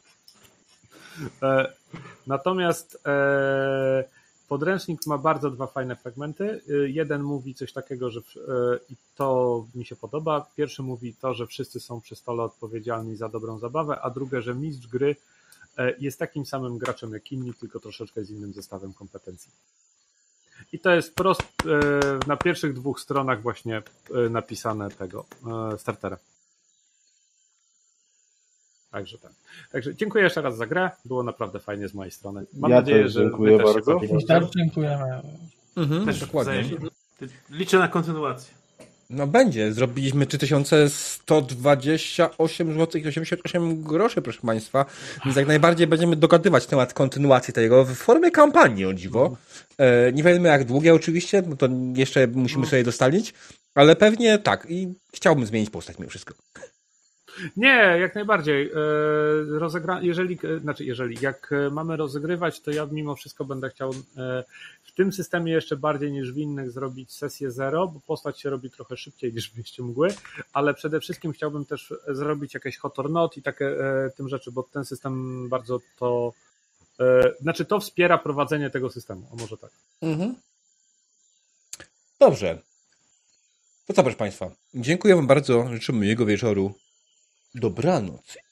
Speaker 3: E, natomiast e, podręcznik ma bardzo dwa fajne fragmenty. E, jeden mówi coś takiego, że w- e, i to mi się podoba. Pierwszy mówi to, że wszyscy są przy stole odpowiedzialni za dobrą zabawę, a drugie, że mistrz gry e, jest takim samym graczem jak inni, tylko troszeczkę z innym zestawem kompetencji. I to jest wprost e, na pierwszych dwóch stronach właśnie e, napisane tego e, startera. Także tak. Także dziękuję jeszcze raz za grę. Było naprawdę fajnie z mojej strony. Mam
Speaker 4: Ja
Speaker 3: nadzieję,
Speaker 4: też
Speaker 3: że
Speaker 4: dziękuję
Speaker 3: wy też się
Speaker 4: bardzo.
Speaker 3: bawiliście.
Speaker 2: Tak, dziękujemy.
Speaker 1: Mhm,
Speaker 5: Też
Speaker 1: dokładnie.
Speaker 5: wzajemnie. Liczę na kontynuację.
Speaker 1: No będzie. Zrobiliśmy trzy tysiące sto dwadzieścia osiem złotych i osiemdziesiąt osiem groszy, proszę Państwa. Więc jak najbardziej będziemy dogadywać temat kontynuacji tego w formie kampanii, o dziwo. E, nie wiemy jak długie oczywiście, bo to jeszcze musimy sobie dostalić, ale pewnie tak. I chciałbym zmienić postać mimo wszystko.
Speaker 3: Nie, jak najbardziej. E, Rozegra... Jeżeli, e, znaczy jeżeli, jak e, mamy rozgrywać, to ja mimo wszystko będę chciał e, w tym systemie jeszcze bardziej niż w innych zrobić sesję zero, bo postać się robi trochę szybciej niż w mieście mgły, ale przede wszystkim chciałbym też zrobić jakieś hot or not i takie e, tym rzeczy, bo ten system bardzo to e, znaczy to wspiera prowadzenie tego systemu, o może tak.
Speaker 1: Mhm. Dobrze. To co, proszę Państwa. Dziękuję Wam bardzo. Życzymy miłego wieczoru. Dobranoc